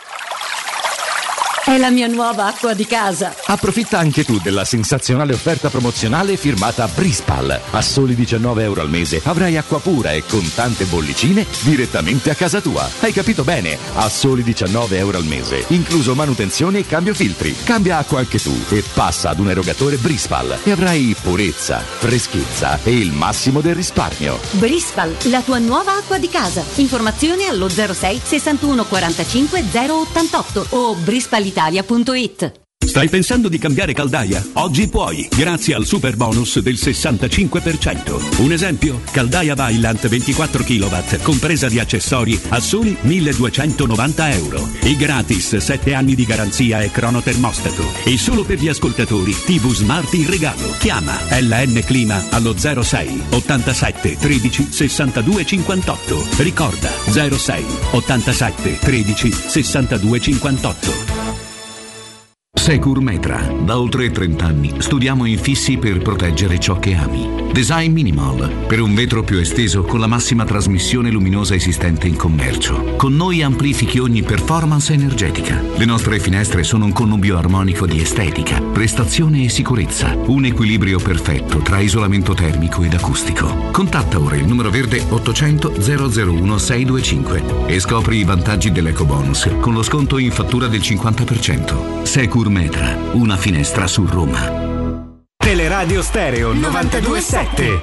È la mia nuova acqua di casa. Approfitta anche tu della sensazionale offerta promozionale firmata Brispal. A soli €19 al mese avrai acqua pura e con tante bollicine direttamente a casa tua. Hai capito bene? A soli €19 al mese, incluso manutenzione e cambio filtri. Cambia acqua anche tu e passa ad un erogatore Brispal e avrai purezza, freschezza e il massimo del risparmio. Brispal, la tua nuova acqua di casa. Informazioni allo 06 61 45 088 o brispalitalia.it. Stai pensando di cambiare caldaia? Oggi puoi, grazie al super bonus del 65%. Un esempio? Caldaia Vaillant 24 kW, compresa di accessori, a soli €1.290. E gratis 7 anni di garanzia e cronotermostato. E solo per gli ascoltatori, TV Smart in regalo. Chiama LN Clima allo 06 87 13 62 58. Ricorda 06 87 13 62 58. Securmetra. Da oltre 30 anni studiamo infissi per proteggere ciò che ami. Design minimal, per un vetro più esteso con la massima trasmissione luminosa esistente in commercio. Con noi amplifichi ogni performance energetica. Le nostre finestre sono un connubio armonico di estetica, prestazione e sicurezza. Un equilibrio perfetto tra isolamento termico ed acustico. Contatta ora il numero verde 800 001 625 e scopri i vantaggi dell'ecobonus con lo sconto in fattura del 50%. Securmetra, una finestra su Roma. Teleradio Stereo 92.7.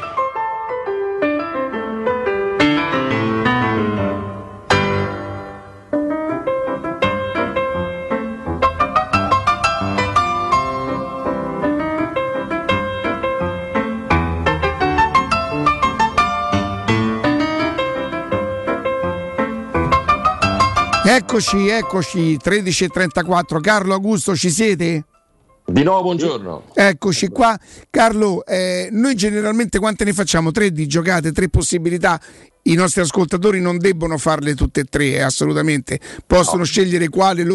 Eccoci, 13:34. Carlo, Augusto, ci siete? Di nuovo buongiorno. Eccoci qua. Carlo, noi generalmente quante ne facciamo? 3 di giocate, 3 possibilità. I nostri ascoltatori non debbono farle tutte e 3, assolutamente. Possono scegliere quale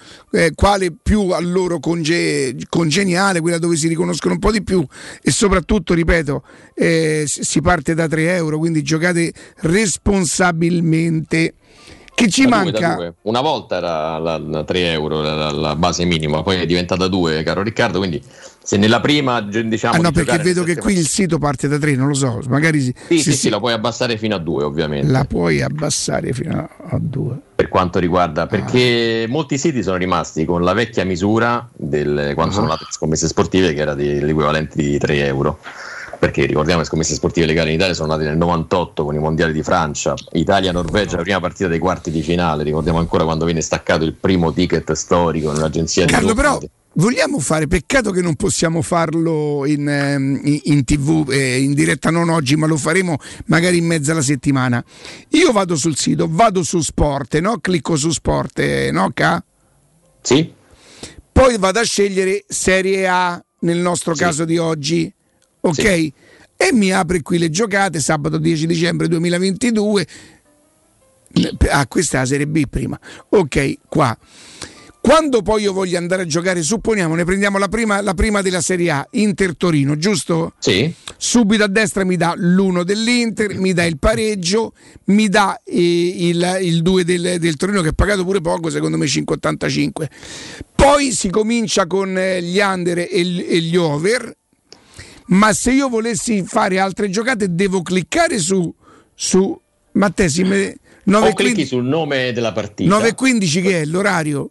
più a loro congeniale, quella dove si riconoscono un po' di più, e soprattutto, ripeto, si parte da €3, quindi giocate responsabilmente. Che ci manca? 2. Una volta era la €3 la base minima, poi è diventata 2, caro Riccardo, quindi se nella prima diciamo no, perché vedo che qui il sito parte da 3, non lo so, magari sì, la puoi abbassare fino a 2, ovviamente. La puoi abbassare fino a 2. Per quanto riguarda, perché molti siti sono rimasti con la vecchia misura quando sono nate le scommesse sportive, che era dell'equivalente di €3. Perché ricordiamo che scommesse sportive legali in Italia sono nate nel 98 con i mondiali di Francia, Italia-Norvegia, la prima partita dei quarti di finale, ricordiamo ancora quando venne staccato il primo ticket storico nell'agenzia di Carlo, però vogliamo fare, peccato che non possiamo farlo in TV, in diretta non oggi, ma lo faremo magari in mezzo alla settimana. Io vado sul sito, vado su Sport, no? Clicco su Sport, no? Sì. Poi vado a scegliere Serie A nel nostro caso di oggi. Ok? Sì. E mi apre qui le giocate, sabato 10 dicembre 2022. Questa è la Serie B prima. Ok, qua. Quando poi io voglio andare a giocare, supponiamo, ne prendiamo la prima della Serie A, Inter-Torino, giusto? Sì. Subito a destra mi dà l'1 dell'Inter, mi dà il pareggio, mi dà il 2 del Torino, che è pagato pure poco, secondo me 5,85. Poi si comincia con gli under e gli over. Ma se io volessi fare altre giocate devo cliccare su Mattesi, o clicchi sul nome della partita. 9:15 che è l'orario?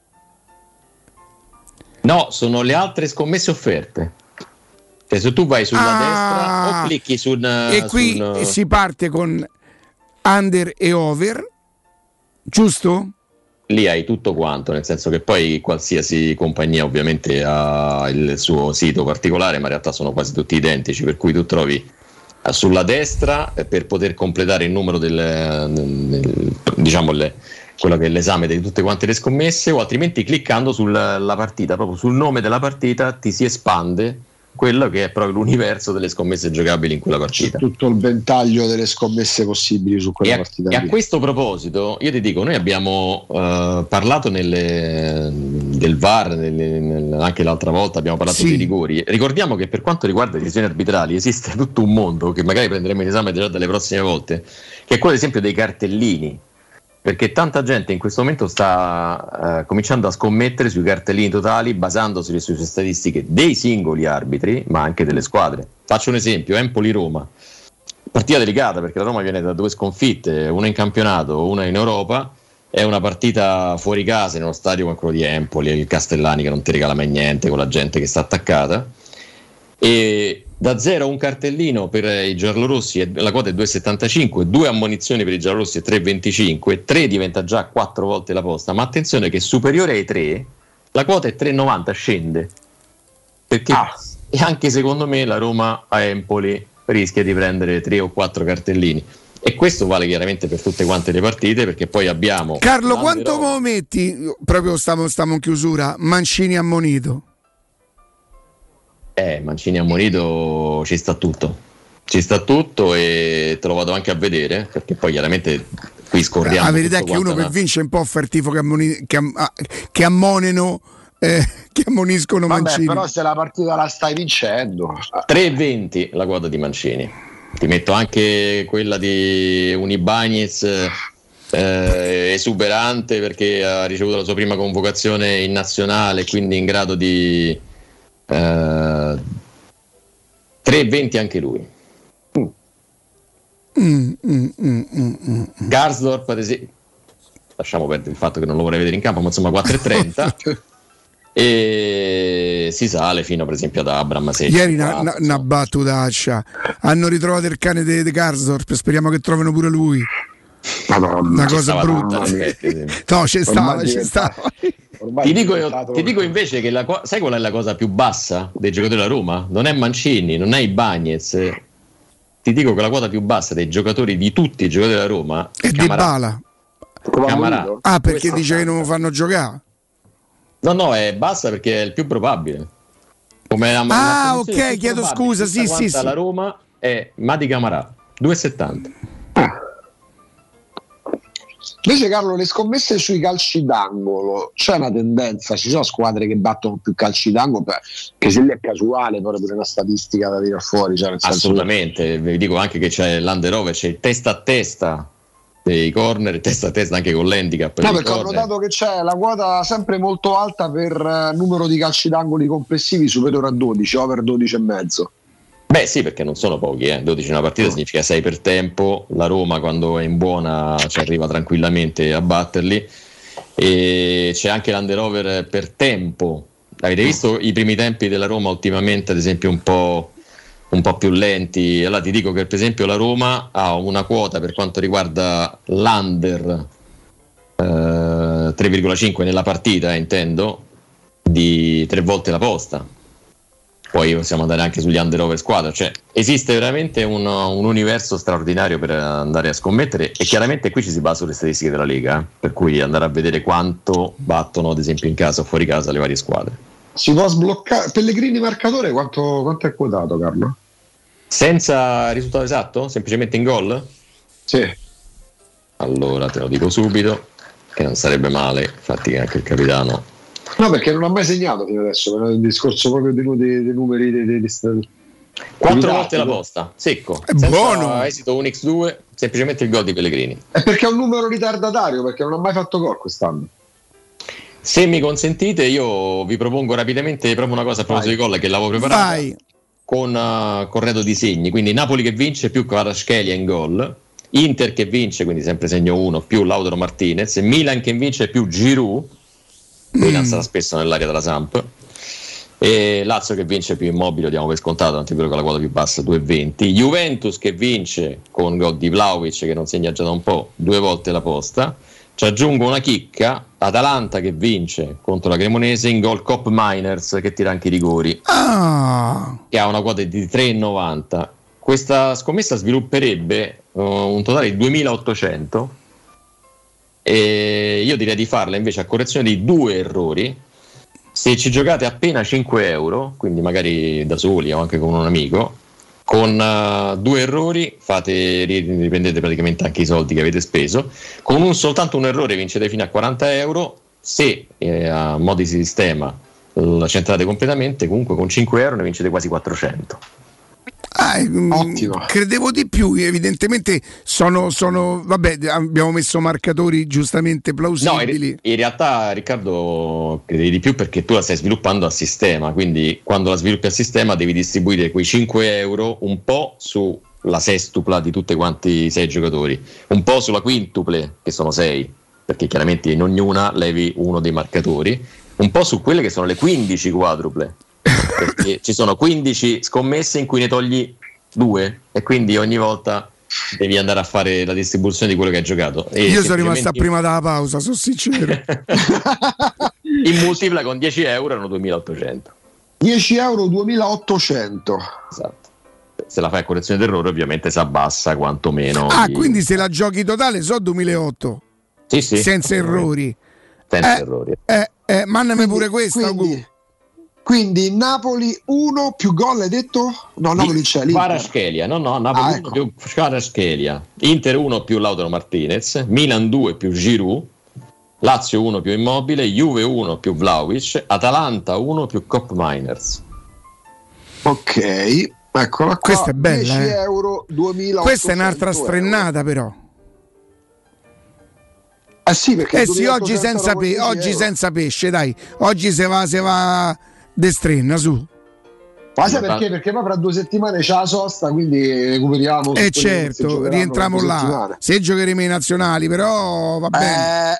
No, sono le altre scommesse offerte. Cioè, se tu vai sulla destra o clicchi e qui si parte con under e over, giusto? Lì hai tutto quanto, nel senso che poi qualsiasi compagnia ovviamente ha il suo sito particolare, ma in realtà sono quasi tutti identici, per cui tu trovi sulla destra per poter completare il numero diciamo quello che è l'esame di tutte quante le scommesse, o altrimenti cliccando sulla partita, proprio sul nome della partita ti si espande quello che è proprio l'universo delle scommesse giocabili in quella partita. C'è tutto il ventaglio delle scommesse possibili su quella partita. E a questo proposito io ti dico, noi abbiamo parlato del VAR, anche l'altra volta abbiamo parlato dei rigori. Ricordiamo che per quanto riguarda le decisioni arbitrali esiste tutto un mondo che magari prenderemo in esame già dalle prossime volte, che è quello ad esempio dei cartellini, perché tanta gente in questo momento sta cominciando a scommettere sui cartellini totali basandosi sulle statistiche dei singoli arbitri ma anche delle squadre. Faccio un esempio: Empoli-Roma, partita delicata perché la Roma viene da 2 sconfitte, una in campionato, una in Europa, è una partita fuori casa in uno stadio come quello di Empoli, il Castellani che non ti regala mai niente, con la gente che sta attaccata, e da 0 un cartellino per i giallorossi, la quota è 2,75, 2 ammonizioni per i giallorossi è 3,25, 3 diventa già 4 volte la posta, ma attenzione che superiore ai 3 la quota è 3,90, scende, perché e anche secondo me la Roma a Empoli rischia di prendere 3 o 4 cartellini, e questo vale chiaramente per tutte quante le partite, perché poi abbiamo Carlo, quanto mo metti, proprio stiamo in chiusura, Mancini ammonito? Mancini ammonito ci sta tutto e te lo vado anche a vedere, perché poi chiaramente qui scorriamo. La verità è che uno che vince un po' fa il tifo che ammonino che ammoniscono Mancini. Però se la partita la stai vincendo, 3,20 la quota di Mancini, ti metto anche quella di Unibagnez esuberante, perché ha ricevuto la sua prima convocazione in nazionale, quindi in grado di 3,20 anche lui. Garsdorp ad esempio, lasciamo perdere il fatto che non lo vorrei vedere in campo, ma insomma 4,30 e si sale fino per esempio ad Abram 6. Ieri una battutaccia, hanno ritrovato il cane di Garsdorp, speriamo che trovino pure lui. Madonna, una cosa brutta. No, c'è stava. Ti dico invece che sai qual è la cosa più bassa dei giocatori della Roma? Non è Mancini, non è Ibañez. Ti dico che la quota più bassa dei giocatori, di tutti i giocatori della Roma, è Dybala. Ah, perché dice che non lo fanno giocare? No, è bassa perché è il più probabile. Ok, chiedo scusa. Sì. La Roma è Madi Camarà, 2,70. Invece Carlo, le scommesse sui calci d'angolo, c'è una tendenza, ci sono squadre che battono più calci d'angolo, che se lì è casuale, poi pure una statistica da tirare fuori, cioè nel assolutamente, vi dico anche che c'è l'underover, c'è il testa a testa dei corner, testa a testa anche con l'handicap. No, perché ho notato che c'è la quota sempre molto alta per numero di calci d'angoli complessivi superiore a 12, over 12,5. Beh sì, perché non sono pochi, 12 in una partita significa 6 per tempo. La Roma quando è in buona ci arriva tranquillamente a batterli, e c'è anche l'underover per tempo. Avete visto i primi tempi della Roma ultimamente, ad esempio un po' più lenti? Allora ti dico che per esempio la Roma ha una quota per quanto riguarda l'under 3,5 nella partita, intendo, di 3 volte la posta. Poi possiamo andare anche sugli under-over squadra, cioè esiste veramente un universo straordinario per andare a scommettere, e chiaramente qui ci si basa sulle statistiche della Lega, per cui andare a vedere quanto battono ad esempio in casa o fuori casa le varie squadre. Si può sbloccare Pellegrini marcatore, quanto è quotato, Carlo? Senza risultato esatto? Semplicemente in gol? Sì. Allora te lo dico subito, che non sarebbe male, infatti anche il capitano. No, perché non ha mai segnato fino adesso, per il discorso proprio dei numeri dei 4 volte la posta, secco, è buono. Esito 1x2, semplicemente il gol di Pellegrini. È perché è un numero ritardatario, perché non ha mai fatto gol quest'anno. Se mi consentite, io vi propongo rapidamente proprio una cosa a proposito di gol che l'avevo preparata con corredo di segni, quindi Napoli che vince più Kvaratskhelia in gol, Inter che vince, quindi sempre segno 1 più Lautaro Martinez, Milan che vince più Giroud, Milan sarà spesso nell'area della Samp, e Lazio che vince più Immobile, diamo per scontato, tanto è vero che la quota più bassa 2,20, Juventus che vince con gol di Vlahovic che non segna già da un po', 2 volte la posta. Ci aggiungo una chicca, Atalanta che vince contro la Cremonese in gol Kopp Miners che tira anche i rigori, che ha una quota di 3,90. questa scommessa svilupperebbe un totale di 2.800 e io direi di farla invece a correzione di 2 errori. Se ci giocate appena 5 euro, quindi magari da soli o anche con un amico, con 2 errori riprendete praticamente anche i soldi che avete speso. Con soltanto un errore vincete fino a 40 euro. Se a mo' di sistema la centrate completamente, comunque con 5 euro ne vincete quasi 400. Ottimo. Credevo di più, evidentemente vabbè, abbiamo messo marcatori giustamente plausibili. No, in realtà Riccardo credevi di più perché tu la stai sviluppando a sistema, quindi quando la sviluppi a sistema devi distribuire quei 5 euro un po' sulla sestupla di tutti quanti i 6 giocatori, un po' sulla quintuple che sono 6, perché chiaramente in ognuna levi uno dei marcatori, un po' su quelle che sono le 15 quadruple, perché ci sono 15 scommesse in cui ne togli 2 e quindi ogni volta devi andare a fare la distribuzione di quello che hai giocato. E io sono rimasta prima della pausa, sono sincero. In multipla con 10 euro erano 2.800. 10 euro 2.800. Esatto. Se la fai a correzione d'errore ovviamente si abbassa quantomeno. Quindi se la giochi totale so 2.800. Sì. Senza errori. Senza errori. Mandami pure questa. Quindi Napoli 1 più gol, hai detto? No, Napoli c'è Kvaratskhelia. No, Napoli 1 più Kvaratskhelia. Inter 1 più Lautaro Martinez, Milan 2 più Giroud, Lazio 1 più Immobile, Juve 1 più Vlahovic, Atalanta 1 più Kopp Miners. Ok, eccola qua. Questa è bella, 10 euro 2.800. Questa è un'altra strennata euro. Però. Sì, perché sì, oggi senza pesce, dai. Oggi se va de strenna su. Ma sai perché? Perché poi fra 2 settimane c'è la sosta, quindi recuperiamo. Certo, rientriamo là. Settimane. Se giocheremo i nazionali, però va bene.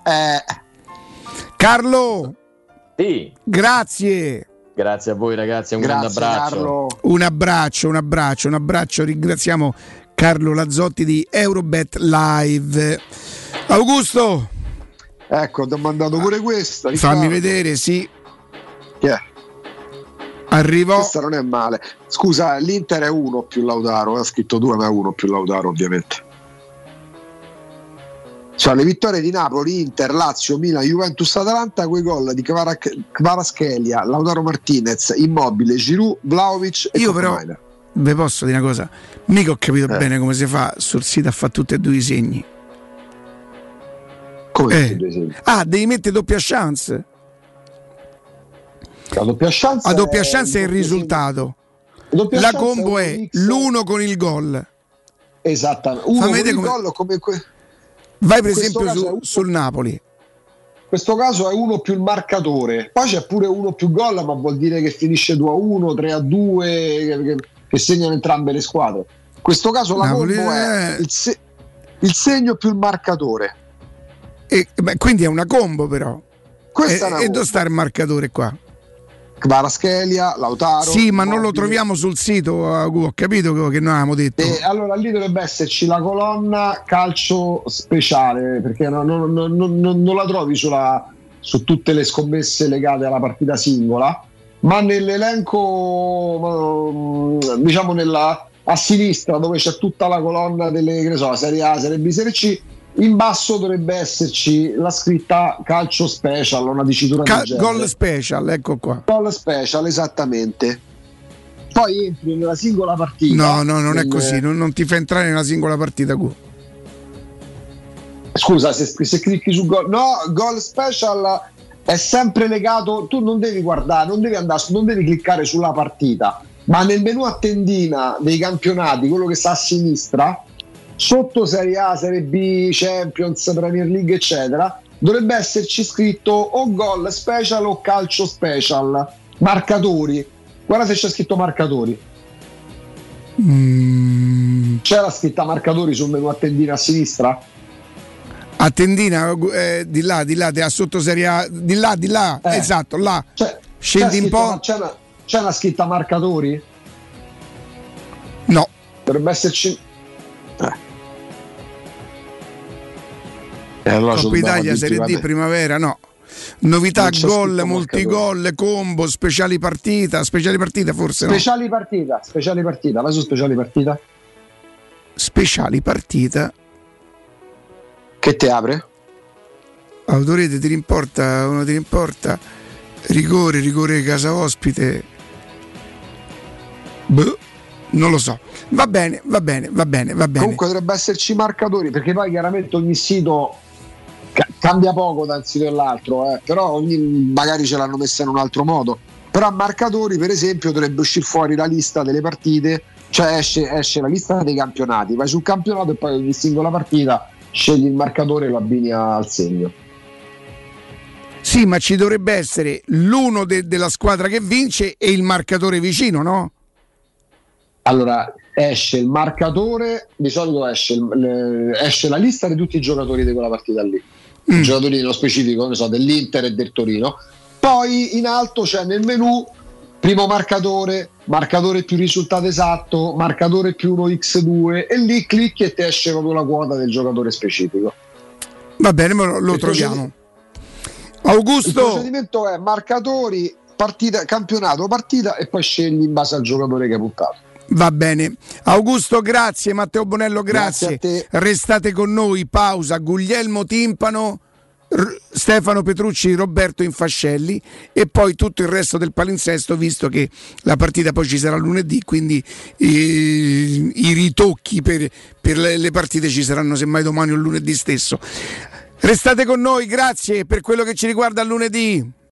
Carlo. Sì. Grazie. Grazie a voi ragazzi, grande abbraccio. Carlo. Un abbraccio. Ringraziamo Carlo Lazzotti di Eurobet Live. Augusto. Ecco, ti ho mandato pure questa. Fammi vedere, sì. Che è? Arrivò. Questa non è male. Scusa, l'Inter è 1 più Lautaro, ha scritto 2 ma è 1 più Lautaro ovviamente. Cioè le vittorie di Napoli, Inter, Lazio, Milan, Juventus, Atalanta, quei gol di Kvaratskhelia, Lautaro Martinez, Immobile, Giroud, Vlahovic e io però vi posso dire una cosa, mica ho capito bene come si fa sul sito a fare tutti e 2 i segni. Come 2 segni? Devi mettere doppia chance. La doppia chance, è il risultato. La combo è l'1 con il gol. Esattamente. Uno con il gol come vai per esempio sul Napoli. In questo caso è 1 più il marcatore. Poi c'è pure 1 più gol, ma vuol dire che finisce 2-1, 3-2, che segnano entrambe le squadre. In questo caso la Napoli combo è il segno più il marcatore. Quindi è una combo però. E dove sta il marcatore qua? Kvaratskhelia, Lautaro. Sì, ma non lo troviamo sul sito, ho capito che noi avevamo detto. Allora lì dovrebbe esserci la colonna calcio speciale, perché non la trovi su tutte le scommesse legate alla partita singola, ma nell'elenco, diciamo a sinistra dove c'è tutta la colonna delle, che ne so, Serie A, Serie B, Serie C, in basso dovrebbe esserci la scritta calcio special, una dicitura del genere. Gol special, ecco qua. Gol special, esattamente. Poi entri nella singola partita. No, non è così, non ti fa entrare nella singola partita. Scusa, se clicchi su gol. No, gol special è sempre legato, tu non devi guardare, non devi cliccare sulla partita, ma nel menu a tendina dei campionati, quello che sta a sinistra, sotto Serie A, Serie B, Champions, Premier League eccetera, dovrebbe esserci scritto o gol special o calcio special, marcatori. Guarda se c'è scritto marcatori. C'è la scritta marcatori sul menu a tendina a sinistra? A tendina, di là, sotto Serie A, di là, esatto, là. Scendi un po'. C'è una scritta marcatori? No. Dovrebbe esserci. Allora Coppa Italia, Serie D, primavera, no. novità, gol, multigol, combo, speciali partita forse no? Speciali partita, vai su speciali partita. Speciali partita. Che te apre? Autorete, ti rimporta, rigore casa ospite. Non lo so. Va bene. Comunque dovrebbe esserci marcatori, perché poi chiaramente ogni sito cambia poco da un sito all'altro, però magari ce l'hanno messa in un altro modo. Però a marcatori, per esempio, dovrebbe uscire fuori la lista delle partite, cioè esce la lista dei campionati, vai sul campionato e poi ogni singola partita scegli il marcatore e lo abbini al segno. Sì, ma ci dovrebbe essere l'uno della squadra che vince e il marcatore vicino, no? Allora esce il marcatore, di solito esce la lista di tutti i giocatori di quella partita lì, i giocatori nello specifico, ne so, dell'Inter e del Torino. Poi in alto c'è nel menu primo marcatore più risultato esatto, marcatore più 1x2, e lì clicchi e ti esce proprio la quota del giocatore specifico. Va bene, ma lo troviamo. Augusto, il procedimento è marcatori, partita, campionato, partita, e poi scegli in base al giocatore che hai puntato. Va bene. Augusto, grazie. Matteo Bonello, grazie. A te. Restate con noi, pausa. Guglielmo Timpano, Stefano Petrucci, Roberto Infascelli e poi tutto il resto del palinsesto, visto che la partita poi ci sarà lunedì, quindi i ritocchi per le partite ci saranno semmai domani o lunedì stesso. Restate con noi, grazie per quello che ci riguarda lunedì.